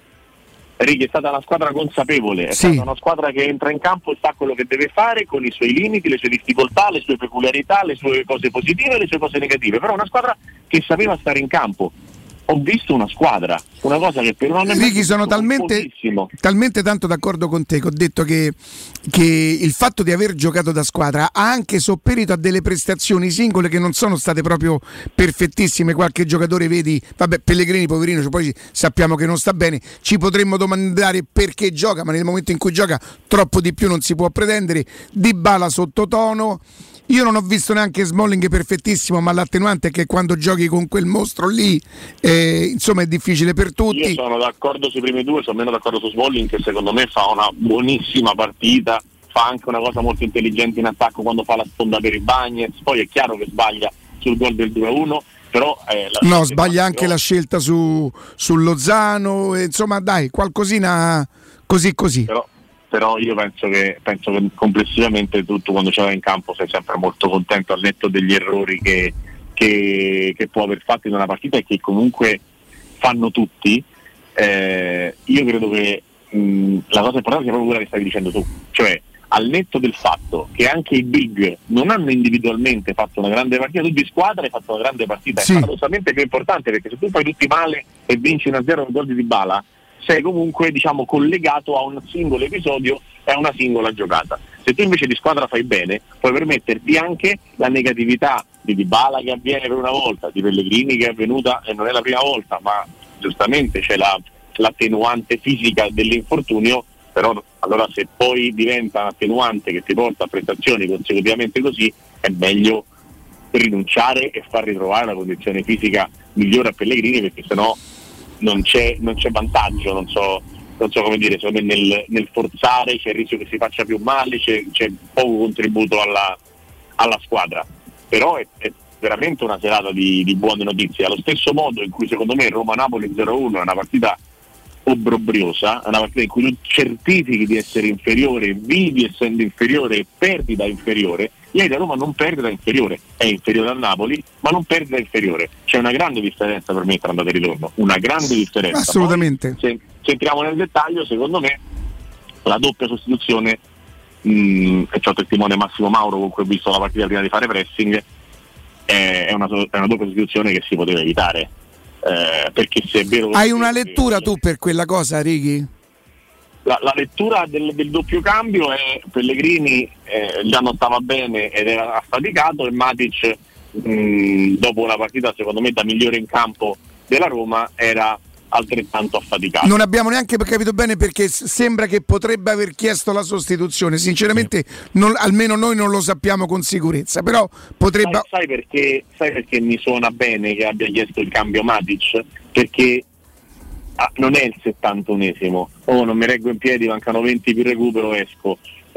Righi, è stata una squadra consapevole, è stata una squadra che entra in campo e sa quello che deve fare con i suoi limiti, le sue difficoltà, le sue peculiarità, le sue cose positive e le sue cose negative, però una squadra che sapeva stare in campo. Ho visto una squadra, una cosa che per un anno Ricky, sono talmente tanto d'accordo con te che ho detto che il fatto di aver giocato da squadra ha anche sopperito a delle prestazioni singole che non sono state proprio perfettissime. Qualche giocatore, vedi, vabbè, Pellegrini poverino, cioè poi sappiamo che non sta bene, ci potremmo domandare perché gioca, ma nel momento in cui gioca troppo di più non si può pretendere. Dybala sottotono. Io non ho visto neanche Smalling perfettissimo, ma l'attenuante è che quando giochi con quel mostro lì insomma è difficile per tutti. Io sono d'accordo sui primi due, sono meno d'accordo su Smalling, che secondo me fa una buonissima partita, fa anche una cosa molto intelligente in attacco quando fa la sponda per i Bagnez. Poi è chiaro che sbaglia sul gol del 2-1, però sbaglia anche la scelta su Lozano, insomma dai, qualcosina così. Però io penso che complessivamente tutto, quando ce l'hai in campo sei sempre molto contento, al netto degli errori che può aver fatto in una partita e che comunque fanno tutti. Io credo che la cosa importante sia proprio quella che stavi dicendo tu, cioè al netto del fatto che anche i big non hanno individualmente fatto una grande partita, tu di squadra hai fatto una grande partita, è paradossalmente più importante, perché se tu fai tutti male e vinci 1-0 con gol di Dybala, sei comunque, diciamo, collegato a un singolo episodio e a una singola giocata. Se tu invece di squadra fai bene, puoi permetterti anche la negatività di Dybala che avviene per una volta, di Pellegrini che è avvenuta e non è la prima volta, ma giustamente c'è l'attenuante fisica dell'infortunio, però allora se poi diventa un'attenuante che ti porta a prestazioni consecutivamente così, è meglio rinunciare e far ritrovare una condizione fisica migliore a Pellegrini, perché sennò non c'è vantaggio, non so come dire, secondo me nel forzare c'è il rischio che si faccia più male, c'è poco contributo alla squadra, però è veramente una serata di buone notizie, allo stesso modo in cui secondo me Roma-Napoli 0-1 è una partita obbrobriosa, è una partita in cui tu certifichi di essere inferiore, vivi essendo inferiore e perdi da inferiore. Ieri la Roma non perde da inferiore, è inferiore al Napoli, ma non perde da inferiore. C'è una grande differenza per me tra andata e ritorno, una grande differenza. Assolutamente. Poi, se entriamo nel dettaglio, secondo me la doppia sostituzione, e c'ho testimone Massimo Mauro con cui ho visto la partita prima di fare pressing, è una doppia sostituzione che si poteva evitare. Perché se è vero, hai una lettura tu per quella cosa, Righi? La lettura del doppio cambio è Pellegrini già non stava bene ed era affaticato, e Matic dopo una partita secondo me da migliore in campo della Roma era altrettanto affaticato. Non abbiamo neanche capito bene, perché sembra che potrebbe aver chiesto la sostituzione, sinceramente almeno noi non lo sappiamo con sicurezza, però potrebbe... Sai perché mi suona bene che abbia chiesto il cambio Matic? Perché non è il 71esimo, non mi reggo in piedi, mancano 20 più recupero, esco,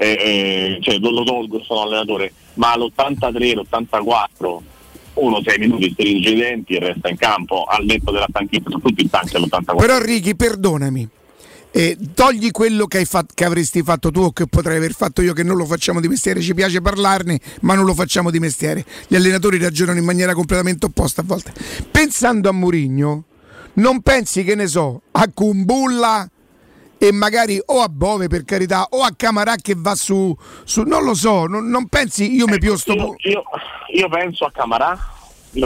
cioè lo tolgo, sono allenatore, ma all'83, l'84 6 minuti stringenti e resta in campo, al netto della stanchezza, sono tutti stanchi all'84. Però Righi, perdonami, togli quello che avresti fatto tu o che potrei aver fatto io, che non lo facciamo di mestiere, ci piace parlarne ma non lo facciamo di mestiere, gli allenatori ragionano in maniera completamente opposta a volte. Pensando a Mourinho, non pensi, che ne so, a Kumbulla e magari o a Bove, per carità, o a Camarà che va su non lo so, non pensi? Io mi pio sto io penso a Camarà, non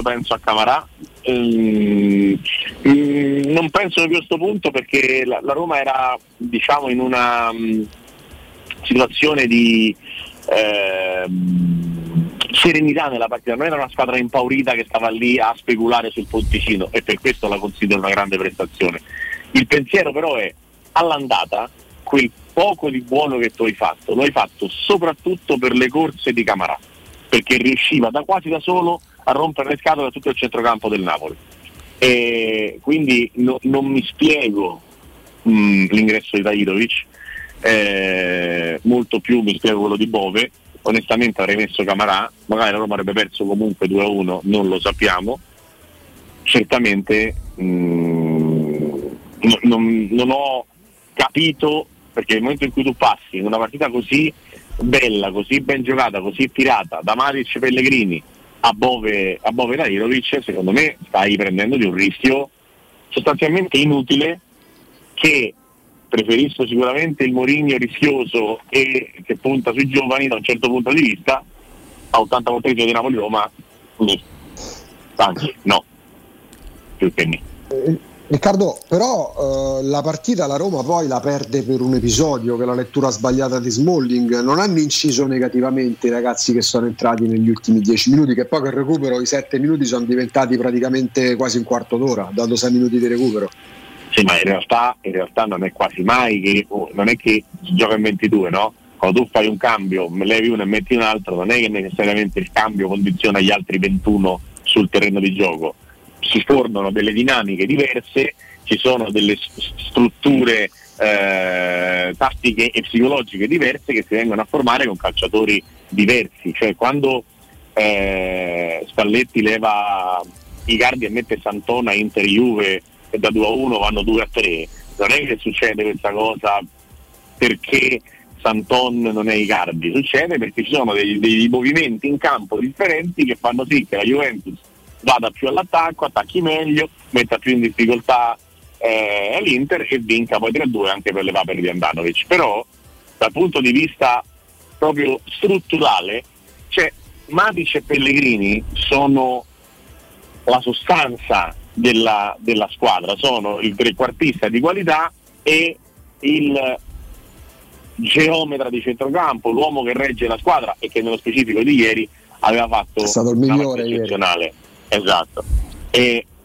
penso a questo punto, perché la Roma era, diciamo, in una situazione di serenità nella partita, non era una squadra impaurita che stava lì a speculare sul ponticino, e per questo la considero una grande prestazione. Il pensiero però è, all'andata, quel poco di buono che tu hai fatto, lo hai fatto soprattutto per le corse di Camarà, perché riusciva quasi da solo a rompere le scatole a tutto il centrocampo del Napoli, e quindi non mi spiego l'ingresso di Tahirovic, molto più mi spiego quello di Bove. Onestamente avrei messo Camarà, magari la Roma avrebbe perso comunque 2-1, non lo sappiamo. Certamente non ho capito, perché nel momento in cui tu passi in una partita così bella, così ben giocata, così tirata, da Matic Pellegrini a Bove Tahirovic, secondo me stai prendendo di un rischio sostanzialmente inutile, che preferisco sicuramente il Mourinho rischioso e che punta sui giovani da un certo punto di vista, a 80 punteggi di Napoli-Roma, anzi no, più che ni. Riccardo, però la partita la Roma poi la perde per un episodio, che è la lettura sbagliata di Smalling. Non hanno inciso negativamente i ragazzi che sono entrati negli ultimi 10 minuti, che poi col recupero i 7 minuti sono diventati praticamente quasi un quarto d'ora, dato 6 minuti di recupero. Sì, ma in realtà non è quasi mai che non è che si gioca in 22, no? Quando tu fai un cambio, levi uno e metti un altro, non è che necessariamente il cambio condiziona gli altri 21 sul terreno di gioco. Si formano delle dinamiche diverse, ci sono delle strutture tattiche e psicologiche diverse che si vengono a formare con calciatori diversi. Cioè quando Spalletti leva Icardi e mette Santona Inter-Juve e da 2-1 vanno 2-3, non è che succede questa cosa perché Santon non è Icardi, succede perché ci sono dei movimenti in campo differenti che fanno sì che la Juventus vada più all'attacco, attacchi meglio, metta più in difficoltà l'Inter e vinca poi 3-2 anche per le papere di Andanovic. Però dal punto di vista proprio strutturale, cioè Matic e Pellegrini sono la sostanza della squadra, sono il trequartista di qualità e il geometra di centrocampo, l'uomo che regge la squadra e che nello specifico di ieri aveva fatto è stato il migliore eccezionale. Esatto. E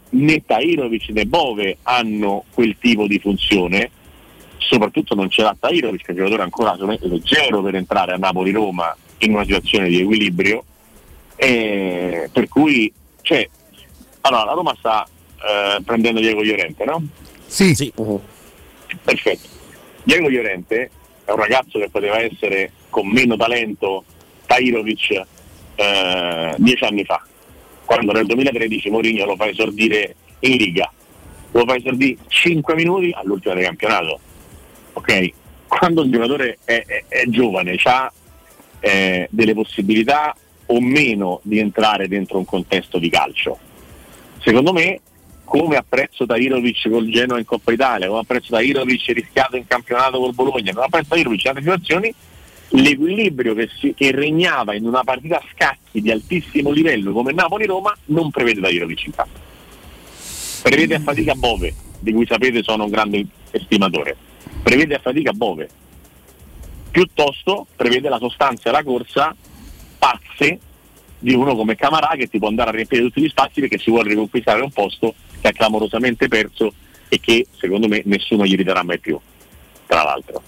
né Tahirovic né Bove hanno quel tipo di funzione, soprattutto non ce l'ha Tahirovic, che è un giocatore ancora leggero per entrare a Napoli-Roma in una situazione di equilibrio, per cui allora la Roma sta prendendo Diego Llorente, no? Sì. Perfetto. Diego Llorente è un ragazzo che poteva essere con meno talento Tahirovic 10 anni fa, quando nel 2013 Mourinho lo fa esordire in Liga, lo fa esordire 5 minuti all'ultimo del campionato. Ok? Quando un giocatore è giovane, ha delle possibilità o meno di entrare dentro un contesto di calcio. Secondo me, come apprezzo Tahirovic col Genoa in Coppa Italia, come apprezzo Tahirovic rischiato in campionato col Bologna, come apprezzo Tahirovic in altre situazioni, l'equilibrio che regnava in una partita a scacchi di altissimo livello come Napoli-Roma non prevede Tahirovic in campo. Prevede a fatica Bove, di cui sapete sono un grande estimatore. Prevede a fatica Bove. Piuttosto prevede la sostanza e la corsa pazze di uno come Camarà, che ti può andare a riempire tutti gli spazi perché si vuole riconquistare un posto che ha clamorosamente perso e che secondo me nessuno gli ridarà mai più, tra l'altro.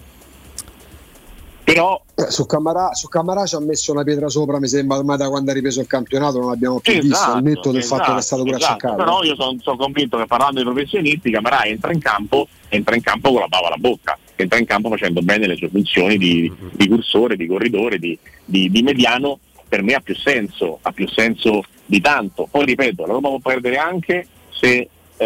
Però su Camarà ci ha messo una pietra sopra, mi sembra, ormai da quando ha ripreso il campionato non l'abbiamo più visto, al netto del fatto che è stato pure acciaccato. Però io sono convinto che, parlando di professionisti, Camarà entra in campo con la bava alla bocca, entra in campo facendo bene le sue funzioni di cursore, di corridore, di mediano. Per me ha più senso di tanto. Poi ripeto, la Roma può perdere anche se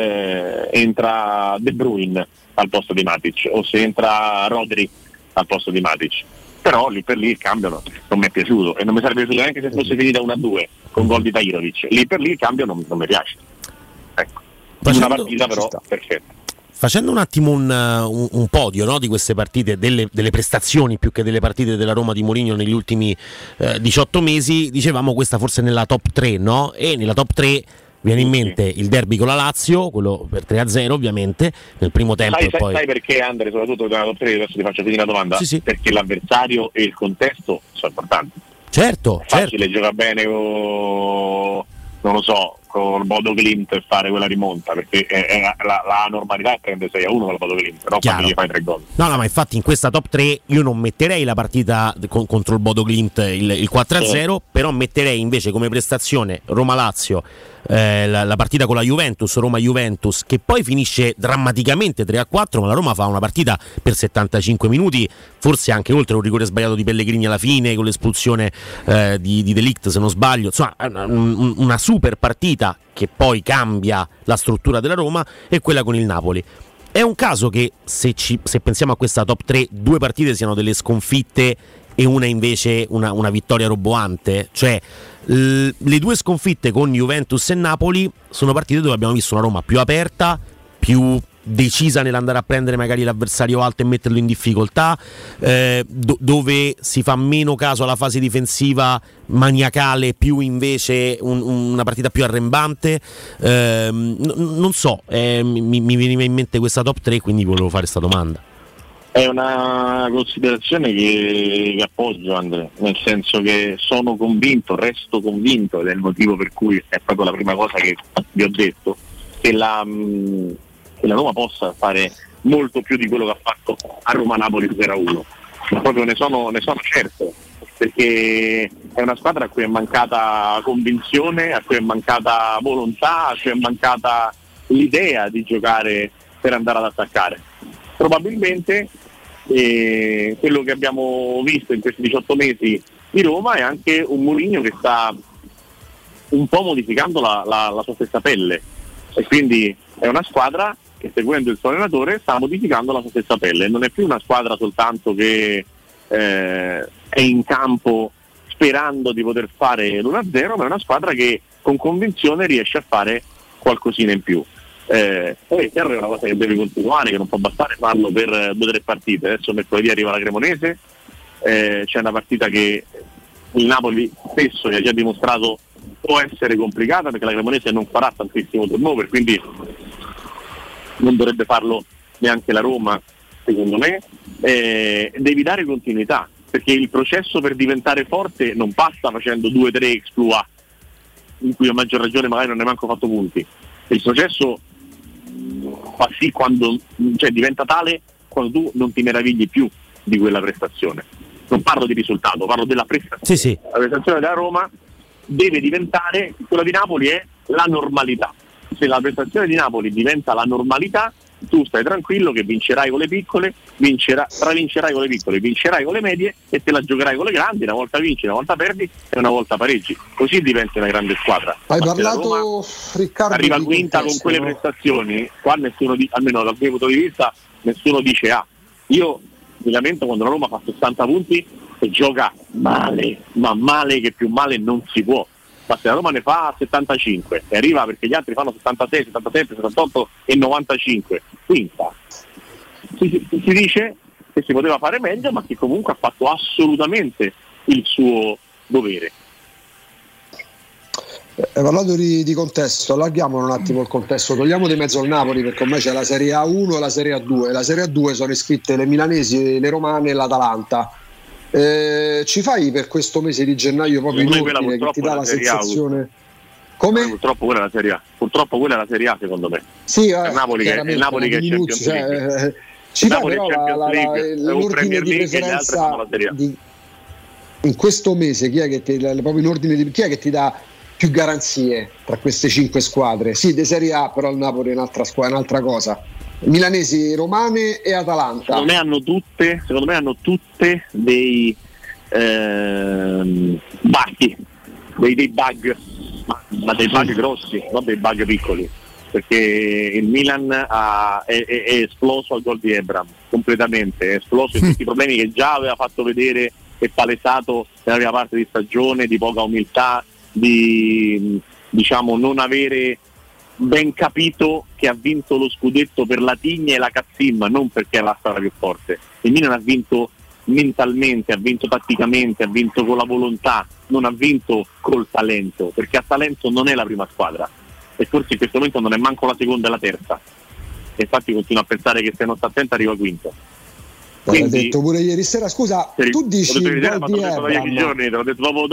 entra De Bruyne al posto di Matic o se entra Rodri al posto di Matic, però lì per lì il cambio non mi è piaciuto e non mi sarebbe piaciuto neanche se fosse finita 1-2 con gol di Tahirovic. Lì per lì il cambio non mi piace, ecco. Una partita però perfetta. Facendo un attimo un podio, no, di queste partite, delle prestazioni più che delle partite della Roma di Mourinho negli ultimi 18 mesi, dicevamo questa forse nella top 3, no? E nella top 3 viene in mente il derby con la Lazio, quello per 3-0 ovviamente, nel primo tempo. Sai perché, Andre, soprattutto nella top 3, adesso ti faccio finire la domanda? Sì. Perché l'avversario e il contesto sono importanti. Certo. Facile, gioca bene non lo so, con il Bodo Glimt fare quella rimonta, perché la normalità è prendere 6-1 con il Bodo Glimt, no? Quando gli fai 3 gol. No, ma infatti in questa top 3 io non metterei la partita contro il Bodo Glimt il 4-0, però metterei invece come prestazione Roma-Lazio, la partita con la Juventus, Roma-Juventus, che poi finisce drammaticamente 3-4, ma la Roma fa una partita per 75 minuti, forse anche oltre, un rigore sbagliato di Pellegrini alla fine con l'espulsione di De Ligt, se non sbaglio, insomma una super partita che poi cambia la struttura della Roma, e quella con il Napoli. È un caso che se pensiamo a questa top 3, 2 partite siano delle sconfitte e una invece una vittoria roboante, cioè le 2 sconfitte con Juventus e Napoli sono partite dove abbiamo visto una Roma più aperta, più decisa nell'andare a prendere magari l'avversario alto e metterlo in difficoltà, dove si fa meno caso alla fase difensiva maniacale, più invece una partita più arrembante. Non so, mi veniva in mente questa top 3, quindi volevo fare questa domanda. È una considerazione che appoggio, Andrea, nel senso che resto convinto, ed è il motivo per cui è proprio la prima cosa che vi ho detto, che la Roma possa fare molto più di quello che ha fatto a Roma-Napoli 0-1, ma proprio ne sono certo, perché è una squadra a cui è mancata convinzione, a cui è mancata volontà, a cui è mancata l'idea di giocare per andare ad attaccare. Probabilmente quello che abbiamo visto in questi 18 mesi di Roma è anche un Mourinho che sta un po' modificando la sua stessa pelle, e quindi è una squadra che, seguendo il suo allenatore, sta modificando la sua stessa pelle. Non è più una squadra soltanto che è in campo sperando di poter fare l'1-0, ma è una squadra che con convinzione riesce a fare qualcosina in più. Poi è chiaro che è una cosa che deve continuare, che non può bastare farlo per 2 o 3 partite. Adesso mercoledì arriva la Cremonese, c'è una partita che il Napoli spesso gli ha già dimostrato può essere complicata, perché la Cremonese non farà tantissimo turnover, quindi non dovrebbe farlo neanche la Roma, secondo me. Devi dare continuità, perché il processo per diventare forte non passa facendo 2 o 3 exploit in cui a maggior ragione magari non hai manco fatto punti, Il successo fa sì quando, cioè, diventa tale quando tu non ti meravigli più di quella prestazione. Non parlo di risultato, parlo della prestazione. Sì. La prestazione della Roma deve diventare, quella di Napoli è la normalità. Se la prestazione di Napoli diventa la normalità, tu stai tranquillo che vincerai con le piccole, travincerai con le piccole, vincerai con le medie e te la giocherai con le grandi, una volta vinci, una volta perdi e una volta pareggi. Così diventa una grande squadra. Hai parlato, Riccardo, arriva quinta con quelle prestazioni, qua nessuno almeno dal mio punto di vista, nessuno dice Io mi lamento quando la Roma fa 60 punti e gioca male, ma male che più male non si può. Ma se la Roma ne fa 75 e arriva perché gli altri fanno 76, 77, 78 e 95, quinta, si dice che si poteva fare meglio, ma che comunque ha fatto assolutamente il suo dovere. Hai parlato di contesto, allarghiamo un attimo il contesto, togliamo di mezzo il Napoli perché ormai c'è la Serie A1 e la Serie A2. La Serie A2 sono iscritte le milanesi, le romane e l'Atalanta. Ci fai per questo mese di gennaio proprio in ordine che ti dà la sensazione? Come? Purtroppo quella è la Serie A. Purtroppo quella è la Serie A, secondo me. Sì, è Napoli che è Champions League. Ci fai però l'ordine di preferenza in questo mese, chi è che proprio in ordine di chi è che ti dà più garanzie tra queste 5 squadre? Sì, di Serie A, però il Napoli è un'altra squadra, un'altra cosa. Milanesi, romane e Atalanta. Secondo me hanno tutte dei buggy, dei bug, ma dei bug grossi, non dei bug piccoli, perché il Milan è esploso al gol di Ebram, completamente, è esploso in tutti i problemi che già aveva fatto vedere e palesato nella prima parte di stagione, di poca umiltà, di non avere ben capito che ha vinto lo scudetto per la tigna e la cazzimma, non perché è la squadra più forte. Il Milan ha vinto mentalmente, ha vinto tatticamente, ha vinto con la volontà, non ha vinto col talento, perché a talento non è la prima squadra e forse in questo momento non è manco la seconda e la terza, e infatti continuo a pensare che se non sta attento arriva quinto. L'ho detto pure ieri sera, scusa, tu dici il gol di Ebram, te l'ho detto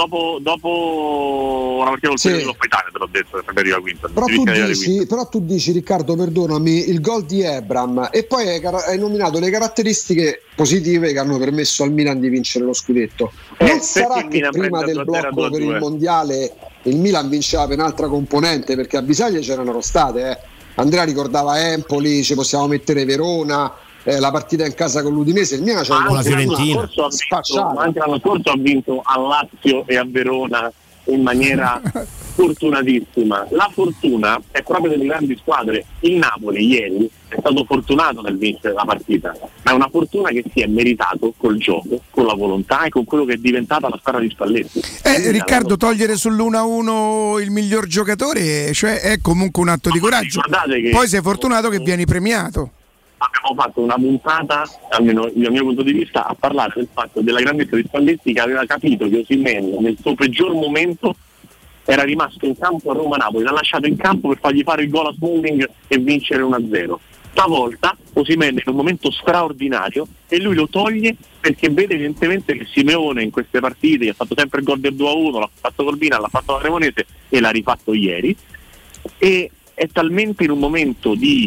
dopo una partita col Perù Coppa Italia, te l'ho detto per arriva quinta. Però tu dici Riccardo, perdonami, il gol di Ebram, e poi hai nominato le caratteristiche positive che hanno permesso al Milan di vincere lo scudetto. Non sarà che prima del blocco per il mondiale il Milan vinceva per un'altra componente, perché a Bisaglia c'erano state, Andrea ricordava Empoli, ci possiamo mettere Verona, la partita in casa con l'Udinese, il Milan c'è con la Fiorentina, anche l'anno scorso ha vinto a Lazio e a Verona in maniera fortunatissima. La fortuna è proprio delle grandi squadre. Il Napoli ieri è stato fortunato nel vincere la partita, ma è una fortuna che si è meritato col gioco, con la volontà e con quello che è diventata la squadra di Spalletti. Riccardo, togliere sull'1-1 il miglior giocatore, cioè, è comunque un atto di coraggio. Poi sei fortunato che vieni premiato. Abbiamo fatto una puntata, almeno dal mio punto di vista, a parlare del fatto della grandezza di Spalletti, che aveva capito che Osimhen nel suo peggior momento era rimasto in campo a Roma-Napoli, l'ha lasciato in campo per fargli fare il gol a Smalling e vincere 1-0. Stavolta Osimhen è in un momento straordinario e lui lo toglie perché vede evidentemente che Simeone in queste partite, che ha fatto sempre il gol del 2-1, l'ha fatto col Milan, l'ha fatto la Cremonese e l'ha rifatto ieri, e è talmente in un momento di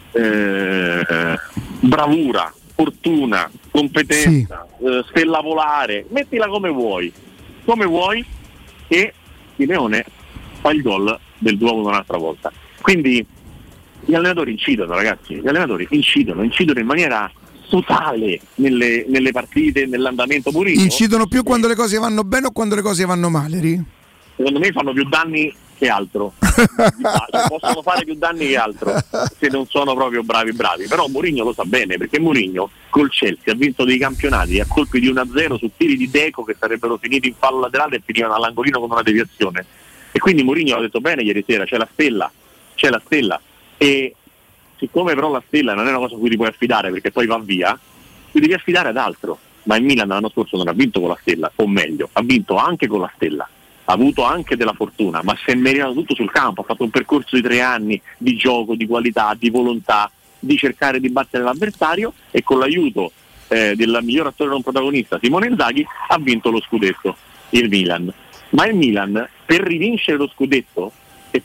bravura, fortuna, competenza, stella polare, mettila come vuoi, che Simeone fa il gol del 2-1 un'altra volta. Quindi gli allenatori incidono, ragazzi, incidono in maniera totale nelle partite, nell'andamento. Mourinho incidono più quando le cose vanno bene o quando le cose vanno male? Secondo me fanno più danni che altro, possono fare più danni che altro se non sono proprio bravi, però Mourinho lo sa bene, perché Mourinho col Chelsea ha vinto dei campionati a colpi di 1-0 su tiri di Deco che sarebbero finiti in fallo laterale e finivano all'angolino con una deviazione, e quindi Mourinho ha detto bene ieri sera, c'è la stella, e siccome però la stella non è una cosa a cui ti puoi affidare perché poi va via, ti devi affidare ad altro. Ma il Milan l'anno scorso non ha vinto con la stella, o meglio, ha vinto anche con la stella, ha avuto anche della fortuna, ma si è meritato tutto sul campo, ha fatto un percorso di 3 anni di gioco, di qualità, di volontà, di cercare di battere l'avversario, e con l'aiuto del miglior attore non protagonista Simone Inzaghi ha vinto lo scudetto, il Milan. Ma il Milan, per rivincere lo scudetto e per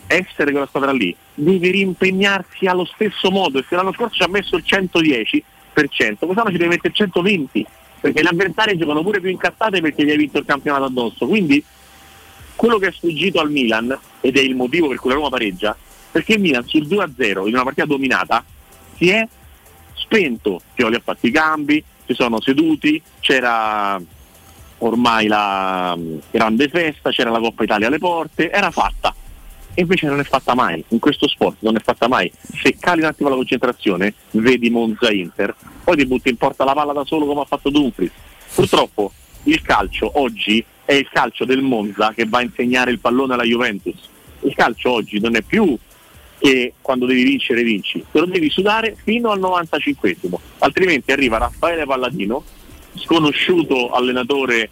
essere quella squadra lì deve rimpegnarsi allo stesso modo, e se l'anno scorso ci ha messo il 110%, quest'anno ci deve mettere il 120%, perché gli avversari giocano pure più incazzate perché gli hai vinto il campionato addosso. Quindi quello che è sfuggito al Milan, ed è il motivo per cui la Roma pareggia, perché il Milan sul 2-0 in una partita dominata si è spento. Pioli ha fatto i cambi, si sono seduti, c'era ormai la grande festa, c'era la Coppa Italia alle porte, era fatta. E invece non è fatta mai, in questo sport non è fatta mai. Se cali un attimo la concentrazione, vedi Monza Inter, poi ti butti in porta la palla da solo come ha fatto Dumfries. Purtroppo il calcio oggi è il calcio del Monza che va a insegnare il pallone alla Juventus. Il calcio oggi non è più che quando devi vincere vinci, te lo devi sudare fino al 95esimo, altrimenti arriva Raffaele Palladino, sconosciuto allenatore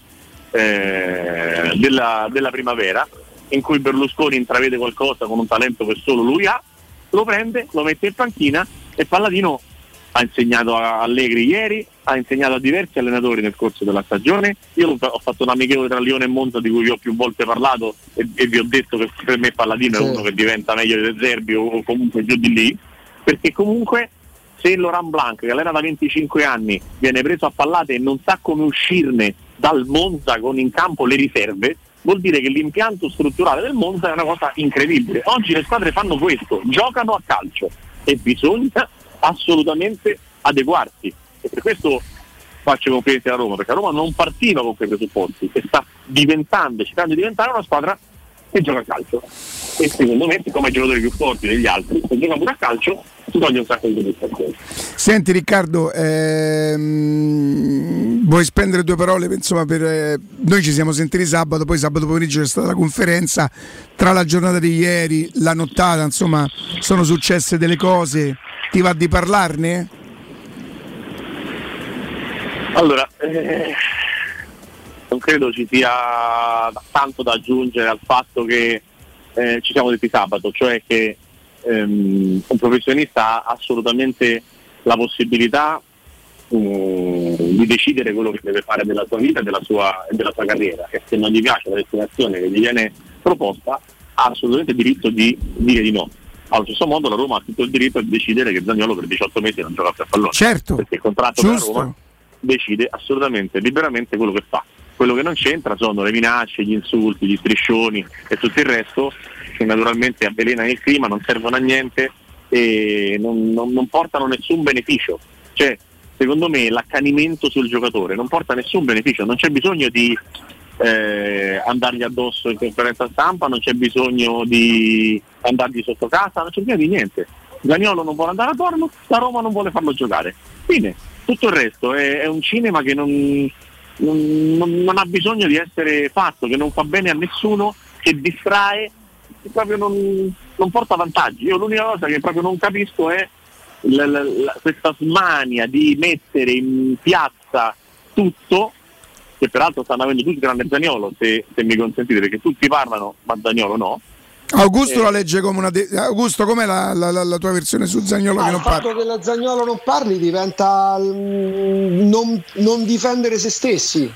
della primavera, in cui Berlusconi intravede qualcosa con un talento che solo lui ha, lo prende, lo mette in panchina, e Palladino ha insegnato a Allegri ieri, ha insegnato a diversi allenatori nel corso della stagione. Io ho fatto un amichevole tra Lione e Monza di cui vi ho più volte parlato, e vi ho detto che per me Palladino è uno che diventa meglio di De Zerbi o comunque giù di lì, perché comunque se Laurent Blanc, che allena da 25 anni, viene preso a pallate e non sa come uscirne dal Monza con in campo le riserve, vuol dire che l'impianto strutturale del Monza è una cosa incredibile. Oggi le squadre fanno questo, giocano a calcio, e bisogna assolutamente adeguarsi, e per questo faccio complimenti alla Roma, perché la Roma non partiva con quei presupposti e sta diventando, cercando di diventare una squadra che gioca a calcio, e secondo me, siccome i giocatori più forti degli altri, se gioca pure a calcio, si toglie un sacco di soddisfazione. Senti Riccardo, vuoi spendere due parole? Insomma, noi ci siamo sentiti sabato, poi sabato pomeriggio c'è stata la conferenza, tra la giornata di ieri, la nottata, insomma sono successe delle cose, ti va di parlarne? Allora, non credo ci sia tanto da aggiungere al fatto che ci siamo detti sabato, cioè che un professionista ha assolutamente la possibilità di decidere quello che deve fare della sua vita e della sua carriera, e se non gli piace la destinazione che gli viene proposta ha assolutamente il diritto di dire di no. Allo stesso modo la Roma ha tutto il diritto di decidere che Zaniolo per 18 mesi non gioca più a pallone, certo, perché il contratto della Roma decide assolutamente liberamente quello che fa. Quello che non c'entra sono le minacce, gli insulti, gli striscioni e tutto il resto, che naturalmente avvelenano il clima, non servono a niente e non portano nessun beneficio. Cioè, secondo me l'accanimento sul giocatore non porta nessun beneficio, non c'è bisogno di andargli addosso in conferenza stampa, non c'è bisogno di andargli sotto casa, non c'è bisogno di niente. Zaniolo non vuole andare a Dortmund, la Roma non vuole farlo giocare, fine. Tutto il resto è un cinema che non ha bisogno di essere fatto, che non fa bene a nessuno, che distrae, che proprio non porta vantaggi. Io l'unica cosa che proprio non capisco è questa smania di mettere in piazza tutto, che peraltro stanno avendo tutti tranne Zaniolo, se mi consentite, perché tutti parlano ma Zaniolo no. Augusto la legge come una Augusto, com'è la tua versione su Zaniolo che non parli? Il fatto che la Zaniolo non parli diventa non difendere se stessi,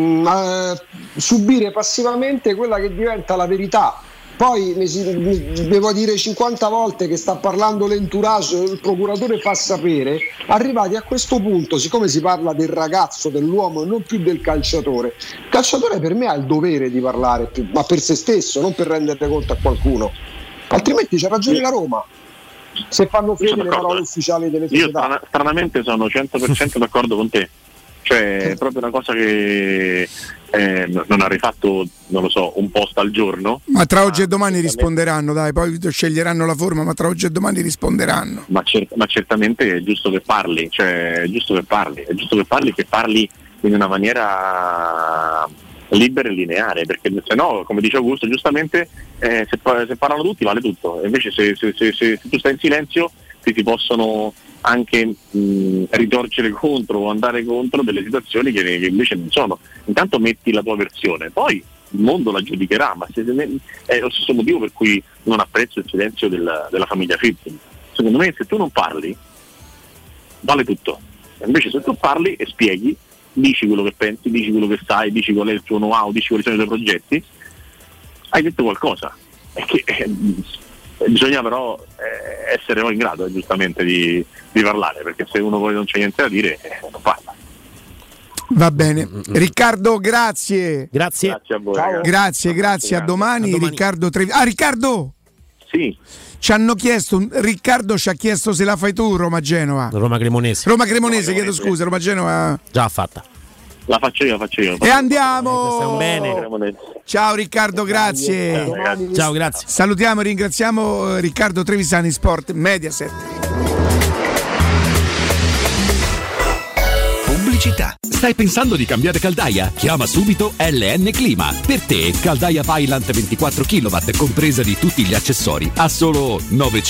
subire passivamente quella che diventa la verità. Poi devo dire 50 volte che sta parlando l'entourage, il procuratore fa sapere. Arrivati a questo punto, siccome si parla del ragazzo, dell'uomo e non più del calciatore, il calciatore per me ha il dovere di parlare, ma per se stesso, non per rendere conto a qualcuno, altrimenti c'ha ragione la Roma se fanno fede le parole ufficiali delle società. Io stranamente sono 100% d'accordo con te, cioè è proprio una cosa che non ha rifatto, non lo so, un post al giorno. Ma tra oggi e domani risponderanno, dai, poi sceglieranno la forma, ma tra oggi e domani risponderanno. Ma certamente è giusto che parli, cioè è giusto che parli in una maniera libera e lineare, perché se no, come dice Augusto giustamente, se parlano tutti vale tutto, invece se tu stai in silenzio si possono anche ritorcere contro o andare contro delle situazioni che invece non sono. Intanto metti la tua versione, poi il mondo la giudicherà, ma è lo stesso motivo per cui non apprezzo il silenzio della famiglia Fritzen. Secondo me se tu non parli vale tutto, invece se tu parli e spieghi, dici quello che pensi, dici quello che sai, dici qual è il tuo know-how, dici quali sono i tuoi progetti, hai detto qualcosa. È che Bisogna però essere poi in grado giustamente di parlare, perché se uno poi non c'è niente da dire non parla. Va bene, Riccardo, grazie a voi. Ciao. Grazie, a domani. Riccardo Trevi. Riccardo! Sì. Ci hanno chiesto, Riccardo ci ha chiesto se la fai tu Roma-Genova. Roma Cremonese, chiedo scusa, Roma-Genova. Già fatta. La faccio io. E andiamo! Stiamo bene. Ciao Riccardo, grazie. Ciao, grazie. Salutiamo e ringraziamo Riccardo Trevisani, Sport Mediaset. Pubblicità. Stai pensando di cambiare caldaia? Chiama subito LN Clima. Per te, caldaia Vaillant 24 kW, compresa di tutti gli accessori, a solo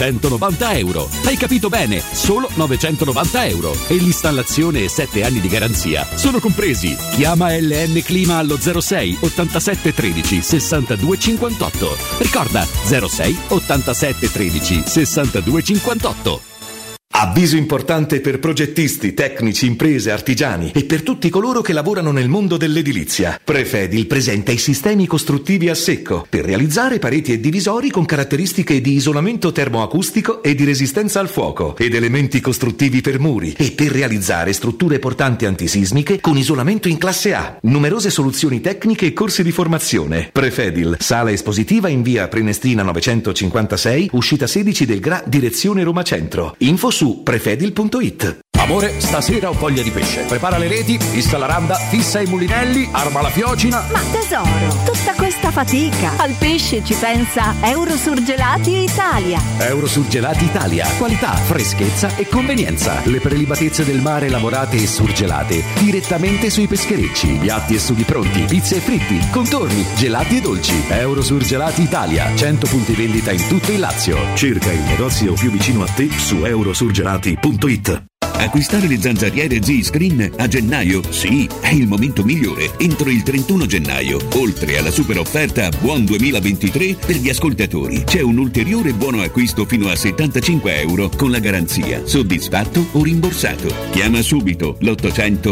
€990. Hai capito bene? Solo €990. E l'installazione e 7 anni di garanzia sono compresi. Chiama LN Clima allo 06 87 13 62 58. Ricorda 06 87 13 62 58. Avviso importante per progettisti, tecnici, imprese, artigiani e per tutti coloro che lavorano nel mondo dell'edilizia. Prefedil presenta i sistemi costruttivi a secco per realizzare pareti e divisori con caratteristiche di isolamento termoacustico e di resistenza al fuoco ed elementi costruttivi per muri e per realizzare strutture portanti antisismiche con isolamento in classe A. Numerose soluzioni tecniche e corsi di formazione. Prefedil, sala espositiva in via Prenestina 956, uscita 16 del GRA, direzione Roma Centro. Info su prefedil.it. Amore, stasera ho voglia di pesce. Prepara le reti, fissa la randa, fissa i mulinelli, arma la fiocina. Ma tesoro, tutta questa fatica. Al pesce ci pensa Eurosurgelati Italia. Eurosurgelati Italia. Qualità, freschezza e convenienza. Le prelibatezze del mare lavorate e surgelate direttamente sui pescherecci. Piatti e sughi pronti, pizze e fritti, contorni, gelati e dolci. Eurosurgelati Italia. 100 punti vendita in tutto il Lazio. Cerca il negozio più vicino a te su eurosurgelati.it. Acquistare le zanzariere Z-Screen a gennaio? Sì, è il momento migliore. Entro il 31 gennaio, oltre alla super offerta Buon 2023 per gli ascoltatori, c'è un ulteriore buono acquisto fino a €75 con la garanzia soddisfatto o rimborsato. Chiama subito l'800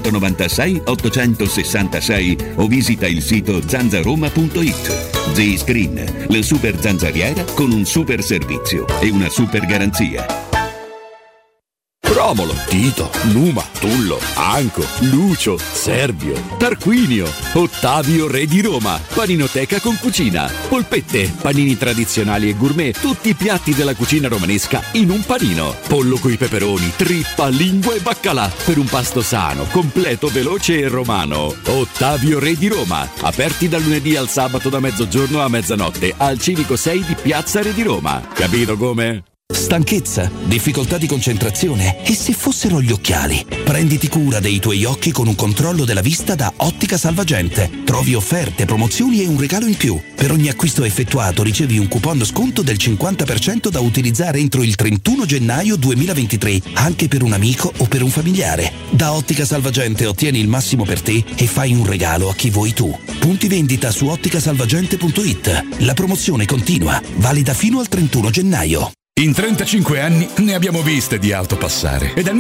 196 866 o visita il sito zanzaroma.it. Z-Screen, la super zanzariera con un super servizio e una super garanzia. Romolo, Tito, Numa, Tullo, Anco, Lucio, Servio, Tarquinio, Ottavio Re di Roma, paninoteca con cucina, polpette, panini tradizionali e gourmet, tutti i piatti della cucina romanesca in un panino, pollo coi peperoni, trippa, lingua e baccalà per un pasto sano, completo, veloce e romano. Ottavio Re di Roma, aperti dal lunedì al sabato da mezzogiorno a mezzanotte al Civico 6 di Piazza Re di Roma. Capito come? Stanchezza, difficoltà di concentrazione e se fossero gli occhiali? Prenditi cura dei tuoi occhi con un controllo della vista da Ottica Salvagente. Trovi offerte, promozioni e un regalo in più. Per ogni acquisto effettuato ricevi un coupon sconto del 50% da utilizzare entro il 31 gennaio 2023, anche per un amico o per un familiare. Da Ottica Salvagente ottieni il massimo per te e fai un regalo a chi vuoi tu. Punti vendita su otticasalvagente.it. La promozione continua, valida fino al 31 gennaio. In 35 anni ne abbiamo viste di auto passare e dal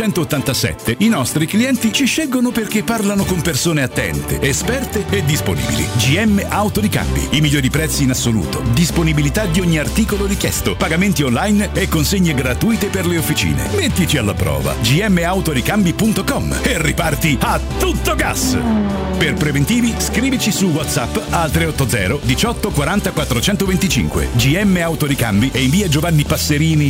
1987 i nostri clienti ci scelgono perché parlano con persone attente, esperte e disponibili. GM Autoricambi, i migliori prezzi in assoluto, disponibilità di ogni articolo richiesto, pagamenti online e consegne gratuite per le officine. Mettici alla prova. gmautoricambi.com e riparti a tutto gas. Per preventivi scrivici su WhatsApp al 380 18 40 425. GM Autoricambi e in via Giovanni Passerini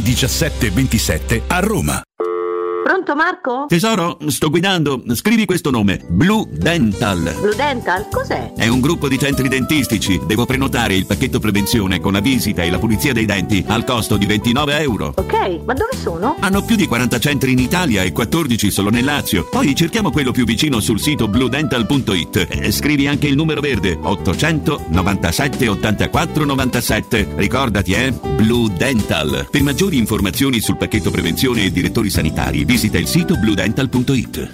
1727 a Roma. Pronto Marco? Tesoro, sto guidando. Scrivi questo nome. Blue Dental. Blue Dental? Cos'è? È un gruppo di centri dentistici. Devo prenotare il pacchetto prevenzione con la visita e la pulizia dei denti al costo di €29. Ok, ma dove sono? Hanno più di 40 centri in Italia e 14 solo nel Lazio. Poi cerchiamo quello più vicino sul sito bluedental.it. Scrivi anche il numero verde 800 97 84 97. Ricordati, Blue Dental. Per maggiori informazioni sul pacchetto prevenzione e direttori sanitari, visita il sito bluedental.it.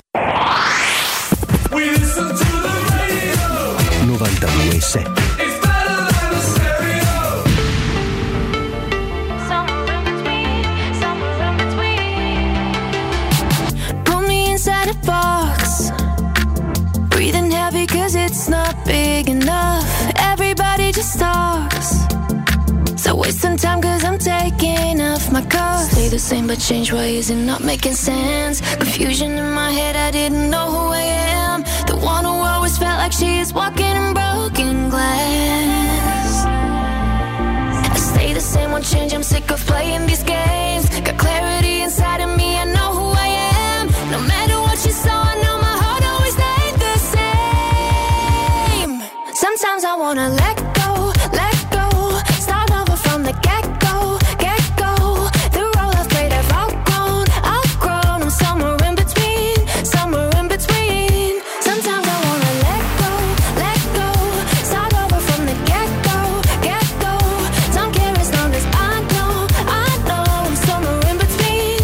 92.7. Put me inside a box, breathing heavy 'cause it's not big enough. Everybody just talks, so Wasting time cause I'm taking off my clothes. Stay the same but change ways and not making sense. Confusion in my head, I didn't know who I am. The one who always felt like she is walking in broken glass. I stay the same, won't change, I'm sick of playing these games. Got clarity inside of me, I know who I am. No matter what you saw, I know my heart always stayed the same. Sometimes I wanna let go. Start over from the get-go. The role I've played, I've outgrown. I'm somewhere in between. Sometimes I wanna let go. Start over from the get-go. Don't care as long as I know. I'm somewhere in between.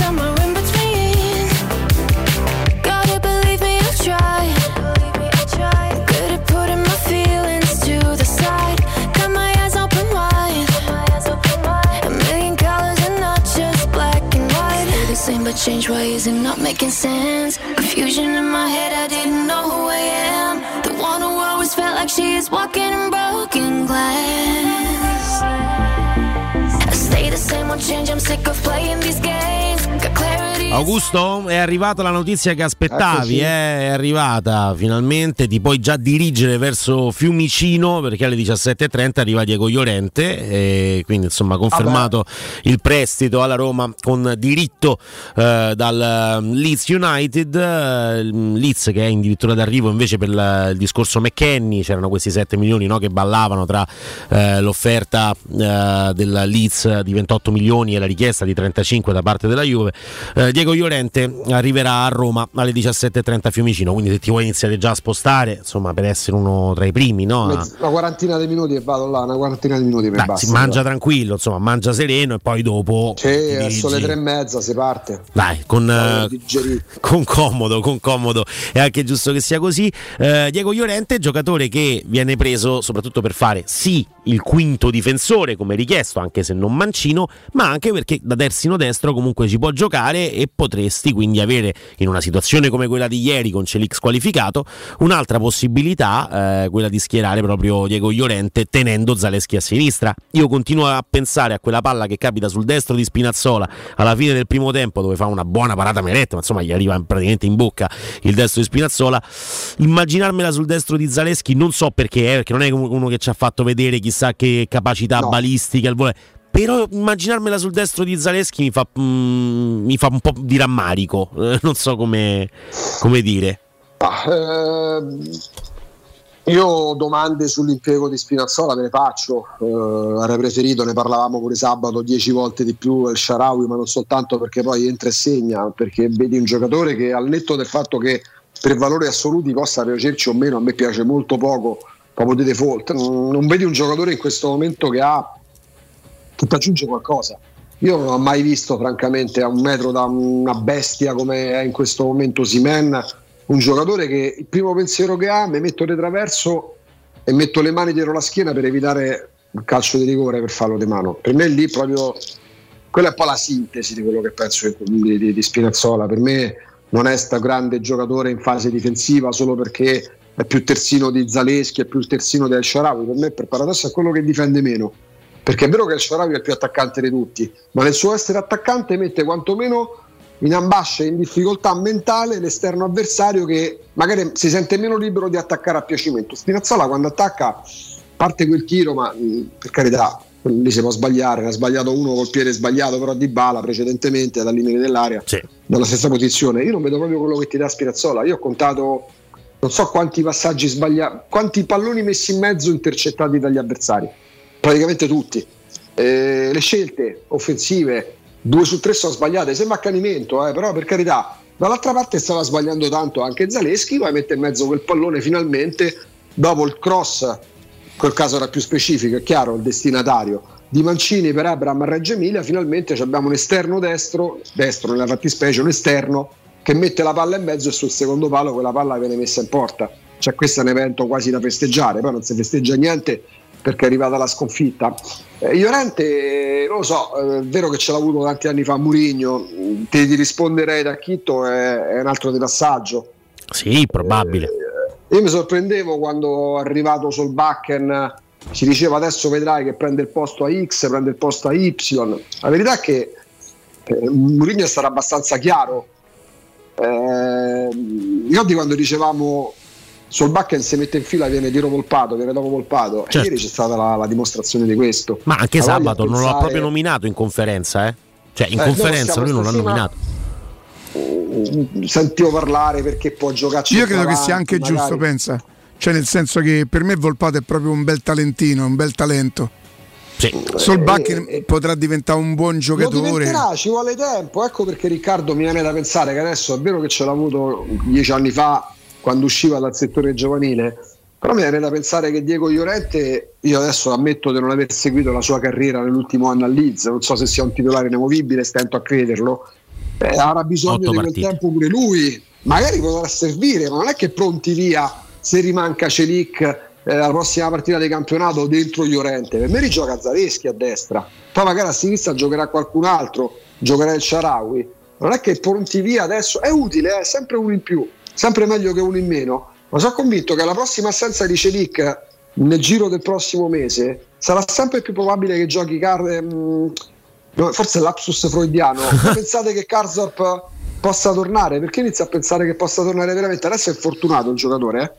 Gotta believe me, I've tried. Good at putting my feelings to the side. Got my eyes open wide. A million colors and not just black and white. Stay the same but change ways and not making sense. Confusion in my head, I didn't know who I am. The one who always felt like she is walking in broken glass. I stay the same, won't change, I'm sick of playing these games. Got clarity. Augusto, è arrivata la notizia che aspettavi, è arrivata finalmente, ti puoi già dirigere verso Fiumicino perché alle 17:30 arriva Diego Llorente e quindi insomma confermato il prestito alla Roma con diritto dal Leeds United, Leeds che è in dirittura d'arrivo invece per il discorso McKennie, c'erano questi 7 milioni che ballavano tra l'offerta del Leeds di 28 milioni e la richiesta di 35 da parte della Juve. Diego Llorente arriverà a Roma alle 17:30 a Fiumicino, quindi se ti vuoi iniziare già a spostare, insomma, per essere uno tra i primi, no? Una quarantina di minuti e vado là, per basta. Si mangia tranquillo, insomma, mangia sereno e poi dopo verso le 3:30 si parte. Dai, con comodo, è anche giusto che sia così. Diego Llorente, giocatore che viene preso soprattutto per fare sì il quinto difensore come richiesto, anche se non mancino, ma anche perché da terzino destro comunque ci può giocare e potresti quindi avere in una situazione come quella di ieri con Celix qualificato un'altra possibilità, quella di schierare proprio Diego Llorente tenendo Zalewski a sinistra. Io continuo a pensare a quella palla che capita sul destro di Spinazzola alla fine del primo tempo dove fa una buona parata Meret, ma insomma gli arriva praticamente in bocca il destro di Spinazzola. Immaginarmela sul destro di Zalewski non so perché non è uno che ci ha fatto vedere chissà che capacità balistiche al volo, però immaginarmela sul destro di Zalewski mi fa un po' di rammarico, non so come dire. Io domande sull'impiego di Spinazzola me ne faccio, avrei preferito, ne parlavamo pure sabato 10 volte di più El Shaarawy, ma non soltanto perché poi entra e segna, perché vedi un giocatore che al netto del fatto che per valori assoluti possa piacerci o meno, a me piace molto poco proprio di default, non vedi un giocatore in questo momento che ti aggiunge qualcosa. Io non ho mai visto francamente a un metro da una bestia come è in questo momento Osimhen, un giocatore che il primo pensiero che ha, mi metto retroverso e metto le mani dietro la schiena per evitare il calcio di rigore per fallo di mano. Per me lì proprio quella è un po' la sintesi di quello che penso di Spinazzola. Per me non è sta grande giocatore in fase difensiva solo perché è più terzino di Zalewski, è più terzino di El Shaarawy. Per me per paradosso è quello che difende meno, perché è vero che El Shaarawy è il più attaccante di tutti, ma nel suo essere attaccante mette quantomeno in ambascia, in difficoltà mentale l'esterno avversario che magari si sente meno libero di attaccare a piacimento. Spinazzola quando attacca parte quel tiro, ma per carità lì si può sbagliare, ne ha sbagliato uno col piede sbagliato però Dybala precedentemente dal limite dell'area, dalla stessa posizione. Io non vedo proprio quello che ti dà Spinazzola. Io ho contato non so quanti passaggi sbagliati, quanti palloni messi in mezzo intercettati dagli avversari, praticamente tutti. Le scelte offensive 2 su 3 sono sbagliate, sembra accanimento, però per carità. Dall'altra parte stava sbagliando tanto anche Zalewski, poi mette in mezzo quel pallone finalmente dopo il cross, quel caso era più specifico, è chiaro il destinatario di Mancini per Abraham a Reggio Emilia. Finalmente abbiamo un esterno destro nella fattispecie, un esterno che mette la palla in mezzo e sul secondo palo quella palla viene messa in porta. Cioè questo è un evento quasi da festeggiare, poi non si festeggia niente perché è arrivata la sconfitta. Llorente, non lo so, è vero che ce l'ha avuto tanti anni fa Mourinho, ti risponderei da Chitto, è un altro di passaggio. Sì, probabile. Io mi sorprendevo quando è arrivato Solbakken si diceva adesso vedrai che prende il posto a X, prende il posto a Y. La verità è che Mourinho è stato abbastanza chiaro. Ricordi quando dicevamo Solbakken si mette in fila, viene dietro Volpato, viene dopo Volpato, certo. Ieri c'è stata la dimostrazione di questo. Ma anche La sabato voglia non lo ha pensare- proprio nominato in conferenza, cioè in conferenza lui non l'ha nominato. Sentivo parlare perché può giocarci. Io credo che sia davanti, anche giusto, magari. pensa. Cioè, nel senso che per me Volpato è proprio un bel talentino, un bel talento. Solbakken potrà diventare un buon Lo giocatore. diventerà, ci vuole tempo. Ecco perché Riccardo mi viene da pensare che adesso è vero che ce l'ha avuto 10 anni fa quando usciva dal settore giovanile, però mi viene da pensare che Diego Llorente, io adesso ammetto di non aver seguito la sua carriera nell'ultimo anno a Leeds, non so se sia un titolare inamovibile, stento a crederlo, avrà bisogno 8 di quel partite. tempo pure lui, magari potrà servire, ma non è che pronti via se rimanca Celic la prossima partita di campionato dentro Llorente. Per me rigioca Zaleschi a destra, poi magari a sinistra giocherà qualcun altro, giocherà il Shaarawy. Non è che pronti via adesso è utile, è sempre uno in più, sempre meglio che uno in meno, ma sono convinto che la prossima assenza di Celic nel giro del prossimo mese sarà sempre più probabile che giochi forse lapsus freudiano. Pensate che Karsdorp possa tornare? Perché inizia a pensare che possa tornare veramente? Adesso è fortunato il giocatore,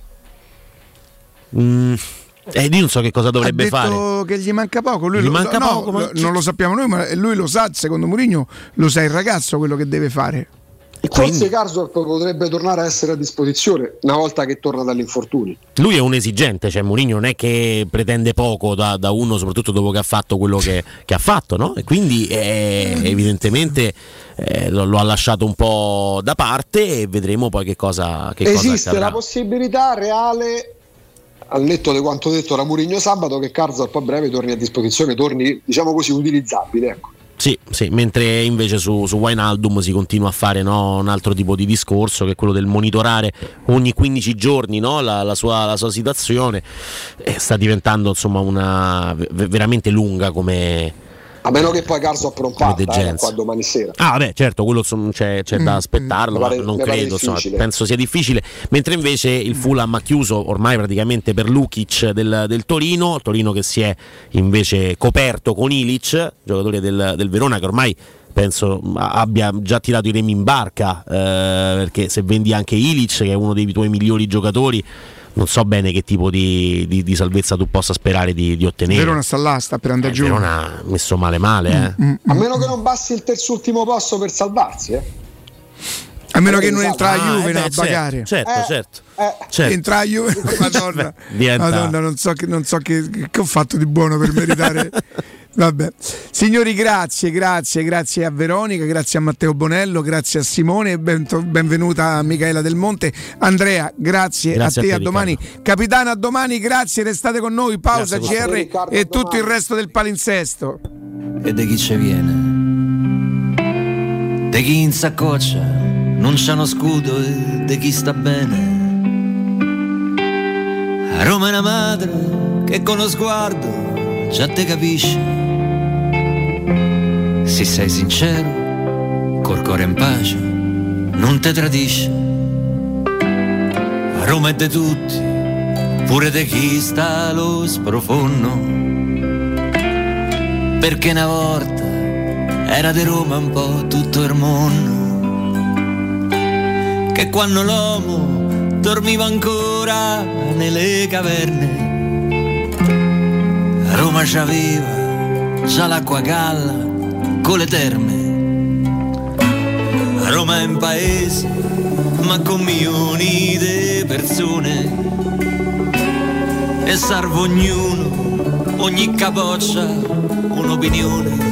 Io non so che cosa dovrebbe ha detto fare. che gli manca poco, lui Gli manca poco, ma non lo sappiamo noi, ma lui lo sa, secondo Mourinho lo sa il ragazzo quello che deve fare. Forse Karsdorp potrebbe tornare a essere a disposizione una volta che torna dall'infortunio. Lui è un esigente, cioè Mourinho non è che pretende poco da uno, soprattutto dopo che ha fatto quello che ha fatto, no? E quindi evidentemente lo ha lasciato un po' da parte e vedremo poi che cosa Esiste accadrà. la possibilità reale, al netto di quanto detto da Mourinho sabato, che Karsdorp a breve torni a disposizione, torni diciamo così utilizzabile, ecco. Sì, mentre invece su Wijnaldum si continua a fare, no, un altro tipo di discorso, che è quello del monitorare ogni 15 giorni, no, la sua situazione. Sta diventando insomma una veramente lunga come... A meno che poi Karsdorp non parta qua domani sera. Ah, vabbè, certo, quello c'è da aspettarlo, ma non credo, insomma, penso sia difficile. Mentre invece il Fulham ha chiuso ormai praticamente per Lukic del Torino che si è invece coperto con Ilic, giocatore del Verona, che ormai penso abbia già tirato i remi in barca, perché se vendi anche Ilic, che è uno dei tuoi migliori giocatori, non so bene che tipo di salvezza tu possa sperare di ottenere. Verona sta là, sta per andare giù. Verona ha messo male. A meno che non bassi il terzultimo posto per salvarsi, A meno che non entra la Juve a pagare. Certo. Entra la Juve, Madonna. Madonna, non so che ho fatto di buono per meritare. Vabbè. Signori, grazie a Veronica, grazie a Matteo Bonello, grazie a Simone, benvenuta a Michaela Del Monte. Andrea, grazie a te, a domani. Capitano, a domani, grazie, restate con noi, pausa Grazie, GR Riccardo, e tutto il resto del palinsesto. E di chi ci viene? Di chi in saccoccia non c'è uno scudo e di chi sta bene. A Roma è una madre che con lo sguardo già te capisce. Se sei sincero, col cuore in pace, non te tradisce. A Roma è de tutti, pure de chi sta allo sprofondo. Perché una volta era di Roma un po' tutto il mondo. Che quando l'uomo dormiva ancora nelle caverne, a Roma c'aveva già l'acqua galla con le terme. A Roma è un paese ma con milioni di persone, e serve ognuno, ogni capoccia un'opinione.